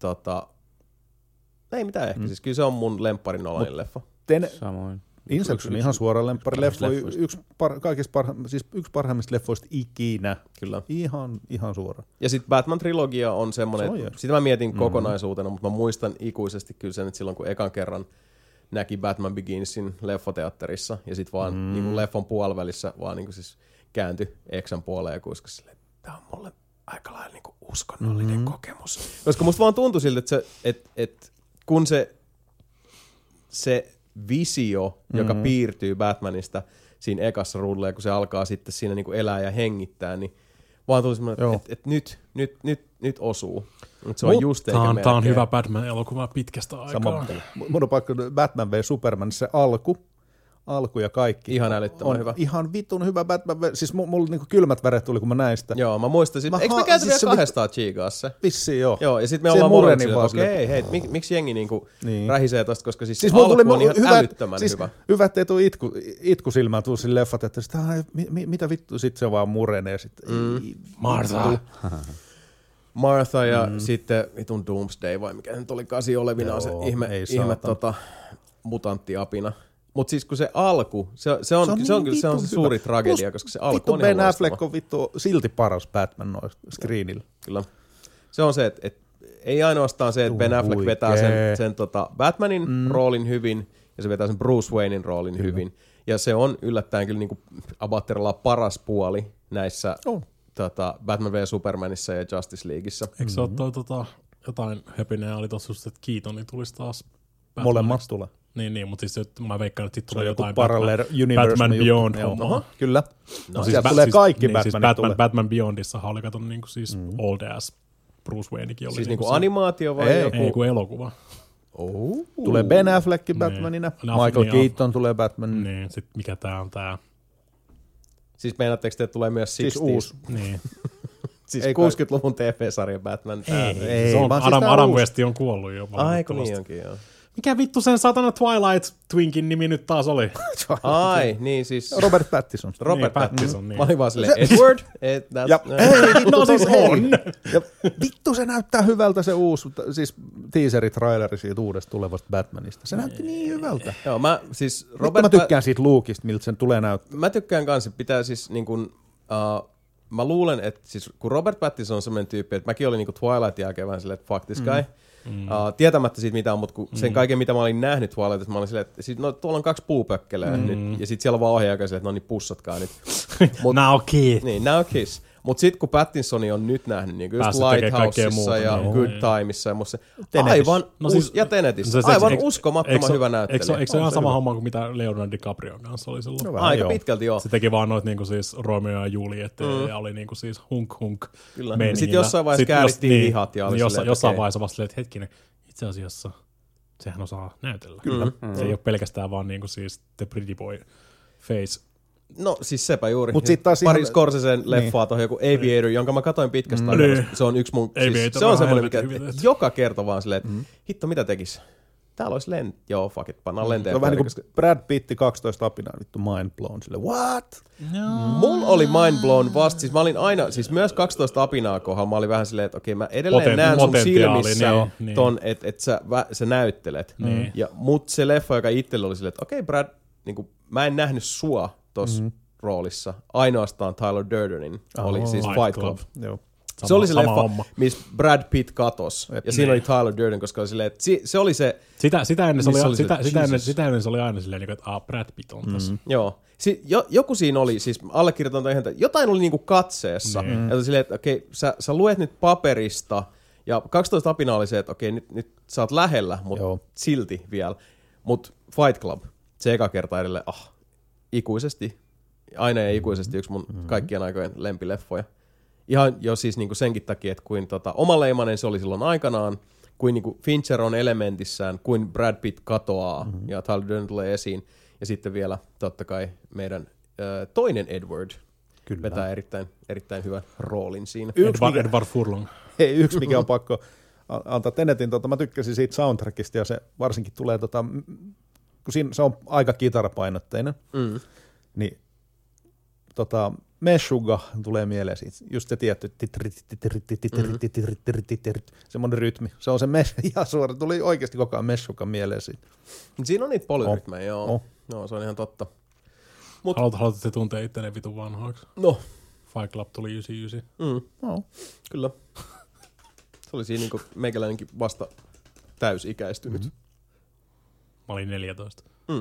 ei mitään ehkä, siis kyllä se on mun lempparin Nolanin leffa. Samoin. Inception ihan suora lemppari leffa, yksi parhaimmista leffoista ikinä. Kyllä. Ihan suora. Ja sitten Batman-trilogia on semmoinen, sitä mä mietin kokonaisuutena, mutta mä muistan ikuisesti kyllä sen, että silloin kun ekan kerran näki Batman Beginsin leffateatterissa, ja sitten vaan niin leffan puolivälissä vaan niin siis kääntyi Exan puoleen ja kuiskasi silleen, että tää on mulle aika lailla niin uskonnollinen kokemus. Koska musta vaan tuntui siltä, että kun se visio, joka piirtyy Batmanista siinä ekassa ruudulla, ja kun se alkaa sitten siinä niin kuin elää ja hengittää, niin vaan tuli semmoinen, että nyt osuu. Mutta se on just eikä melkein. Tämä on hyvä Batman-elokuva pitkästä aikaa. Mun on pakko Batman v Superman, se alku ja kaikki. Ihan älyttömän hyvä. Ihan vitun hyvä Batman. Siis mulla niinku kylmät väret tuli, kun mä näin sitä. Joo, mä muistan. Eikö me käyty vielä 200 chiigaa se? Vissiin joo. Joo, ja sit me ollaan molemmat sille, että okei, hei, miksi jengi niinku rähisee tosta, koska siis alku on ihan älyttömän hyvä. Hyvä, ettei tuu itkusilmään tuu sille leffat, että mitä vittu, sit se vaan murenee. Martha ja sitten vitun Doomsday, vai mikä nyt oli kasi olevinaan se ihme mutanttiapina. Mutta siis kun se alku, se on se suuri tragedia, koska se alku on ihan Ben Affleck on vittu silti paras Batman noista screenillä. Kyllä. Se on se, että ei ainoastaan se, että Ben Affleck vetää sen Batmanin roolin hyvin, ja se vetää sen Bruce Waynein roolin hyvin. Ja se on yllättäen kyllä niinku abatterilla paras puoli näissä Batman v Supermanissa ja Justice Leagueissa. Eikö se ole jotain höpinää oli tossa, että Keatoni tulisi taas Batman? Molemmat tulee. Niin, mutta siis mä veikkaan, että sitten tulee jotain Batman Beyond. Kyllä. No siis tulee kaikki Batman Beyondissa oli kato niinku siis old ass Bruce Waynekin oli. Siis niinku animaatio vai joku? Ei, kuin elokuva. Tulee Ben Affleck Batmanina. Michael Keaton tulee Batmanina. Niin, sit mikä tää on tää? Siis meinaatteko te tulee myös 60s? Siis uusi. Niin. Siis 60-luvun TV-sarja Batman. Ei. Se on Adam West on kuollut jo. Ai, kun niin onkin, joo. Mikä vittu sen satana Twilight Twinkin nimi nyt taas oli? Ai, niin siis... Robert Pattinson. Pattinson, niin. Mä olin vaan silleen, Edward? No siis on! Ja vittu se näyttää hyvältä se uusi, siis teaseri-traileri siitä uudesta tulevasta Batmanista. Se näytti niin hyvältä. Joo, mä siis... Mä tykkään siitä lookista, miltä sen tulee näyttää. Mä tykkään kanssa, pitää siis niin kuin... mä luulen, että siis kun Robert Pattinson on semmoinen tyyppi, että mäkin olin niin kuin Twilightin jälkeen vähän silleen, että fuck this guy. Tietämättä siitä mitään, mutta sen kaiken, mitä mä olin nähnyt Twilightissa, mä olin silleen, että no, tuolla on 2 puupökkeleä nyt, ja sitten siellä on vaan ohjaaja, joka silleen, että no niin, pussatkaa nyt. Now kiss. Niin, now kiss. Mutta sitten kun Pattinsoni on nyt nähnyt, niin just Lighthouseissa ja Good Timeissa ja musta aivan, ja Tenetissä, aivan uskomattoman hyvä näyttelijä. Eikö se ihan sama homma kuin mitä Leonardo DiCaprio kanssa oli silloin? Aika pitkälti joo. Se teki vaan noita niinku siis Romeo ja Juliette ja oli niinku siis hunk meiningillä. Sitten jossain vaiheessa käärittiin hihat ja oli silleen, jossain vaiheessa vasta silleen, että hetkinen, itse asiassa sehän osaa näytellä. Kyllä. Se ei ole pelkästään vaan niinku siis the pretty boy face. No siis sepä juuri. Mut sit taas pari Scorseseen leffaa tuohon joku Aviator, jonka mä katoin pitkästä aikaa. Se on yksi mun... Siis, se on semmoinen, mikä joka kerta vaan silleen, että hitto mitä tekis? Täällä olisi joo fuck it, pannaan lenteen. Se on vähän niin kuin Brad Pitti 12 apinaa, vittu mind blown. Silleen, what? No. Mulla oli mind blown vasta, siis mä olin aina, siis myös 12 apinaa kohdalla, mä olin vähän silleen, että okei, mä edelleen näen sun silmissä ton, että sä näyttelet. Mut se leffa, joka itsellä oli silleen, että okei Brad, niinku, mä en nähnyt sua tossa roolissa. Ainoastaan Tyler Durdenin oli siis Fight Club. Joo. Se oli se leffa, missä Brad Pitt katos. Ja siinä oli Tyler Durden, koska oli silleen, että se oli se... Sitä ennen se oli aina silleen, että Brad Pitt on tässä. Joo. Joku siinä oli, siis allekirjoitan ihan, jotain oli niinku katseessa. Ja silleen, että okei, sä luet nyt paperista, ja 12 apina oli se, että okei, nyt sä oot lähellä, mutta silti vielä. Mutta Fight Club, se eka kerta edelleen, ikuisesti, aina ja ikuisesti yksi mun kaikkien aikojen lempileffoja. Ihan jo siis niinku senkin takia, että kuin omaleimainen se oli silloin aikanaan, kuin niinku Fincher on elementissään, kuin Brad Pitt katoaa ja Tyler Durden tulee esiin. Ja sitten vielä totta kai meidän toinen Edward vetää erittäin hyvän roolin siinä. Edward Furlong. Hei, yksi mikä on pakko antaa Tenetin, mä tykkäsin siitä soundtrackista ja se varsinkin tulee, kun siinä se on aika kitarapainotteinen, niin Meshuggah tulee mieleen siitä, just se tietty semmoinen rytmi. Se on se ihan suora, tuli oikeasti koko ajan Meshuggah mieleen siitä. Siinä on niitä polyrytmejä, joo. No, se on ihan totta. Haluatte te tuntea itselleen vitun vanhoiksi? No. Fight Club tuli 99. Kyllä. Se oli siinä niinku meikäläinenkin vasta täysikäistynyt. Mä olin 14.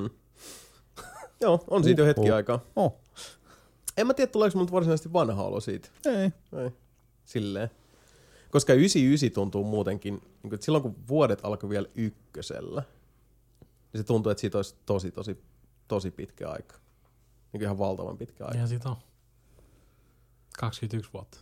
Joo, on siitä jo hetki aikaa. En mä tiedä, tuleeko mut varsinaisesti vanha olo siitä. Ei. Silleen. Koska 99 tuntuu muutenkin, niin että silloin kun vuodet alkoi vielä ykkösellä, niin se tuntuu, että siitä olisi tosi pitkä aika. Niin ihan valtavan pitkä aika. Ihan siitä on 21 vuotta.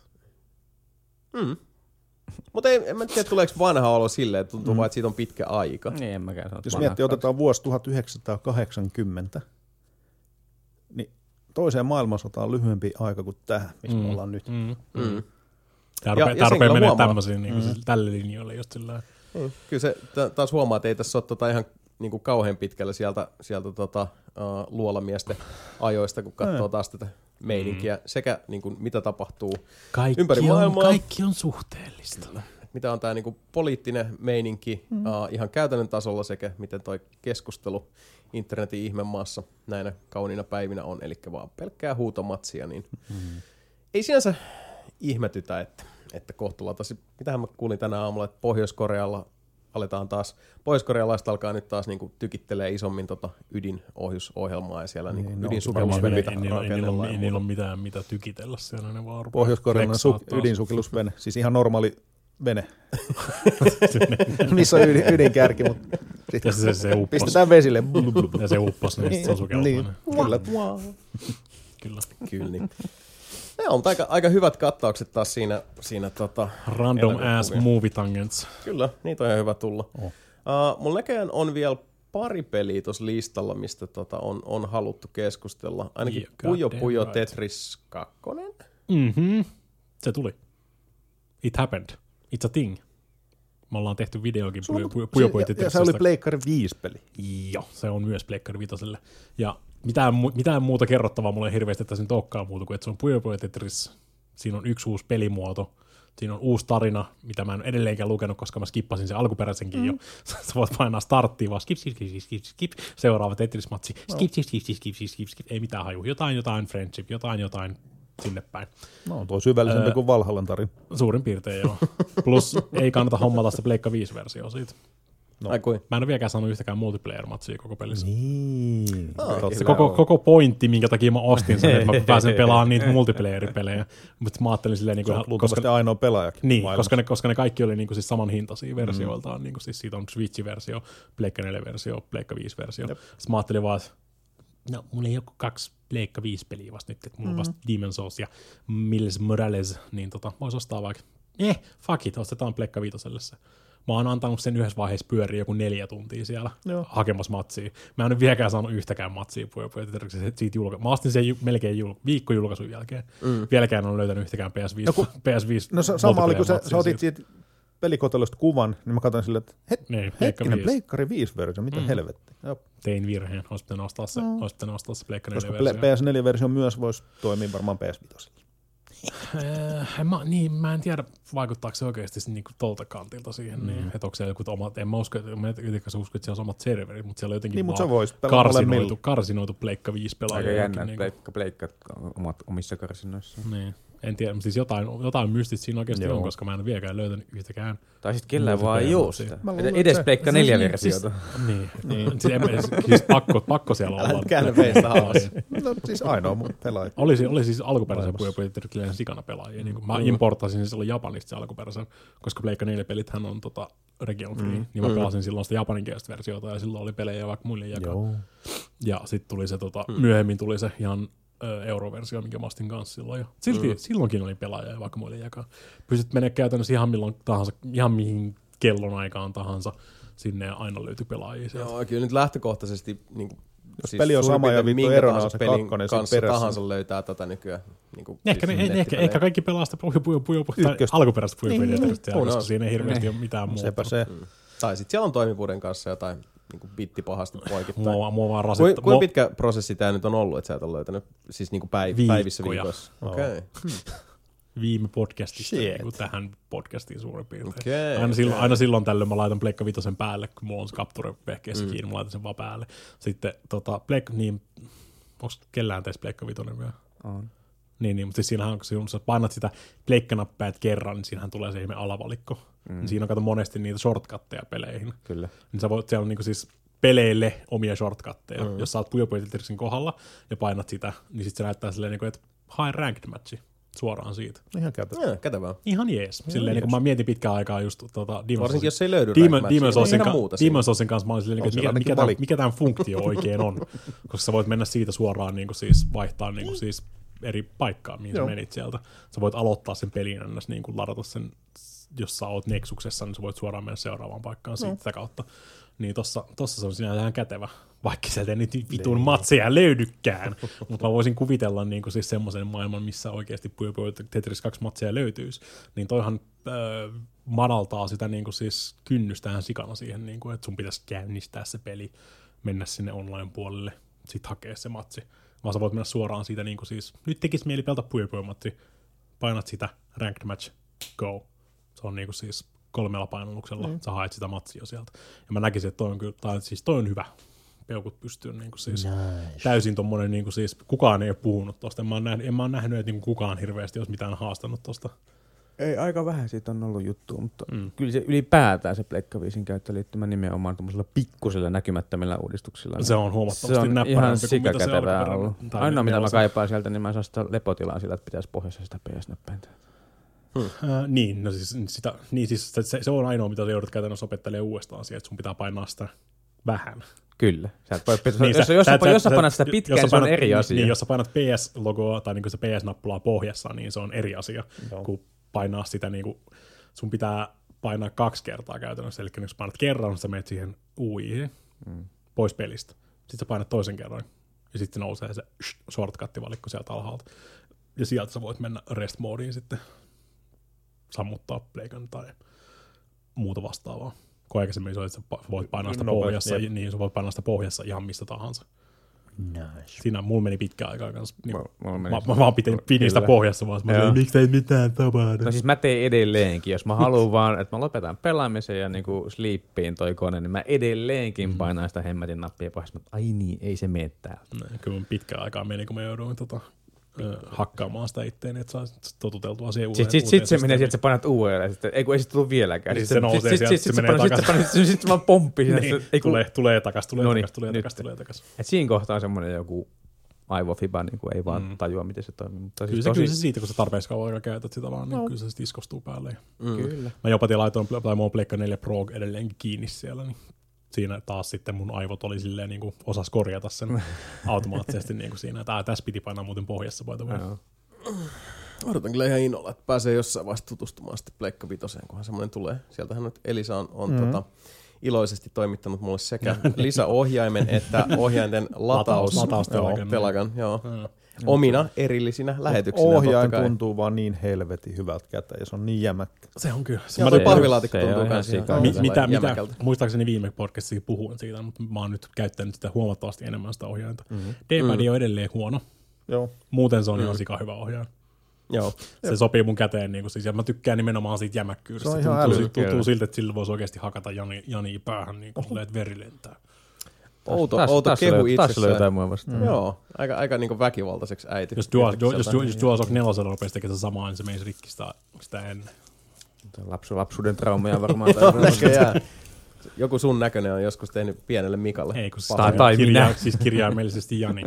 Mutta en mä tiedä, tuleeko vanha olo silleen, että tuntuu vaan, että siitä on pitkä aika. Niin, en mäkään sano. Jos miettii, otetaan vuosi 1980, niin toiseen maailmansotaan on lyhyempi aika kuin tähän, missä me ollaan nyt. Tää rupeaa menee tämmöisiin niin tälle linjoille just sillä. Kyllä se taas huomaa, että ei tässä ole ihan niin kuin kauhean pitkällä sieltä luolamiesten ajoista, kun katsoo taas tätä meininkiä sekä niin kuin, mitä tapahtuu ympäri maailmaa. Kaikki on suhteellista. Mitä on tämä niin kuin poliittinen meininki ihan käytännön tasolla sekä miten toi keskustelu internetin ihmemaassa näinä kauniina päivinä on, eli vaan pelkkää huutomatsia, niin ei sinänsä ihmetytä, että kohtulatasi, mitähän mä kuulin tänä aamulla, että Pohjois-Korealaiset alkaa nyt taas niinku tykittelee isommin ydinohjusohjelmaa ja siellä niinku ydinsukellusveneitä rakennellaan. Ei niillä ole mitään mitä tykitellä siellä, ne vaan Pohjois-Korealainen ydinsukellusvene, siis ihan normaali vene, missä on ydinkärki, mutta pistetään vesille. Ja se upposi, niin se on sukellusvene. Kyllä. Niin. Ne on aika hyvät kattaukset taas siinä Random ass movie tangents. Kyllä, niitä on ihan hyvä tulla. Mulla näköjään on vielä pari peliä tuossa listalla, mistä on haluttu keskustella. Ainakin Puyo Tetris 2. Se tuli. It happened. It's a thing. Me ollaan tehty videokin Puyo Tetrisistä. Ja se oli Pleikkari 5-peli. Joo, se on myös Pleikkari 5:lle. Ja mitään muuta kerrottavaa mulle ei hirveästi tässä nyt olekaan muuta kuin, että se on Puyo Tetris. Siinä on yksi uusi pelimuoto. Siinä on uusi tarina, mitä mä en edelleenkään lukenut, koska mä skippasin sen alkuperäisenkin jo. Sä voit painaa starttiin vaan skip, seuraava Tetris-matsi, skip, ei mitään haju. Jotain friendship, jotain sinne päin. No, tuo syvällisempi kuin Valhallan tarina. Suurin piirtein, joo. Plus ei kannata hommata sitä Pleikka 5-versiota siitä. No. Mä en ole vieläkään saanut yhtäkään multiplayer-matsia koko pelissä. Niin. Se koko pointti, minkä takia mä ostin sen, että mä pääsen pelaamaan niitä multiplayer-pelejä. Mutta mä ajattelin silleen... Niin kuin, luultavasti ainoa pelaajakin. Niin, koska ne kaikki oli niin kuin siis saman hintaisia versioiltaan. Niin kuin siis siitä on Switch-versio, Pleikka 4-versio, Pleikka 5-versio. Sitten mä ajattelin vaan, no, mulla ei ole 2 Pleikka 5-peliä vasta nyt, että mulla on vasta Demon's Souls ja Miles Morales, niin vois ostaa vaikka, fuck it, ostetaan Pleikka 5:lle se. Mä oon antanut sen yhdessä vaiheessa pyöriä joku 4 tuntia siellä hakemassa matsia. Mä en ole vieläkään saanut yhtäkään matsia siitä mä ostin sen melkein viikko julkaisun jälkeen. Vieläkään en ole löytänyt yhtäkään PS5. No sama oli, kun sä otit siitä pelikotelosta kuvan, niin mä katsoin silleen, että hetkinen, Pleikkari 5-versio, mitä helvettiä. Tein virheen, olisi pitänyt ostaa se Pleikka 4-versio. Koska PS4-versio myös voisi toimia varmaan PS5. Mä en tiedä, vaikuttaako se oikeasti niinku tolta kantilta siihen, niin, että onko siellä joku omat, en mä usko, että siellä on omat serverit, mutta siellä on jotenkin niin, karsinoitu Pleikka 5 pelaajia. Aika jännä, että Pleikka omissa karsinoissa. Niin. En tiedä, mutta siis jotain mystistä siinä oikeasti on, koska mä en vieläkään löytänyt yhtäkään. Tai sitten kellään vaan just. Edes Pleikka 4-versiota. Niin. Siis pakko siellä olla. Älä käännä veistä alas. No siis ainoa mun pelaaja. Oli siis alkuperäisen Puyo Tetrisille sikana pelaajia. Niin mä importasin silloin Japanista se alkuperäisen, koska Pleikka 4-pelithän on Region Free, niin mä pelasin silloin sitä japaninkielistä versiota, ja silloin oli pelejä vaikka muille jakaa. Ja sitten tuli se, myöhemmin tuli se ihan euroversio, mikä mä ostin kanssa silloin jo. Silloinkin oli pelaajia vaikka muille jakaa. Pystyt menemään käytännössä ihan milloin tahansa, ihan mihin kellon aikaan tahansa sinne ja aina löytyy pelaajia sieltä. Joo, kyllä nyt lähtökohtaisesti niin kuin, jos siis peli on sama ja vittu erona on se kakkonen kanssa tahansa löytää tätä nykyään. Niin kuin, ehkä kaikki pelaa sitä alkuperäistä Puyo-peliä, koska siinä ei hirveästi ole mitään muuta. Sepä se. Tai sitten siellä on toimivuuden kanssa jotain niin bitti pahasti poikittain. Mua vaan rasittaa. Kuinka pitkä prosessi tämä nyt on ollut, että sä et ole löytänyt siis niin kuin päivissä viikossa? Okay. Viime podcastista niin tähän podcastiin suurin piirtein. Okay, aina silloin tällöin mä laitan Pleikka Vitosen päälle, kun mulla on se Capture-vehkeessä kiinni, mä laitan sen vaan päälle. Sitten onko kellään teistä Pleikka Vitoinen vielä? On. Niin, mutta siis siinähän kun sä painat sitä Pleikka-nappia kerran, niin siinähän tulee se ihme alavalikko. Siinä on kato monesti niitä shortcutteja peleihin. Kyllä. Niin sä voit, siellä on niinku siis peleille omia shortcutteja. Jos sä oot Puyo-Puyo-Tetrisin kohdalla ja painat sitä, niin sit se näyttää silleen niinku, että hae ranked matchi. Suoraan siitä. Ihan kätevää. Ihan jees. Silleen niin kuin mä mietin pitkään aikaa just varsinkin jos ei löydy Demon's Soulsin kanssa mä olin silleen, että mikä tämän funktio oikein on. Koska sä voit mennä siitä suoraan niin kuin siis vaihtaa niin kuin siis eri paikkaa, mihin sä menit sieltä. Sä voit aloittaa sen pelin ennäs niin kuin ladata sen, jos sä oot Nexuksessa, niin sä voit suoraan mennä seuraavaan paikkaan siitä kautta. Niin tossa se on sinänsä ihan kätevä, vaikka sieltä ei nyt vitun matseja löydykään. Mutta mä voisin kuvitella niin siis semmoisen maailman, missä oikeasti Puyo Tetris 2 matseja löytyisi. Niin toihan madaltaa sitä niin siis kynnystään sikana siihen, niin kuin, että sun pitäisi käynnistää se peli, mennä sinne online-puolelle, sit hakea se matsi. Vaan sä voit mennä suoraan siitä, niin siis, nyt tekisi mieli pelata Puyo-matsi, painat sitä, ranked match, go. Se on niin siis 3 painalluksella, sä haet sitä matsia sieltä. Ja mä näkisin, että toi on hyvä. Peukut pystyy niin siis täysin tommonen, niin siis kukaan ei ole puhunut tosta. En mä ole nähnyt, että niin kukaan hirveästi olisi mitään haastanut tosta. Ei, aika vähän siitä on ollut juttua, mutta kyllä se ylipäätään se Pleikka 5 käyttöliittymä nimenomaan tuollaisilla pikkusilla näkymättömillä uudistuksilla. Se on huomattavasti näppärämpi ihan sikakätevää ollut. Ainoa mitä mä kaipaan sieltä, niin mä saan sitä lepotilaa sillä, että pitäisi pohjassa sitä PS-näppäintä. Niin, no siis, se on ainoa, mitä joudut käytännössä opettelemaan uudestaan siihen, että sun pitää painaa sitä vähän. Kyllä. Jos sä painat sitä pitkään, niin se on eri asia. Niin, jos sä painat PS-logoa tai niin se PS-nappulaa pohjassa, niin se on eri asia, kun painaa sitä, niin kuin, sun pitää painaa 2 kertaa käytännössä, eli jos painat kerran, sä menet siihen UI:hin pois pelistä. Sitten sä painat toisen kerran, ja sitten nousee se shortcut-valikko sieltä alhaalta. Ja sieltä sä voit mennä rest-moodiin sitten sammuttaa pleikan tai muuta vastaavaa. Kun aikaisemmin se oli, että sä voit painaa sitä pohjassa, niin sä voit painaa sitä pohjassa ihan mistä tahansa. Nice. Siinä mulla meni pitkä aikaa kanssa. Niin mä vaan pidin sitä pohjassa vaan. Mä sanoin, miksi ei mitään tapahdu? No siis mä teen edelleenkin. Jos mä haluan vaan, että mä lopetan pelaamisen ja niinku sleepiin toi kone, niin mä edelleenkin painan sitä hemmetin nappia pohjassa. Ai niin, ei se mene täältä. Kyllä mun pitkä aikaa meni, kun mä jouduin hakkaamaan sitä itteen, että saa totuteltua siihen uuteen. Sitten se menee sieltä, että sä painat uudelleen. Ei kun ei se tullut vieläkään. Sitten se nousee sieltä, se menee takaisin. Sitten vaan pomppii. Tulee takaisin. Et siinä kohtaa on semmoinen joku aivofiba, niin ei vaan tajua, miten se toimii. Kyllä se siitä, kun sä tarpeeksi kauan aikaa käytät sitä vaan, niin kyllä se sitten iskostuu päälle. Kyllä. Mä jopa laitoin Pleikka 4 Pro edelleenkin kiinni siellä, niin siinä taas sitten mun aivot oli silleen niin kuin osas korjata sen automaattisesti niin kuin siinä. Tässä piti painaa muuten pohjassa. Odotan kyllä ihan innolla, että pääsee jossain vaiheessa tutustumaan sitten Pleikka Vitoseen, kunhan semmoinen tulee. Sieltähän nyt Elisa on iloisesti toimittanut mulle sekä lisäohjaimen että ohjainten lataustelakan. Omina erillisinä lähetyksinä. Ohjain tuntuu vaan niin helvetin hyvältä käteen ja se on niin jämäkkä. Se on kyllä. Pahvilaatikko tuntuu myös jämäkältä. Muistaakseni viime podcastissa puhuin siitä, mutta mä oon nyt käyttänyt sitä huomattavasti enemmän sitä ohjainta. D-pad on edelleen huono. Joo. Muuten se on ihan sika hyvä ohjaaja. Joo. Se sopii mun käteen, niin siis, ja mä tykkään nimenomaan siitä jämäkkyydestä. Se on ihan tuntuu siltä, että sillä voisi oikeasti hakata Jani päähän, niin kuin että veri lentää. Outo kehu itsessään. Taas löytää mua vastaan. Joo, aika niin väkivaltaiseksi äiti. Jos DualShock 4 nopeasti tekee se samaa, niin se menisi rikki sitä ennen. Lapsuuden traumeja varmaan. Joku sun näköinen on joskus tehnyt pienelle Mikalle. Ei, kun siis kirjaimellisesti Jani.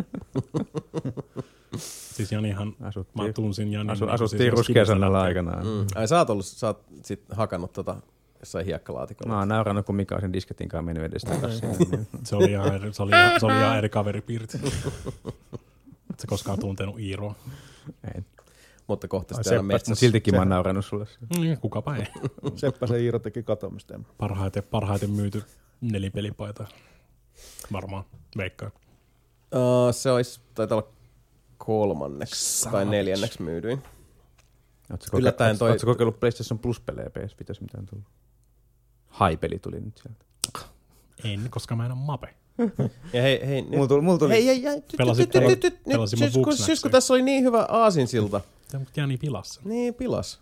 Siis Janihan, mä tunsin Janin. Asuttiin Ruskeasannalla aikanaan. Ai sä oot sit hakannut jossain hiekkalaatikolla. Mä oon naurannut, kun Mika on sen disketin kanssa mennyt edes takaisin. Se oli ihan eri kaveripiirti. Et se koskaan tuntenut Iiroa. Ei. Mutta kohta sitten aina metsässä. Mutta siltikin mä oon naurannut sulle. Kukapa ei. Seppä se Iiro teki katoamista. Parhaiten myyty nelipelipaita. Varmaan, veikkaan. Se olisi, taitaa olla 3. tai 4. myydyin. Oletko kokeillut PlayStation Plus-pelejä PS5, mitä on tullut? Hai-peli tuli nyt sieltä. En, koska mä en ole mape. Ja hei. Mulla tuli. Hei. Pelasin mun Bugsnaxia. Kun tässä oli niin hyvä aasinsilta. Tämä jää niin pilassa. Niin, pilas.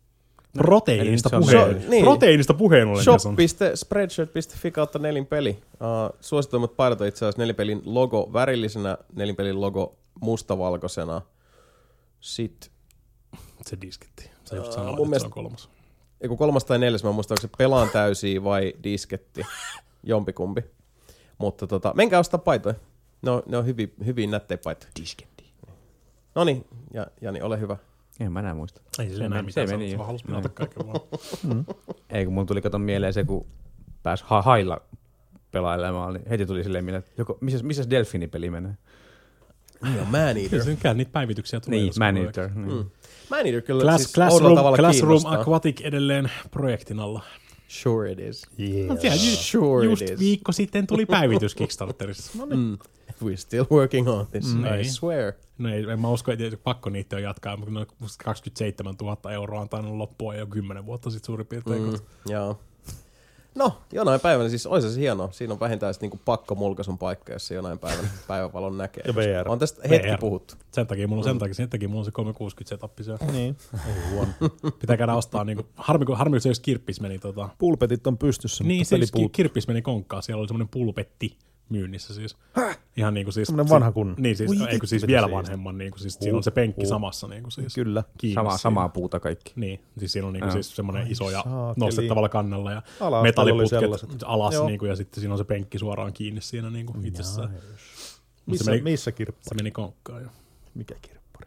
Proteiinista puheen ollen. Shop.spreadshirt.fi kautta nelinpeli. Suosituimmat paidat on itse asiassa nelinpelin logo värillisenä, nelinpelin logo mustavalkoisena. Sitten se disketti. Sä just sanoit, että se on 3. Eiku 3 tai 4, mä muistan, onko se pelaan täysiä vai disketti. Jompikumpi. Mutta menkää ostaa paitoja. Ne on hyvin nättejä paitoja. Disketti. Noniin, Jani, ole hyvä. En mä enää muista. Ei se enää mitään, se halusi minä kaiken vaan. Ei, kun mun tuli katon mieleen se, kun pääsi hailla pelailemaan, niin heti tuli silleen mieleen, että missä Delfini-peli menee? Joo, Maneater. Synkään niitä päivityksiä tulee. Niin, Maneater. Maneater kyllä siis oudolla tavalla Classroom kiinnostaa. Aquatic edelleen projektin alla. Sure it is. Yeah. Just viikko sitten tuli päivitys Kickstarterissa. No niin. We're still working on this, I swear. No ei, en mä usko, että pakko niitä on jatkaa, mutta 27 000 euroa on tainnut loppua jo 10 vuotta sitten suurin piirtein. Joo. No, jonain päivänä siis olisi se hienoa. Siinä on vähintään niinku pakkomulkaisun paikka, jos se jonain päivänä päivävalon näkee. Ja VR. On tästä hetki puhuttu. Sen takia mulla on se 360 setappi siellä. Niin. Pitää käydä ostaa niinku, harmi kun se jos kirppis meni Pulpetit on pystyssä, niin, mutta se peli puuttuu. kirppis meni konkkaan, siellä oli semmoinen pulpetti myynnissä siis. Ihan niinku siis semmoinen vanha kunnon. Niin siis, eikö siis vielä vanhemman niinku siis siinä on se penkki samassa niinku siis. Kyllä. Samaa puuta kaikki. Niin, siis siinä on niinku siis semmoinen iso ja nostettavalla kannella ja Ala-asteella metalliputket alas niinku ja sitten siinä on se penkki suoraan kiinni siinä niinku itsessään. Missä kirppari? Se meni konkkaan jo. Mikä kirppari?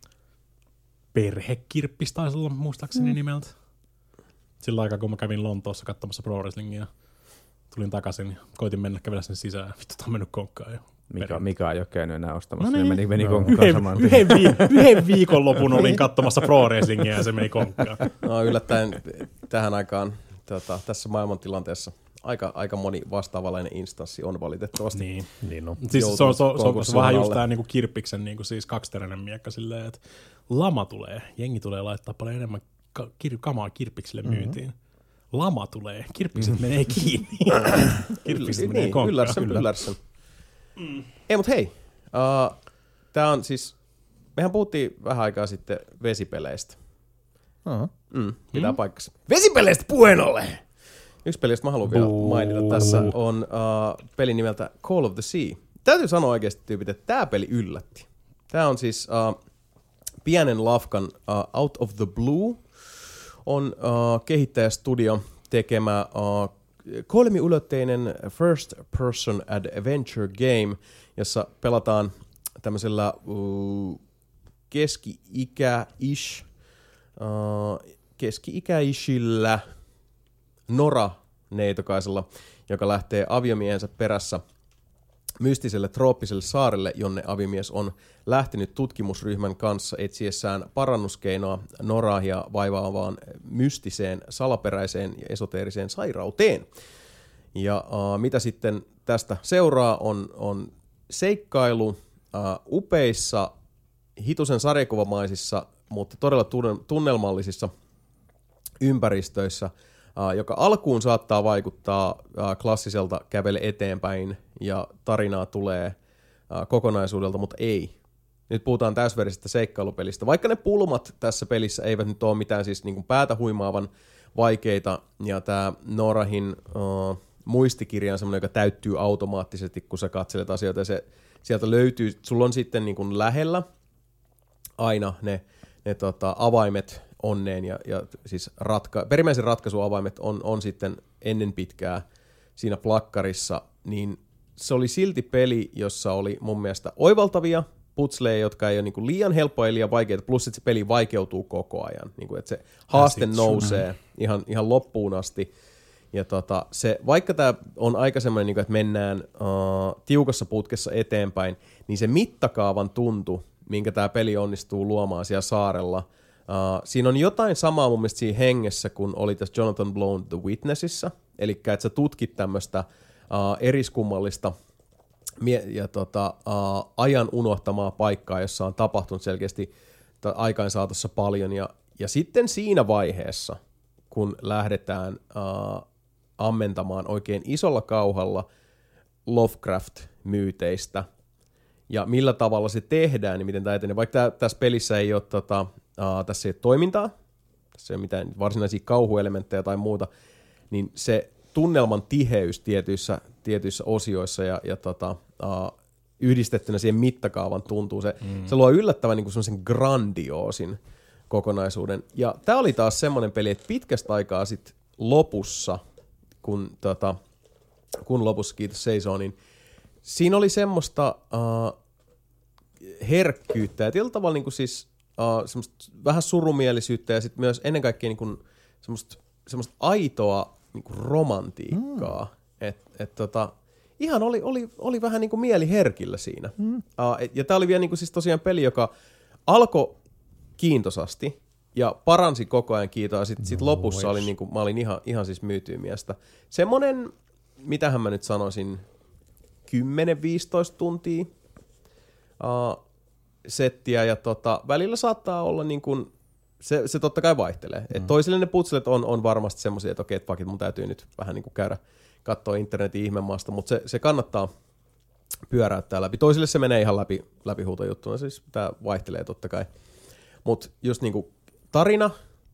Perhekirppis taisi olla muistaakseni nimeltä. Sillä aikaa kun mä kävin Lontoossa katsomassa Pro Wrestlingia. Tulin takaisin ja koitin mennä kävellä sen sisään. Vittu, tää on mennyt konkkaan jo. Mika ei ole käynyt enää ostamassa. No niin. Meni konkkaan saman tien. Yhden viikonlopun olin katsomassa Pro Wrestlingia ja se meni konkkaan. No yllättäen tähän aikaan tässä maailmantilanteessa aika moni vastaavalainen instanssi on valitettavasti. Niin no. Siis se on vähän just tää niinku kirppiksen niinku siis kaksiteräinen miekka silleen, että lama tulee. Jengi tulee laittaa paljon enemmän kamaa kirppikselle myyntiin. Lama tulee, kirppikset menee kiinni. Kirppikset menee konkkaan. Yllärsön. Ei, mut hei. Tää on siis, mehän puhuttiin vähän aikaa sitten vesipeleistä. Pitää paikkansa. Vesipeleistä puheen ollen! Yksi peli, josta mä haluan vielä mainita tässä, on peli nimeltä Call of the Sea. Täytyy sanoa oikeasti tyypit, että tää peli yllätti. Tää on siis pienen lafkan Out of the Blue on kehittäjästudio tekemä kolmiulotteinen first person adventure game, jossa pelataan tämmöisellä keski-ikäisillä Nora-neitokaisella, joka lähtee aviomiehensä perässä mystiselle trooppiselle saarelle, jonne aviomies on lähtenyt tutkimusryhmän kanssa etsiessään parannuskeinoa Norahia vaivaavaan mystiseen, salaperäiseen ja esoteeriseen sairauteen. Ja mitä sitten tästä seuraa on seikkailu upeissa, hitusen sarjakuvamaisissa, mutta todella tunnelmallisissa ympäristöissä, joka alkuun saattaa vaikuttaa klassiselta kävele eteenpäin ja tarinaa tulee kokonaisuudelta, mutta ei. Nyt puhutaan täysverisestä seikkailupelistä. Vaikka ne pulmat tässä pelissä eivät nyt ole mitään siis niin kuin päätä huimaavan vaikeita, ja tämä Norahin muistikirja on semmoinen, joka täyttyy automaattisesti, kun sä katselet asioita, ja sieltä löytyy, sulla on sitten niin kuin lähellä aina ne avaimet onneen, ja siis perimmäisen ratkaisuavaimet on sitten ennen pitkää siinä plakkarissa, niin se oli silti peli, jossa oli mun mielestä oivaltavia putsleja, jotka ei ole niin kuin liian helppoja ja liian vaikeita, plus että se peli vaikeutuu koko ajan. Niin kuin, että se haaste nousee ihan loppuun asti. Ja se, vaikka tämä on aika semmoinen, niin kuin, että mennään tiukassa putkessa eteenpäin, niin se mittakaavan tuntu, minkä tämä peli onnistuu luomaan siellä saarella, siinä on jotain samaa mun mielestä siinä hengessä, kun oli tässä Jonathan Blown The Witnessissa, eli että sä tutkit tämmöistä eriskummallista ja ajan unohtamaa paikkaa, jossa on tapahtunut selkeästi aikaan saatossa paljon, ja sitten siinä vaiheessa, kun lähdetään ammentamaan oikein isolla kauhalla Lovecraft-myyteistä, ja millä tavalla se tehdään, niin miten tämä etenee. Vaikka tässä pelissä ei ole, tässä ei ole toimintaa, tässä ei ole mitään varsinaisia kauhuelementtejä tai muuta, niin se tunnelman tiheys tietyissä osioissa ja yhdistettynä siihen mittakaavan tuntuu. Se luo yllättävän niin kuin semmoisen grandioosin kokonaisuuden. Ja tämä oli taas semmoinen peli, että pitkästä aikaa sitten lopussa, kun lopussa, kiitos seisoo, niin siinä oli semmoista herkkyyttä ja tietyllä tavalla niin kuin siis semmoista vähän surumielisyyttä ja sitten myös ennen kaikkea niin kuin semmoista aitoa niin kuin romantiikkaa. Ihan oli vähän niin kuin mieli herkillä siinä. Ja tämä oli vielä niin kuin siis tosiaan peli, joka alkoi kiintoisasti ja paransi koko ajan kiitoa. Ja sitten lopussa oli niin kuin, mä olin ihan siis myytyä miestä. Semmoinen, mitähän mä nyt sanoisin, 10-15 tuntia settiä ja välillä saattaa olla niin kuin, se totta kai vaihtelee. Et toisille ne putslet on varmasti semmoisia, että okei, fuck it, mun täytyy nyt vähän niin kuin käydä katsoa internetin ihmemaasta, mutta se kannattaa pyöräyttää läpi. Toisille se menee ihan läpi huutojuttuna, siis tää vaihtelee totta kai. Mutta just niin kuin tarina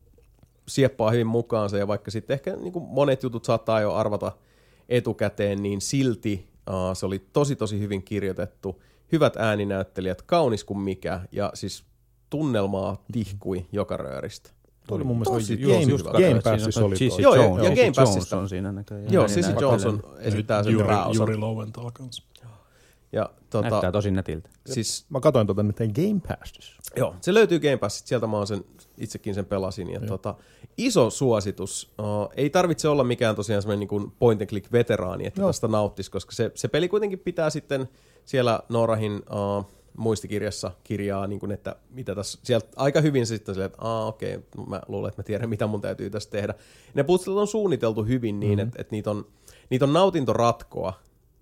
sieppaa hyvin mukaansa ja vaikka sitten ehkä niin kuin monet jutut saattaa jo arvata etukäteen, niin silti se oli tosi hyvin kirjoitettu. Hyvät ääninäyttelijät, kaunis kuin mikä ja siis tunnelmaa tihkui joka rööristä. Tuo oli mun mielestä Game Passissa oli toi. Joo, ja Game Passissa on siinä näköjään. Joo, Sissy Johnson esittää sen pääosan. Juri Lowenthal kanssa. Ja, näyttää tosi netiltä. Siis, mä katsoin nyt Game Passissa. Joo, se löytyy Game Passista, sieltä mä oon itsekin sen pelasin. Ja iso suositus. Ei tarvitse olla mikään tosiaan semmoinen niin kuin point and click veteraani, että tästä nauttisi, koska se peli kuitenkin pitää sitten siellä Norahin muistikirjassa kirjaa, niin kuin, että mitä tässä, sieltä aika hyvin se sitten silleen, että okei, mä luulen, että mä tiedän, mitä mun täytyy tässä tehdä. Ne puzzlet on suunniteltu hyvin niin, että niitä on nautinto ratkoa.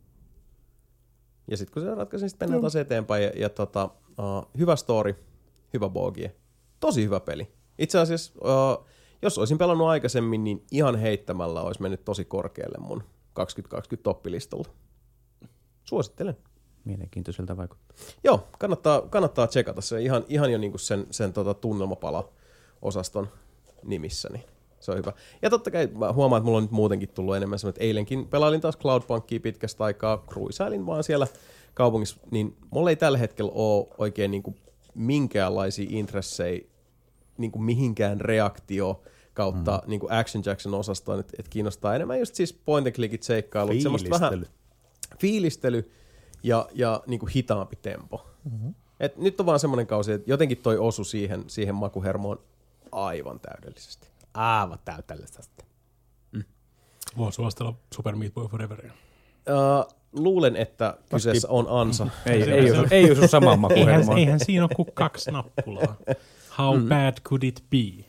Ja sitten kun se ratkaisi, niin sitten mennään taas eteenpäin. Ja hyvä story, hyvä bogie. Tosi hyvä peli. Itse asiassa, jos olisin pelannut aikaisemmin, niin ihan heittämällä olisi mennyt tosi korkealle mun 2020 toppilistalla. Suosittelen. Mielenkiintoiselta vaikuttaa. Joo, kannattaa tsekata se ihan jo niinku sen tunnelmapala-osaston nimissä, niin se on hyvä. Ja totta kai mä huomaan, että mulla on nyt muutenkin tullut enemmän semmoinen, että eilenkin pelailin taas Cloudpunkia pitkästä aikaa, cruisailin vaan siellä kaupungissa, niin mulla ei tällä hetkellä ole oikein niinku minkäänlaisia intressejä niinku mihinkään reaktio kautta niinku Action Jackson osastoon, että kiinnostaa enemmän just siis point and clickit seikkailut, semmoista vähän fiilistely ja niinku hitaampi tempo. Et nyt on vaan semmoinen kausi, että jotenkin toi osu siihen makuhermoon aivan täydellisesti. Aivan täydellisesti. Voin suositella Super Meat Boy Foreveria. Luulen, että kyseessä on ansa. Ei osu samaan makuhermoon. Eihän siinä ole kuin 2 nappulaa. How bad could it be?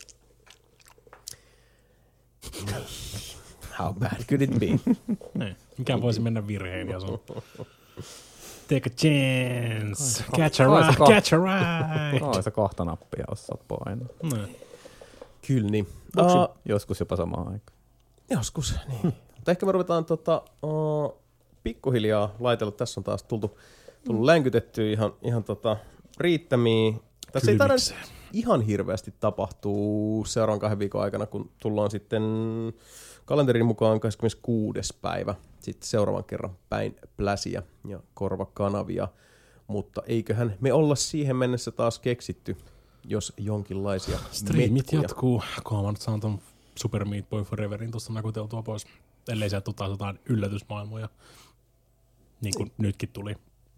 How bad could it be? Mikä voisi mennä virheen ja sun... Take a chance. Catch a ride. Se 2 nappia osaa painaa. Kyllä niin. Joskus jopa samaan aikaan. Joskus, niin. Mutta ehkä me ruvetaan pikkuhiljaa laitella. Tässä on taas tullut länkytettyä ihan riittämiä. Tässä ei taida ihan hirveästi tapahtuu seuraavan 2 viikon aikana, kun tullaan sitten kalenterin mukaan 26. päivä. Sitten seuraavan kerran päin pläsiä ja korvakanavia. Mutta eiköhän me olla siihen mennessä taas keksitty, jos jonkinlaisia Streamit metkuja jatkuu, kun mä nyt saan ton Super Meat Boy Foreverin tuossa nakuteltua pois. Ellei sieltä tule taas jotain yllätysmaailmoja. Niin kuin nytkin tuli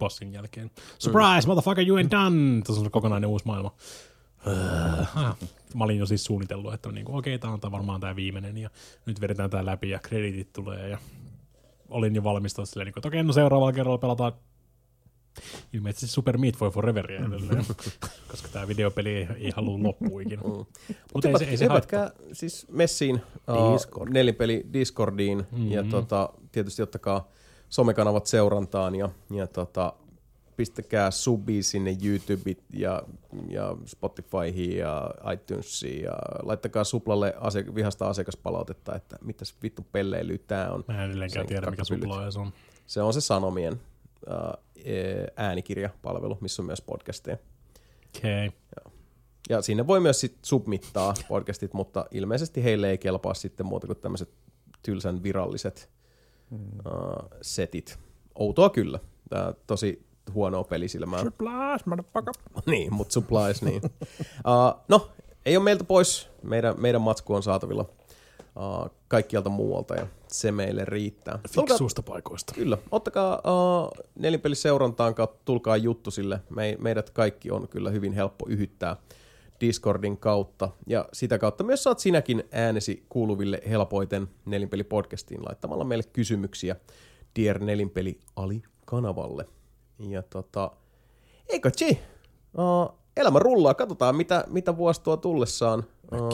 bossin jälkeen. Surprise, motherfucker, you ain't done! Tuossa on kokonainen uusi maailma. Mä olin jo siis suunnitellut, että okei, tää on varmaan tää viimeinen ja nyt vedetään tää läpi ja kreditit tulee ja olin jo valmistunut silleen, että okei, no seuraavalla kerralla pelataan ilmeisesti Super Meat Boy Foreveria edelleen, koska tää videopeli ei halua loppua ikinä. Mutta ei se haittaa. Siis messiin Nelinpeli Discordiin ja tietysti ottakaa somekanavat seurantaan ja pistäkää subi sinne YouTube ja Spotifyhin ja iTunesiin ja laittakaa Suplalle vihasta asiakaspalautetta, että mitäs vittu pelleilyä tää on. Mä en edelleenkään tiedä, mikä Supla on. Se on se Sanomien äänikirjapalvelu, missä on myös podcasteja. Okei. Ja sinne voi myös sit submittaa podcastit, mutta ilmeisesti heille ei kelpaa sitten muuta kuin tämmöiset tylsän viralliset setit. Outoa kyllä. Tää tosi huonoa pelisilmää. Supplies, motherfucker. Niin, mutta supplies, niin. No, ei ole meiltä pois. Meidän matsku on saatavilla kaikkialta muualta ja se meille riittää. Fiksuista paikoista. Kyllä. Ottakaa Nelinpeliseurantaan kautta, tulkaa juttu sille. Meidät kaikki on kyllä hyvin helppo yhyttää Discordin kautta. Ja sitä kautta myös saat sinäkin äänesi kuuluville helpoiten Nelinpeli-podcastiin laittamalla meille kysymyksiä Dear Nelinpeli Ali-kanavalle. Ja eikö chi? Elämä rullaa. Katsotaan, mitä vuosi tuo tullessaan.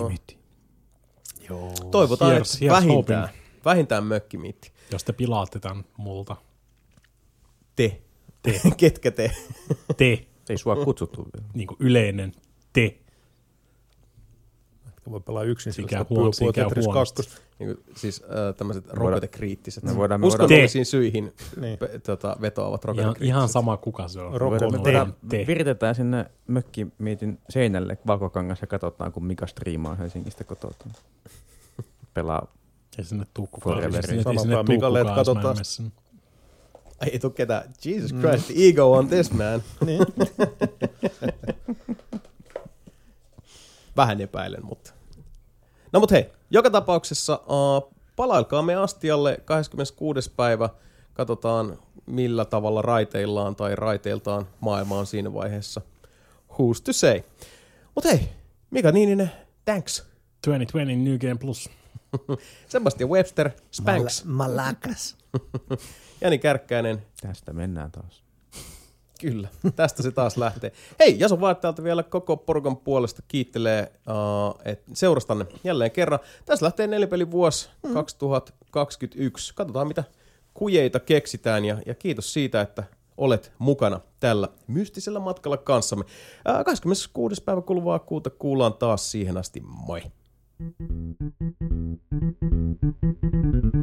Joo. Toivotaan, että vähintään mökkimiitti. Jos te pilaatte tämän multa. Te. Ketkä te? Te. Ei sua kutsuttu vielä. Niin kuin yleinen te. Voi pelaa yksin sillä Tetris 2. Niin siis tämmöiset rokotekriittiset. Uskonnollisiin syihin vetoavat rokotekriittiset. Ihan sama kuka se on. Viritetään sinne mökkimiitin seinälle valkokangas ja katsotaan, kun Mika striimaa Helsingistä kotoa. Pelaa ei sinne tuu kukaan. Sanotaan Mikalle, että katsotaan. Ei tuu ketään. Jesus Christ, the ego on this man. Vähän epäilen, mutta. No mut hei, joka tapauksessa palailkaamme astialle 26. päivä. Katsotaan millä tavalla raiteillaan tai raiteiltaan maailma on siinä vaiheessa. Who's to say? Mut hei, Mika Niininen, thanks. 2020 New Game Plus. Sebastian Webster, Spanks. Malakas. Jani Kärkkäinen. Tästä mennään taas. Kyllä, tästä se taas lähtee. Hei, Jason Vaat täältä vielä koko porukan puolesta kiittelee seurastanne jälleen kerran. Tässä lähtee Nelinpelivuosi 2021. Katsotaan, mitä kujeita keksitään ja kiitos siitä, että olet mukana tällä mystisellä matkalla kanssamme. 26. päivä kuluvaa kuuta kuullaan taas siihen asti. Moi!